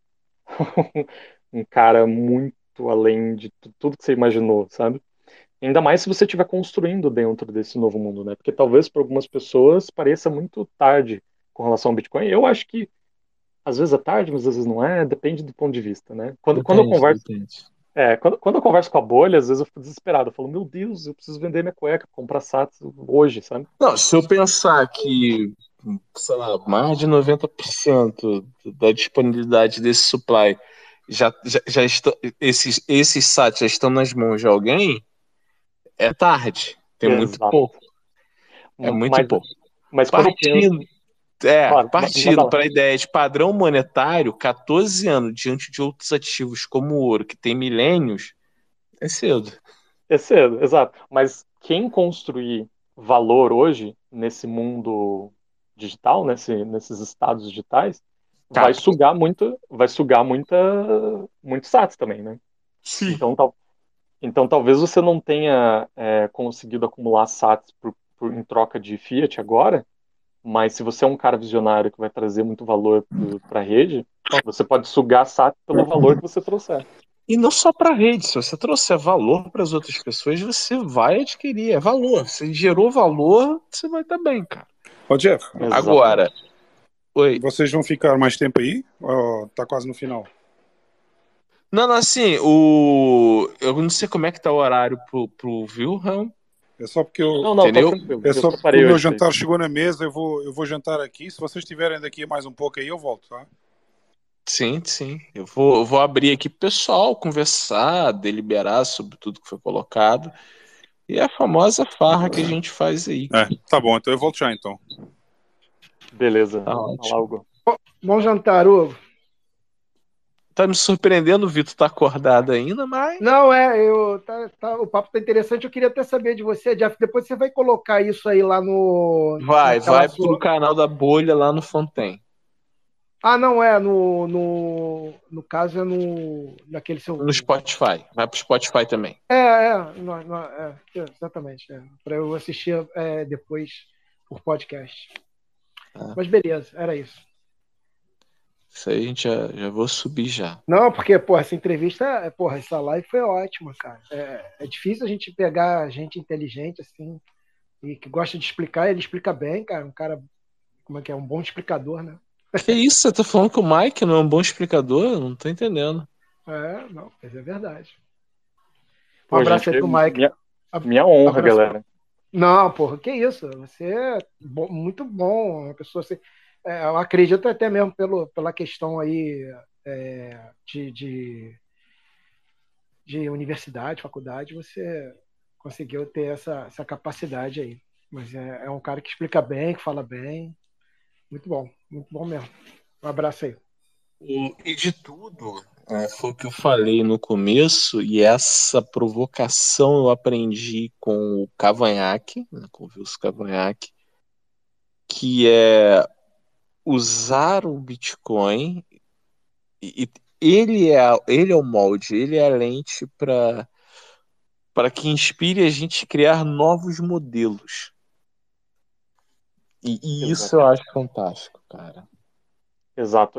um cara muito além de tudo que você imaginou, sabe? Ainda mais se você estiver construindo dentro desse novo mundo, né? Porque talvez para algumas pessoas pareça muito tarde com relação ao Bitcoin. Eu acho que às vezes é tarde, mas às vezes não é, depende do ponto de vista, né? Quando eu converso, Depende. quando eu converso com a bolha, às vezes eu fico desesperado. Eu falo, meu Deus, eu preciso vender minha cueca, comprar Sats hoje, sabe? Não, se eu pensar que, sei lá, mais de 90% da disponibilidade desse supply já estão, esses sites já estão nas mãos de alguém, é tarde. Tem muito Exato. pouco. É muito Mas, pouco. mas quando eu penso. Claro, manda Partindo lá. para a ideia de padrão monetário, 14 anos diante de outros ativos como o ouro, que tem milênios, é cedo. É cedo, exato. Mas quem construir valor hoje, nesse mundo digital, nesses estados digitais, Cara, vai sugar muito SATs também, né? sim. Então talvez você não tenha conseguido acumular SATs em troca de Fiat agora, mas se você é um cara visionário que vai trazer muito valor para a rede, você pode sugar SAT pelo valor que você trouxer. E não só para a rede, se você trouxer valor para as outras pessoas, você vai adquirir. É valor. Se gerou valor, você vai estar bem, cara. Ô, Jeff, Agora, oi. vocês vão ficar mais tempo aí? Ou tá quase no final? Não, assim, eu não sei como é que tá o horário pro Wilhelm. É só porque eu. Não, tá Entendeu? tranquilo. É Eu só porque preparei o meu hoje pra jantar isso. chegou na mesa, eu vou jantar aqui. Se vocês estiverem daqui mais um pouco aí, eu volto, tá? Sim, sim. Eu vou abrir aqui pro pessoal conversar, deliberar sobre tudo que foi colocado. E a famosa farra que a gente faz aí. Tá bom, então eu volto já então. Beleza. Tá Fala, ótimo. Hugo. Bom jantar, Hugo. Tá me surpreendendo, o Vitor tá acordado ainda, mas Não, o papo tá interessante. Eu queria até saber de você, Jeff. Depois você vai colocar isso aí lá naquela vai sua. pro canal da Bolha lá no Fontaine. Ah, não é. No caso, é naquele seu. No Spotify. Vai pro Spotify também. Exatamente. Para eu assistir depois por podcast. Tá? Mas beleza, era isso. Isso aí a gente já vou subir já. Não, porque, porra, essa entrevista, porra, essa live foi ótima, cara. É difícil a gente pegar gente inteligente, assim, e que gosta de explicar, ele explica bem, cara. Um cara, como é que é? Um bom explicador, né? Que isso? Você tá falando que o Mike não é um bom explicador? Eu não tô entendendo. Não, mas é verdade. Um Pô, abraço gente, aí pro Mike. minha honra, Abraço. galera. Não, porra, que isso? Você é muito bom, uma pessoa assim. Eu acredito até mesmo pela questão aí de universidade, faculdade, você conseguiu ter essa capacidade aí. Mas é um cara que explica bem, que fala bem. Muito bom mesmo. Um abraço aí. E de tudo, foi o que eu falei no começo, e essa provocação eu aprendi com o Cavanhaque, né, com o Wilson Cavanhaque, que é usar o Bitcoin, e ele é o molde, ele é a lente para que inspire a gente a criar novos modelos. E isso Exato. eu acho fantástico, cara. Exato.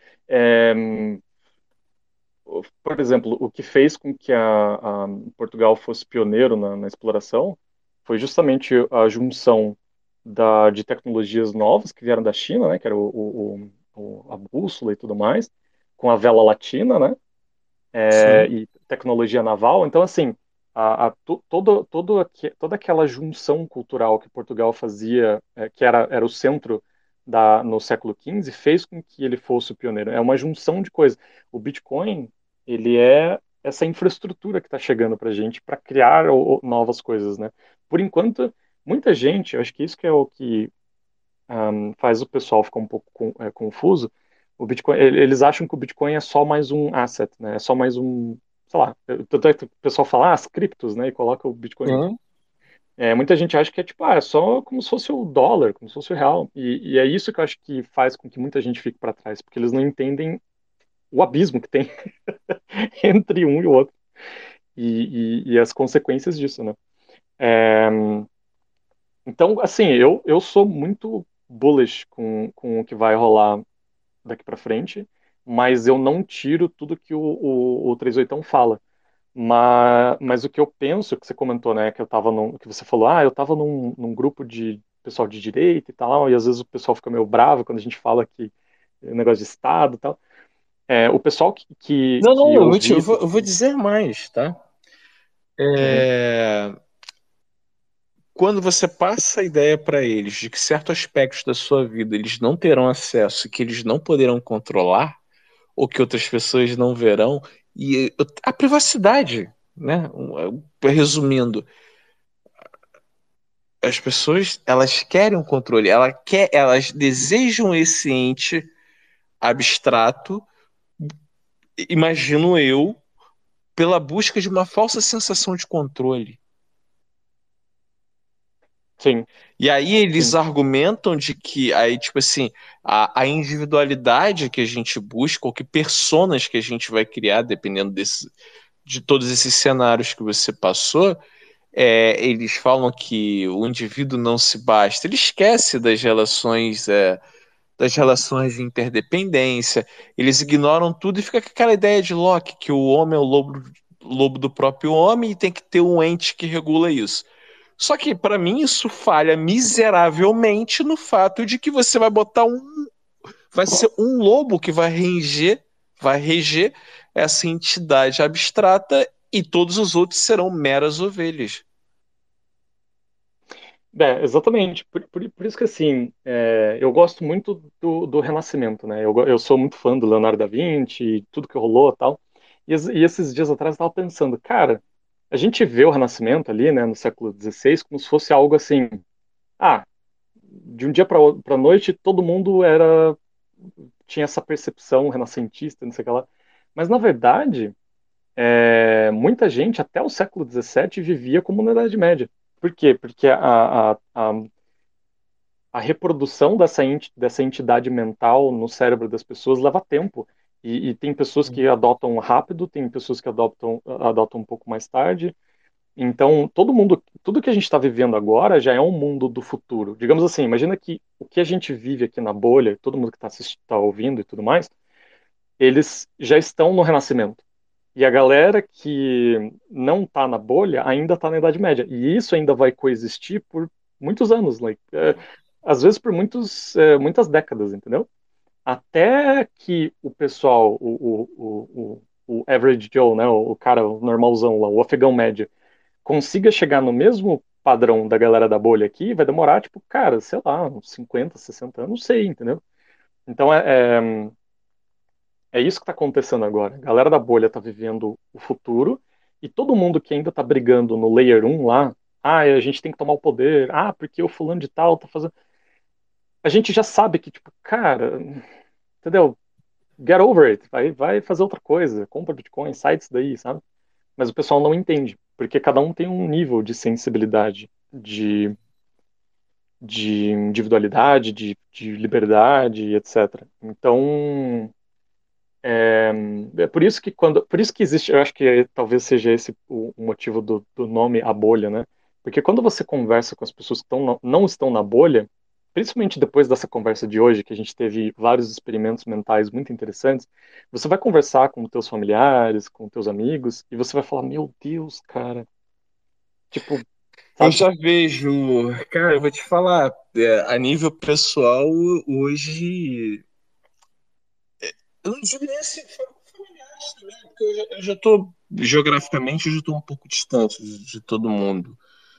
Por exemplo, o que fez com que a Portugal fosse pioneiro na exploração foi justamente a junção de tecnologias novas que vieram da China, né, que era a bússola e tudo mais, com a vela latina, né, Sim. e tecnologia naval. Então, assim, toda aquela junção cultural que Portugal fazia, que era o centro no século XV, fez com que ele fosse o pioneiro. É uma junção de coisas. O Bitcoin, ele é essa infraestrutura que está chegando para a gente para criar novas coisas, né? Por enquanto, muita gente, eu acho que isso que é o que faz o pessoal ficar um pouco confuso. O Bitcoin, eles acham que o Bitcoin é só mais um asset, né? É só mais um, sei lá, tanto é que o pessoal fala, as criptos, né? E coloca o Bitcoin. Sim. Muita gente acha que é tipo, é só como se fosse o dólar, como se fosse o real. E é isso que eu acho que faz com que muita gente fique para trás, porque eles não entendem o abismo que tem entre um e o outro e as consequências disso, né? É, então, assim, eu sou muito bullish com o que vai rolar daqui para frente, mas eu não tiro tudo que o 38 fala. Mas o que eu penso, que você comentou, né, que que você falou, eu tava num grupo de pessoal de direita e tal, e às vezes o pessoal fica meio bravo quando a gente fala que é negócio de Estado e tal. O pessoal que Não, ouvi isso. eu vou dizer mais, tá? Uhum. Quando você passa a ideia para eles de que certos aspectos da sua vida eles não terão acesso, que eles não poderão controlar, ou que outras pessoas não verão, e a privacidade, né? Resumindo, as pessoas elas querem um controle, elas desejam esse ente abstrato, imagino eu, pela busca de uma falsa sensação de controle. Sim. E aí eles Sim. argumentam de que aí, tipo assim, a individualidade que a gente busca, ou que personas que a gente vai criar, dependendo de todos esses cenários que você passou, eles falam que o indivíduo não se basta, ele esquece das relações de interdependência, eles ignoram tudo e fica com aquela ideia de Locke, que o homem é o lobo do próprio homem e tem que ter um ente que regula isso. Só que, para mim, isso falha miseravelmente no fato de que você vai botar vai ser um lobo que vai reger essa entidade abstrata e todos os outros serão meras ovelhas. Exatamente. Por isso que, assim, eu gosto muito do Renascimento, né? Eu sou muito fã do Leonardo da Vinci, e tudo que rolou e tal. E esses dias atrás eu estava pensando, cara, a gente vê o Renascimento ali, né, no século XVI, como se fosse algo assim, ah, de um dia para a noite todo mundo tinha essa percepção renascentista, não sei o que lá. Mas, na verdade, muita gente, até o século XVII, vivia como na Idade Média. Por quê? Porque a reprodução dessa entidade mental no cérebro das pessoas leva tempo. E tem pessoas que adotam rápido, tem pessoas que adotam um pouco mais tarde. Então, tudo que a gente está vivendo agora já é um mundo do futuro. Digamos assim, imagina que o que a gente vive aqui na bolha, todo mundo que está ouvindo e tudo mais, eles já estão no Renascimento. E a galera que não está na bolha ainda está na Idade Média. E isso ainda vai coexistir por muitos anos, às vezes por muitas décadas, entendeu? Até que o pessoal, o average Joe, né, o cara o normalzão lá, o afegão médio, consiga chegar no mesmo padrão da galera da bolha aqui, vai demorar, tipo, cara, sei lá, uns 50, 60 anos, não sei, entendeu? Então é isso que está acontecendo agora. A galera da bolha está vivendo o futuro e todo mundo que ainda está brigando no Layer 1 lá, a gente tem que tomar o poder, porque o fulano de tal tá fazendo. A gente já sabe que, tipo, cara, entendeu? Get over it, vai fazer outra coisa, compra Bitcoin, sai disso daí, sabe? Mas o pessoal não entende, porque cada um tem um nível de sensibilidade, de individualidade, de liberdade, etc. Então, é por isso que existe, eu acho que talvez seja esse o motivo do nome a bolha, né? Porque quando você conversa com as pessoas que não estão na bolha, principalmente depois dessa conversa de hoje, que a gente teve vários experimentos mentais muito interessantes, você vai conversar com teus familiares, com teus amigos, e você vai falar, meu Deus, cara, tipo, Eu sabe? já vejo, cara, eu vou te falar, a nível pessoal, hoje, eu não digo nem assim, familiares também, porque eu já tô, geograficamente, eu já tô um pouco distante de todo mundo.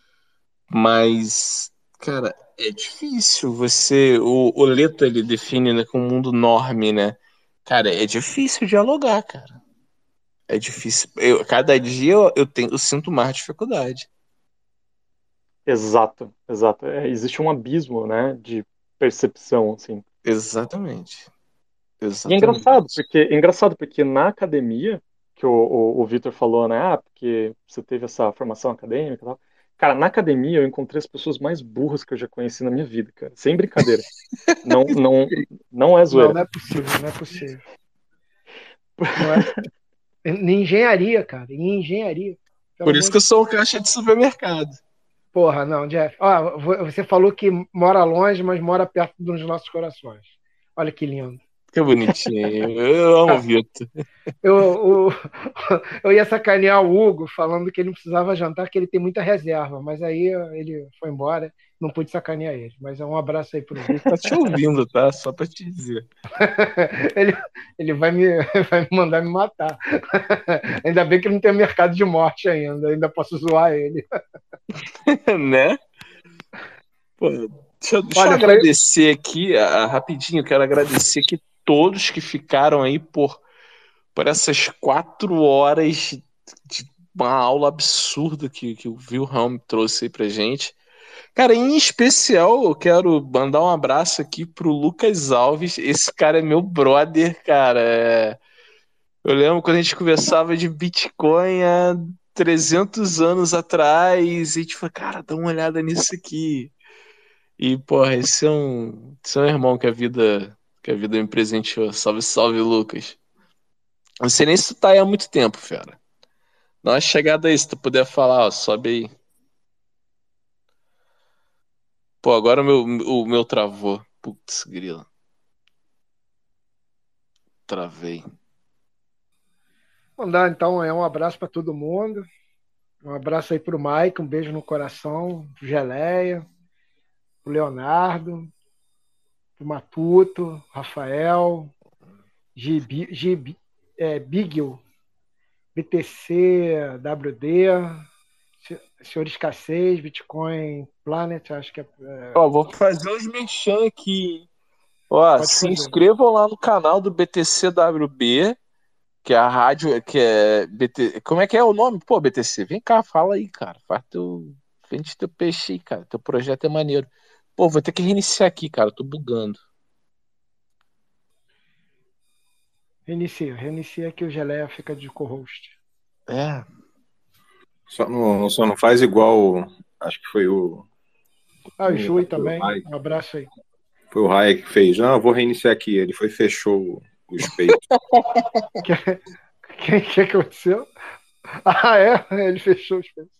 Mas, cara, é difícil o Leto, ele define, né, como um mundo norme, né? Cara, é difícil dialogar, cara. É difícil. Cada dia eu sinto mais dificuldade. Exato, exato. Existe um abismo, né, de percepção, assim. Exatamente. E Exatamente. é engraçado porque na academia, que o Vitor falou, né? Porque você teve essa formação acadêmica e tal. Cara, na academia eu encontrei as pessoas mais burras que eu já conheci na minha vida, cara. Sem brincadeira. Não, não, não é Não, zoeira. não é possível, não é possível. Não é... Em engenharia, cara, em engenharia. Pelo Por isso amor que eu de... sou um caixa de supermercado. Porra, não, Jeff. Ó, você falou que mora longe, mas mora perto dos nossos corações. Olha que lindo. Que bonitinho. Eu amo o Vitor. Eu, eu ia sacanear o Hugo falando que ele não precisava jantar, que ele tem muita reserva, mas aí ele foi embora, não pude sacanear ele. Mas é um abraço aí pro Hugo. Ele tá te ouvindo, tá? Só pra te dizer. ele, ele vai me mandar me matar. Ainda bem que não tem mercado de morte ainda posso zoar ele. Né? Pô, deixa eu Olha, agradecer aqui, rapidinho, quero agradecer aqui todos que ficaram aí por essas 4 horas de uma aula absurda que o Wilhelm trouxe aí pra gente. Cara, em especial, eu quero mandar um abraço aqui pro Lucas Alves. Esse cara é meu brother, cara. Eu lembro quando a gente conversava de Bitcoin há 300 anos atrás, e a gente falou, cara, dá uma olhada nisso aqui. E, porra, esse é um irmão que a vida me presenteou. Salve, salve, Lucas. Não sei nem se tu tá aí há muito tempo, fera. Dá uma chegada aí, se tu puder falar, ó, sobe aí. Pô, agora o meu travou. Putz, grila. Travei. mandar então um abraço para todo mundo. Um abraço aí pro Mike, um beijo no coração, pro Geleia, pro Leonardo, pro Matuto, Rafael, Bigel, BTC, WD, Senhor Escassez, Bitcoin Planet, acho que Ó, vou fazer uns merchan aqui. Ó, pode se fazer. inscrevam lá no canal do BTCWB, que é a rádio, que é BT... Como é que é o nome? Pô, BTC, vem cá, fala aí, cara. Vende teu peixe aí, cara. Teu projeto é maneiro. Pô, vou ter que reiniciar aqui, cara. Tô bugando. Reinicia que o Geleia fica de co-host. É. Só não faz igual. Acho que foi o. O Jui também. Hayek. Um abraço aí. Foi o Hayek que fez. Não, eu vou reiniciar aqui. Ele fechou o Space. O que aconteceu? Ele fechou os preços.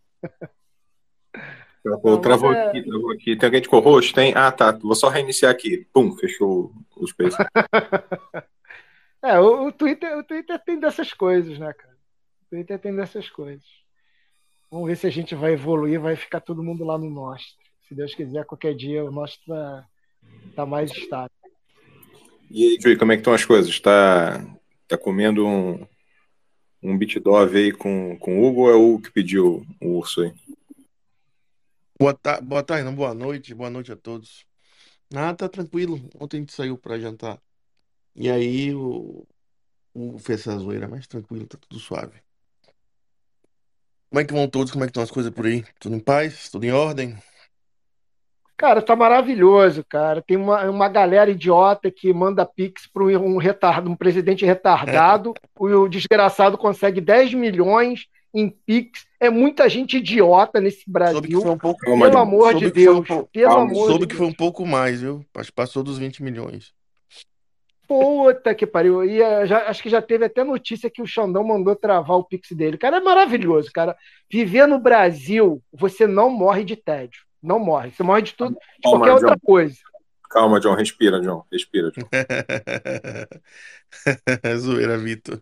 Travou aqui. Tem alguém de co-host? Tem? Ah, tá. Vou só reiniciar aqui. Pum, fechou o Space. O Twitter tem dessas coisas, né, cara? O Twitter tem dessas coisas. Vamos ver se a gente vai evoluir, vai ficar todo mundo lá no nosso. Se Deus quiser, qualquer dia o nosso tá mais estável. E aí, Júlio, como é que estão as coisas? Tá comendo um BitDove aí com o Hugo ou é o Hugo que pediu o urso aí? Boa tarde, não, boa noite a todos. Tá tranquilo. Ontem a gente saiu pra jantar. E aí o fez essa zoeira, mas tranquilo, tá tudo suave. Como é que vão todos? Como é que estão as coisas por aí? Tudo em paz? Tudo em ordem? Cara, tá maravilhoso, cara. Tem uma galera idiota que manda pix para um presidente retardado. O desgraçado consegue 10 milhões em pix. É muita gente idiota nesse Brasil. Soube que foi um pouco. Pelo amor de Deus. Soube que foi um pouco mais, viu? Passou dos 20 milhões. Puta que pariu. E acho que já teve até notícia que o Xandão mandou travar o pix dele. Cara, é maravilhoso, cara. Viver no Brasil, você não morre de tédio. Não morre. Você morre de tudo, de qualquer outra coisa. Calma, John. Respira, John. Respira, John. Zoeira, Vitor.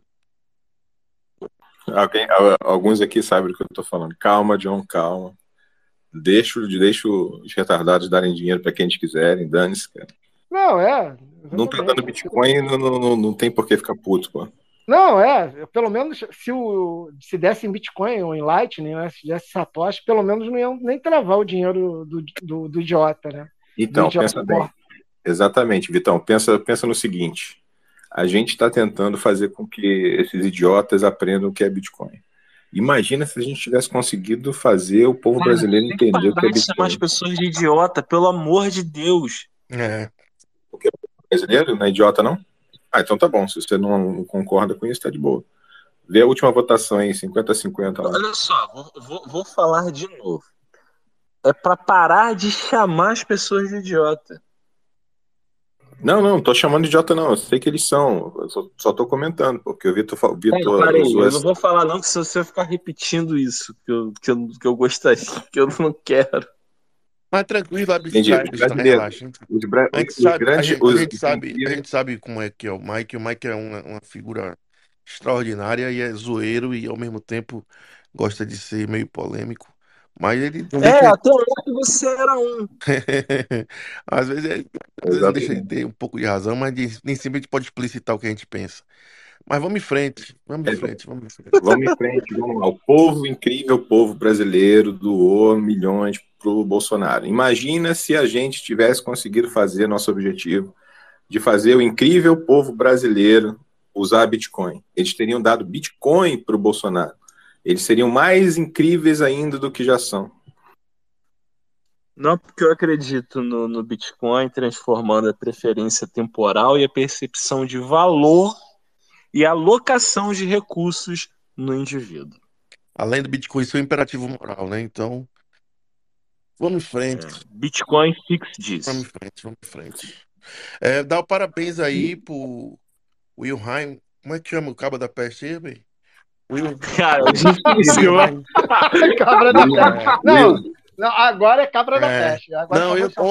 Alguns aqui sabem do que eu tô falando. Calma, John, calma. Deixa os retardados darem dinheiro para quem eles quiserem. Dane-se, cara. Não, não tá dando Bitcoin, não tem por que ficar puto, pô. Não, pelo menos se desse em Bitcoin ou em Lightning, né, se desse Satoshi, pelo menos não iam nem travar o dinheiro do idiota, né? Então, pensa bem. Exatamente, Vitão. Pensa no seguinte. A gente está tentando fazer com que esses idiotas aprendam o que é Bitcoin. Imagina se a gente tivesse conseguido fazer o povo brasileiro entender o que é Bitcoin. Chamar as pessoas de idiota, pelo amor de Deus. Porque o brasileiro não é idiota, não? Então tá bom. Se você não concorda com isso, tá de boa. Vê a última votação aí, 50-50 lá. Olha só, vou falar de novo. É para parar de chamar as pessoas de idiota. Não tô chamando de idiota, não. Eu sei que eles são. Eu só tô comentando, porque o Vitor eu não vou falar, não, que se você ficar repetindo isso, que eu gostaria, que eu não quero. Mas tranquilo, relaxa. A gente sabe como é que é o Mike. O Mike é uma figura extraordinária e é zoeiro e ao mesmo tempo gosta de ser meio polêmico. Mas ele. Até ontem você era um. Às vezes ele deixa de ter um pouco de razão, mas nem sempre a gente pode explicitar o que a gente pensa. Mas vamos em frente. Vamos em frente. Vamos lá. O povo, incrível povo brasileiro, doou milhões pro Bolsonaro. Imagina se a gente tivesse conseguido fazer nosso objetivo de fazer o incrível povo brasileiro usar Bitcoin. Eles teriam dado Bitcoin pro Bolsonaro. Eles seriam mais incríveis ainda do que já são. Não, porque eu acredito no Bitcoin transformando a preferência temporal e a percepção de valor e alocação de recursos no indivíduo. Além do Bitcoin ser um imperativo moral, né? Então, vamos em frente. Bitcoin fix disso. Vamos em frente. Dá o parabéns aí pro Wilhelm. Como é que chama o cabo da peste aí, velho? Cara, difícil. Cabra da peste. Não, agora é cabra da peste. Agora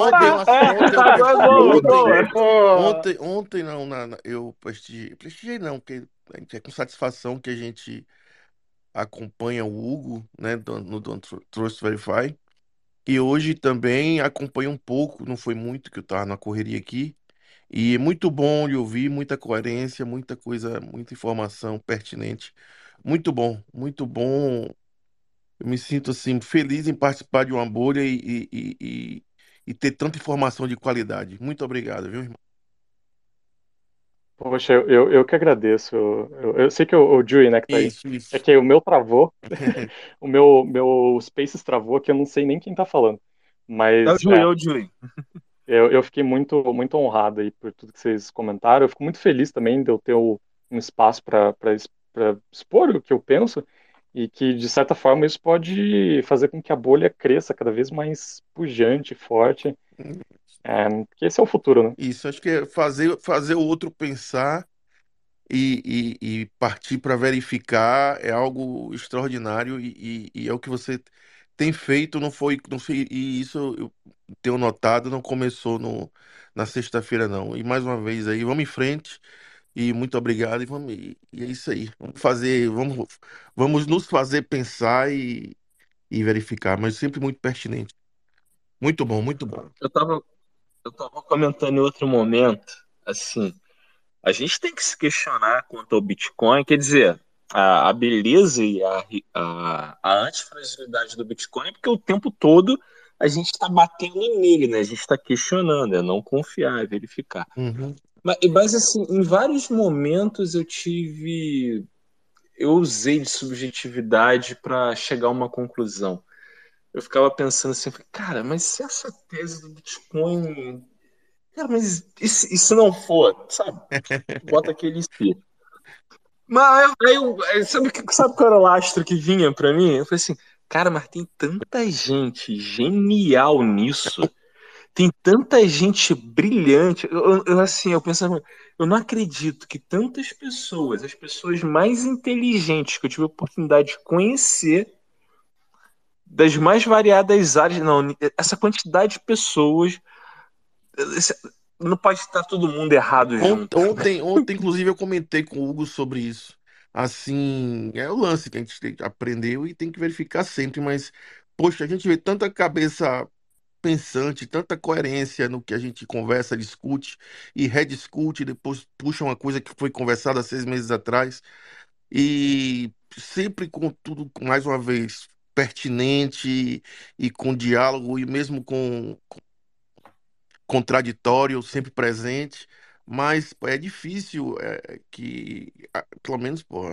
ontem eu prestigiei não, porque a gente é com satisfação que a gente acompanha o Hugo, né, no Don't Trust Verify. E hoje também acompanho um pouco, não foi muito que eu tava na correria aqui. E é muito bom de ouvir, muita coerência, muita coisa, muita informação pertinente. Muito bom, muito bom. Eu me sinto assim feliz em participar de uma bolha e ter tanta informação de qualidade. Muito obrigado, viu, irmão? Poxa, eu que agradeço. Eu sei que o Dewey, né, que tá aí. Isso, É isso. que o meu travou. O meu Spaces travou aqui, eu não sei nem quem tá falando. É o Mas Dewey, é o Dewey. eu fiquei muito honrado aí por tudo que vocês comentaram. Eu fico muito feliz também de eu ter um espaço para expor o que eu penso e que, de certa forma, isso pode fazer com que a bolha cresça cada vez mais pujante, forte. Porque esse é o futuro, né? Isso, acho que é fazer o outro pensar e partir para verificar é algo extraordinário e é o que você tem feito, não foi, e isso eu tenho notado, não começou na sexta-feira, não. E mais uma vez aí, vamos em frente e muito obrigado e é isso aí. Vamos nos fazer pensar e verificar, mas sempre muito pertinente. Muito bom, muito bom. Eu tava comentando em outro momento, assim, a gente tem que se questionar quanto ao Bitcoin, quer dizer, a beleza e a antifragilidade do Bitcoin, porque o tempo todo a gente está batendo nele, né? A gente está questionando, é não confiar, é verificar. Uhum. Mas assim, em vários momentos eu usei de subjetividade para chegar a uma conclusão. Eu ficava pensando assim, cara, mas se essa tese do Bitcoin. Cara, mas e se não for, sabe? Bota aquele si. Mas sabe qual era o lastro que vinha pra mim? Eu falei assim, cara, mas tem tanta gente genial nisso. Tem tanta gente brilhante. Assim, eu pensava, eu não acredito que tantas pessoas, as pessoas mais inteligentes que eu tive a oportunidade de conhecer, das mais variadas áreas, não, essa quantidade de pessoas, esse- não pode estar todo mundo errado junto. Ontem, inclusive, eu comentei com o Hugo sobre isso. Assim, é o lance que a gente aprendeu e tem que verificar sempre, mas, poxa, a gente vê tanta cabeça pensante, tanta coerência no que a gente conversa, discute e rediscute, depois puxa uma coisa que foi conversada há 6 meses atrás e sempre com tudo, mais uma vez, pertinente e com diálogo e mesmo com contraditório, sempre presente, mas pô, é difícil pelo menos, pô,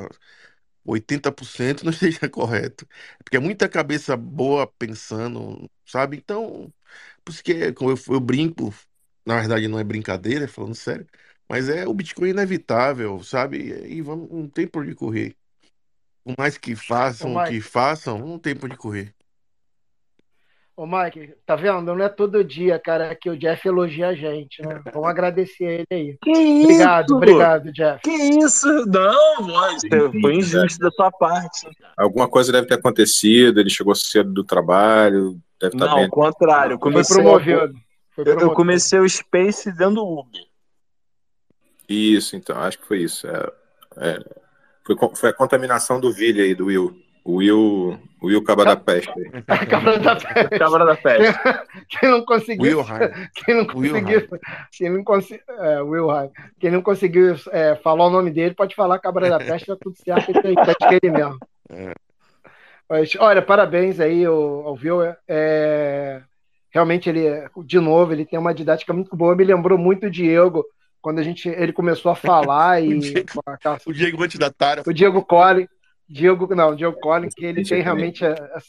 80% não esteja correto. Porque é muita cabeça boa pensando, sabe? Então, por isso que como eu brinco, na verdade não é brincadeira, falando sério, mas o Bitcoin é inevitável, sabe? E vamos, não tem por onde correr. Por mais que Ô, façam o que Mike, façam, não tem por onde correr. ô, Mike, tá vendo? Não é todo dia, cara, que o Jeff elogia a gente, né? Vamos agradecer a ele aí. Que Obrigado, isso? obrigado, Jeff. Que isso? Não, voz, foi injusto da tua parte. Alguma coisa deve ter acontecido, ele chegou cedo do trabalho, deve estar Não, bem. ao contrário. Foi promovido. Foi Eu promovido. comecei o Space dentro do Uber. Isso, então, acho que foi isso. É, foi a contaminação do Ville aí, do Will. O Will Caba da Peste. A Câmara da Peste. Câmara da Peste. Quem não conseguiu. Wilhelm. Quem não conseguiu. Wilhelm. Quem não conseguiu falar o nome dele, pode falar Câmara da Peste, tá tudo certo, ele repete que é ele mesmo. É. Mas, olha, parabéns aí ao Will. Realmente, de novo, ele tem uma didática muito boa. Me lembrou muito o Diego, quando ele começou a falar O Diego antes da Tara. o Diego Collin. Diego Collin, que ele tem realmente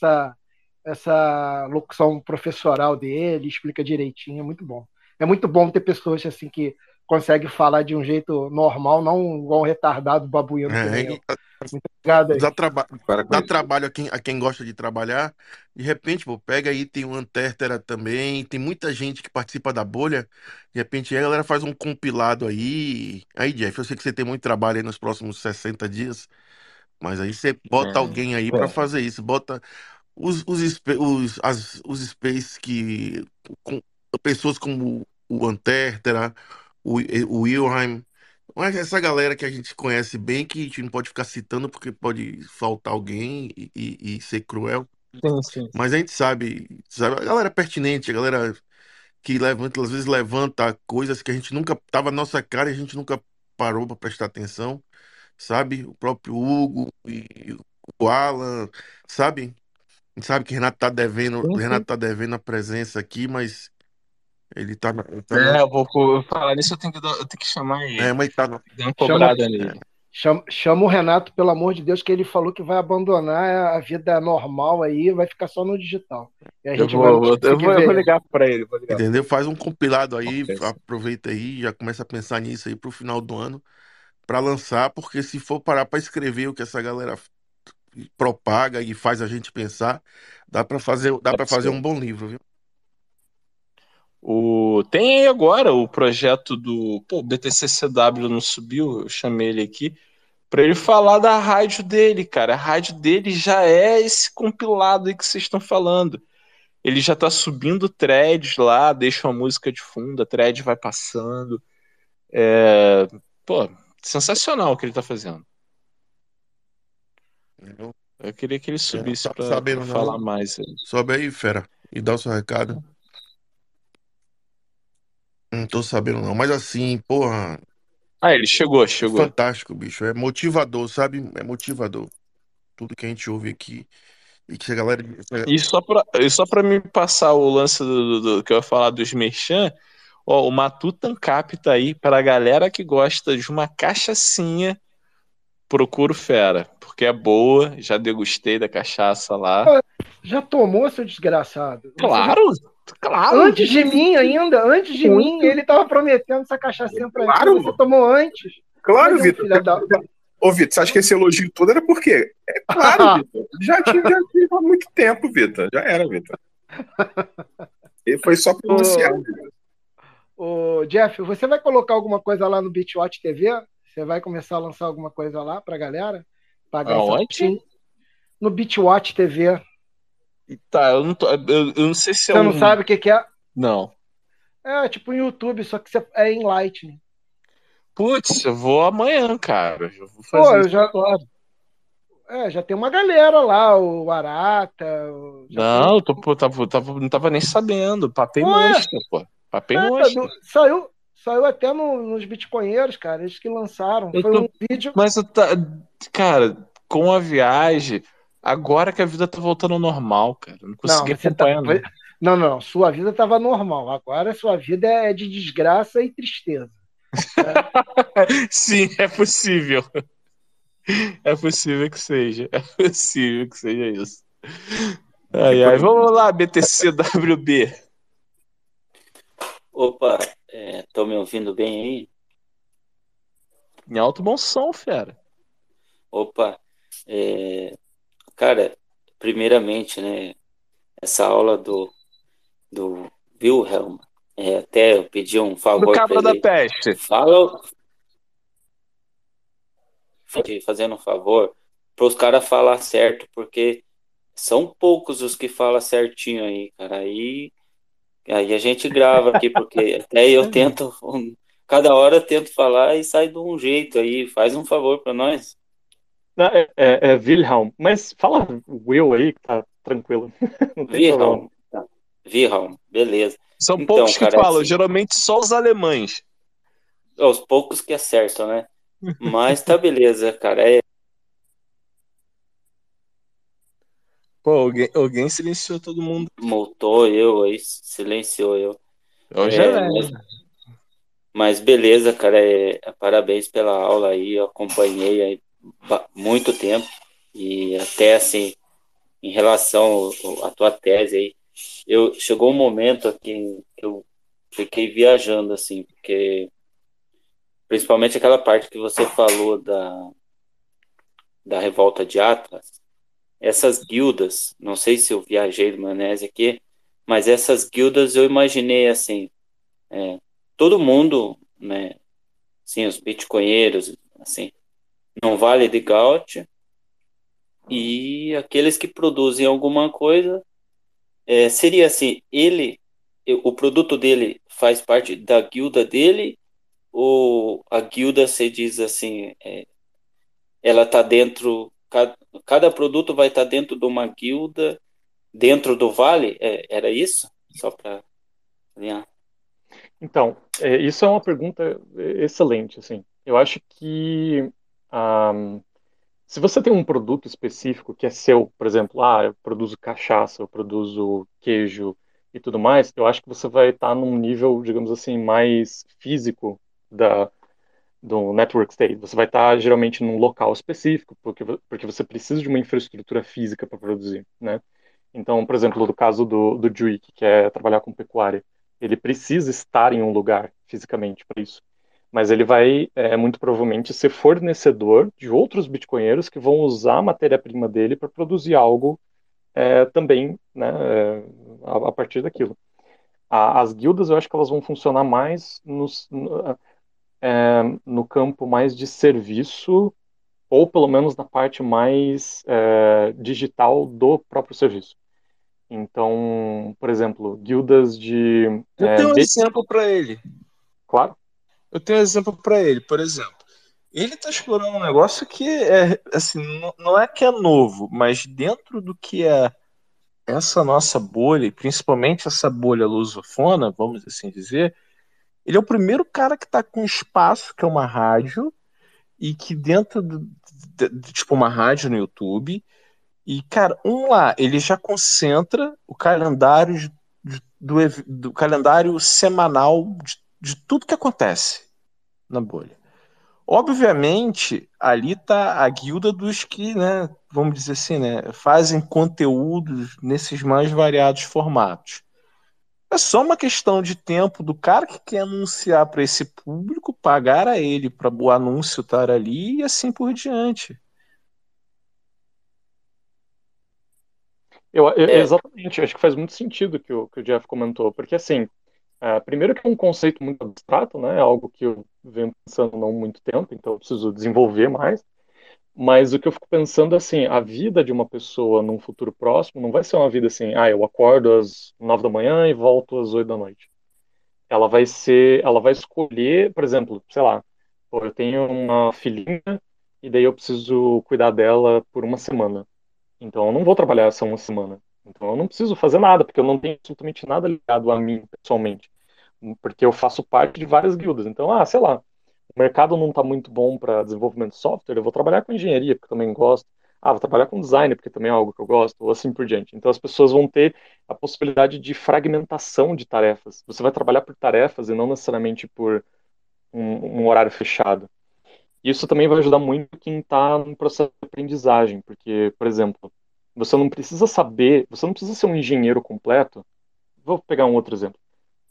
essa locução professoral dele, explica direitinho, é muito bom. É muito bom ter pessoas assim que conseguem falar de um jeito normal, não igual um retardado babuíno que nem eu. Muito obrigado aí. Dá trabalho a quem gosta de trabalhar. De repente, pô, pega aí, tem o Antértera também, tem muita gente que participa da bolha. De repente, a galera faz um compilado aí. Aí, Jeff, eu sei que você tem muito trabalho aí nos próximos 60 dias, mas aí você bota alguém aí para fazer isso. Bota os spaces com pessoas como o Antértera, o Wilhelm. Mas essa galera que a gente conhece bem, que a gente não pode ficar citando porque pode faltar alguém e ser cruel. Sim, sim. Mas a gente sabe, a galera pertinente, a galera que levanta, às vezes levanta coisas que a gente nunca tava na nossa cara e a gente nunca parou para prestar atenção, sabe? O próprio Hugo e o Alan, sabe? Sabe que o Sim, Renato sim. tá devendo a presença aqui, mas Eu vou falar nisso, eu tenho que chamar ele. mas tá no, Dar uma Chama, cobrada nele. chama o Renato, pelo amor de Deus, que ele falou que vai abandonar a vida normal aí, vai ficar só no digital. E a Eu gente vai vou, eu conseguir vou, eu vou ver ele. ligar pra ele. Vou ligar pra entendeu? ele. Faz um compilado aí, Ok. aproveita aí, já começa a pensar nisso aí pro final do ano pra lançar, porque se for parar pra escrever o que essa galera propaga e faz a gente pensar, dá para Pode fazer ser. um bom livro, viu? Tem aí agora o projeto do. Pô, o BTCCW não subiu, eu chamei ele aqui, pra ele falar da rádio dele, cara. A rádio dele já é esse compilado aí que vocês estão falando. Ele já tá subindo threads lá, deixa uma música de fundo, a thread vai passando. Pô, sensacional o que ele tá fazendo. Eu, Eu queria que ele eu não subisse tava pra sabendo falar não. mais aí. Sobe aí, fera, e dá o seu recado. Não tô sabendo não, mas assim, porra, Ah, ele chegou, é chegou. fantástico, bicho, é motivador, sabe? É motivador. Tudo que a gente ouve aqui e que a galera E só pra me passar o lance que eu ia falar dos merchan, ó, o Matuta Ancap tá aí pra galera que gosta de uma cachaçinha, procuro fera, porque é boa, já degustei da cachaça lá. Já tomou, seu desgraçado? Você já, Claro, claro, antes de mim ainda, antes de mim, muito, ele tava prometendo essa cachaçinha pra mim. Você Claro, tomou antes. claro, Mas é um Vitor. filho da. Ô, Vitor, você acha que esse elogio todo era por quê? É claro, Vitor. Já tive há muito tempo, Vitor. Já era, Vitor. Ele foi só para anunciar. Ô, ô, Jeff, você vai colocar alguma coisa lá no BitWatch TV? Você vai começar a lançar alguma coisa lá pra galera? Pagar essa aonde? taxinha? No BitWatch TV. Tá, eu não sei se é Você não um. sabe o que que é? Não. É tipo um YouTube, só que é em Lightning. Putz, eu vou amanhã, cara. Eu vou Pô, fazer eu isso já, agora. já tem uma galera lá, o Arata, já tem. Não, pô, não tava nem sabendo. Papei Pô, mosca, pô. Papei mosca. saiu até nos Bitcoinheiros, cara, eles que lançaram. Eu Foi um tô. vídeo. Mas cara, com a viagem, agora que a vida tá voltando ao normal, cara. Eu não Não, consegui você tá. acompanhar, não. Não, não, sua vida estava normal. Agora sua vida é de desgraça e tristeza. Sim, é possível. É possível que seja. É possível que seja isso. Ai, ai. Vamos lá, BTCWB. Opa, tô me ouvindo bem aí? Em alto bom som, fera. Opa, é, cara, primeiramente, né, essa aula do Wilhelm, até eu pedi um Do favor para Cabra da ele. Peste. Fala, fazendo um favor, para os caras falar certo, porque são poucos os que falam certinho aí, cara. Aí a gente grava aqui, porque até eu tento, cada hora eu tento falar e sai de um jeito aí. Faz um favor para nós. Não, é Wilhelm, mas fala Will aí, que tá tranquilo. Não tem problema. Wilhelm, tá. Wilhelm, beleza. São Então, poucos que cara, falam, assim, geralmente só os alemães. aos poucos que acertam, né? Mas tá beleza, cara. Pô, alguém silenciou todo mundo. Multou eu aí, silenciou eu. Hoje é velho. Mas beleza, cara. Parabéns pela aula aí. Eu acompanhei aí muito tempo. E até assim, em relação à tua tese aí, chegou um momento aqui que eu fiquei viajando, assim, porque principalmente aquela parte que você falou da revolta de Atlas, essas guildas, não sei se eu viajei do maionese aqui, mas essas guildas eu imaginei assim, todo mundo, né, assim, os bitcoinheiros, assim, não vale de Gaut, e aqueles que produzem alguma coisa, seria assim, o produto dele faz parte da guilda dele, ou a guilda, se diz assim, ela está dentro, cada produto vai estar dentro de uma guilda, dentro do vale? Era isso? Só para alinhar. Então, isso é uma pergunta excelente, assim. Eu acho que ah, Se você tem um produto específico que é seu, por exemplo, eu produzo cachaça, eu produzo queijo e tudo mais, eu acho que você vai estar num nível, digamos assim, mais físico do network state. Você vai estar geralmente num local específico, porque você precisa de uma infraestrutura física para produzir, né? Então, por exemplo, no caso do Jui, que quer trabalhar com pecuária, ele precisa estar em um lugar fisicamente para isso. Mas ele vai, muito provavelmente, ser fornecedor de outros bitcoinheiros que vão usar a matéria-prima dele para produzir algo também, né, a partir daquilo. As guildas, eu acho que elas vão funcionar mais no campo mais de serviço, ou pelo menos na parte mais digital do próprio serviço. Então, por exemplo, guildas de. Eu tenho um exemplo para ele. Claro. Eu tenho um exemplo para ele, por exemplo. Ele está explorando um negócio que é assim, não é que é novo, mas dentro do que é essa nossa bolha, e principalmente essa bolha lusofona, vamos assim dizer, ele é o primeiro cara que está com espaço, que é uma rádio, e que dentro tipo uma rádio no YouTube, e cara, lá, ele já concentra o calendário do calendário semanal de tudo que acontece na bolha. Obviamente, ali tá a guilda dos que, né, vamos dizer assim, né, fazem conteúdos nesses mais variados formatos. É só uma questão de tempo do cara que quer anunciar para esse público, pagar a ele para o anúncio estar ali e assim por diante. Exatamente, acho que faz muito sentido o que o Jeff comentou, porque assim, primeiro que é um conceito muito abstrato, né, é algo que eu venho pensando não há muito tempo, então eu preciso desenvolver mais, mas o que eu fico pensando é assim, a vida de uma pessoa num futuro próximo não vai ser uma vida assim, eu acordo às 9 da manhã e volto às 8 da noite. Ela vai escolher, por exemplo, sei lá, pô, eu tenho uma filhinha e daí eu preciso cuidar dela por uma semana. Então eu não vou trabalhar essa uma semana. Então eu não preciso fazer nada, porque eu não tenho absolutamente nada ligado a mim pessoalmente. Porque eu faço parte de várias guildas. Então, sei lá, o mercado não está muito bom para desenvolvimento de software, eu vou trabalhar com engenharia, porque eu também gosto. Vou trabalhar com design, porque também é algo que eu gosto, ou assim por diante. Então as pessoas vão ter a possibilidade de fragmentação de tarefas. Você vai trabalhar por tarefas e não necessariamente por um horário fechado. Isso também vai ajudar muito quem está no processo de aprendizagem, porque, por exemplo, você não precisa ser um engenheiro completo. Vou pegar um outro exemplo.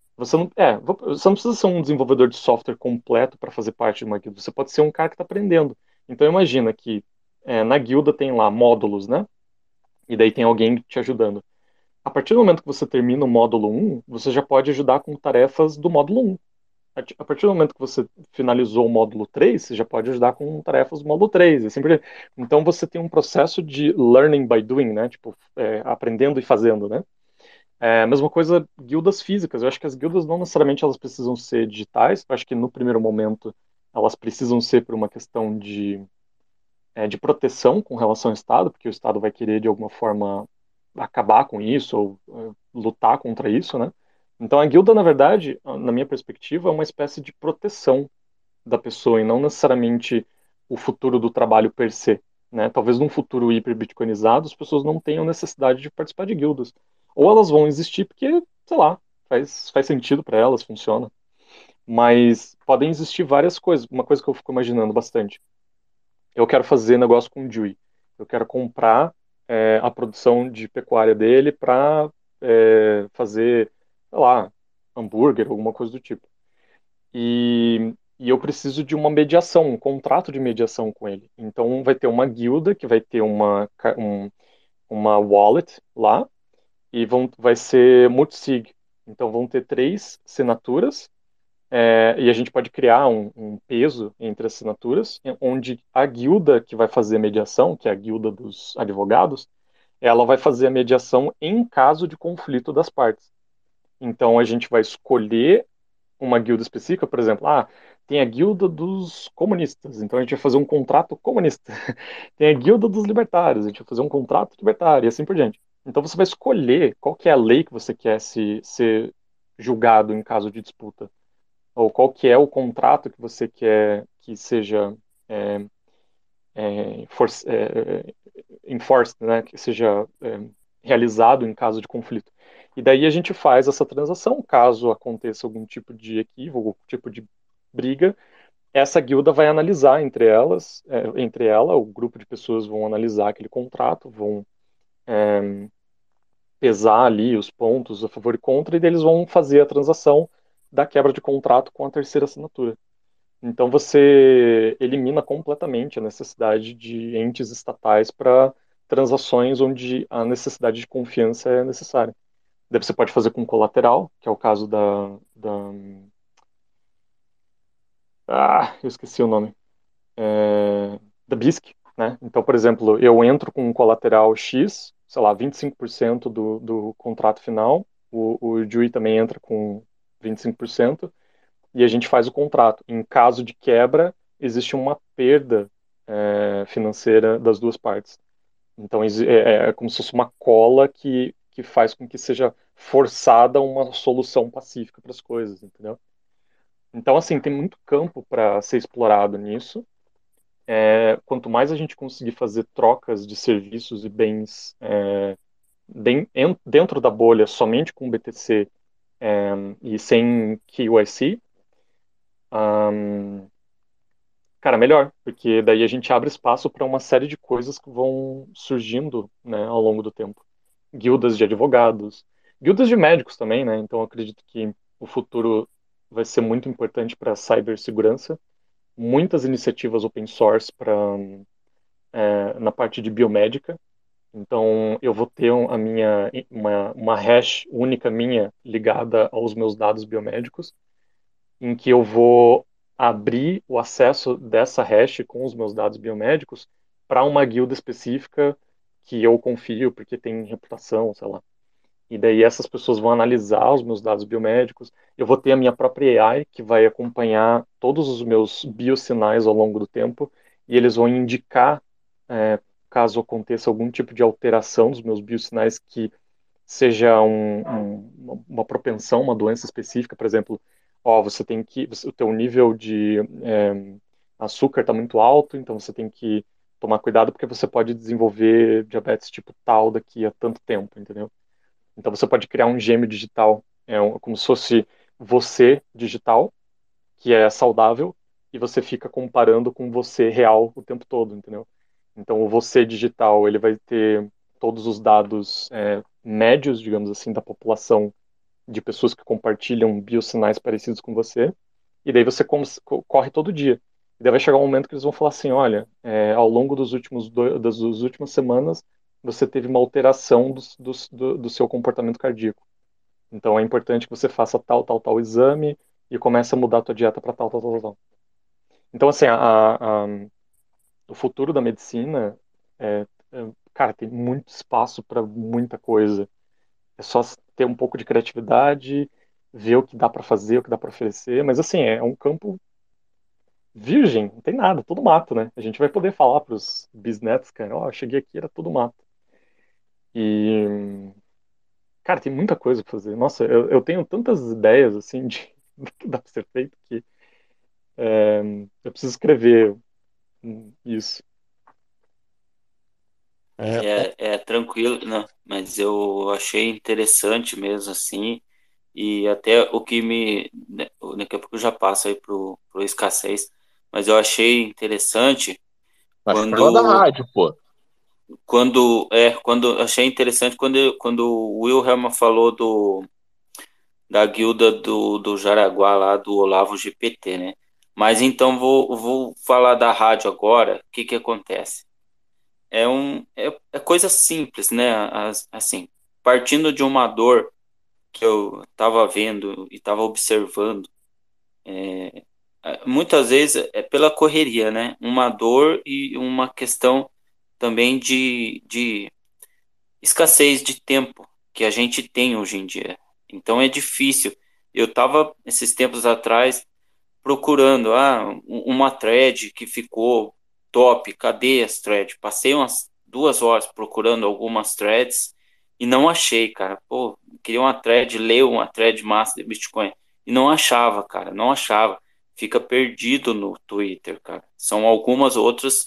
Você não precisa ser um desenvolvedor de software completo para fazer parte de uma guilda. Você pode ser um cara que está aprendendo. Então imagina que na guilda tem lá módulos, né? E daí tem alguém te ajudando. A partir do momento que você termina o módulo um, você já pode ajudar com tarefas do módulo um. A partir do momento que você finalizou o módulo 3, você já pode ajudar com tarefas do módulo 3. Assim por diante. Então você tem um processo de learning by doing, né? Tipo, aprendendo e fazendo, né? A mesma coisa, guildas físicas. Eu acho que as guildas não necessariamente elas precisam ser digitais. Eu acho que no primeiro momento elas precisam ser por uma questão de proteção com relação ao Estado, porque o Estado vai querer de alguma forma acabar com isso ou lutar contra isso, né? Então a guilda, na verdade, na minha perspectiva, é uma espécie de proteção da pessoa e não necessariamente o futuro do trabalho per se, né? Talvez num futuro hiper-bitcoinizado as pessoas não tenham necessidade de participar de guildas. Ou elas vão existir porque, sei lá, faz sentido para elas, funciona. Mas podem existir várias coisas. Uma coisa que eu fico imaginando bastante. Eu quero fazer negócio com o Dewey. Eu quero comprar a produção de pecuária dele para fazer, sei lá, hambúrguer, alguma coisa do tipo. E eu preciso de uma mediação, um contrato de mediação com ele. Então vai ter uma guilda que vai ter uma wallet lá e vai ser multisig. Então vão ter 3 assinaturas e a gente pode criar um peso entre as assinaturas, onde a guilda que vai fazer a mediação, que é a guilda dos advogados, ela vai fazer a mediação em caso de conflito das partes. Então a gente vai escolher uma guilda específica, por exemplo, tem a guilda dos comunistas, então a gente vai fazer um contrato comunista. Tem a guilda dos libertários, a gente vai fazer um contrato libertário e assim por diante. Então você vai escolher qual que é a lei que você quer ser julgado em caso de disputa, ou qual que é o contrato que você quer que seja enforced, né, que seja realizado em caso de conflito. E daí a gente faz essa transação, caso aconteça algum tipo de equívoco, algum tipo de briga, essa guilda vai analisar entre ela, o grupo de pessoas vão analisar aquele contrato, vão pesar ali os pontos a favor e contra, e daí eles vão fazer a transação da quebra de contrato com a terceira assinatura. Então você elimina completamente a necessidade de entes estatais para transações onde a necessidade de confiança é necessária. Daí você pode fazer com colateral, que é o caso eu esqueci o nome. Da BISC, né? Então, por exemplo, eu entro com um colateral X, sei lá, 25% do contrato final, o Jui também entra com 25%, e a gente faz o contrato. Em caso de quebra, existe uma perda financeira das duas partes. Então, é como se fosse uma cola que faz com que seja forçada uma solução pacífica para as coisas, entendeu? Então, assim, tem muito campo para ser explorado nisso. Quanto mais a gente conseguir fazer trocas de serviços e bens dentro da bolha, somente com BTC e sem KYC, cara, melhor, porque daí a gente abre espaço para uma série de coisas que vão surgindo, né, ao longo do tempo. Guildas de advogados, guildas de médicos também, né? Então eu acredito que o futuro vai ser muito importante para a cibersegurança. Muitas iniciativas open source na parte de biomédica. Então eu vou ter uma hash única minha ligada aos meus dados biomédicos, em que eu vou abrir o acesso dessa hash com os meus dados biomédicos para uma guilda específica que eu confio porque tem reputação, sei lá. E daí essas pessoas vão analisar os meus dados biomédicos. Eu vou ter a minha própria AI que vai acompanhar todos os meus biosinais ao longo do tempo e eles vão indicar, caso aconteça algum tipo de alteração dos meus biosinais que seja uma propensão, uma doença específica, por exemplo, você tem o teu nível de açúcar está muito alto, então você tem que tomar cuidado porque você pode desenvolver diabetes tipo tal daqui a tanto tempo, entendeu? Então você pode criar um gêmeo digital, como se fosse você digital, que é saudável, e você fica comparando com você real o tempo todo, entendeu? Então o você digital, ele vai ter todos os dados médios, digamos assim, da população de pessoas que compartilham biosinais parecidos com você, e daí você corre todo dia. E daí vai chegar um momento que eles vão falar assim, olha, ao longo das últimas semanas, você teve uma alteração do seu comportamento cardíaco. Então é importante que você faça tal, tal, tal exame e comece a mudar a tua dieta para tal, tal, tal, tal. Então, assim, o futuro da medicina, cara, tem muito espaço para muita coisa. É só ter um pouco de criatividade, ver o que dá para fazer, o que dá para oferecer. Mas, assim, é um campo virgem, não tem nada, tudo mato, né? A gente vai poder falar para os bisnetos, cara, ó, cheguei aqui, era tudo mato. E, cara, tem muita coisa para fazer. Nossa, eu tenho tantas ideias, assim, de do que dá para ser feito que eu preciso escrever isso. É tranquilo, não, mas eu achei interessante mesmo assim, e até o que daqui a pouco eu já passo aí pro escassez, mas eu achei interessante Mas fala da quando rádio, pô. quando achei interessante quando o Wilhelm falou da guilda do Jaraguá lá do Olavo GPT, né? Mas então vou falar da rádio agora. O que que acontece? É coisa simples, né? Assim, partindo de uma dor que eu estava vendo e estava observando, muitas vezes é pela correria, né? Uma dor e uma questão também de escassez de tempo que a gente tem hoje em dia. Então é difícil. Eu estava esses tempos atrás procurando uma thread que ficou top, cadê as threads? Passei umas 2 horas procurando algumas threads e não achei, cara. Pô, queria uma thread, ler uma thread massa de Bitcoin e não achava, cara, não achava. Fica perdido no Twitter, cara. São algumas outras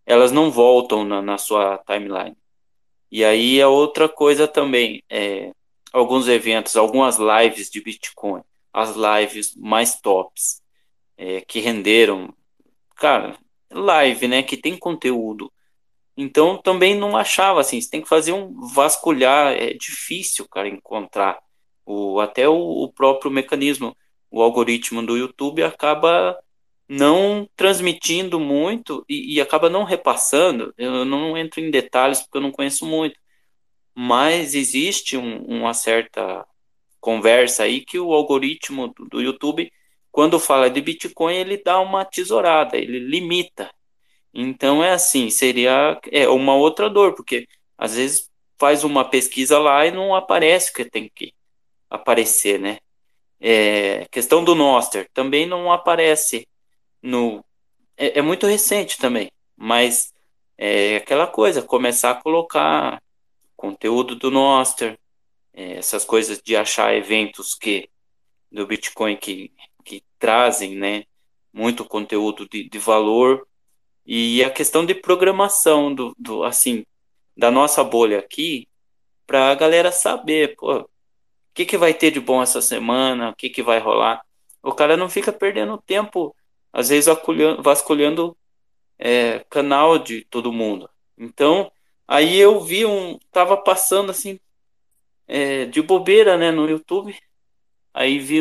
elas não voltam na sua timeline. E aí a outra coisa também, alguns eventos, algumas lives de Bitcoin, as lives mais tops, que renderam, cara, live, né, que tem conteúdo. Então também não achava assim, você tem que fazer um vasculhar, é difícil, cara, encontrar até o próprio mecanismo, o algoritmo do YouTube acaba não transmitindo muito e acaba não repassando. Eu não entro em detalhes porque eu não conheço muito, mas existe uma certa conversa aí que o algoritmo do YouTube, quando fala de Bitcoin, ele dá uma tesourada, ele limita. Então é assim, seria uma outra dor, porque às vezes faz uma pesquisa lá e não aparece o que tem que aparecer, né? Questão do Noster também não aparece no. É muito recente também, mas é aquela coisa, começar a colocar conteúdo do Noster, essas coisas de achar eventos do Bitcoin que trazem, né, muito conteúdo de valor. E a questão de programação assim, da nossa bolha aqui, para a galera saber, pô, o que vai ter de bom essa semana, o que vai rolar. O cara não fica perdendo tempo, às vezes vasculhando canal de todo mundo. Então, aí eu tava passando assim, de bobeira, né, no YouTube, aí vi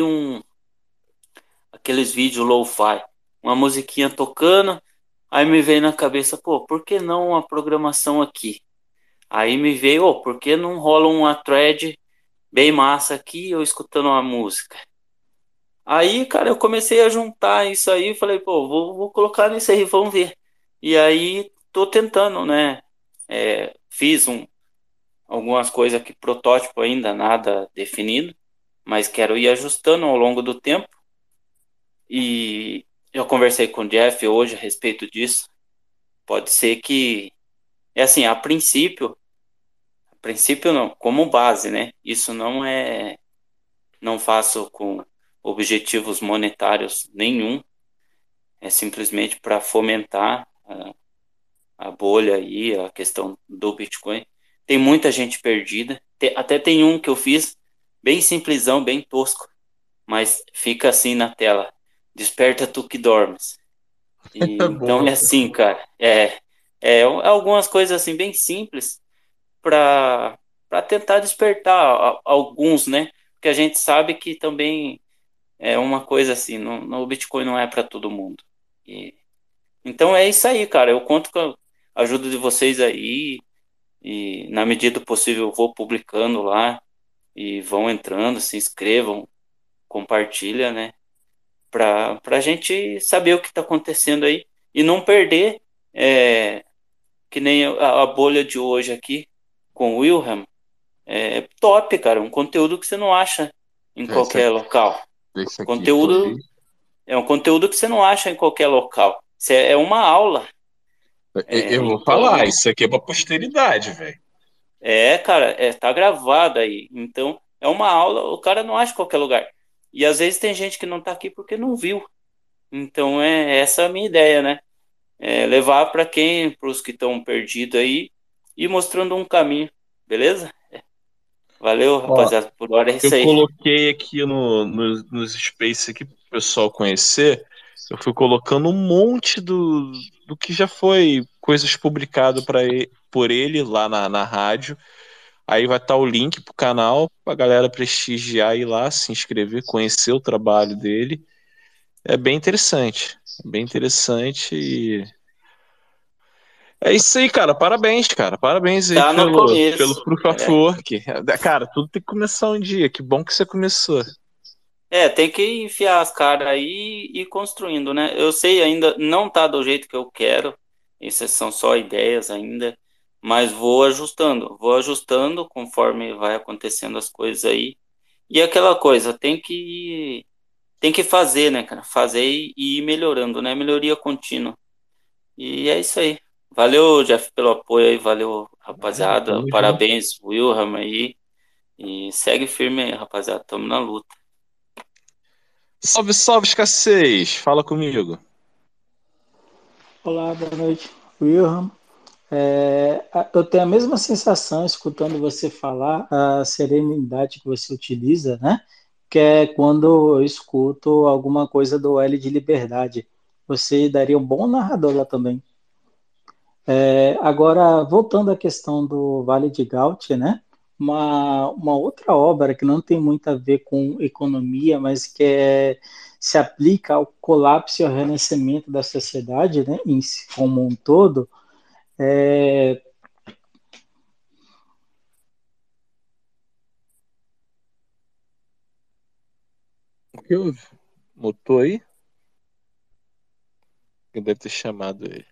aqueles vídeos lo-fi, uma musiquinha tocando, aí me veio na cabeça, pô, por que não uma programação aqui? Aí me veio, por que não rola uma thread bem massa aqui, eu escutando uma música? Aí, cara, eu comecei a juntar isso aí, e falei, pô, vou colocar nisso aí, vamos ver. E aí, tô tentando, né? Fiz algumas coisas aqui, protótipo ainda, nada definido, mas quero ir ajustando ao longo do tempo. E eu conversei com o Jeff hoje a respeito disso. Pode ser que, assim, a princípio não, como base, né? Isso não faço com objetivos monetários nenhum, é simplesmente para fomentar a bolha aí, a questão do Bitcoin. Tem muita gente perdida, até tem um que eu fiz bem simplesão, bem tosco, mas fica assim na tela: desperta tu que dormes. Então Boa. é assim, cara, algumas coisas assim bem simples para tentar despertar alguns, né? Porque a gente sabe que também é uma coisa assim, o Bitcoin não é para todo mundo. Então é isso aí, cara. Eu conto com a ajuda de vocês aí e na medida do possível eu vou publicando lá e vão entrando, se inscrevam, compartilha, né? Para a gente saber o que está acontecendo aí e não perder, que nem a bolha de hoje aqui com o Wilhelm. Top, cara. Um conteúdo que você não acha em qualquer local. Esse aqui Conteúdo é um conteúdo que você não acha em qualquer local. Isso é uma aula. Eu vou Então, falar, isso aqui é pra posteridade, velho. cara, tá gravado aí. Então, é uma aula, o cara não acha em qualquer lugar. E às vezes tem gente que não tá aqui porque não viu. Então, essa a minha ideia, né? Levar para os que estão perdidos aí e mostrando um caminho, beleza? Valeu, Ó, rapaziada, por hora é isso eu aí. coloquei aqui nos Space aqui pro pessoal conhecer. Eu fui colocando um monte do que já foi coisas publicadas por ele lá na rádio. Aí vai estar o link pro canal pra galera prestigiar, ir lá, se inscrever, conhecer o trabalho dele. É bem interessante. É bem interessante e é isso aí, cara. Parabéns, cara. Parabéns aí Tá no pelo começo. Proof of Work. Cara, tudo tem que começar um dia. Que bom que você começou. Tem que enfiar as caras aí e ir construindo, né? Eu sei ainda não tá do jeito que eu quero. Essas são só ideias ainda, mas vou ajustando conforme vai acontecendo as coisas aí. E aquela coisa, tem que fazer, né, cara? Fazer e ir melhorando, né? Melhoria contínua. E é isso aí. Valeu, Jeff, pelo apoio aí. Valeu, rapaziada. Tamo junto. Parabéns, Wilhelm aí. E segue firme aí, rapaziada. Tamo na luta. Salve, salve, escassez. Fala comigo. Olá, boa noite. Wilhelm. Eu tenho a mesma sensação escutando você falar, a serenidade que você utiliza, né? Que é quando eu escuto alguma coisa do L de Liberdade. Você daria um bom narrador lá também. Agora, voltando à questão do Vale de Gaut, né? Uma outra obra que não tem muito a ver com economia, mas que se aplica ao colapso e ao renascimento da sociedade, né? Em si, como um todo, é, O que houve? Mutou aí? Eu deve ter chamado ele.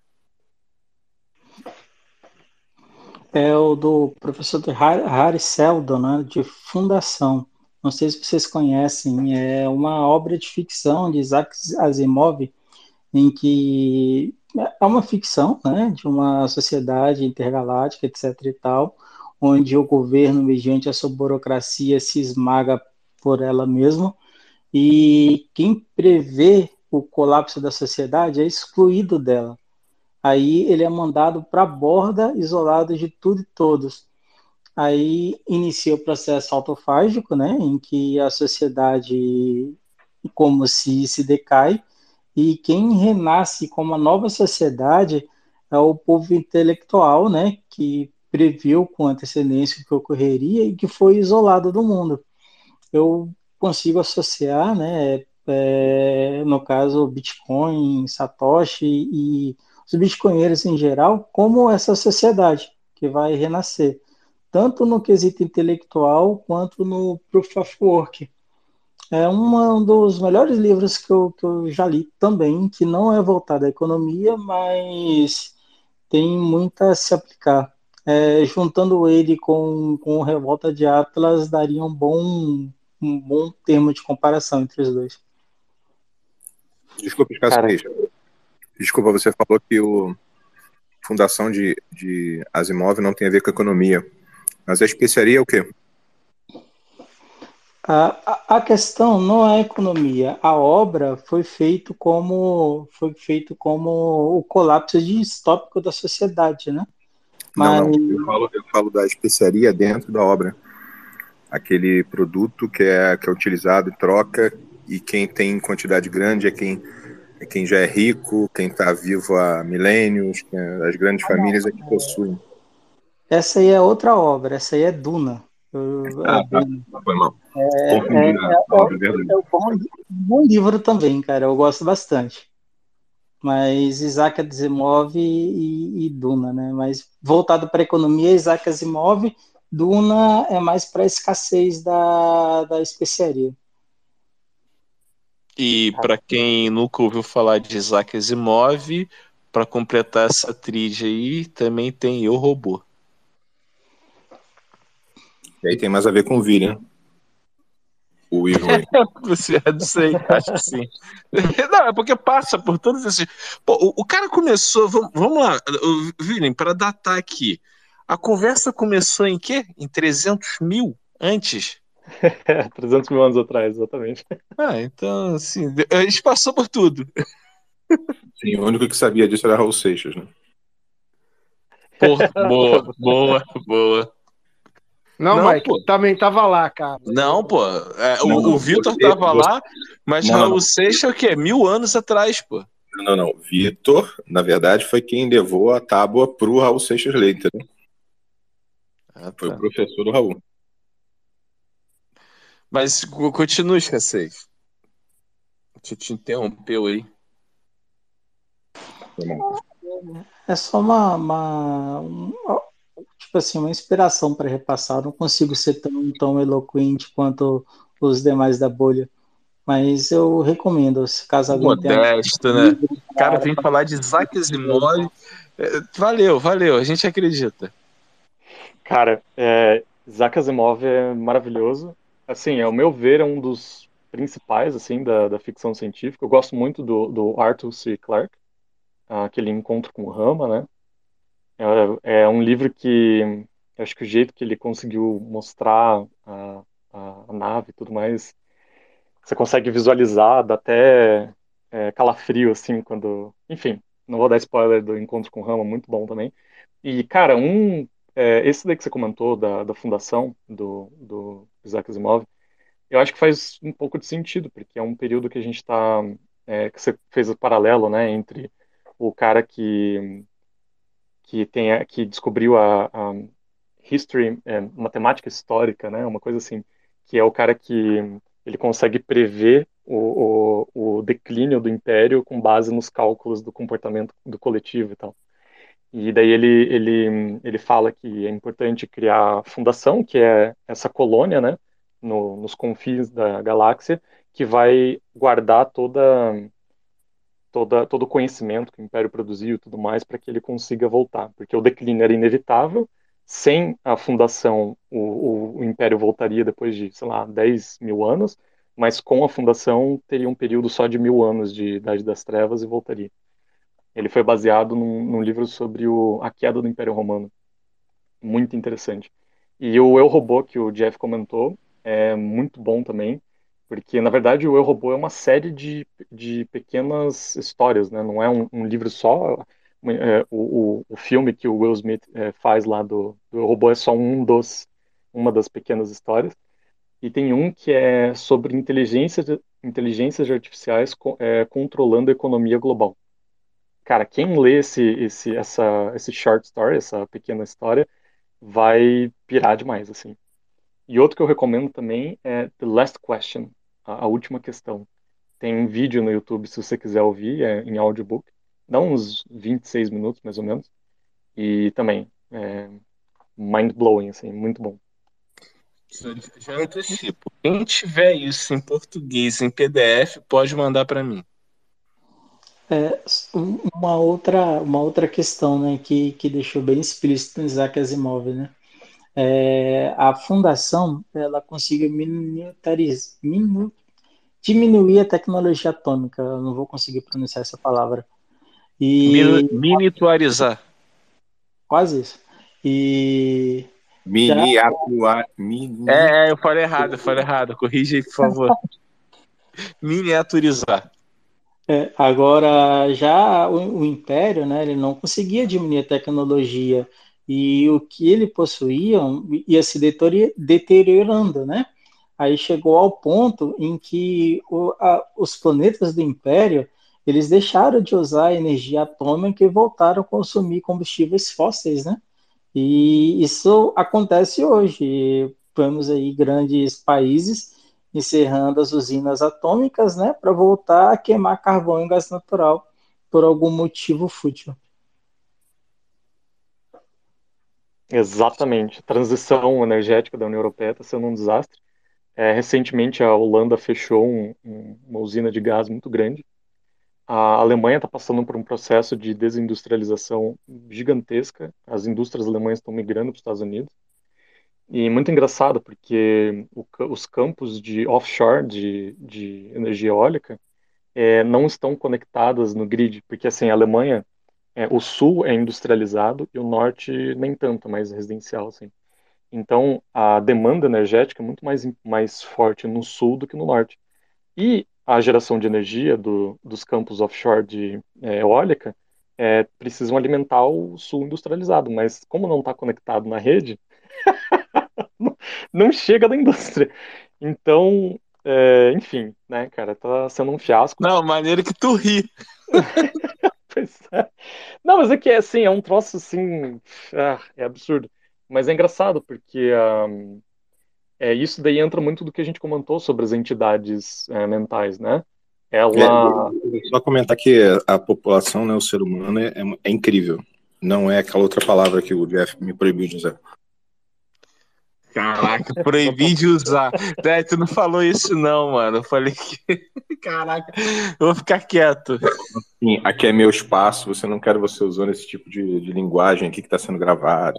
é o do professor Harry Seldon, né, de Fundação. Não sei se vocês conhecem, é uma obra de ficção de Isaac Asimov, em que é uma ficção, né, de uma sociedade intergaláctica, etc. e tal, onde o governo, mediante a sua burocracia, se esmaga por ela mesma, e quem prevê o colapso da sociedade é excluído dela. Aí ele é mandado para a borda, isolado de tudo e todos. Aí inicia o processo autofágico, né, em que a sociedade como se decai, e quem renasce como uma nova sociedade é o povo intelectual, né, que previu com antecedência o que ocorreria e que foi isolado do mundo. Eu consigo associar, né, no caso, Bitcoin, Satoshi e os bitcoinheiros em geral, como essa sociedade que vai renascer, tanto no quesito intelectual quanto no Proof of Work. É um dos melhores livros que eu já li também, que não é voltado à economia, mas tem muito a se aplicar. Juntando ele com o Revolta de Atlas, daria um bom termo de comparação entre os dois. Desculpa, Cara, escassez. Desculpa, você falou que o Fundação de Asimov não tem a ver com economia. Mas a especiaria é o quê? A questão não é a economia. A obra foi feito como o colapso distópico da sociedade, né? Não, Mas não. Eu falo da especiaria dentro da obra. Aquele produto que é utilizado e troca, e quem tem quantidade grande é quem já é rico, quem está vivo há milênios, as grandes famílias é que possuem. essa aí é outra obra. Essa aí é Duna. É Ah, tá. Duna. Foi mal. É, Confundi é, a obra, verdade. é um bom livro também, cara. Eu gosto bastante. Mas Isaac Asimov e Duna, né? Mas voltado para a economia, Isaac Asimov, Duna é mais para a escassez da especiaria. E para quem nunca ouviu falar de Isaac Asimov, para completar essa tríade aí, também tem Eu, Robô. E aí tem mais a ver com o William. O Weaver. Não sei, acho que sim. Não, é porque passa por todos esses. Pô, o cara começou. Vamos lá, William, para datar aqui. A conversa começou em quê? Em 300 mil antes? 300 mil anos atrás, exatamente. Então, assim, a gente passou por tudo. Sim, o único que sabia disso era Raul Seixas, né? Porra, boa. Não, Não, Mike, pô. também tava lá, cara. Não, pô. Não, O Vitor você- tava lá, mas Não, Raul não. Seixas é o quê? 1000 anos atrás, pô. Não. Vitor, na verdade, foi quem levou a tábua pro Raul Seixas ler, entendeu? Foi o Tá. professor do Raul. Mas continua, escassez. Te interrompeu aí. Foi mal. É só tipo assim, uma inspiração para repassar. Eu não consigo ser tão eloquente quanto os demais da bolha, mas eu recomendo, se caso alguém tenha Modesto, né? livro O cara vem falar de Isaac Asimov. Valeu, a gente acredita. Cara, Isaac Asimov é maravilhoso. Assim, ao meu ver, é um dos principais, assim, da ficção científica. Eu gosto muito do Arthur C. Clarke, aquele Encontro com Rama, né? É um livro que eu acho que o jeito que ele conseguiu mostrar a nave e tudo mais, você consegue visualizar, dá até calafrio, assim, quando... Enfim, Não vou dar spoiler do Encontro com Rama, muito bom também. E, cara, esse daí que você comentou, da fundação do Isaac Asimov, eu acho que faz um pouco de sentido, porque é um período que a gente está... que você fez o paralelo, né, entre o cara que descobriu a history, matemática histórica, né, uma coisa assim, que é o cara que ele consegue prever o declínio do império com base nos cálculos do comportamento do coletivo e tal. E daí ele fala que é importante criar a fundação, que é essa colônia, né, nos confins da galáxia, que vai guardar todo o conhecimento que o Império produziu e tudo mais para que ele consiga voltar. Porque o declínio era inevitável, sem a fundação o Império voltaria depois de, sei lá, 10 mil anos, mas com a fundação teria um período só de 1000 anos de Idade das Trevas e voltaria. Ele foi baseado num livro sobre a queda do Império Romano. Muito interessante. E o Eu, Robô, que o Jeff comentou, é muito bom também, porque, na verdade, o Eu, Robô é uma série de pequenas histórias, né? Não é um livro só. O filme que o Will Smith faz lá do Eu, Robô é só uma das pequenas histórias. E tem um que é sobre inteligências artificiais controlando a economia global. Cara, quem lê esse short story, essa pequena história, vai pirar demais, assim. E outro que eu recomendo também é The Last Question, a última questão. Tem um vídeo no YouTube, se você quiser ouvir, em audiobook. Dá uns 26 minutos, mais ou menos. E também, mind-blowing, assim, muito bom. Já antecipo. Quem tiver isso em português, em PDF, pode mandar para mim. Uma outra questão, né, que deixou bem explícito no Isaac Asimov, né? A fundação ela conseguiu diminuir a tecnologia atômica. Eu não vou conseguir pronunciar essa palavra. E Miniaturizar. quase isso. E Eu falei errado. Corrige aí, por favor. Miniaturizar. Agora, já o Império, né, ele não conseguia diminuir a tecnologia e o que ele possuía ia se deteriorando, né? Aí chegou ao ponto em que os planetas do Império eles deixaram de usar energia atômica e voltaram a consumir combustíveis fósseis, né? E isso acontece hoje. Vemos aí grandes países encerrando as usinas atômicas, né, para voltar a queimar carvão e gás natural por algum motivo fútil. Exatamente. A transição energética da União Europeia está sendo um desastre. Recentemente, a Holanda fechou uma usina de gás muito grande. A Alemanha está passando por um processo de desindustrialização gigantesca. As indústrias alemãs estão migrando para os Estados Unidos. E muito engraçado, porque os campos de offshore de energia eólica não estão conectados no grid, porque assim, a Alemanha, o sul é industrializado e o norte nem tanto, mais residencial, assim. Então, a demanda energética é muito mais forte no sul do que no norte. E a geração de energia dos campos offshore de eólica precisam alimentar o sul industrializado, mas como não está conectado na rede, não chega da indústria. Então, enfim, né, cara, tá sendo um fiasco. Não, maneiro que tu ri. Pois é. Não, mas é que assim, é um troço assim, é absurdo. Mas é engraçado, porque isso daí entra muito do que a gente comentou sobre as entidades mentais, né? Só comentar que a população, né, o ser humano, é incrível. Não é aquela outra palavra que o Jeff me proibiu de usar. Caraca, proibi de usar. Tu não falou isso não, mano. Eu falei que... Caraca, eu vou ficar quieto. Sim, aqui é meu espaço, você não quer você usando esse tipo de linguagem aqui que está sendo gravado.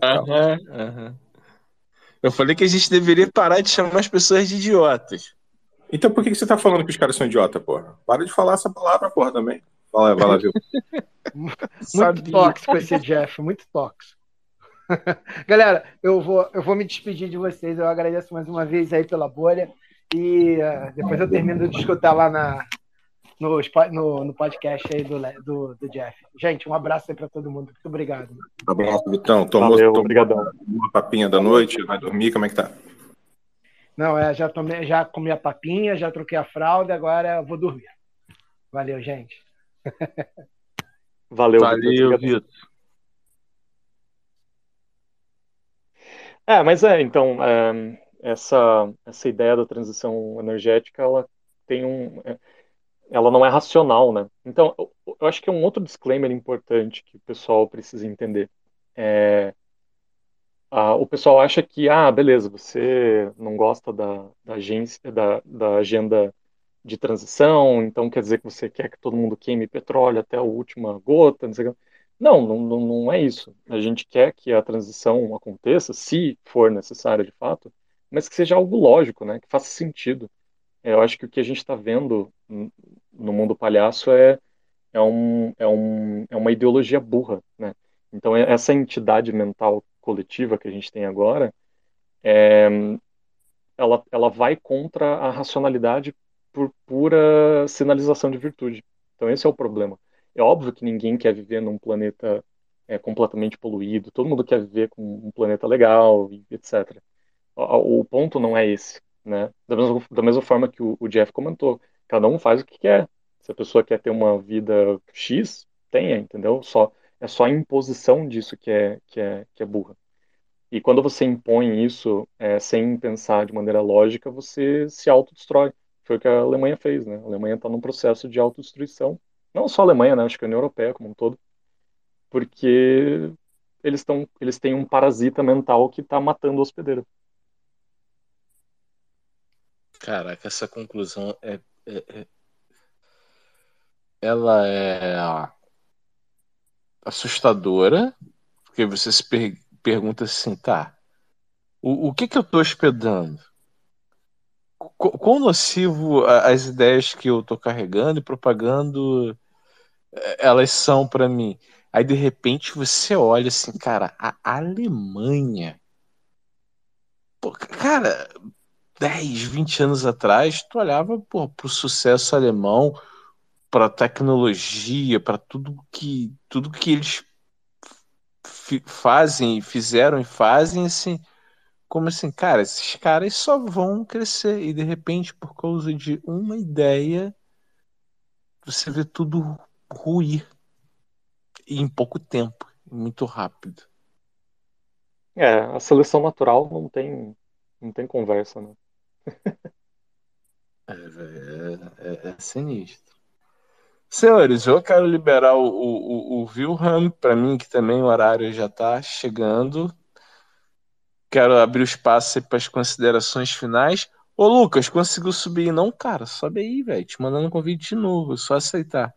Eu falei que a gente deveria parar de chamar as pessoas de idiotas. Então por que você tá falando que os caras são idiota, porra? Para de falar essa palavra, porra, também. Vai lá, viu? Muito tóxico esse Jeff, muito tóxico. Galera, eu vou me despedir de vocês. Eu agradeço mais uma vez aí pela bolha. E depois eu termino de escutar lá no podcast aí do Jeff. Gente, um abraço aí para todo mundo. Muito obrigado. Um abraço, Vitão. Tomou uma papinha da noite? Vai dormir? Como é que tá? Não, já comi a papinha, já troquei a fralda, agora eu vou dormir. Valeu, gente. Valeu, Vitor. Mas então, essa ideia da transição energética, ela tem ela não é racional, né? Então, eu acho que é um outro disclaimer importante que o pessoal precisa entender. O pessoal acha que, beleza, você não gosta da agenda de transição, então quer dizer que você quer que todo mundo queime petróleo até a última gota, não sei o que. Não é isso. A gente quer que a transição aconteça, se for necessário de fato, mas que seja algo lógico, né? Que faça sentido. Eu acho que o que a gente está vendo no mundo palhaço é uma ideologia burra, né? Então, essa entidade mental coletiva que a gente tem agora, ela vai contra a racionalidade por pura sinalização de virtude. Então, esse é o problema. É óbvio que ninguém quer viver num planeta completamente poluído, todo mundo quer viver com um planeta legal, etc. O ponto não é esse, né? Da mesma forma que o Jeff comentou, cada um faz o que quer. Se a pessoa quer ter uma vida X, tenha, entendeu? É só a imposição disso que é burra. E quando você impõe isso sem pensar de maneira lógica, você se autodestrói. Foi o que a Alemanha fez, né? A Alemanha está num processo de autodestruição. Não só a Alemanha, né? Acho que a União Europeia como um todo. Porque eles têm um parasita mental que está matando o hospedeiro. Caraca, essa conclusão ela é assustadora, porque você se pergunta assim, tá, o que eu estou hospedando? Quão nocivo as ideias que eu estou carregando e propagando elas são para mim? Aí de repente você olha assim, cara, a Alemanha, pô, cara, 10, 20 anos atrás, tu olhava pro sucesso alemão, para tecnologia, para tudo que eles fizeram e fazem, assim, como assim, cara, esses caras só vão crescer e de repente, por causa de uma ideia, você vê tudo ruir e em pouco tempo, muito rápido. A seleção natural não tem conversa, né? É sinistro. Senhores, eu quero liberar o Wilhelm para mim, que também o horário já está chegando. Quero abrir o espaço para as considerações finais. Ô, Lucas, conseguiu subir? Não, cara, sobe aí, velho. Te mandando um convite de novo, é só aceitar.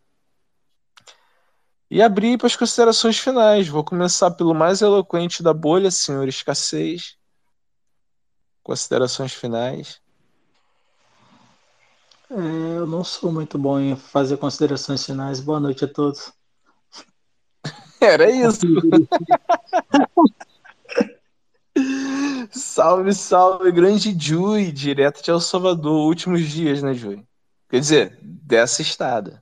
E abrir para as considerações finais. Vou começar pelo mais eloquente da bolha, senhor Escassez. Considerações finais. Eu não sou muito bom em fazer considerações finais. Boa noite a todos. Era isso. Salve, salve, grande Jui, direto de El Salvador, últimos dias, né, Jui? Quer dizer, dessa estada.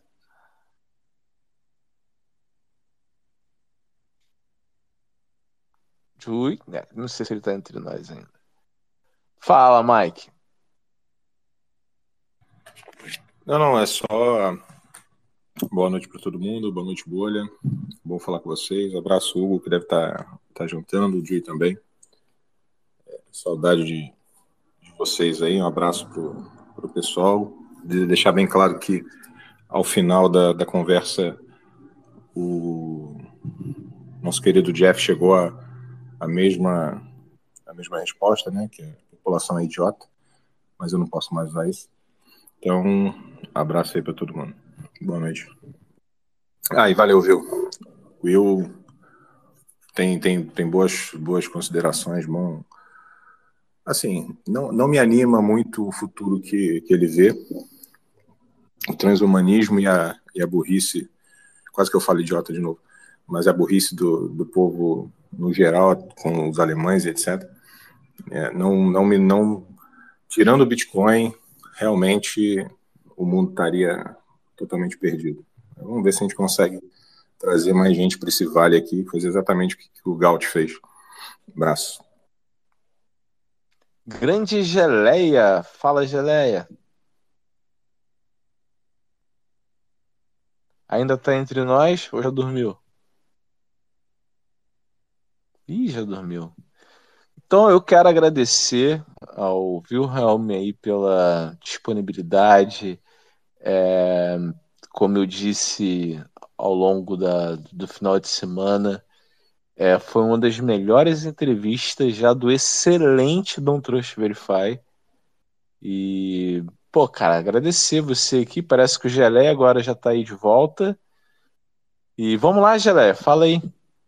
Jui, não sei se ele tá entre nós ainda. Fala, Mike. Não, é só boa noite para todo mundo, boa noite, bolha. Bom falar com vocês. Abraço, Hugo, que deve estar juntando, o Jui também. Saudade de vocês aí, um abraço pro pessoal. De deixar bem claro que ao final da conversa o nosso querido Jeff chegou à mesma resposta, né? Que a população é idiota, mas eu não posso mais usar isso. Então, abraço aí para todo mundo. Boa noite. E valeu, Will. Will tem boas considerações, bom. Assim, não me anima muito o futuro que ele vê. O transhumanismo e a burrice, quase que eu falo idiota de novo, mas a burrice do povo no geral, com os alemães e etc. Tirando o Bitcoin, realmente o mundo estaria totalmente perdido. Vamos ver se a gente consegue trazer mais gente para esse vale aqui, fazer exatamente o que o Gaut fez. Abraço. Grande Geleia. Fala, Geleia. Ainda tá entre nós ou já dormiu? Ih, já dormiu. Então eu quero agradecer ao Wilhelm aí pela disponibilidade. Como eu disse ao longo do final de semana, foi uma das melhores entrevistas já do excelente Don't Trust Verify. E, pô, cara, agradecer você aqui. Parece que o Geleia agora já tá aí de volta. E vamos lá, Geleia, fala aí.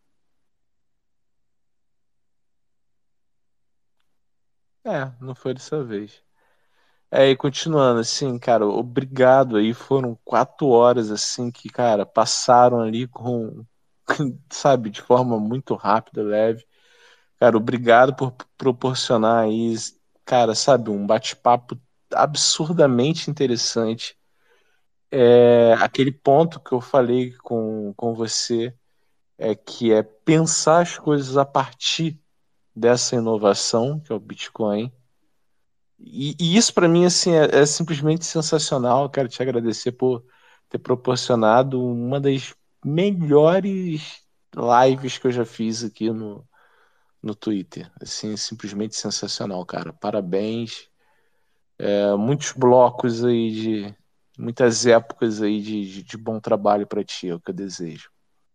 Não foi dessa vez. E continuando, assim, cara, obrigado aí. Foram 4 horas, assim, que, cara, passaram ali sabe, de forma muito rápida, leve. Cara, obrigado por proporcionar aí, cara, sabe, um bate-papo absurdamente interessante. Aquele ponto que eu falei com você que é pensar as coisas a partir dessa inovação, que é o Bitcoin. E isso para mim assim é simplesmente sensacional. Eu quero te agradecer por ter proporcionado uma das melhores lives que eu já fiz aqui no Twitter. Assim, simplesmente sensacional, cara. Parabéns. Muitos blocos aí muitas épocas aí de bom trabalho para ti, é o que eu desejo.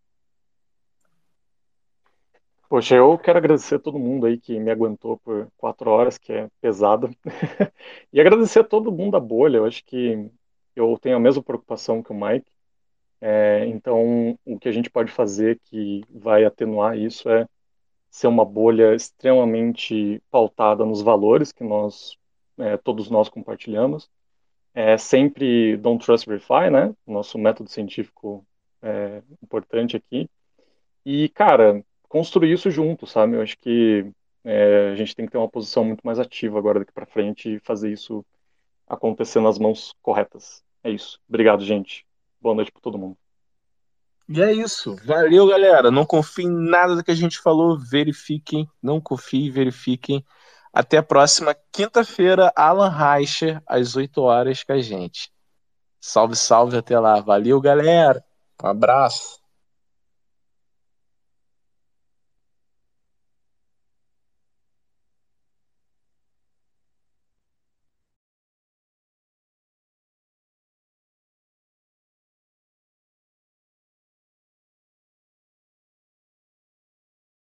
Poxa, eu quero agradecer a todo mundo aí que me aguentou por 4 horas, que é pesado. E agradecer a todo mundo da bolha. Eu acho que eu tenho a mesma preocupação que o Mike. Então, o que a gente pode fazer que vai atenuar isso é ser uma bolha extremamente pautada nos valores que todos nós compartilhamos. Sempre Don't Trust Verify, né? Nosso método científico importante aqui. E, cara, construir isso junto, sabe? Eu acho que a gente tem que ter uma posição muito mais ativa agora daqui para frente e fazer isso acontecer nas mãos corretas. É isso. Obrigado, gente. Boa noite para todo mundo. E é isso. Valeu, galera. Não confie em nada do que a gente falou. Verifiquem. Não confiem, verifiquem. Até a próxima quinta-feira, Alan Reicher, às 8 horas com a gente. Salve, salve, até lá. Valeu, galera. Um abraço.